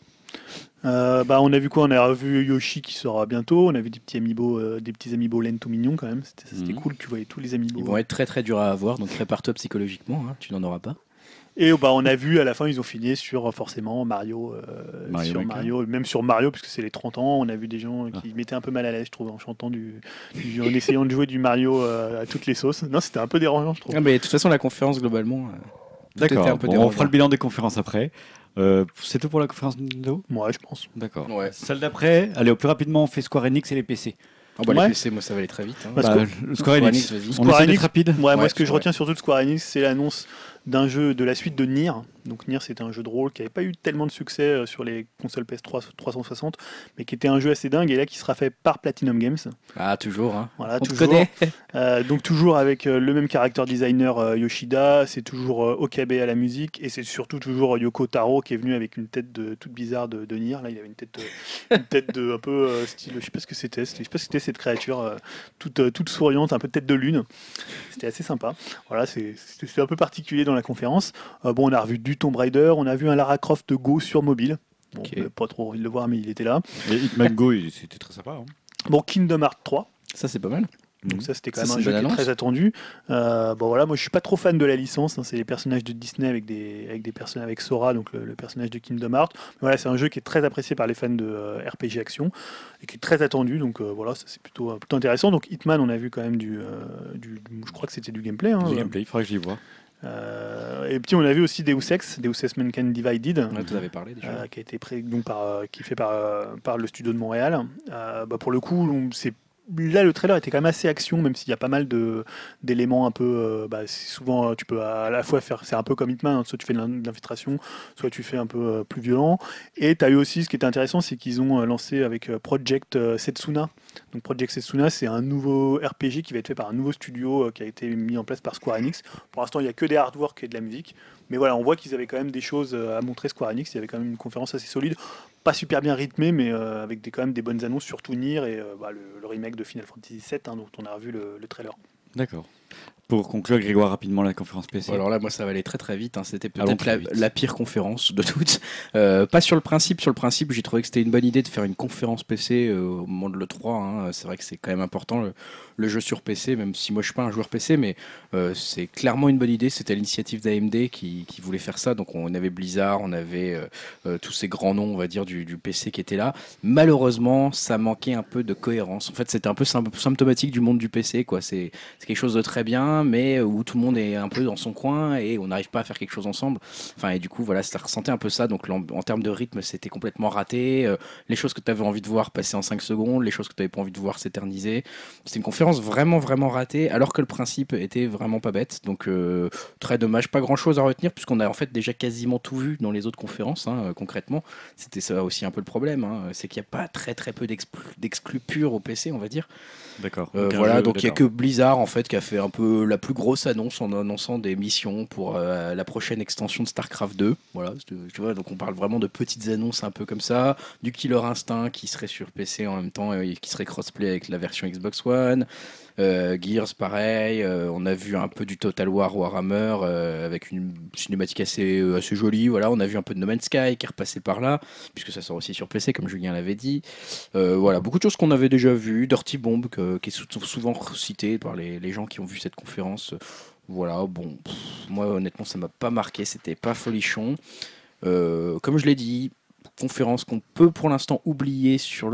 On a vu quoi? On a revu Yoshi qui sort bientôt. On a vu des petits amiibo lents tout mignons quand même. C'était Mhm. cool. Tu voyais tous les amiibo. Ils vont être très très durs à avoir, donc prépare-toi psychologiquement, hein, tu n'en auras pas. Et on a vu à la fin, ils ont fini sur forcément Mario, Mario sur Maker. Mario, même sur Mario, puisque c'est les 30 ans. On a vu des gens qui mettaient un peu mal à l'aise, je trouve, en chantant en essayant de jouer du Mario à toutes les sauces. Non, c'était un peu dérangeant, je trouve. Ah, mais de toute façon, la conférence globalement. Tout était D'accord. un peu Bon, on dérangeant. fera le bilan des conférences après. C'est tout pour la conférence Nintendo? Ouais, je pense. D'accord. Ouais. Celle d'après, allez, au plus rapidement, on fait Square Enix et les PC. Ah bah, Ouais. les PC, moi ça va aller très vite. hein. Parce Bah, que- le Square Enix, vas-y. on Square essaie Enix- d'être rapide. Ouais, moi, Ouais, ce que je ouais. retiens surtout de Square Enix, c'est l'annonce d'un jeu de la suite de Nier. Donc Nier, c'était un jeu de rôle qui n'avait pas eu tellement de succès sur les consoles PS3 360, mais qui était un jeu assez dingue et là qui sera fait par Platinum Games. Ah, toujours. Hein. Voilà, On te toujours. connaît. Donc toujours avec le même character designer Yoshida, c'est toujours Okabe à la musique et c'est surtout toujours Yoko Taro qui est venu avec une tête toute bizarre de Nier. Là, il avait une tête de un peu style, je sais pas ce que c'était, je sais pas ce que c'était cette créature toute souriante, un peu tête de lune. C'était assez sympa. Voilà, c'est un peu particulier dans la conférence. On a revu du Tomb Raider, on a vu un Lara Croft Go sur mobile. Bon, Ok. on avait pas trop envie de le voir, mais il était là. Et Hitman Go, c'était très sympa. Hein. Bon, Kingdom Hearts 3. Ça, c'est pas mal. Donc ça c'était quand Ça, même un c'est une jeu qui bonne est annonce. très attendu. Bon voilà, moi je suis pas trop fan de la licence, hein, c'est les personnages de Disney avec des personnages avec Sora, donc le personnage de Kingdom Hearts. Mais voilà, c'est un jeu qui est très apprécié par les fans de RPG action et qui est très attendu, donc voilà, ça c'est plutôt intéressant. Donc Hitman, on a vu quand même je crois que c'était du gameplay. Hein, Du gameplay, il faudrait que j'y vois. Et puis on a vu aussi Deus Ex Mankind Divided. Ouais, tu en avais parlé déjà. Qui a été qui est fait par le studio de Montréal. Pour le coup, là le trailer était quand même assez action, même s'il y a pas mal d'éléments un peu. Souvent, tu peux à la fois faire. C'est un peu comme Hitman, hein, soit tu fais de l'infiltration, soit tu fais un peu plus violent. Et tu as eu aussi, ce qui était intéressant, c'est qu'ils ont lancé avec Project Setsuna. Donc Project Setsuna, c'est un nouveau RPG qui va être fait par un nouveau studio qui a été mis en place par Square Enix. Pour l'instant, il n'y a que des artworks et de la musique. Mais voilà, on voit qu'ils avaient quand même des choses à montrer, Square Enix. Il y avait quand même une conférence assez solide, pas super bien rythmée, mais avec quand même des bonnes annonces, surtout Nier et le remake de Final Fantasy VII, hein, dont on a revu le trailer. D'accord. Pour conclure, Grégoire, rapidement la conférence PC. Alors là, moi, ça va aller très très vite. Hein. C'était Allons peut-être très vite. la pire conférence de toutes. Pas sur le principe. Sur le principe, j'ai trouvé que c'était une bonne idée de faire une conférence PC au moment de l'E3. Hein. C'est vrai que c'est quand même important le jeu sur PC, même si moi je suis pas un joueur PC, mais c'est clairement une bonne idée. C'était l'initiative d'AMD qui voulait faire ça. Donc on avait Blizzard, on avait tous ces grands noms, on va dire, du PC qui étaient là. Malheureusement, ça manquait un peu de cohérence. En fait, c'était un peu symptomatique du monde du PC, quoi. C'est quelque chose de très bien, mais où tout le monde est un peu dans son coin et on n'arrive pas à faire quelque chose ensemble. Enfin, et du coup, voilà, ça ressentait un peu ça. Donc, en termes de rythme, c'était complètement raté. Les choses que tu avais envie de voir passer en 5 secondes, les choses que tu n'avais pas envie de voir s'éterniser. C'était une conférence vraiment, vraiment ratée, alors que le principe était vraiment pas bête. Donc, très dommage. Pas grand chose à retenir, puisqu'on a en fait déjà quasiment tout vu dans les autres conférences, hein, concrètement. C'était ça aussi un peu le problème. Hein. C'est qu'il n'y a pas très, très peu d'exclus purs au PC, on va dire. D'accord. Voilà, donc il n'y a que Blizzard en fait qui a fait un peu la plus grosse annonce en annonçant des missions pour la prochaine extension de StarCraft 2. Voilà, tu vois, donc on parle vraiment de petites annonces un peu comme ça, du Killer Instinct qui serait sur PC en même temps et qui serait crossplay avec la version Xbox One. Gears pareil, on a vu un peu du Total War Warhammer avec une cinématique assez jolie. Voilà, on a vu un peu de No Man's Sky qui est repassé par là, puisque ça sort aussi sur PC comme Julien l'avait dit. Voilà, beaucoup de choses qu'on avait déjà vues. Dirty Bomb qui est souvent cité par les gens qui ont vu cette conférence. Voilà, bon, moi honnêtement ça m'a pas marqué, c'était pas folichon. Comme je l'ai dit, conférence qu'on peut pour l'instant oublier sur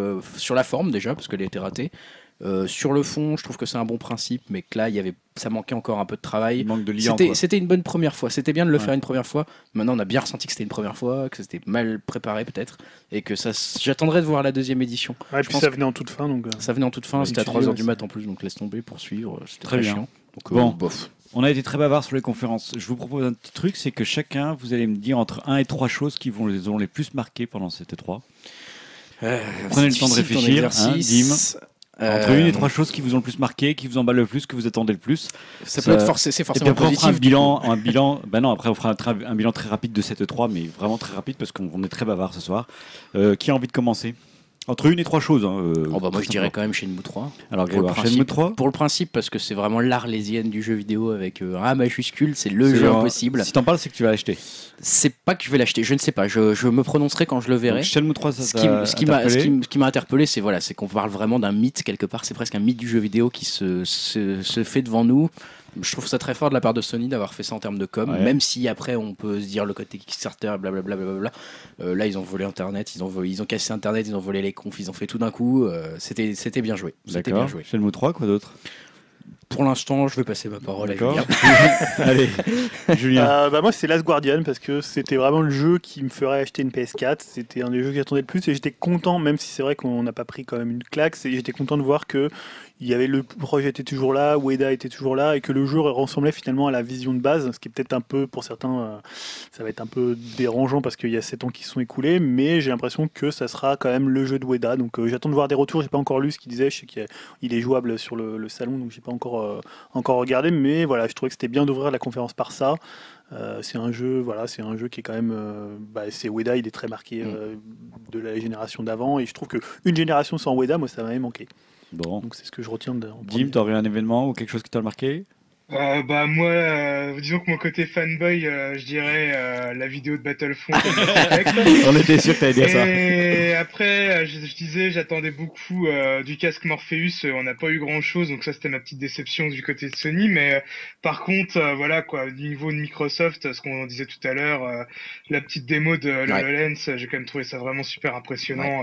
la forme déjà, parce qu'elle a été ratée. Sur le fond, je trouve que c'est un bon principe, mais que là, ça manquait encore un peu de travail. Il manque de liant. C'était une bonne première fois. C'était bien de le faire une première fois. Maintenant, on a bien ressenti que c'était une première fois, que c'était mal préparé peut-être, et que j'attendrais de voir la deuxième édition. Ouais, puis ça venait en toute fin. Donc, ça venait en toute fin, c'était à 3h du mat en plus, donc laisse tomber, poursuivre. C'était très bien. chiant. Donc, bon, bof. On a été très bavard sur les conférences. Je vous propose un petit truc, c'est que chacun, vous allez me dire entre 1 et 3 choses qui les ont les plus marquées pendant cette E3. Prenez le temps de réfléchir, hein, Dim. Entre 1 et 3 choses qui vous ont le plus marqué, qui vous emballent le plus, que vous attendez le plus. Ça peut être c'est forcément après, positif. On fera après on fera un bilan très rapide de cette E3, mais vraiment très rapide parce qu'on est très bavard ce soir. Qui a envie de commencer ? Entre 1 et 3 choses. Moi je dirais quand même Shenmue 3. Alors Grégoire, Shenmue 3 pour le principe, parce que c'est vraiment l'Arlésienne du jeu vidéo avec un A majuscule, c'est le jeu impossible. Si t'en parles, c'est que tu vas l'acheter. C'est pas que je vais l'acheter, je ne sais pas, je me prononcerai quand je le verrai. Donc, Shenmue 3, ce qui m'a interpellé, c'est qu'on parle vraiment d'un mythe quelque part, c'est presque un mythe du jeu vidéo qui se fait devant nous. Je trouve ça très fort de la part de Sony d'avoir fait ça en termes de com, même si après on peut se dire le côté Kickstarter, blablabla. Là ils ont volé Internet, ils ont cassé Internet, ils ont volé les confs, ils ont fait tout d'un coup. C'était bien joué. C'était bien joué. Shenmue 3, quoi d'autre ? Pour l'instant, je vais passer ma parole à Julien. Allez, Julien. Moi, c'est Last Guardian parce que c'était vraiment le jeu qui me ferait acheter une PS4. C'était un des jeux que j'attendais le plus et j'étais content, même si c'est vrai qu'on n'a pas pris quand même une claque. J'étais content de voir que le projet était toujours là, Ueda était toujours là et que le jeu ressemblait finalement à la vision de base, ce qui est peut-être un peu, pour certains, ça va être un peu dérangeant parce qu'il y a 7 ans qui se sont écoulés, mais j'ai l'impression que ça sera quand même le jeu de Ueda. Donc j'attends de voir des retours. J'ai pas encore lu ce qu'il disait. Je sais qu'il est jouable sur le salon, donc j'ai pas encore regardé, mais voilà, je trouvais que c'était bien d'ouvrir la conférence par ça. C'est un jeu qui est quand même, c'est Ueda, il est très marqué de la génération d'avant, et je trouve qu'une génération sans Ueda, moi, ça m'avait manqué. Bon. Donc c'est ce que je retiens. Dim, t'aurais un événement ou quelque chose qui t'a marqué ? Moi, disons que mon côté fanboy, je dirais la vidéo de Battlefront et Mass Effect. On était sûr que t'allais dire ça. Et après, je disais, j'attendais beaucoup du casque Morpheus. On n'a pas eu grand-chose, donc ça c'était ma petite déception du côté de Sony. Mais par contre, voilà quoi, du niveau de Microsoft, ce qu'on disait tout à l'heure, la petite démo de HoloLens, j'ai quand même trouvé ça vraiment super impressionnant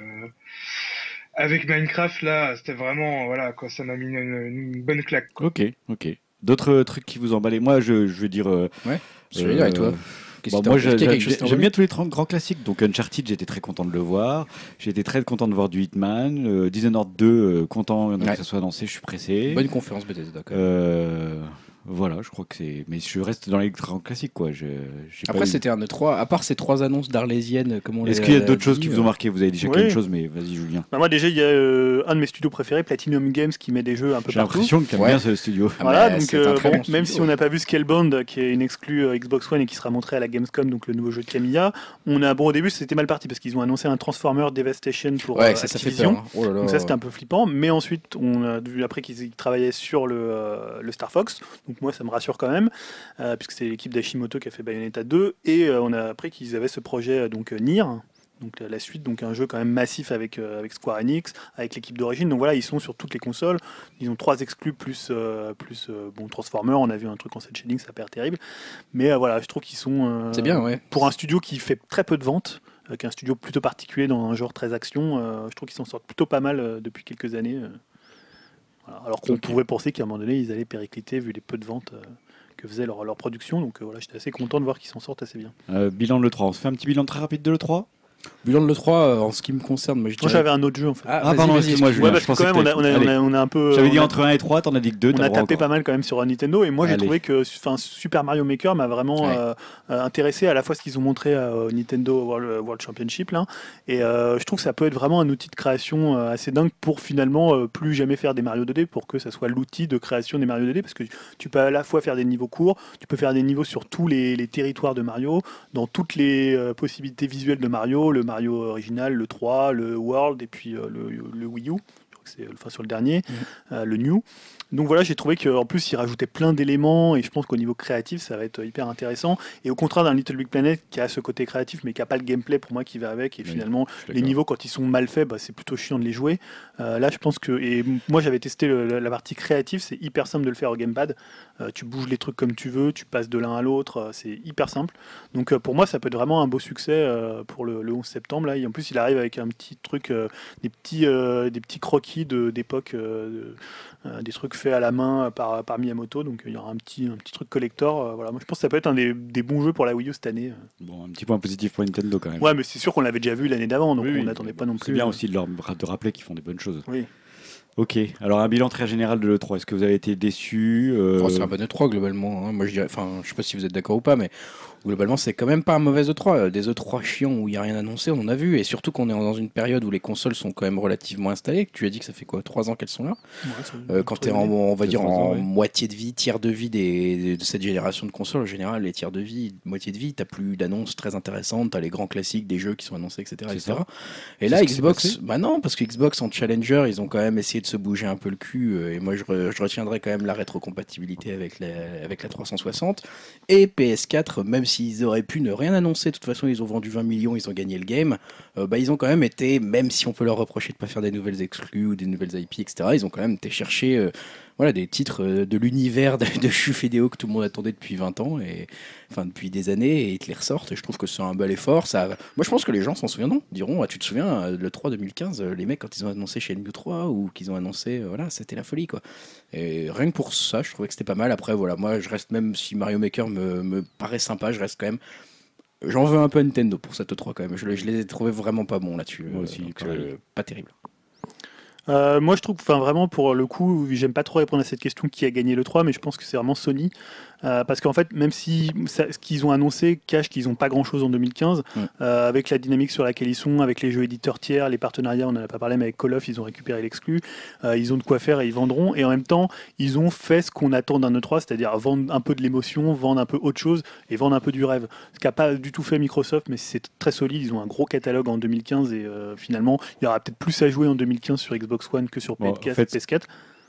avec Minecraft là. C'était vraiment voilà quoi, ça m'a mis une bonne claque, quoi. Ok. D'autres trucs qui vous emballent? Moi, je veux dire. Ouais. Je vais dire, et toi Moi, j'aime bien tous les grands classiques. Donc, Uncharted, j'étais très content de le voir. J'ai été très content de voir du Hitman. Dishonored 2, content que ça soit annoncé, je suis pressé. Bonne conférence Bethesda. Voilà, je crois que c'est. Mais je reste dans les grands classiques, quoi. Après, c'était un E3. À part ces 3 annonces d'Arlésiennes, comme on Est-ce qu'il y a d'autres choses qui vous ont marqué? Vous avez dit chacun une chose, mais vas-y, Julien. Moi, déjà, il y a un de mes studios préférés, Platinum Games, qui met des jeux un peu J'ai partout. l'impression que t'aimes bien ce studio. Voilà, donc même si on n'a pas vu Scalebound, qui est une exclue Xbox One et qui sera montré à la Gamescom, donc le nouveau jeu de Camilla, au début, c'était mal parti parce qu'ils ont annoncé un Transformer Devastation pour ça fait Activision. peur, hein. Oh là là. Donc ça, c'était un peu flippant. Mais ensuite, on a vu après qu'ils travaillaient sur le Star Fox. Donc moi, ça me rassure quand même. Puisque c'est l'équipe d'Hashimoto qui a fait Bayonetta 2 et on a appris qu'ils avaient ce projet Nier, donc la suite, donc un jeu quand même massif avec Square Enix, avec l'équipe d'origine. Donc voilà, ils sont sur toutes les consoles. Ils ont 3 exclus plus Transformers. On a vu un truc en cel shading, ça perd terrible. Mais voilà, je trouve qu'ils sont c'est bien, ouais. Pour un studio qui fait très peu de ventes, avec un studio plutôt particulier dans un genre très action, je trouve qu'ils s'en sortent plutôt pas mal depuis quelques années. Voilà. Alors qu'on pouvait penser qu'à un moment donné, ils allaient péricliter vu les peu de ventes que faisait leur production. Donc voilà, j'étais assez content de voir qu'ils s'en sortent assez bien. Bilan de l'E3. On se fait un petit bilan très rapide de l'E3. Bilan de l'E3, en ce qui me concerne, moi j'avais un autre jeu en fait. Pardon, excuse-moi, Julien. Parce que quand même, on a un peu. J'avais dit entre 1 et 3, t'en as dit que 2. On a tapé pas mal quand même sur Nintendo et moi j'ai trouvé que Super Mario Maker m'a vraiment intéressé à la fois ce qu'ils ont montré au Nintendo World Championship là, et je trouve que ça peut être vraiment un outil de création assez dingue pour finalement plus jamais faire des Mario 2D, pour que ça soit l'outil de création des Mario 2D, parce que tu peux à la fois faire des niveaux courts, tu peux faire des niveaux sur tous les territoires de Mario, dans toutes les possibilités visuelles de Mario, le Mario original, le 3, le World et puis le Wii U. C'est sur le dernier, le New. Donc voilà, j'ai trouvé qu'en plus il rajoutait plein d'éléments et je pense qu'au niveau créatif ça va être hyper intéressant. Et au contraire d'un Little Big Planet qui a ce côté créatif mais qui n'a pas le gameplay pour moi qui va avec, et finalement les niveaux quand ils sont mal faits, c'est plutôt chiant de les jouer. Là je pense que, et moi j'avais testé la partie créative, c'est hyper simple de le faire au gamepad. Tu bouges les trucs comme tu veux, tu passes de l'un à l'autre, c'est hyper simple. Donc pour moi ça peut être vraiment un beau succès pour le 11 septembre là. Et en plus il arrive avec un petit truc, des petits croquis d'époque, des trucs faits à la main par Miyamoto, donc il y aura un petit truc collector. Voilà. Moi je pense que ça peut être un des bons jeux pour la Wii U cette année. Bon, un petit point positif pour Nintendo quand même. Ouais, mais c'est sûr qu'on l'avait déjà vu l'année d'avant, donc on n'attendait pas non plus. C'est bien aussi de rappeler qu'ils font des bonnes choses. Oui. Ok, alors un bilan très général de l'E3. Est-ce que vous avez été déçu C'est un bon E3 globalement. Hein. Moi je dirais, je sais pas si vous êtes d'accord ou pas, mais globalement, c'est quand même pas un mauvais E3. Des E3 chiants où il n'y a rien annoncé, on en a vu. Et surtout qu'on est dans une période où les consoles sont quand même relativement installées. Tu as dit que ça fait quoi, 3 ans qu'elles sont là. Quand tu es on va dire en moitié de vie, tiers de vie de cette génération de consoles, en général, les tiers de vie, moitié de vie, tu n'as plus d'annonces très intéressantes. Tu as les grands classiques des jeux qui sont annoncés, etc. Et là, Xbox, non, parce que Xbox en Challenger, ils ont quand même essayé de se bouger un peu le cul. Et moi, je retiendrai quand même la rétrocompatibilité avec la 360. Et PS4, même s'ils auraient pu ne rien annoncer, de toute façon ils ont vendu 20 millions, ils ont gagné le game, ils ont quand même été, même si on peut leur reprocher de ne pas faire des nouvelles exclus ou des nouvelles IP, etc., ils ont quand même été chercher des titres de l'univers de jeux vidéo que tout le monde attendait depuis 20 ans, depuis des années, et ils te les ressortent, et je trouve que c'est un bel effort. Moi je pense que les gens s'en souviendront, diront, tu te souviens, le 3 2015, les mecs quand ils ont annoncé Shenmue 3, ou qu'ils ont annoncé, c'était la folie quoi. Et rien que pour ça, je trouvais que c'était pas mal. Après moi je reste, même si Mario Maker me paraît sympa, je reste quand même, j'en veux un peu à Nintendo pour cette E3 quand même. Je les ai trouvés vraiment pas bons là-dessus. Moi aussi, pas terrible. Moi je trouve, vraiment pour le coup, j'aime pas trop répondre à cette question qui a gagné le 3, mais je pense que c'est vraiment Sony. Parce qu'en fait, même si ce qu'ils ont annoncé cache qu'ils n'ont pas grand chose en 2015, avec la dynamique sur laquelle ils sont, avec les jeux éditeurs tiers, les partenariats, on n'en a pas parlé, mais avec Call of, ils ont récupéré l'exclu, ils ont de quoi faire et ils vendront, et en même temps, ils ont fait ce qu'on attend d'un E3, c'est-à-dire vendre un peu de l'émotion, vendre un peu autre chose et vendre un peu du rêve. Ce qu'a pas du tout fait Microsoft, mais c'est très solide, ils ont un gros catalogue en 2015 et finalement, il y aura peut-être plus à jouer en 2015 sur Xbox One que sur PS4.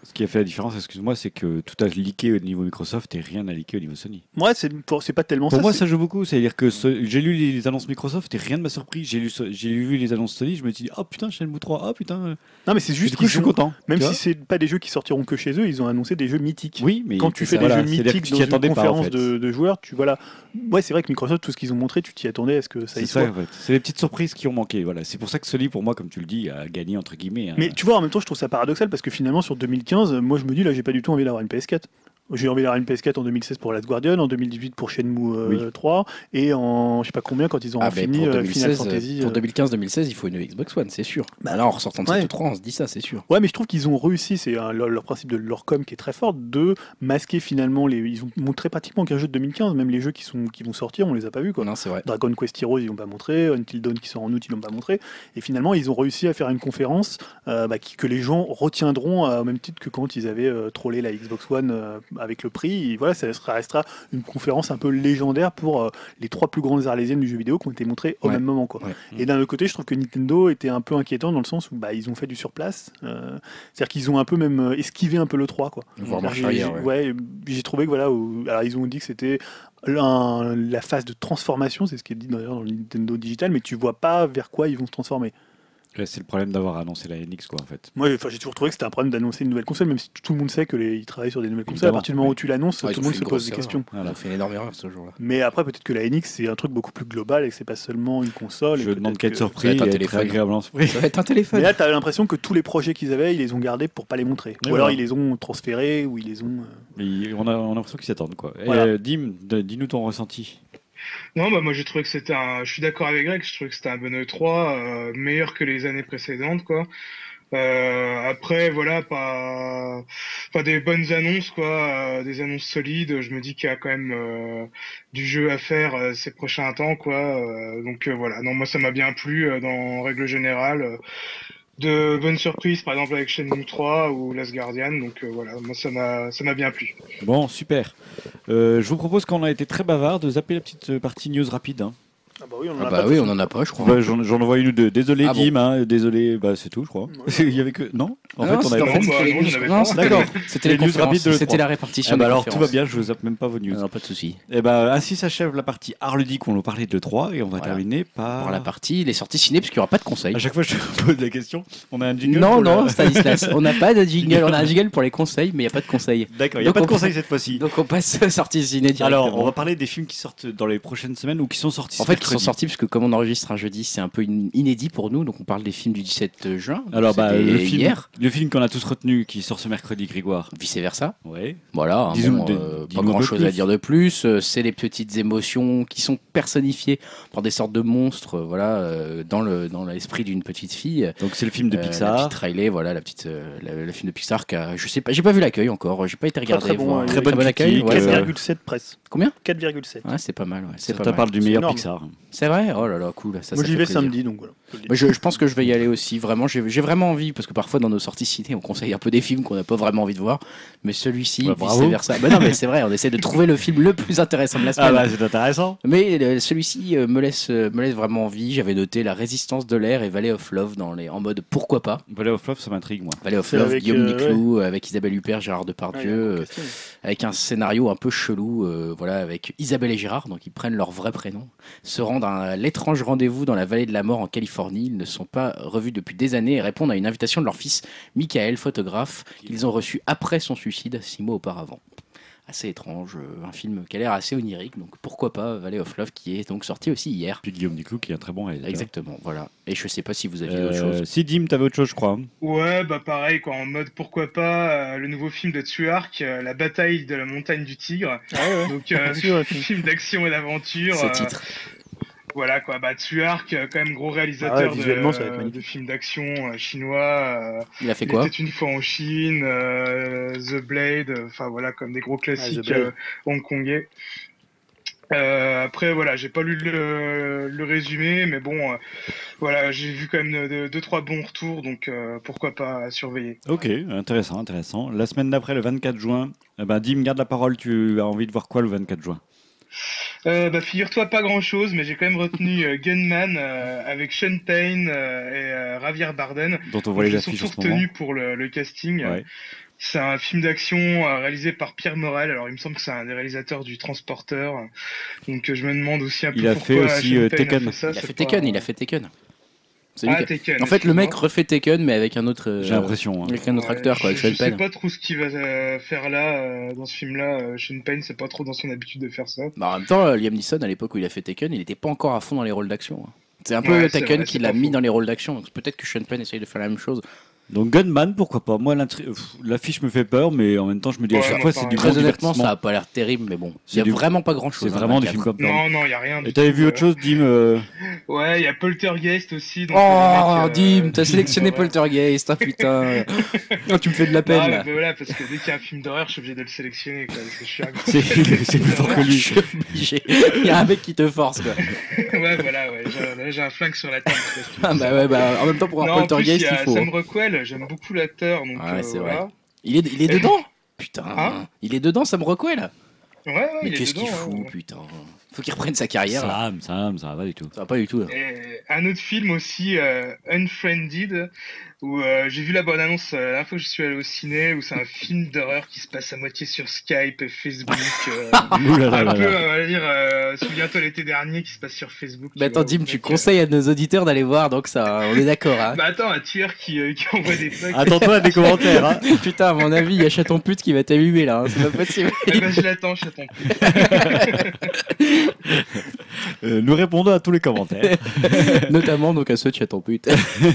Ce qui a fait la différence, excuse-moi, c'est que tout a leaké au niveau Microsoft et rien n'a leaké au niveau Sony. Ouais, c'est pas tellement Pour ça. moi, c'est- ça joue beaucoup. C'est-à-dire que j'ai lu les annonces Microsoft et rien ne m'a surpris. J'ai vu les annonces Sony, je me suis dit, oh putain, Shenmue 3, oh putain. Non, mais c'est Du juste coup, je qu'ils suis ont, content. même tu si vois. c'est pas des jeux qui sortiront que chez eux, ils ont annoncé des jeux mythiques. Oui, mais Quand tu c'est fais des ça, jeux voilà. C'est-à-dire mythiques que tu dans t'y une attendais pas, en conférence fait. de joueurs, ouais, c'est vrai que Microsoft, tout ce qu'ils ont montré, tu t'y attendais à ce que ça y C'est ça, soit. en fait. C'est les petites surprises qui ont manqué. Voilà. C'est pour ça que Sony, pour moi, comme tu le dis, a gagné entre guillemets. Mais tu vois, en même temps, je trouve ça paradoxal parce que finalement, sur 2015, moi je me dis là, j'ai pas du tout envie d'avoir une PS4. J'ai envie d'avoir une PS4 en 2016 pour Last Guardian, en 2018 pour Shenmue Oui. 3, et en je sais pas combien quand ils auront fini pour Final 2016, Fantasy. pour 2015-2016, il faut une Xbox One, c'est sûr. Bah, Là, en ressortant de ouais. cette 3, on se dit ça, c'est sûr. Ouais, mais je trouve qu'ils ont réussi, c'est leur principe de leur com qui est très fort, de masquer finalement Ils ont montré pratiquement qu'un jeu de 2015, même les jeux qui vont sortir, on les a pas vus quoi. Non, c'est vrai. Dragon Quest Heroes, ils l'ont pas montré. Until Dawn qui sort en août, ils l'ont pas montré. Et finalement, ils ont réussi à faire une conférence que les gens retiendront au même titre que quand ils avaient trollé la Xbox One avec le prix. Et voilà, ça restera une conférence un peu légendaire pour les 3 plus grandes arlésiennes du jeu vidéo qui ont été montrées au Ouais. même moment. Quoi. Ouais. Et d'un autre côté, je trouve que Nintendo était un peu inquiétant dans le sens où ils ont fait du surplace. C'est-à-dire qu'ils ont un peu même esquivé un peu le 3. Quoi. Voire marche J'ai- arrière, j'ai- ouais. ouais, j'ai trouvé que voilà, alors ils ont dit que c'était la phase de transformation, c'est ce qui est dit d'ailleurs dans le Nintendo Digital, mais tu vois pas vers quoi ils vont se transformer. Là, c'est le problème d'avoir annoncé la NX, quoi, en fait. Moi, j'ai toujours trouvé que c'était un problème d'annoncer une nouvelle console, même si tout le monde sait qu'ils travaillent sur des nouvelles consoles. À Évidemment, partir du moment oui. où tu l'annonces, Ouais, tout ils le ont monde fait se une pose grosse des erreur. questions. On a fait une énorme erreur ce jour-là. Mais après, peut-être que la NX, c'est un truc beaucoup plus global et que c'est pas seulement une console. et Je demande peut-être qu'à être que- surpris ça va être un et être téléphone. agréablement surpris. Ça va être un téléphone. Mais là, t'as l'impression que tous les projets qu'ils avaient, ils les ont gardés pour pas les montrer. Et Ou voilà. alors ils les ont transférés, ou ils les ont. On a l'impression qu'ils s'attendent, quoi. Et, Voilà. Dim, dis-nous ton ressenti. Non, bah moi j'ai trouvé que je suis d'accord avec Greg, je trouvais que c'était un bon E3, meilleur que les années précédentes, quoi. Après, voilà, pas des bonnes annonces, quoi, des annonces solides. Je me dis qu'il y a quand même du jeu à faire ces prochains temps, quoi. Donc voilà, non, moi ça m'a bien plu en règle générale. De bonnes surprises, par exemple avec Shenmue 3 ou Last Guardian. Donc voilà, moi ça m'a bien plu. Bon, super. Je vous propose, qu'on a été très bavard, de zapper la petite partie news rapide. Hein. Ah bah oui, on en Ah a bah pas oui, tous. on en a pas, je crois. Bah, j'en envoie une ou deux. Désolé, Ah bon. Dim. Hein, désolé, c'est tout, je crois. Il y avait que... Non En fait, on avait non, pas bah, fait. non, les j'en news. avais Non, pas. c'était D'accord. C'était Les les news conférences. rapides de l'E3. C'était la répartition Eh bah des alors, tout va conférences. bien, je vous zappe même pas vos news. Non, pas de souci. Et ben ainsi s'achève la partie Arludique où on nous parlait de 3 et on va Voilà. terminer par... Pour la partie, les sorties ciné, parce qu'il n'y aura pas de conseils. À chaque fois, je te pose la question. On a un jingle Non, pour le- non, Stanislas, on n'a pas de jingle. On a un jingle pour les conseils, mais il n'y a pas de conseils. D'accord, il n'y a Donc, pas de on- conseil cette fois-ci. Donc on passe aux sorties ciné directement. Alors, on va parler des films qui sortent dans les prochaines semaines ou qui sont sortis En ce fait, qui sont mercredi. sortis, parce que comme on enregistre un jeudi, c'est un peu inédit pour nous. Donc on parle des films du 17 juin. Donc Alors, c'était hier, le film qu'on a tous retenu qui sort ce mercredi, Grégoire. vice versa. Ouais. Voilà, Dis-nous bon, dis-nous pas un peu grand chose plus. à dire de plus. C'est les petites émotions qui sont personnifiées par des sortes de monstres, voilà, dans l'esprit d'une petite fille. Donc, c'est le film de La Pixar. petite Riley, voilà, le film de Pixar qui a, je sais pas, j'ai pas vu l'accueil encore, j'ai pas été regarder. très bon, voir. hein, très bonne accueil. critique, Ouais, ouais. 4,7 presse. Combien 4,7. Ouais, c'est pas mal, ouais, c'est pas Certains mal. parlent du C'est meilleur énorme. Pixar. C'est vrai. Oh là là, cool. Ça, Moi ça j'y fait vais plaisir. samedi, donc voilà. Je le dis. Mais je pense que je vais y aller aussi. Vraiment, j'ai vraiment envie, parce que parfois dans nos sorties ciné, on conseille un peu des films qu'on n'a pas vraiment envie de voir. Mais celui-ci, Ouais, vice bravo. versa. Bah non, mais c'est vrai, on essaie de trouver le film le plus intéressant de la semaine. Ah bah, c'est intéressant. Mais celui-ci me laisse vraiment envie. J'avais noté La Résistance de l'air et Valley of Love en mode pourquoi pas. Valley of Love, ça m'intrigue, moi. Valley of C'est Love, avec, Guillaume Niclou, avec Isabelle Huppert, Gérard Ah, il y a Depardieu, un bon casting. avec un scénario un peu chelou, voilà, avec Isabelle et Gérard, donc ils prennent leur vrai prénom, se rendent à l'étrange rendez-vous dans la vallée de la mort en Californie. Ils ne sont pas revus depuis des années et répondent à une invitation de leur fils, Michael, photographe, qu'ils ont reçu après son suicide, 6 mois auparavant. Assez étrange, un film qui a l'air assez onirique, donc pourquoi pas Valley of Love, qui est donc sorti aussi hier. Puis Guillaume Niclou qui est un très bon réalisateur. Exactement, voilà. Et je sais pas si vous aviez autre chose. Si Dim, t'avais autre chose, je crois. Ouais, bah pareil, quoi, en mode pourquoi pas le nouveau film de Tsuark, La bataille de la montagne du tigre. Ah ouais. Donc, Bien sûr, ouais. film d'action et d'aventure. Ce titre. Voilà, quoi, bah Tsuark, quand même gros Ah réalisateur ouais, visuellement, ça va être magnifique. de films d'action chinois. Il a fait Il quoi était une fois en Chine, The Blade, enfin voilà, comme des gros classiques The Blade. hongkongais. Après, voilà, j'ai pas lu le résumé, mais bon, voilà, j'ai vu quand même deux, trois bons retours, donc pourquoi pas surveiller. Ok, intéressant. La semaine d'après, le 24 juin, Dim, garde la parole. Tu as envie de voir quoi le 24 juin? Figure-toi pas grand-chose, mais j'ai quand même retenu Gunman avec Sean Payne et Javier Bardem. Dont on voit les Ils sont affiches en tous ce moment. retenus pour le casting. Ouais. C'est un film d'action réalisé par Pierre Morel. Alors il me semble que c'est un des réalisateurs du Transporteur. Donc je me demande aussi un peu Il a pourquoi fait aussi, Sean Payne Taken. a fait ça. Il a c'est fait pas- Taken, il a fait Taken. C'est lui Ah, qui a- Taken. En fait, le mec excuse-moi. refait Taken, mais avec un autre, J'ai l'impression. Hein. avec un autre Ouais, acteur, quoi, avec je Sean sais Penn. pas trop ce qu'il va faire là dans ce film-là. Sean Payne, c'est pas trop dans son habitude de faire ça. Bah, en même temps, Liam Neeson, à l'époque où il a fait Taken, il était pas encore à fond dans les rôles d'action. Hein. C'est un peu Ouais, c'est Taken vrai, qui c'est l'a pas mis faux. dans les rôles d'action. Donc peut-être que Sean Penn essaye de faire la même chose. Donc Gunman, pourquoi pas. Moi, l'affiche me fait peur, mais en même temps, je me dis à Ouais, chaque moi, fois, c'est pareil. du bon Très honnêtement, divertissement. ça a pas l'air terrible, mais bon, C'est il y a du- vraiment pas grand-chose. C'est hein, vraiment dans des le films cadre. comme ça. Non, il y a rien. Et du t'avais tout, vu autre chose, Dim Ouais, il y a Poltergeist aussi. Donc, Oh, les mecs, Dim, t'as sélectionné d'horreur. Poltergeist, ah putain. Oh, tu me fais de la peine, Non, là. mais voilà, parce que dès qu'il y a un film d'horreur, je suis obligé de le sélectionner. Quoi, parce que je suis un gros C'est c'est plus fort que Je lui. suis obligé. Il y a un mec qui te force, quoi. Ouais, voilà, ouais. J'ai un flingue sur la table. je sais pas si tu Ah veux bah ça. ouais, bah en même temps, pour un Non, en plus, il Poltergeist, y il a faut. Sam hein. Rockwell, j'aime beaucoup l'acteur. Donc, Ouais, c'est voilà. vrai. Il est dedans Putain. Hein Il est dedans, Sam Rockwell. Ouais, ouais, Mais il est qu'est-ce dedans. qu'il fout, hein. putain. Faut qu'il reprenne sa carrière, là. Ça va pas du tout. Ça va pas du tout, là. Et un autre film aussi, Unfriended, où j'ai vu la bande-annonce la dernière fois que je suis allé au ciné, où c'est un film d'horreur qui se passe à moitié sur Skype et Facebook. Ouh là là Un là peu, là. on va dire, souviens-toi l'été dernier qui se passe sur Facebook. Bah tu attends, vois, Dim, où le tu mec, conseilles à nos auditeurs d'aller voir, donc ça, on est d'accord, hein. Bah attends, un tueur qui envoie des fucks. Attends-toi à des commentaires. Hein. Putain, à mon avis, il y a chaton pute qui va t'allumer, là, hein. C'est pas possible. Eh ben, je l'attends, je t'attends plus. Nous répondons à tous les commentaires. Notamment, donc, à ceux de chaton pute.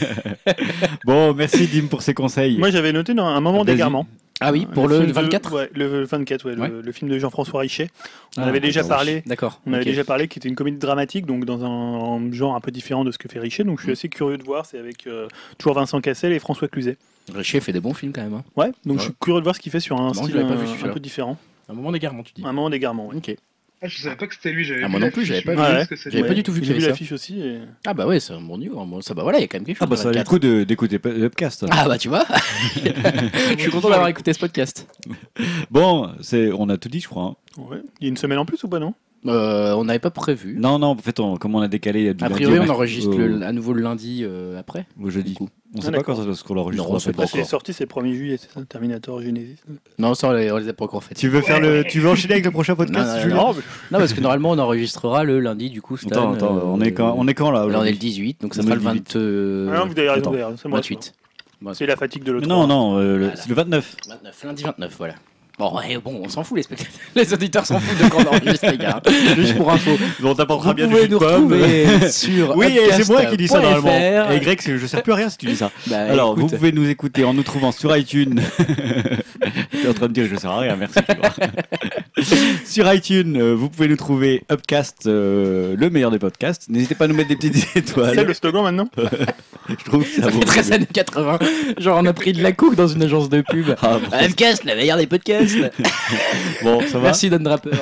Bon, merci Dim pour ces conseils. Moi, j'avais noté dans un moment Vas-y. d'égarement. Ah oui, pour le film de- 24 ouais, le 24, ouais, Ouais. le film de Jean-François Richet. On Ah, avait déjà d'accord, parlé. D'accord. On avait ok. déjà parlé qui était une comédie dramatique, donc dans un genre un peu différent de ce que fait Richet. Donc je Mm. suis assez curieux de voir. C'est avec toujours Vincent Cassel et François Cluzet. Richer fait des bons films, quand même, hein. Ouais, donc Ouais. je suis curieux de voir ce qu'il fait sur un Non, je style l'avais pas vu, un celui-là. peu différent. Un moment d'égarement, tu dis. Un moment d'égarement, ouais. Ok. Ah, je savais pas que c'était lui, j'avais Ah, vu moi non plus, l'affiche, j'avais je pas me vu. disais ce que ça J'avais pas devait du tout vu J'ai qu'il y vu avait ça. l'affiche aussi. Et... Ah bah ouais, c'est un bon niveau. Bon, ça, bah voilà, il y a quand même quelque chose. Ah bah dans ça a le 24. coup d'écouter l'Upcast. Ah bah tu vois. Je suis content d'avoir écouté ce podcast. Bon, on a tout dit, je crois. Hein. Ouais. Il y a une semaine en plus ou pas, non? On n'avait pas prévu. Non, en fait, comme on a décalé, il y a du A lundi priori, au on merc- enregistre au- à nouveau le lundi après. au jeudi. Du coup. On sait Ah, pas quand d'accord. ça, ce qu'on l'enregistre. Non, on sait pas C'est encore. sorti, c'est le 1er juillet, c'est ça, Terminator Genesis. Non, ça, on les a pas encore fait. Tu veux enchaîner avec le prochain podcast, Non, non, Julien non. Non, parce que normalement, on enregistrera le lundi, du coup. Stan, Attends, on est quand là Là, on est aujourd'hui le 18, donc ça On sera est le le 18. 20. Ah non, vous avez raison, attends. vous avez raison, c'est moi. 28. C'est la fatigue de l'autre. Non, Voilà. c'est le 29. 29, lundi 29, voilà. Bon, ouais, bon, on s'en fout, les spectateurs. Les auditeurs s'en foutent de quand on enregistre, les gars. Juste pour info. Bon, on t'apportera Vous bien du pouvez jus de nous pomme. retrouver sur Oui, et c'est moi qui dis ça upcast.fr. normalement. Et Greg, je sers plus à rien si tu dis ça. Bah, Alors, écoute. vous pouvez nous écouter en nous trouvant sur iTunes. Tu es en train de dire que je sers à rien, merci. tu vois. Sur iTunes, vous pouvez nous trouver Upcast, le meilleur des podcasts. N'hésitez pas à nous mettre des petites C'est étoiles. le slogan maintenant? Je trouve que ça Ça vaut fait très années 80. Genre, on a pris de la coke dans une agence de pub. Ah, bon. Upcast, la meilleure des podcasts. Bon, ça va. Merci, Don Draper.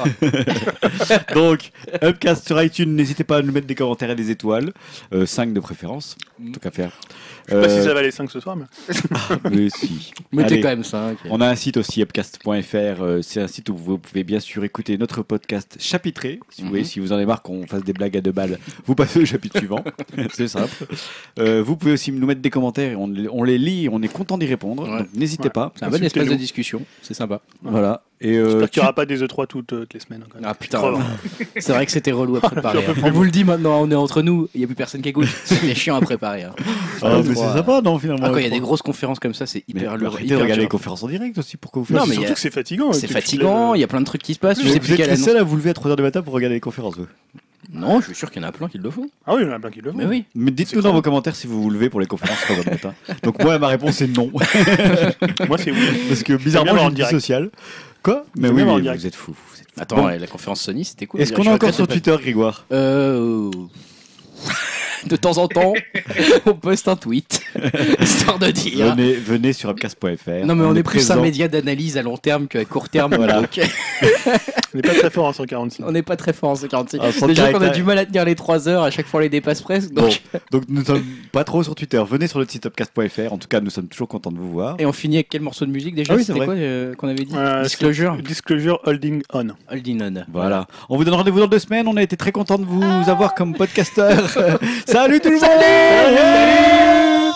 Donc, Upcast sur iTunes, n'hésitez pas à nous mettre des commentaires et des étoiles. 5 de préférence, tant qu'à faire. Je sais pas si ça va les 5 ce soir, mais. Mais si. Mettez Allez. quand même 5. On a un site aussi, upcast.fr. C'est un site où vous pouvez bien sûr écouter notre podcast chapitré. Si vous voulez, si vous en avez marre qu'on fasse des blagues à 2 balles, vous passez au chapitre suivant. C'est simple. Vous pouvez aussi nous mettre des commentaires. Et on les lit. On est content d'y répondre. Ouais. Donc n'hésitez Ouais. pas. C'est un bon espace de Insultez-nous. discussion. C'est sympa. Voilà. Et J'espère qu'il n'y aura pas des E3 toutes les semaines. Quand même. Ah putain, Crevant. c'est vrai que c'était relou à préparer. J'en peux hein. plus, On vous le dit maintenant, on est entre nous, il n'y a plus personne qui écoute. C'est chiant à préparer. Hein. Ah, mais c'est sympa, non, finalement. Ah, quand il y a des grosses conférences comme ça, c'est Mais hyper lourd. arrêtez hyper de regarder dur. les conférences en direct aussi. Pourquoi vous faites Non, ça mais Surtout il y a- que c'est fatigant. C'est fatigant, il y a plein de trucs qui se passent. Je Mais sais vous plus êtes quelle les annonce. seuls à vous lever à 3h du matin pour regarder les conférences. Vous. Non, je suis sûr qu'il y en a plein qui le font. Ah oui, il y en a plein qui le font. Mais oui. Mais dites-nous dans vos commentaires si vous vous levez pour les conférences 3h du matin. Donc moi, ma réponse est non. Moi, c'est oui. Parce que bien bizarrement, voir j'ai en une vie direct. sociale. Quoi Mais J'aime oui, bien voir en mais direct. vous êtes fous. Attends, Bon. la conférence Sony, c'était cool. Est-ce qu'on Je est encore regrette sur de pas- Twitter, Grégoire De temps en temps, on poste un tweet, histoire de dire. Venez sur upcast.fr. Non, mais on est plus présent. un média d'analyse à long terme qu'à court terme. Voilà. Donc, On n'est pas très fort en 146. on n'est pas très fort en 146. Ah, 100 Déjà qu'on a caractères. du mal à tenir les 3 heures, à chaque fois on les dépasse presque. Donc... Donc nous ne sommes pas trop sur Twitter. Venez sur le site upcast.fr. En tout cas, nous sommes toujours contents de vous voir. Et on finit avec quel morceau de musique déjà? Ah oui, c'est C'était vrai. quoi qu'on avait dit? Disclosure. Disclosure Holding On. Holding On. Voilà. On vous donne rendez-vous dans 2 semaines. On a été très contents de vous avoir comme podcasteur. Salut tout le monde. Salut.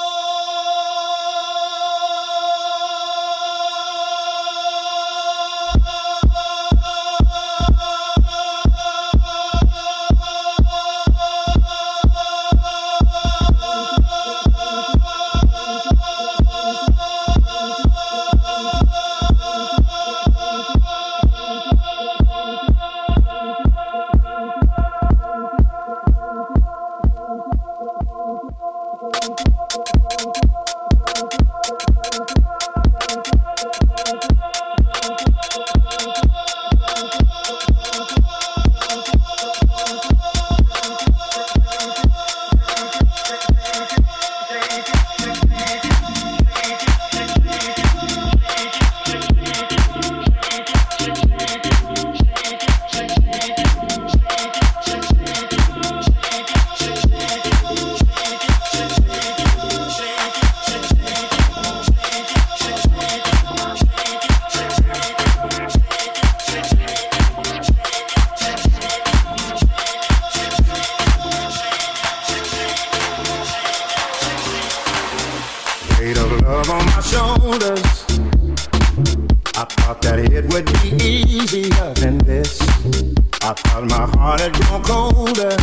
Weight of love on my shoulders. I thought that it would be easier than this. I thought my heart had grown colder,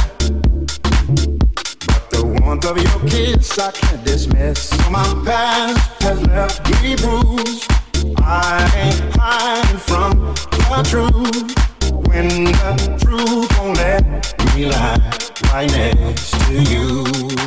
but the warmth of your kiss I can't dismiss. My past has left me bruised. I ain't hiding from the truth. When the truth won't let me lie right next to you.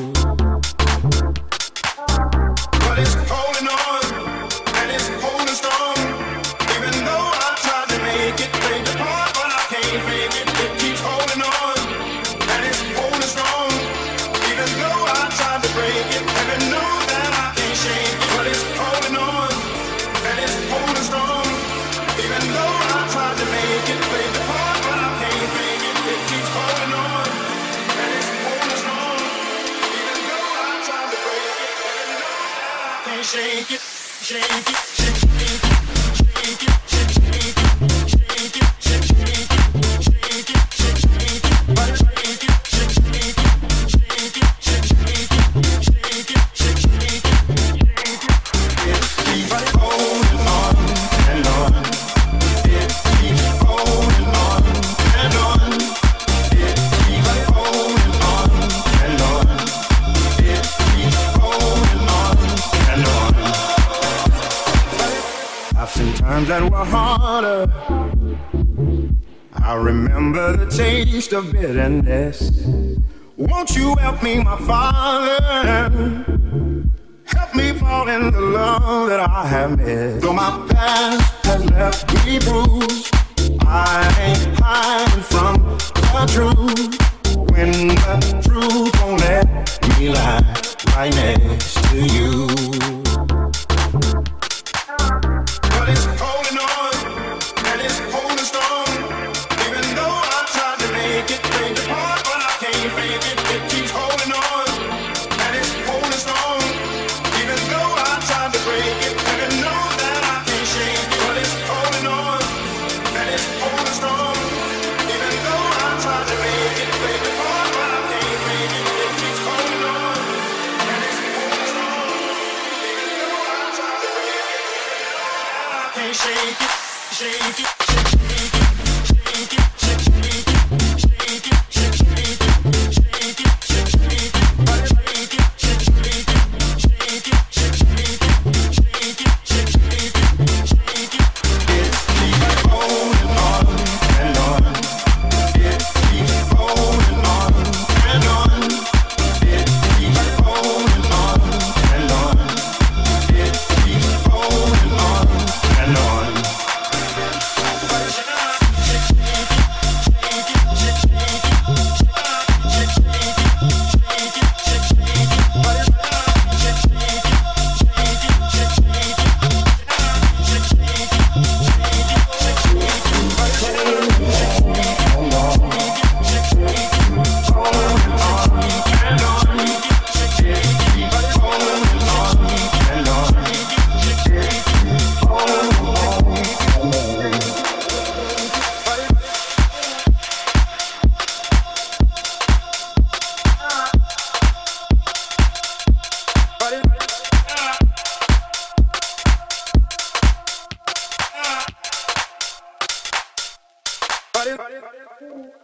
But it's holding on, and it's holding strong. Even though I tried to make it, break apart, but I can't fake it. It keeps holding on, and it's holding strong. Even though I tried to break it, heaven knows that I can't shake it. But it's holding on, and it's holding strong. Even though I tried to make it, break apart, but I can't fake it. It keeps holding on, and it's holding strong. Even though I tried to break it, heaven knows that I can't shake it, shake it, shake it, shake it, shake it, shake it, shake it, shake it, shake it, shake it, shake it, shake it, shake it, shake it, shake it, shake it. It keeps holding on and on. It keeps holding on and on. It keeps holding on and on. It keeps holding on and on. I've seen times that were harder. I remember the taste of bitterness. Won't you help me, my Father? Help me fall in the love that I have missed. Though my past has left me bruised, I ain't hiding from the truth. When the truth won't let me lie right next to you. But it's holding on, and it's holding strong. Even though I tried to make it, break apart, but I can't fake it. It keeps holding on, and it's holding strong. Even though I tried to break it, heaven knows that I can't shake it. But it's holding on, and it's holding strong. Even though I tried to make it, break apart, but I can't fake it. It keeps holding on, and it's holding strong. Even though I tried to break it, I can't shake it, shake it, shake it, shake it, shake it, shake it, shake it, shake it, shake it, shake it, shake it, shake it, shake it, shake it. It keeps holding on and on. It keeps holding on and on. It keeps holding on and on. It keeps holding on and on. Cut it.